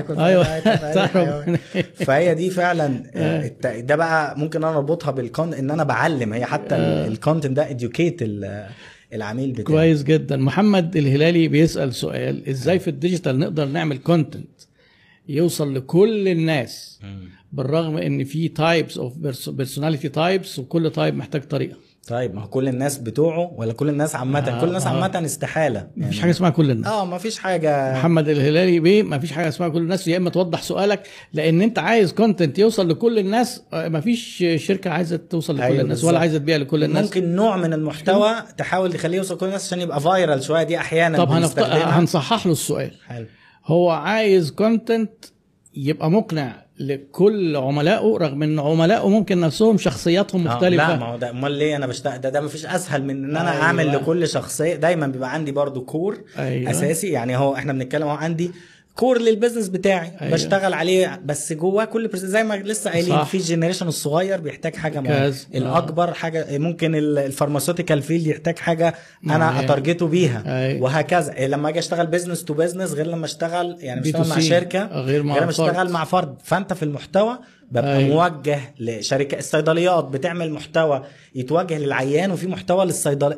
ايوه فهي دي فعلا. ده بقى ممكن انا اربطها بالكون ان انا بعلم. هي حتى آه. الكونتنت ده اديوكيت العميل بتاعي. كويس جدا. محمد الهلالي بيسأل سؤال: ازاي في الديجيتال نقدر نعمل كونتنت يوصل لكل الناس م. بالرغم ان في تايبس اوف بيرسوناليتي تايبس وكل تايب محتاج طريقه؟ طيب ما هو كل الناس بتوعه ولا كل الناس عامه؟ آه كل الناس آه. عامه استحاله يعني. مفيش حاجه اسمها كل الناس. اه مفيش حاجه. محمد الهلالي بيه مفيش حاجه اسمها كل الناس. يا اما توضح سؤالك، لان انت عايز كونتنت يوصل لكل الناس. مفيش شركه عايزه توصل لكل أيوة الناس بالزبط. ولا عايزه تبيع لكل الناس. ممكن نوع من المحتوى تحاول تخليه يوصل لكل الناس عشان يبقى فايرال شويه. دي احيانا طب هنصحح له السؤال. حلو. هو عايز كونتنت يبقى مقنع لكل عملائه، رغم ان عملائه ممكن نفسهم شخصياتهم مختلفه. لا ما هو ده امال ليه انا بشتغل ده ده مفيش اسهل من ان انا أيوة. اعمل لكل شخصيه. دايما بيبقى عندي برضو كور أيوة. اساسي. يعني هو احنا بنتكلم اهو عندي كور للبيزنس بتاعي أيوة. بشتغل عليه، بس جواه كل زي ما لسه قايلين في الجنريشن الصغير بيحتاج حاجه معينه، الاكبر حاجه، ممكن الفارماسيوتيكال فيلد يحتاج حاجه انا أيوة. اتارجته بيها أيوة. وهكذا. لما اجي اشتغل بيزنس تو بيزنس غير لما اشتغل يعني اشتغل مع شركه غير, غير لما اشتغل مع فرد. فانت في المحتوى ببقى أيوة. موجه لشركه. الصيدليات بتعمل محتوى يتوجه للعيان، وفي محتوى للصيدل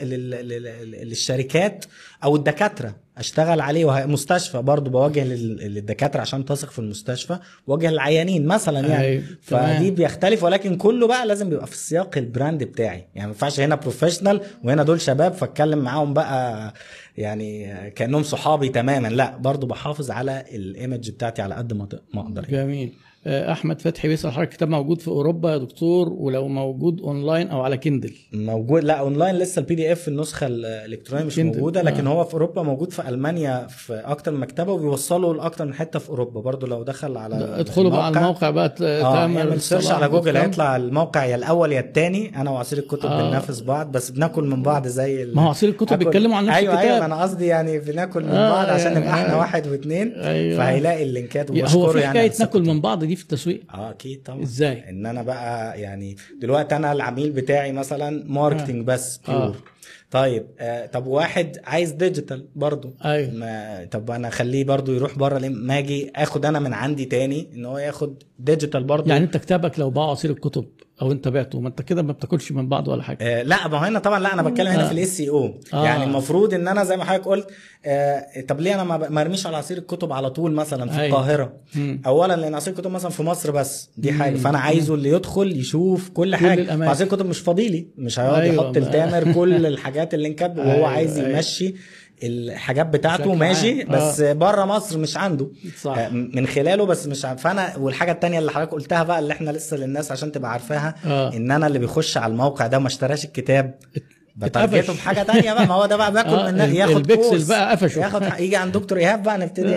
للشركات او الدكاتره اشتغل عليه. ومستشفى برضو بوجه للدكاتره عشان تثق في المستشفى، بوجه للعيانين مثلا يعني أيوة. فدي بيختلف، ولكن كله بقى لازم بيبقى في السياق البراند بتاعي. يعني ما ينفعش هنا بروفيشنال وهنا دول شباب فاتكلم معاهم بقى يعني كانهم صحابي تماما. لا برضو بحافظ على الايمج بتاعتي على قد ما اقدر. جميل. احمد فتحي بيسأل حضرتك: كتاب موجود في اوروبا يا دكتور؟ ولو موجود اونلاين او على كيندل؟ موجود. لا اونلاين لسه، البي دي اف النسخه الالكترونيه مش كيندل. موجوده، لكن آه. هو في اوروبا موجود في المانيا في اكتر من مكتبه، وبيوصلوا لاكتر من حته في اوروبا برضو. لو دخل على ادخلوا بقى على الموقع بقى تعمل سيرش على جوجل هيطلع الموقع يا الاول يا الثاني. انا وعصير الكتب آه. بننافس بعض، بس بناكل من بعض زي ما هو عصير الكتب بيتكلموا عن نفس أيوة الكتاب. ايوه انا قصدي يعني بناكل من آه بعض عشان نبقى احنا واحد واثنين. أيوة. فهيلاقي اللينكات. هو في حكايه يعني ناكل من بعض دي في التسويق؟ اه اكيد طبعا. ازاي؟ ان انا بقى يعني دلوقتي انا العميل بتاعي مثلا ماركتنج آه. بس بيور آه. طيب آه طب واحد عايز ديجيتال برضو أيوة. ما طب انا اخليه برضو يروح بره ليه؟ ما اجي اخد انا من عندي تاني ان هو ياخد ديجيتال برضو. يعني انت كتابك لو باع عصير الكتب او انت بعته، ما انت كده ما بتاكلش من بعض ولا حاجه. آه لا ما هنا طبعا لا انا بتكلم هنا آه. في الاس سي او آه. يعني المفروض ان انا زي ما حضرتك قلت آه طب ليه انا ما ارميش على عصير الكتب على طول مثلا في أيوة. القاهره؟ مم. اولا لان عصير الكتب مثلا في مصر بس دي مم. حاجه، فانا عايزه اللي يدخل يشوف كل, كل حاجه. عصير الكتب مش فاضيلي، مش هيقعد أيوة. يحط التامر كل الحاجات اللي انكتب وهو أيوة. عايز يمشي أيوة. الحاجات بتاعته ماشي بس آه. بره مصر مش عنده صح. من خلاله بس مش عارف. فانا والحاجه التانية اللي حضرتك قلتها بقى اللي احنا لسه للناس عشان تبقى عارفاها آه. ان انا اللي بيخش على الموقع ده ما اشتراش الكتاب بتارجته بحاجه تانية بقى. ما هو ده بقى باكل آه. من ياخد البكسل بقى قفشه، ياخد يجي عند دكتور ايهاب بقى نبتدي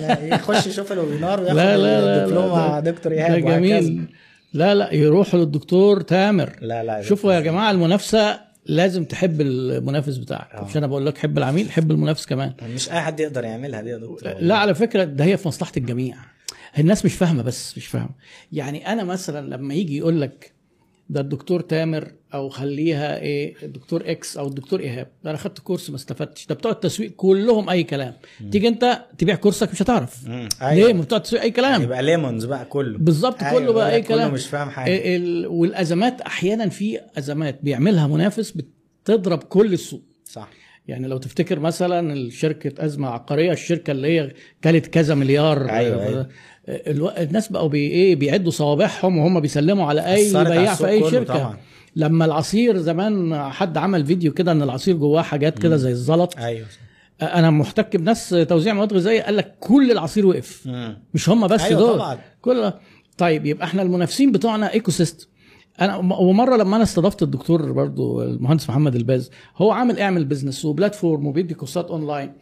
يخش يشوف الويبينار وياخد الدبلومه مع دكتور ايهاب. جميل. لا لا يروح للدكتور تامر. لا لا شوفوا يا جماعه المنافسه لازم تحب المنافس بتاعك. أوه. مش انا بقول لك حب العميل، حب المنافس كمان. مش اي حد يقدر يعملها دي يا دكتور. لا على فكره ده هي في مصلحه الجميع. الناس مش فاهمه، بس مش فاهمه. يعني انا مثلا لما يجي يقول لك ده الدكتور تامر او خليها ايه الدكتور اكس او الدكتور ايهاب، ده انا خدت كورس ما استفدتش، ده بتوع التسويق كلهم اي كلام. م. تيجي انت تبيع كورسك مش هتعرف. أيوة. ليه؟ بتوع التسويق اي كلام، يبقى ليمونز بقى كله بالظبط. أيوة. كله بقى اي كلام، كله مش فاهم حاجه. ال... والازمات احيانا في ازمات بيعملها منافس بتضرب كل السوق. صح. يعني لو تفتكر مثلا الشركه ازمه عقاريه، الشركه اللي هي كانت كذا مليار. أيوة. أيوة. الو... الناس بقوا بي ايه بيعدوا صوابعهم وهم بيسلموا على اي بياع في اي شركه طبعا. لما العصير زمان حد عمل فيديو كده ان العصير جواه حاجات كده زي الزلط. ايوه انا محتك بناس توزيع مواد غذائيه قال لك كل العصير وقف. مم. مش هم بس. أيوة دول طبعا. كل طيب يبقى احنا المنافسين بتوعنا ايكو سيستم. انا ومره لما انا استضفت الدكتور برضو المهندس محمد الباز، هو عامل اعمل بزنس وبلاتفورم وبيدي كورسات اونلاين.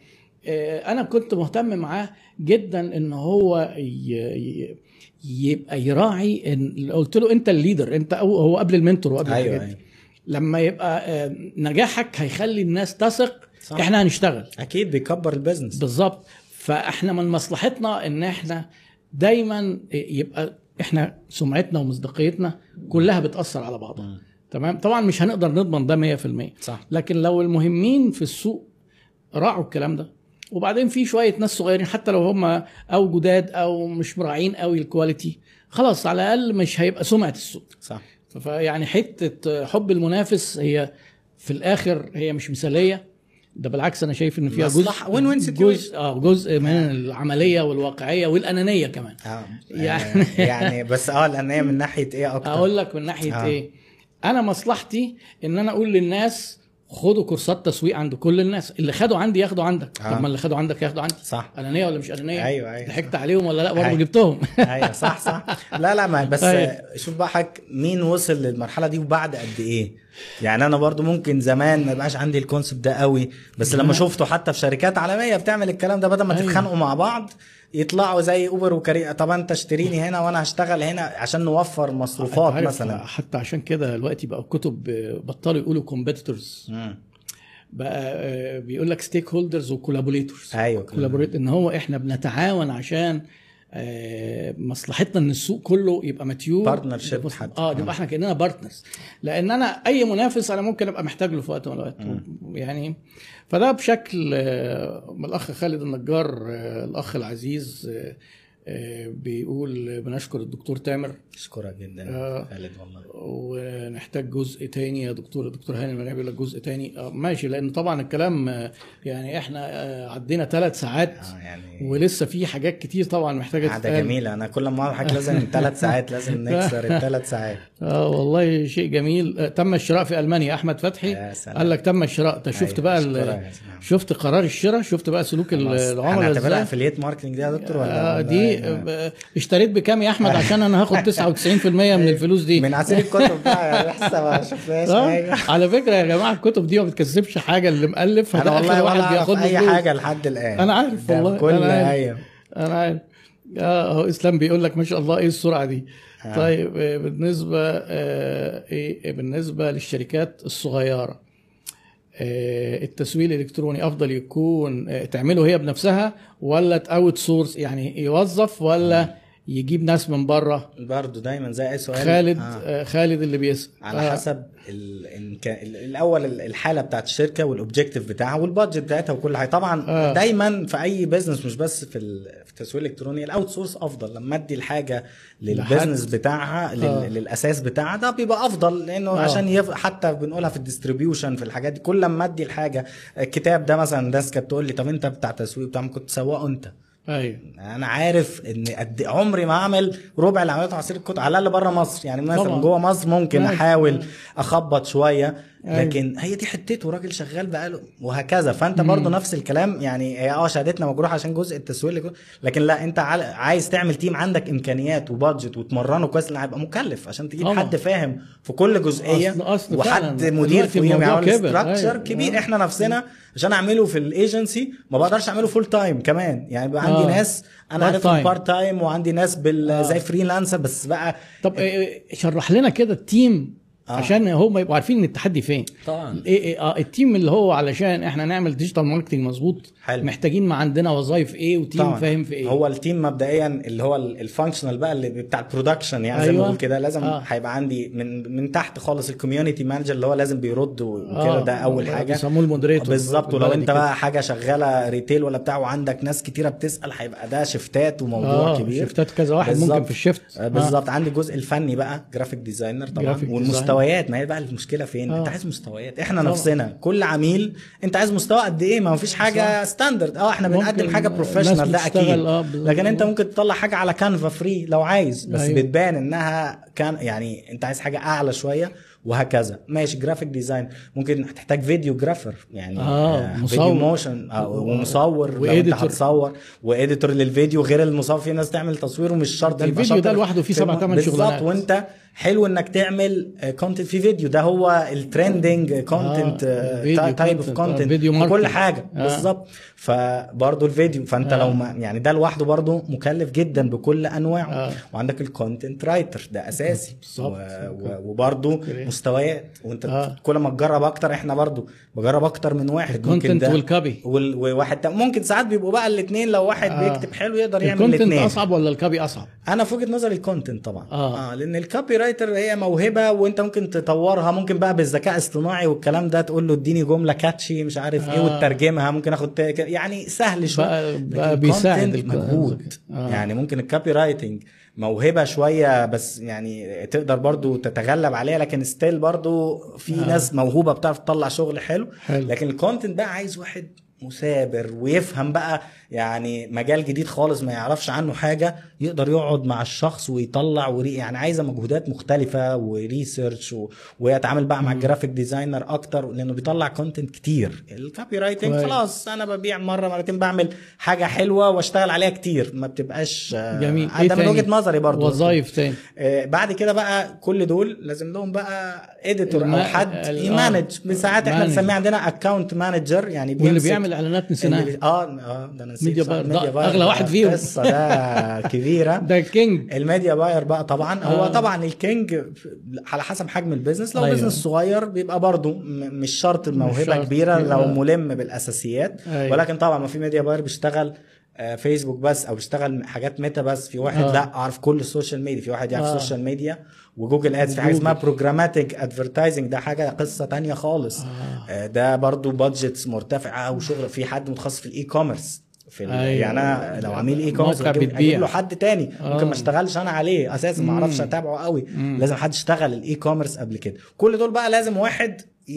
انا كنت مهتم معاه جدا ان هو ي... يبقى يراعي ان قلت له انت الليدر، انت هو قبل المنتور وقبل أيوة الحاجات. أيوة. لما يبقى نجاحك هيخلي الناس تثق. صح. احنا هنشتغل اكيد بيكبر البيزنس بالظبط. فاحنا من مصلحتنا ان احنا دايما يبقى احنا سمعتنا ومصداقيتنا كلها بتأثر على بعضها. م. تمام. طبعا مش هنقدر نضمن ده مية في المية. صح. لكن لو المهمين في السوق راعوا الكلام ده، وبعدين في شويه ناس صغيرين حتى لو هم او جداد او مش مراعين قوي الكواليتي، خلاص على الاقل مش هيبقى سمعه السوق. صح. فيعني حته حب المنافس هي في الاخر هي مش مثاليه، ده بالعكس انا شايف ان فيها جزء وين وين جزء اه جزء من العمليه والواقعيه والانانيه كمان. اه يعني يعني بس اه الانانيه من ناحيه ايه اكتر؟ اقول لك من ناحيه آه. ايه. انا مصلحتي ان انا اقول للناس خدوا كورسات تسويق عند كل الناس، اللي خدوا عندي ياخدوا عندك. آه. طب ما اللي خدوا عندك ياخدوا عندي. صح. انانيه ولا مش انانيه؟ ايوه ايوه. ضحكت عليهم ولا لا؟ برضه أيوة. جبتهم. ايوه صح صح. لا لا ما بس أيوة. شوف بقى حضرتك مين وصل للمرحله دي وبعد قد ايه. يعني انا برضو ممكن زمان ما يبقاش عندي الكونسبت ده قوي، بس لما شفته حتى في شركات عالميه بتعمل الكلام ده، بدل ما أيوة. تتخانقوا مع بعض يطلعوا زي اوبر وكريم، طب انت اشتريني هنا وانا هشتغل هنا عشان نوفر مصروفات مثلا. حتى عشان كده دلوقتي بقى الكتب بطلوا يقولوا كومبيتيتورز، بقى بيقول لك ستيك هولدرز وكولابوريتورز. ايوه كولابوريت ان هو احنا بنتعاون عشان مصلحتنا ان السوق كله يبقى متيور بارتنرشيب. اه يبقى احنا كاننا بارتنرز، لان انا اي منافس انا ممكن ابقى محتاج له في وقت من الاوقات يعني. فده بشكل من الاخ خالد النجار الاخ العزيز بيقول بنشكر الدكتور تامر. اشكرك جدا آه خالد والله. ونحتاج جزء تاني يا دكتور. الدكتور هاني المرعي بيقول لك جزء تاني. آه ماشي، لان طبعا الكلام يعني احنا عدينا ثلاث ساعات آه يعني ولسه في حاجات كتير طبعا محتاجه تتقال. قاعده جميله. انا كل ما اضحك لازم ثلاث ساعات لازم نكسر الثلاث ساعات. اه والله شيء جميل. تم الشراء في المانيا. احمد فتحي قال لك تم الشراء. انت شفت بقى شفت قرار الشراء، شفت بقى سلوك العملاء ازاي. هتعملها افلييت ماركتنج دي يا دكتور ولا آه دي اشتريت بكام يا احمد عشان انا هاخد تسعة وتسعين في المية من الفلوس دي من عصير الكتب بقى. لسه ما شفناش حاجه على فكره يا جماعه. الكتب دي ما بتكسبش حاجه، اللي مؤلف انا والله واحد بياخد اي فلوس. حاجه لحد الان انا عارف والله. كل انا عارف انا عارف اه اسلام بيقول لك ما شاء الله ايه السرعه دي. آه. طيب بالنسبه آه ايه بالنسبه للشركات الصغيره، التسويق الالكتروني افضل يكون تعمله هي بنفسها ولا تاوت سورس، يعني يوظف ولا يجيب ناس من بره؟ برضه دايما زي اي سؤال خالد آه. خالد اللي بيسأل على آه. حسب ال... الاول الحاله بتاعت الشركه والاوبجكتيف بتاعها والبادجت بتاعتها وكل حاجه طبعا. آه. دايما في اي بزنس مش بس في التسويق الالكتروني الاوت سورس افضل. لما ادي الحاجه للبزنس بتاعها آه. للاساس بتاعها ده بيبقى افضل، لانه آه. عشان يف... حتى بنقولها في الديستريبيوشن في الحاجات دي. كل لما ادي الحاجه الكتاب ده مثلا ناس كانت تقول لي طب انت بتاع تسويق بتاع كنت تسوقه انت. ايوه انا عارف ان قد عمري ما اعمل ربع اللي عملته عصير الكتب على الاقل بره مصر. يعني مثلا جوه مصر ممكن احاول اخبط شويه، لكن أيوة. هي دي حتته راجل شغال بقاله وهكذا. فانت مم. برضو نفس الكلام. يعني هي اه شهادتنا مجروحه عشان جزء التسويق، لكن لا انت عايز تعمل تيم عندك امكانيات وبادجت وتمرنه كويس، اللي هيبقى مكلف عشان تجيب أوه. حد فاهم في كل جزئيه أصل أصل وحد مدير فيهم يعمل ستراكشر كبير. أيوة. احنا نفسنا عشان اعمله في الايجنسي ما بقدرش اعمله فول تايم كمان. يعني بقى عندي آه. ناس انا عارفهم بارت تايم وعندي ناس بال آه. زي فريلانسر بس بقى. طب شرح لنا كده التيم آه. عشان هم يبقوا عارفين ان التحدي فين طبعا. إيه إيه آه التيم اللي هو علشان احنا نعمل ديجيتال ماركتنج مظبوط محتاجين ما عندنا وظائف ايه وتيم طبعا. فاهم في ايه. هو التيم مبدئيا اللي هو الفانكشنال بقى اللي بتاع البرودكشن يعني. أيوة. زي ما بقول كده لازم هيبقى آه. عندي من من تحت خالص الكوميونتي مانجر اللي هو لازم بيرد وكده. آه. ده اول حاجه بيسموه المودريتور بالظبط. ولو انت بقى حاجه شغاله ريتيل ولا بتاع وعندك ناس كتيره بتسال هيبقى ده شفتات وموضوع آه. كبير. شفتات كذا واحد بالزبط. ممكن في الشفت آه. بالظبط. عندي الجزء الفني بقى جرافيك ديزاينر طبعا والمستويات. ما هي بقى المشكله فين. آه. انت عايز مستويات. احنا طبعا. نفسنا كل عميل انت عايز مستوى قد ايه. ما فيش حاجه ستاندرد. اه احنا بنقدم حاجه بروفيشنال ده اكيد. آه. لكن انت ممكن تطلع حاجه على كانفا فري لو عايز بس أيوه. بتبان انها كان يعني انت عايز حاجه اعلى شويه وهكذا. ماشي. جرافيك ديزاين ممكن هتحتاج فيديو جرافر يعني آه. فيديو موشن آه. ومصور وإيديتور. هتصور وإيديتور للفيديو غير المصور. في ناس تعمل تصوير ومش شرط الفيديو ده لوحده فيه سبع ثمان شغلانات. وانت حلو انك تعمل كونتنت في فيديو. ده هو الترندنج كونتنت تايب اوف كونتنت كل حاجه آه. بالظبط. فبرضه الفيديو فانت آه. لو ما يعني ده لوحده برضه مكلف جدا بكل انواعه. آه. وعندك الكونتنت رايتر ده اساسي و... وبرضه مستويات. وانت آه. كل ما تجرب اكتر. احنا برضه بجرب اكتر من واحد. ممكن ده والكابي وال... وواحد ممكن ساعات بيبقوا بقى الاثنين. لو واحد آه. بيكتب حلو يقدر يعمل الاثنين. الكونتنت اصعب ولا الكابي اصعب؟ انا في وجهه نظري الكونتنت طبعا. اه, آه. لان الكابي رايتر هي موهبه وانت ممكن تطورها. ممكن بقى بالذكاء الاصطناعي والكلام ده تقول له اديني جمله كاتشي مش عارف آه. ايه وتترجمها. ممكن اخد يعني سهل شويه. بقى بيساعد المجهود آه. يعني ممكن الكابي رايتنج موهبه شويه بس يعني تقدر برضو تتغلب عليها. لكن ستيل برضو في آه. ناس موهوبه بتعرف تطلع شغل حلو, حلو. لكن الكونتنت بقى عايز واحد مثابر ويفهم بقى يعني مجال جديد خالص ما يعرفش عنه حاجة يقدر يقعد مع الشخص ويطلع وري يعني عايزة مجهودات مختلفة وريسيرش و... ويتعامل بقى مع الجرافيك ديزاينر اكتر لانه بيطلع كونتنت كتير. الكوبي رايتنج خلاص انا ببيع مرة مرتين بعمل حاجة حلوة واشتغل عليها كتير ما بتبقاش جميل. ده من وجهة نظري برضو. وظائف تاني آه بعد كده بقى كل دول لازم لهم بقى اديتور الم... او حد يمانج. ساعات احنا بنسميه عندنا اكاونت مانجر يعني واللي بيعمل اعلانات نسيناها. اه اه ده انا ميديا باير اغلى واحد فيهم. قصه ده كبيره. ده الكينج الميديا باير بقى طبعا. هو آه. طبعا الكينج على حسب حجم البيزنس. لو أيوة. بيزنس صغير بيبقى برضو مش شرط موهبه كبيره لو ملم بالاساسيات. أيوة. ولكن طبعا ما في ميديا باير بيشتغل فيسبوك بس او بيشتغل حاجات ميتا بس. في واحد آه. لا اعرف كل السوشيال ميديا. في واحد يعرف السوشيال آه. ميديا وجوجل ادز. في حاجه اسمها بروجراماتيك ادفرتايزنج ده حاجه قصه تانية خالص. آه. ده برضو بادجتس مرتفعه وشغل. في حد متخصص في الاي كوميرس في أيوة. يعني انا لو عميل اي كوميرس اجيب له حد تاني آه. ممكن ما اشتغلش انا عليه اساسا ما اعرفش اتابعه قوي. مم. لازم حد اشتغل الاي كوميرس قبل كده. كل دول بقى لازم واحد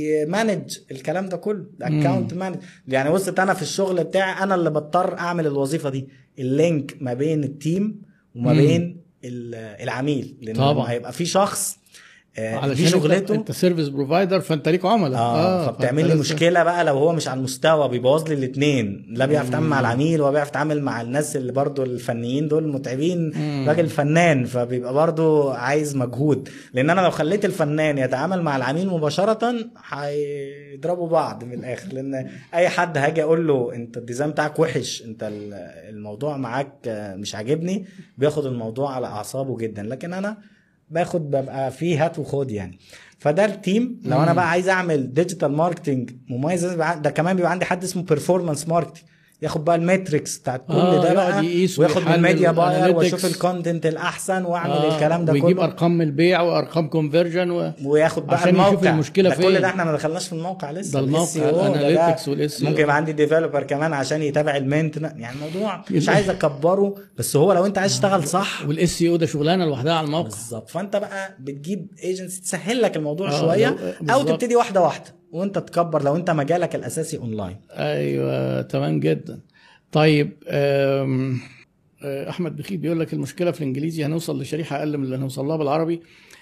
يمانج الكلام ده كله. اكاونت مانج يعني. وصلت انا في الشغل بتاعي انا اللي بضطر اعمل الوظيفه دي اللينك ما بين التيم وما مم. بين العميل لانه هيبقى في شخص علشان شغلته انت سيرفيس بروفايدر فانت ليك عملاء اه, آه فبتعمل لي مشكله بقى لو هو مش على المستوى بيبوظ لي الاثنين. لا بيعرف يتعامل مع العميل ولا بيعرف يتعامل مع الناس اللي برضو الفنيين دول متعبين. راجل فنان فبيبقى برضو عايز مجهود. لان انا لو خليت الفنان يتعامل مع العميل مباشره هيضربوا بعض من الاخر. لان اي حد هاجي اقول له انت الديزاين بتاعك وحش انت الموضوع معاك مش عاجبني بياخد الموضوع على اعصابه جدا. لكن انا باخد ببقى فيه هات وخد يعني. فده التيم. لو انا بقى عايز اعمل ديجيتال ماركتنج مميز ده كمان بيبقى عندي حد اسمه بيرفورمانس ماركتنج ياخد بقى الميتريكس بتاعت كل آه ده بقى وياخد من الميديا باير واشوف الكونتنت الاحسن واعمل آه الكلام ده كله ويجيب ارقام من البيع وارقام كونفرجن و... وياخد بقى الموقع المشكله فين. كل ده احنا ما دخلناش في الموقع لسه. ده الموقع الاناليتكس والاس ممكن يبقى عندي ديفلوبر كمان عشان يتابع المينتنس يعني. الموضوع مش عايز اكبره بس هو لو انت عايز تشتغل صح. والاس او ده شغلانه لوحدها على الموقع بالظبط. فانت بقى بتجيب ايجنسي تسهل لك الموضوع آه شويه او تبتدي واحده واحده وانت تكبر لو انت مجالك الاساسي اونلاين. ايوه تمام جدا. طيب احمد بخيت بيقول لك المشكله في الانجليزي هنوصل لشريحه اقل من اللي هنوصل لها بالعربي.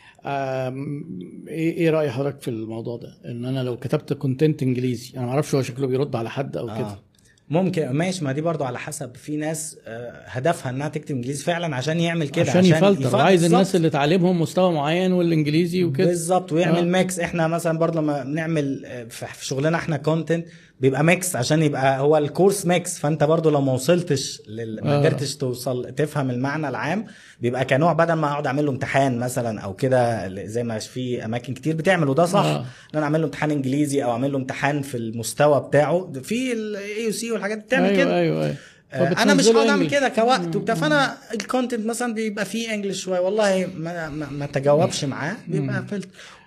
ايه ايه راي حضرتك في الموضوع ده ان انا لو كتبت كونتنت انجليزي انا ما اعرفش هو شكله بيرد على حد او كده. آه. ممكن ماشي، ما دي برضو على حسب. في ناس هدفها انها تكتب انجليزي فعلا عشان يعمل كده، عشان, عشان يفلتر, يفلتر. عايز بالزبط. الناس اللي تعلمهم مستوى معين والانجليزي وكده بالظبط، ويعمل آه. ميكس. احنا مثلا برضو لما بنعمل في شغلنا احنا كونتنت بيبقى ميكس عشان يبقى هو الكورس ميكس. فانت برضو لو ما وصلتش لل... ما قدرتش توصل تفهم المعنى العام، بيبقى كنوع بدل ما اقعد اعمل له امتحان مثلا او كده زي ما في اماكن كتير بتعمل، وده صح آه. ان انا اعمل له امتحان انجليزي او اعمل له امتحان في المستوى بتاعه في الاي يو سي والحاجات دي بتعمل أيوة كده. ايوه ايوه انا مش هقعد اعمل كده كوقت وبتاع. فانا الكونتنت مثلا بيبقى فيه انجلش شويه، والله ما ما, ما تجاوبش معاه بيبقى فلت.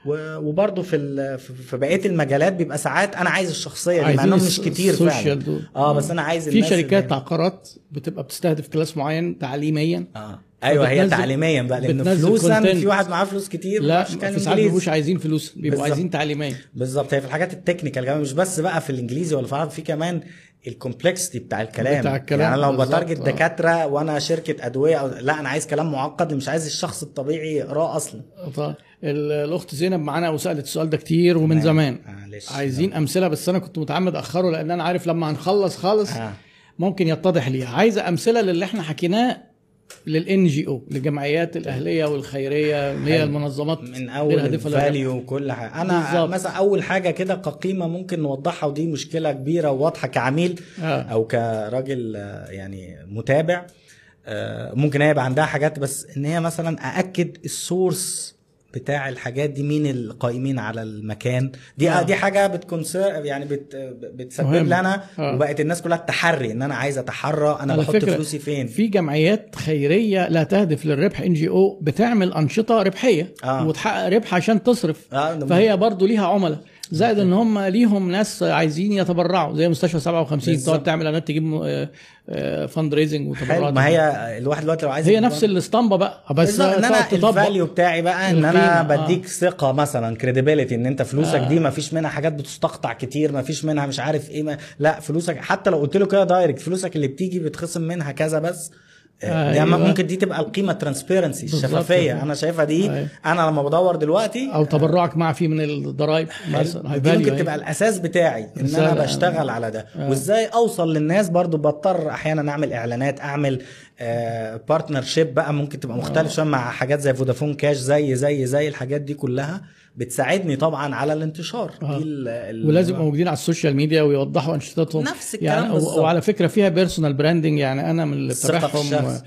وبرضه في في بقيه المجالات بيبقى ساعات انا عايز الشخصيه دي، مع انهم مش كتير فعلا اه بس انا عايز في شركات عقارات بتبقى بتستهدف كلاس معين تعليميا اه ايوه هي تعليميا بقى، لان فلوسا في واحد معاه فلوس كتير لا في ساعات مش عايزين فلوس، بيبقوا عايزين تعليميا بالظبط. هي في الحاجات التكنيكال كمان، مش بس بقى في الانجليزي ولا في العربي، في كمان الكومبلكسيتي بتاع الكلام, بتاع الكلام. يعني لو بتارجت دكاتره وانا شركه ادويه أو لا، انا عايز كلام معقد مش عايز الشخص الطبيعي يقراه اصلا. طيب الاخت زينب معانا وسالت السؤال ده كتير ومن زمان آه عايزين آه. امثله، بس انا كنت متعمد اخره لان انا عارف لما هنخلص خالص آه. ممكن يتضح ليها. عايزه امثله للي احنا حكيناه للان جي او، للجمعيات الاهليه والخيريه اللي هي المنظمات من اول الفاليو وكل حاجه. انا بالزبط. مثلا اول حاجه كده كقيمه ممكن نوضحها، ودي مشكله كبيره وواضحه كعميل آه. او كراجل يعني متابع، ممكن هي يبقى عندها حاجات، بس ان هي مثلا ااكد السورس بتاع الحاجات دي، مين القائمين على المكان دي آه. دي حاجه بتكونسر يعني بت بتسبب لنا آه. وبقت الناس كلها تحري ان انا عايز اتحرى انا بحط فلوسي فين. في جمعيات خيريه لا تهدف للربح ان جي او بتعمل انشطه ربحيه آه. وتحقق ربح عشان تصرف آه. فهي برضو ليها عملاء، زائد ان هم ليهم ناس عايزين يتبرعوا زي مستشفى سبعة وخمسين تقعد تعمل اعلانات تجيب فاند ريزنج وتبرعات. ما هي الواحد دلوقتي لو عايز هي نفس الاسطمبه بقى، بس ان انا الفاليو بتاعي بقى ان انا بديك آه. ثقه مثلا كريديبيليتي ان انت فلوسك آه. دي ما فيش منها حاجات بتستقطع كتير، ما فيش منها مش عارف ايه ما لا فلوسك حتى لو قلت له كده دايركت فلوسك اللي بتيجي بتخصم منها كذا بس آه يعني أيوة. ممكن دي تبقى القيمه ترانسبيرنسي الشفافيه. انا شايفها دي أيوة. انا لما بدور دلوقتي او تبرعك معه فيه من الضرايب مثلا دي ممكن تبقى الاساس بتاعي ان انا بشتغل على ده آه. وازاي اوصل للناس. برضو بضطر احيانا اعمل اعلانات، اعمل آه بارتنرشيب بقى ممكن تبقى مختلف شويه مع حاجات زي فودافون كاش، زي زي زي الحاجات دي كلها بتساعدني طبعا على الانتشار آه. دي ال ال ولازم موجودين على السوشيال ميديا ويوضحوا انشطتهم نفس الكلام يعني بالظبط. وعلى فكره فيها بيرسونال براندنج. يعني انا من اللي بتابعهم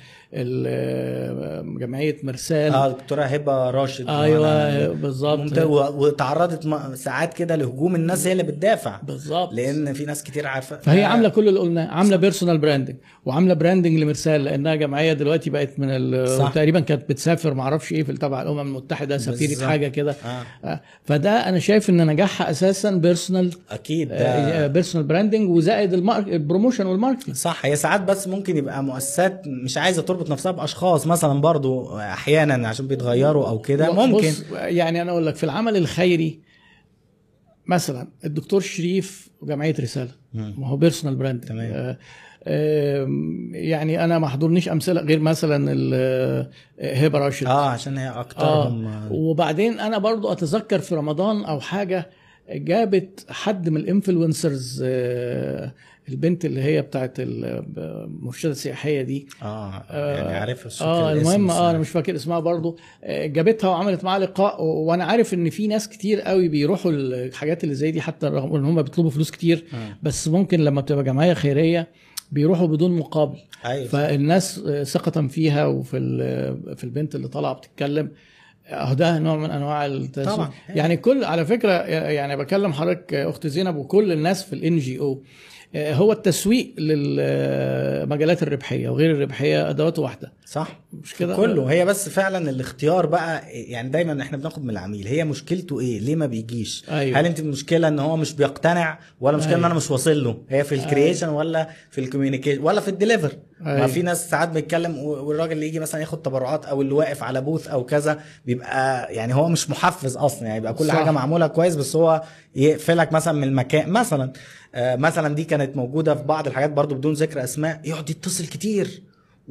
جمعيه مرسال اه دكتوره هبه راشد ايوه بالظبط، وتعرضت ساعات كده لهجوم الناس هي اللي بتدافع بالظبط لان في ناس كتير عارفه. فهي عامله كل اللي قلناه، عامله بيرسونال براندنج وعامله براندنج لمرسال لانها جمعيه دلوقتي بقت من تقريبا كانت بتسافر ما اعرفش ايه في تبع الامم المتحده سفيره حاجه كده آه. فده انا شايف ان نجاحها اساسا بيرسونال اكيد آه بيرسونال براندنج وزائد البروموشن والماركتنج. صح هي ساعات بس ممكن يبقى مؤسسات مش عايزه تربط نفسها باشخاص مثلا برضو احيانا عشان بيتغيروا او كده ممكن. يعني انا اقول لك في العمل الخيري مثلا الدكتور شريف وجمعيه رساله ما هو بيرسونال براند تمام. آه آه يعني انا ما حضرنيش امثله غير مثلا هبه راشد اه عشان هي اكترهم آه وبعدين انا برضو اتذكر في رمضان او حاجه جابت حد من الانفلونسرز آه البنت اللي هي بتاعت المرشده السياحيه دي اه يعني عارف اه المهم اه انا مش فاكر اسمها برضو جابتها وعملت معاها لقاء. وانا عارف ان في ناس كتير قوي بيروحوا الحاجات اللي زي دي حتى رغم ان هم بيطلبوا فلوس كتير آه. بس ممكن لما بتبقى جمعيه خيريه بيروحوا بدون مقابل. أيوة. فالناس ثقة فيها وفي في البنت اللي طالعه بتتكلم اه ده نوع من انواع التسويق طبعا. يعني كل على فكره يعني بكلم حضرتك اخت زينب وكل الناس في الان جي او هو التسويق للمجالات الربحيه وغير الربحيه ادواته واحده صح مش كده كله. هي بس فعلا الاختيار بقى يعني دايما احنا بناخد من العميل هي مشكلته ايه ليه ما بيجيش. أيوة. هل انت المشكله ان هو مش بيقتنع ولا مشكله أيوة. ان انا مش واصل له هي في الكرييشن أيوة. ولا في الكوميونيكيشن ولا في الديليفر. أيوة. ما في ناس ساعات بيتكلم والراجل اللي يجي مثلا ياخد تبرعات او اللي واقف على بوث او كذا بيبقى يعني هو مش محفز اصلا يعني يبقى كل صح. حاجه معموله كويس بس هو يقفلك مثلا من المكان مثلا آه مثلا دي كانت موجوده في بعض الحاجات برضو بدون ذكر اسماء يقعد يتصل كتير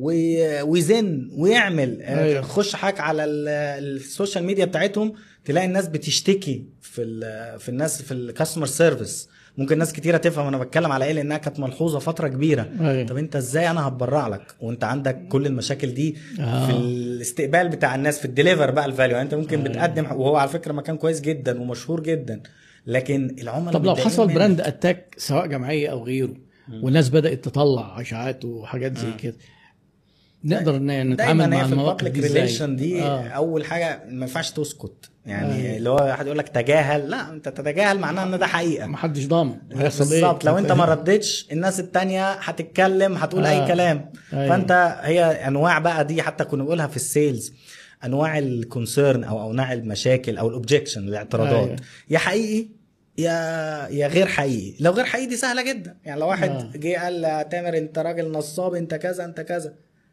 ويزن ويعمل أيوة. تخش حاجه على السوشيال ميديا بتاعتهم تلاقي الناس بتشتكي في في الناس في الكاستمر سيرفيس ممكن ناس كتيره تفهم انا بتكلم على ايه لانها كانت ملحوظه فتره كبيره. أيوة. طب انت ازاي انا هتبرع لك وانت عندك كل المشاكل دي آه. في الاستقبال بتاع الناس، في الدليفر بقى الفاليو. يعني انت ممكن أيوة. بتقدم، وهو على فكره مكان كويس جدا ومشهور جدا، لكن العملاء طب لو حصل براند اتاك سواء جمعيه او غيره والناس بدات تطلع اشاعات وحاجات زي كده، نقدر نتعامل مع المواقف دي ازاي؟ دي آه. اول حاجه ما ينفعش تسكت يعني. اللي هو واحد يقول لك تجاهل، لا انت تتجاهل معناه ان ده حقيقه، ما حدش ضامن هيحصل ايه بالظبط. لو انت ما ردتش الناس التانية هتتكلم، هتقول آه. اي كلام. آه. فانت هي انواع بقى دي حتى كنا بنقولها في السيلز، انواع الكونسيرن او انواع المشاكل او الاوبجكشن، الاعتراضات. آه. يا حقيقي يا يا غير حقيقي. لو غير حقيقي دي سهله جدا، يعني لو واحد آه. جه قال تامر انت راجل نصاب، انت كذا انت كذا،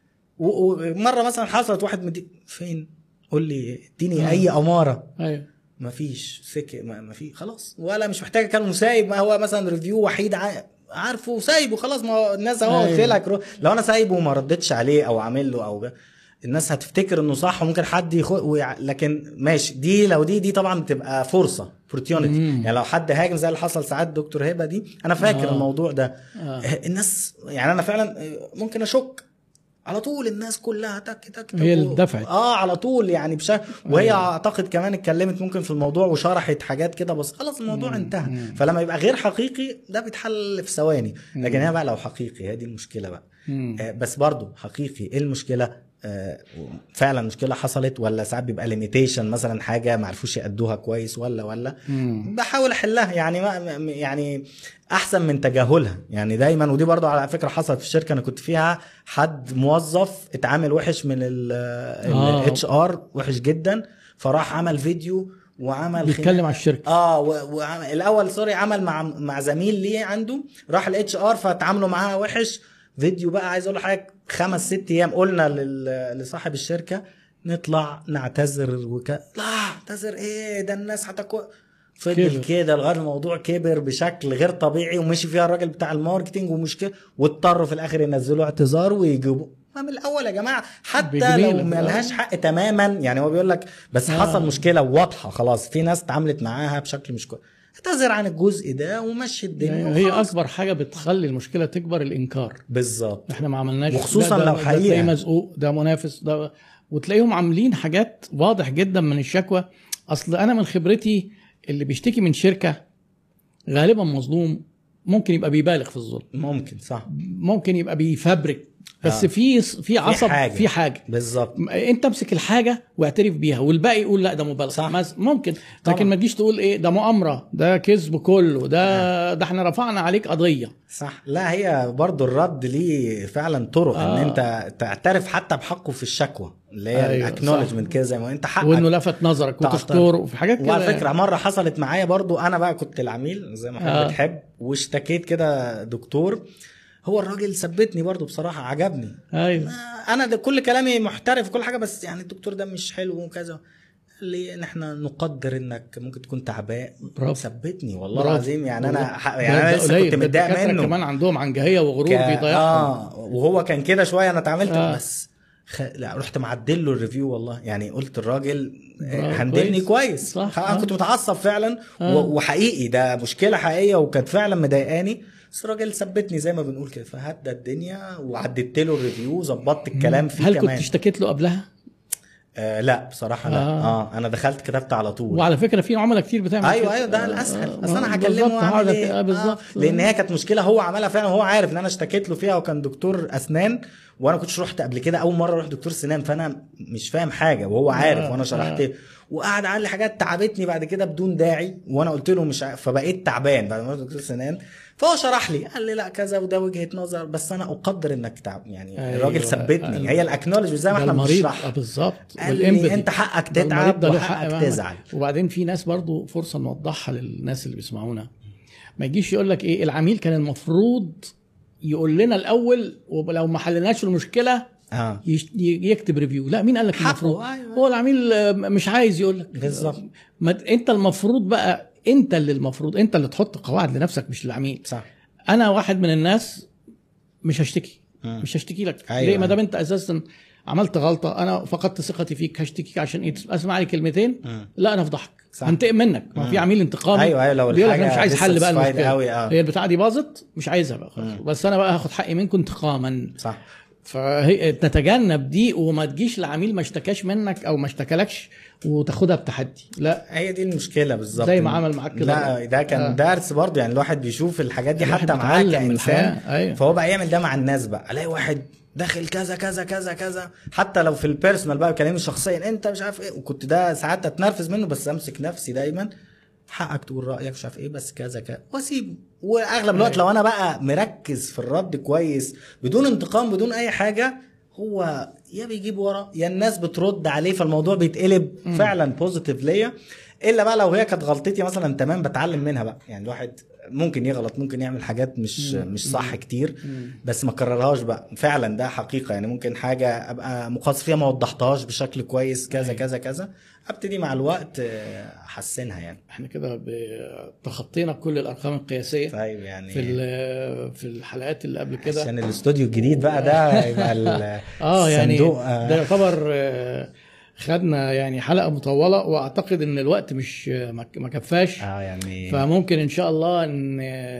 ومره مثلا حصلت واحد مدي فين قول لي اديني آه. اي اماره. ايوه مفيش سكه، ما في خلاص، ولا مش محتاج كلام سايب. ما هو مثلا ريفيو وحيد عارفه وسايبه خلاص. ما هو الناس اهو قلت لك لو انا سايبه وما ردتش عليه او عامل له او الناس هتفتكر انه صح وممكن حد يخو. لكن ماشي، دي لو دي دي طبعا بتبقى فرصه opportunity. يعني لو حد هاجم زي اللي حصل ساعات دكتور هبه دي، انا فاكر آه. الموضوع ده آه. الناس يعني انا فعلا ممكن اشك على طول، الناس كلها تك تك هي اللي دفعت اه على طول يعني بشكل. وهي آه. اعتقد كمان اتكلمت ممكن في الموضوع وشرحت حاجات كده، بس خلاص الموضوع مم. انتهى. مم. فلما يبقى غير حقيقي ده بيتحل في ثواني. لكن هي بقى لو حقيقي، هي دي المشكله بقى. آه بس برضو حقيقي ايه المشكله؟ آه فعلا مشكله حصلت، ولا ساعات بيبقى ليميتيشن مثلا، حاجه ما عرفوش يأدوها كويس، ولا ولا مم. بحاول احلها يعني. ما يعني احسن من تجاهلها يعني دايما. ودي برضو على فكره حصلت في الشركه انا كنت فيها، حد موظف اتعامل وحش من الاتش ار، وحش جدا، فراح عمل فيديو وعمل بيتكلم على الشركه. اه وعمل الاول سوري عمل مع مع زميل ليه عنده، راح الاتش ار فتعاملوا معاها وحش. فيديو بقى عايز اقول لحضرتك خمس ست ايام قلنا لصاحب الشركه نطلع نعتذر وك لا اعتذر ايه ده الناس هتكو. فضل كده لغايه الموضوع كبر بشكل غير طبيعي، ومشي فيها الراجل بتاع الماركتينج ومشكله، واضطروا في الاخر ينزلوا اعتذار ويجيبوا. ما من الاول يا جماعه، حتى لو ما لهاش حق تماما يعني. هو بيقول لك بس آه. حصل مشكله واضحه خلاص، في ناس اتعاملت معاها بشكل مش كويس، اعتذر عن الجزء ده ومشي الدنيا. هي اكبر حاجه بتخلي المشكله تكبر الانكار. بالظبط، احنا ما عملناش، وخصوصا لو حقيقه ده مزقوق، ده منافس، ده وتلاقيهم عاملين حاجات واضح جدا من الشكوى. اصل انا من خبرتي اللي بيشتكي من شركه غالبا مظلوم، ممكن يبقى بيبالغ في الظلم، ممكن صح، ممكن يبقى بيفبرك، بس آه. في في عصب، في حاجه, في حاجة. بالظبط. انت امسك الحاجه واعترف بيها، والباقي يقول لا ده مبالغه ممكن طبعا. لكن ما تجيش تقول ايه ده مؤامره، ده كذب كله، ده آه. ده احنا رفعنا عليك قضيه. صح. لا هي برضو الرد ليه فعلا طرق آه. ان انت تعترف حتى بحقه في الشكوى اللي هي أيوة الاكنولجمنت كده، زي ما انت حقك وانه لفت نظرك وتشكره وفي حاجات كده. وعلى فكره مره حصلت معايا برضو، انا بقى كنت العميل زي ما حضرتك آه. بتحب، واشتكيت كده دكتور، هو الراجل ثبتني برضو بصراحه، عجبني. ايوه انا ده كل كلامي محترف وكل حاجه، بس يعني الدكتور ده مش حلو وكذا، اللي ان احنا نقدر انك ممكن تكون تعبان. ثبتني والله العظيم يعني. انا يعني انا لسه كنت متضايق منه، كمان عندهم عنجهيه وغرور ك... بيضيعهم. اه وهو كان كده شويه، انا اتعاملت آه. بس خ... لا رحت معدل له الريفيو والله، يعني قلت الراجل هندلني كويس, كويس. انا كنت متعصب فعلا آه. وحقيقي ده مشكله حقيقيه وكانت فعلا مضايقاني، بس الراجل ثبتني زي ما بنقول كده، فهدى الدنيا وعدلت له الريفيو، ظبطت الكلام فيه. هل كمان كنت اشتكيت له قبلها؟ آه لا بصراحه لا. اه, آه انا دخلت كتبت على طول. وعلى فكره في عملاء كتير بتعمل ايوه ايوه ده الاسهل. آه اصل انا هكلمه واعمل ايه؟ بالظبط آه لان هي كانت مشكله هو عملها فعلا، وهو عارف ان انا اشتكيت له فيها، وكان دكتور اسنان وانا كنتش رحت قبل كده، اول مره اروح دكتور سنان، فانا مش فاهم حاجه وهو عارف آه وانا شرحت له، وقعد قال لي حاجات تعبتني بعد كده بدون داعي، وانا قلت له مش ع... فبقيت تعبان بعد ما رحت دكتور سنان، فهو شرح لي قال لي لا كذا وده وجهه نظر، بس انا اقدر انك تعب يعني. أيوة الراجل ثبتني. أيوة هي الاكنولج زي ما احنا بنشرح بالظبط، انت حقك تتعب وحقك تزعل. وبعدين في ناس برضو فرصه نوضحها للناس اللي بيسمعونا، ما يجيش يقول لك ايه العميل كان المفروض يقول لنا الاول، ولو ما حلناش المشكله آه. يكتب ريفيو. لا مين قال لك المفروض؟ أيوة. هو العميل مش عايز يقول لك بالظبط. انت المفروض بقى، انت اللي المفروض انت اللي تحط قواعد لنفسك مش للعميل. صح. انا واحد من الناس مش هشتكي م. مش هشتكي لك. أيوة. ليه؟ ما دام انت اساسا عملت غلطه، انا فقدت ثقتي فيك، هشتكيك عشان ايه؟ اسمع لي كلمتين م. لا انا افضحك. هنتقم منك. ما في عميل انتقامي ايوه ايوه لو بيقول لك انا مش عايز حل بقى المشكله قوي اه. هي البتاعه دي باظت مش عايزها بقى خلاص، بس انا بقى هاخد حقي منكم انتقاما. صح. فهي تتجنب دي وما تجيش لعميل ما اشتكاش منك او ما اشتكلكش وتاخدها بتحدي. لا هي دي المشكله بالظبط زي ما عمل معاك كده. لا ده كان آه. درس برضه يعني الواحد بيشوف الحاجات دي حتى معاه كإنسان. أيوة. فهو بقى يعمل ده مع الناس بقى. الاقي واحد داخل كذا كذا كذا كذا حتى لو في البيرسونال بقى كلامي شخصيا انت مش عارف ايه، وكنت ده ساعات اتنرفز منه بس امسك نفسي دايما حقك تقول رايك مش عارف ايه بس كذا كذا واسيبه. واغلب الوقت لو انا بقى مركز في الرد كويس بدون انتقام بدون اي حاجه هو يا بيجيب ورا يا الناس بترد عليه فالموضوع بيتقلب فعلا بوزيتيف ليا. الا بقى لو هي كانت غلطتي مثلا تمام بتعلم منها بقى. يعني الواحد ممكن يغلط ممكن يعمل حاجات مش مم. مش صح كتير بس ما كررهاش بقى فعلا. ده حقيقه يعني ممكن حاجه ابقى مقصر فيها ما وضحتهاش بشكل كويس كذا كذا كذا ابتدي مع الوقت احسنها. يعني احنا كده تخطينا كل الارقام القياسيه. طيب يعني في في الحلقات اللي قبل كده عشان الاستوديو الجديد بقى ده يبقى اه يعني ده يعتبر خدنا يعني حلقه مطوله واعتقد ان الوقت مش ما كفاش اه يعني فممكن ان شاء الله ان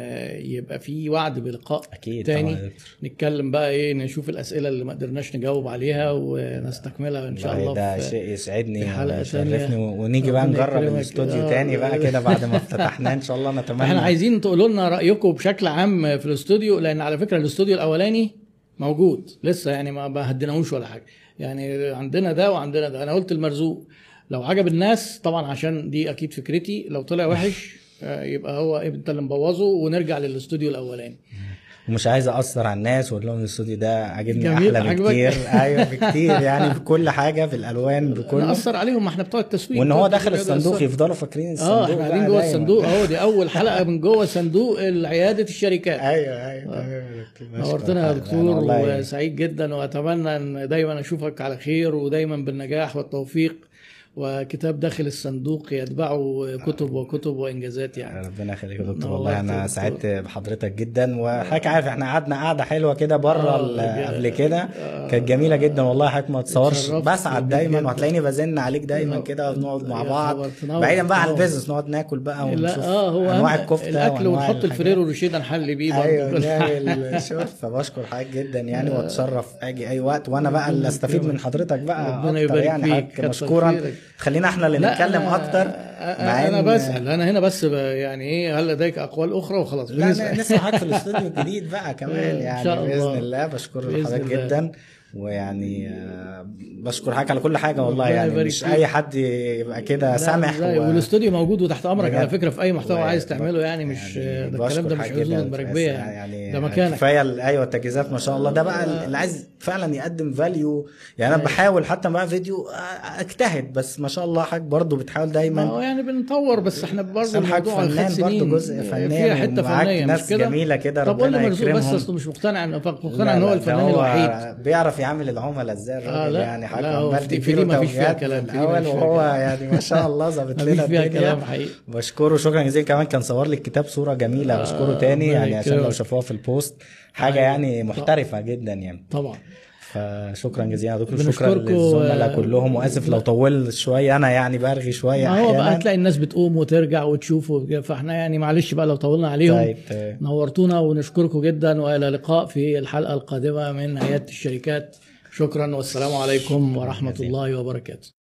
يبقى في وعد بلقاء أكيد تاني نتكلم بقى ايه نشوف الاسئله اللي ما قدرناش نجاوب عليها ونستكملها ان شاء الله. ده شيء يسعدني ويشرفني ونيجي بقى نجرب الاستوديو تاني بقى كده بعد ما افتتحناه ان شاء الله. نتمنى احنا عايزين تقولوا لنا رايكم بشكل عام في الاستوديو لان على فكره الاستوديو الاولاني موجود لسه يعني ما هديناهوش ولا حاجه. يعني عندنا ده وعندنا ده. انا قلت المرزوق لو عجب الناس طبعا عشان دي اكيد فكرتي لو طلع وحش يبقى هو انت اللي مبوظه ونرجع للاستوديو الاولاني. ومش عايز اثر على الناس واقول لهم الاستوديو ده عاجبني احلى بكتير. ايوه بكتير يعني في كل حاجه في الالوان بكله ناثر عليهم. ما احنا بتوع التسويق وان هو داخل الصندوق يفضلوا فاكرين الصندوق. اه احنا قاعدين جوه الصندوق اهو. دي اول حلقه من جوه صندوق عياده الشركات. ايوه ايوه نورتنا يا دكتور وسعيد جدا واتمنى ان دايما اشوفك على خير ودايما بالنجاح والتوفيق وكتاب داخل الصندوق يتبعه كتب وكتب وانجازات. يعني ربنا يخليك يا دكتور. والله انا سعدت بحضرتك جدا وحضرتك عارف احنا قعدنا قعده حلوه كده بره قبل كده كانت جميله جدا والله. حضرتك ما تصورش بسعد دايما وهتلاقيني بزن عليك دايما كده ونقعد مع بعض بعيدا بقى عن البيزنس نقعد ناكل بقى ونشوف انواع الكفته الاكل ونحط الفريرو روشيدا نحل بيه برضه. ايوه نعمل شوف. فبشكر حضرتك جدا يعني واتشرف اجي اي وقت وانا بقى اللي استفيد من حضرتك بقى اكتر يعني. حضرتك مشكورا. خلينا احنا اللي نتكلم اكتر. انا بسأل انا هنا بس يعني ايه هل لديك اقوال اخرى وخلاص. لا نسمع حاجه في الاستوديو الجديد بقى كمان يعني باذن الله. بشكر حضرتك جدا ويعني بشكر حضرتك على كل حاجه والله. يعني مش اي حد يبقى كده سامح. و... والاستوديو موجود وتحت امرك على فكره في اي محتوى عايز تعمله. يعني مش يعني ده الكلام ده مش عزوز مراكبيه يعني ده مكانك. كفايه ايوه التجهيزات ما شاء الله. ده بقى اللي عايز فعلا يقدم فاليو. يعني انا بحاول حتى مع فيديو اجتهد بس ما شاء الله حضرتك برضو بتحاول دايما. اه يعني بنطور بس احنا برضو الموضوع الخمس سنين برضو جزء فنان فيها حته فنيه ناس جميله كده ربنا يكرمهم. بس اصله مش مقتنع مقتنع ان هو الفنان الوحيد بيعرف يعمل العملاء ازاي الراجل. يعني حاجه عمال تديله ما فيش فيها كلام الاول وهو يعني ما شاء الله ظابط لنا الدنيا. بشكره شكرا جزيلا. كمان كان صور لي الكتاب صوره جميله بشكره تاني يعني عشان لو شافوها في البوست حاجه يعني محترفه جدا يعني طبعا. فشكرا جزيلا يا دكتور. شكرا للزملاء كلهم واسف لو طولت شويه انا يعني برغي شويه ما هو بقى هتلاقي الناس بتقوم وترجع وتشوف فاحنا يعني معلش بقى لو طولنا عليهم. طيب. نورتونا ونشكركم جدا والى اللقاء في الحلقه القادمه من عياده الشركات. شكرا والسلام عليكم ورحمه الله وبركاته.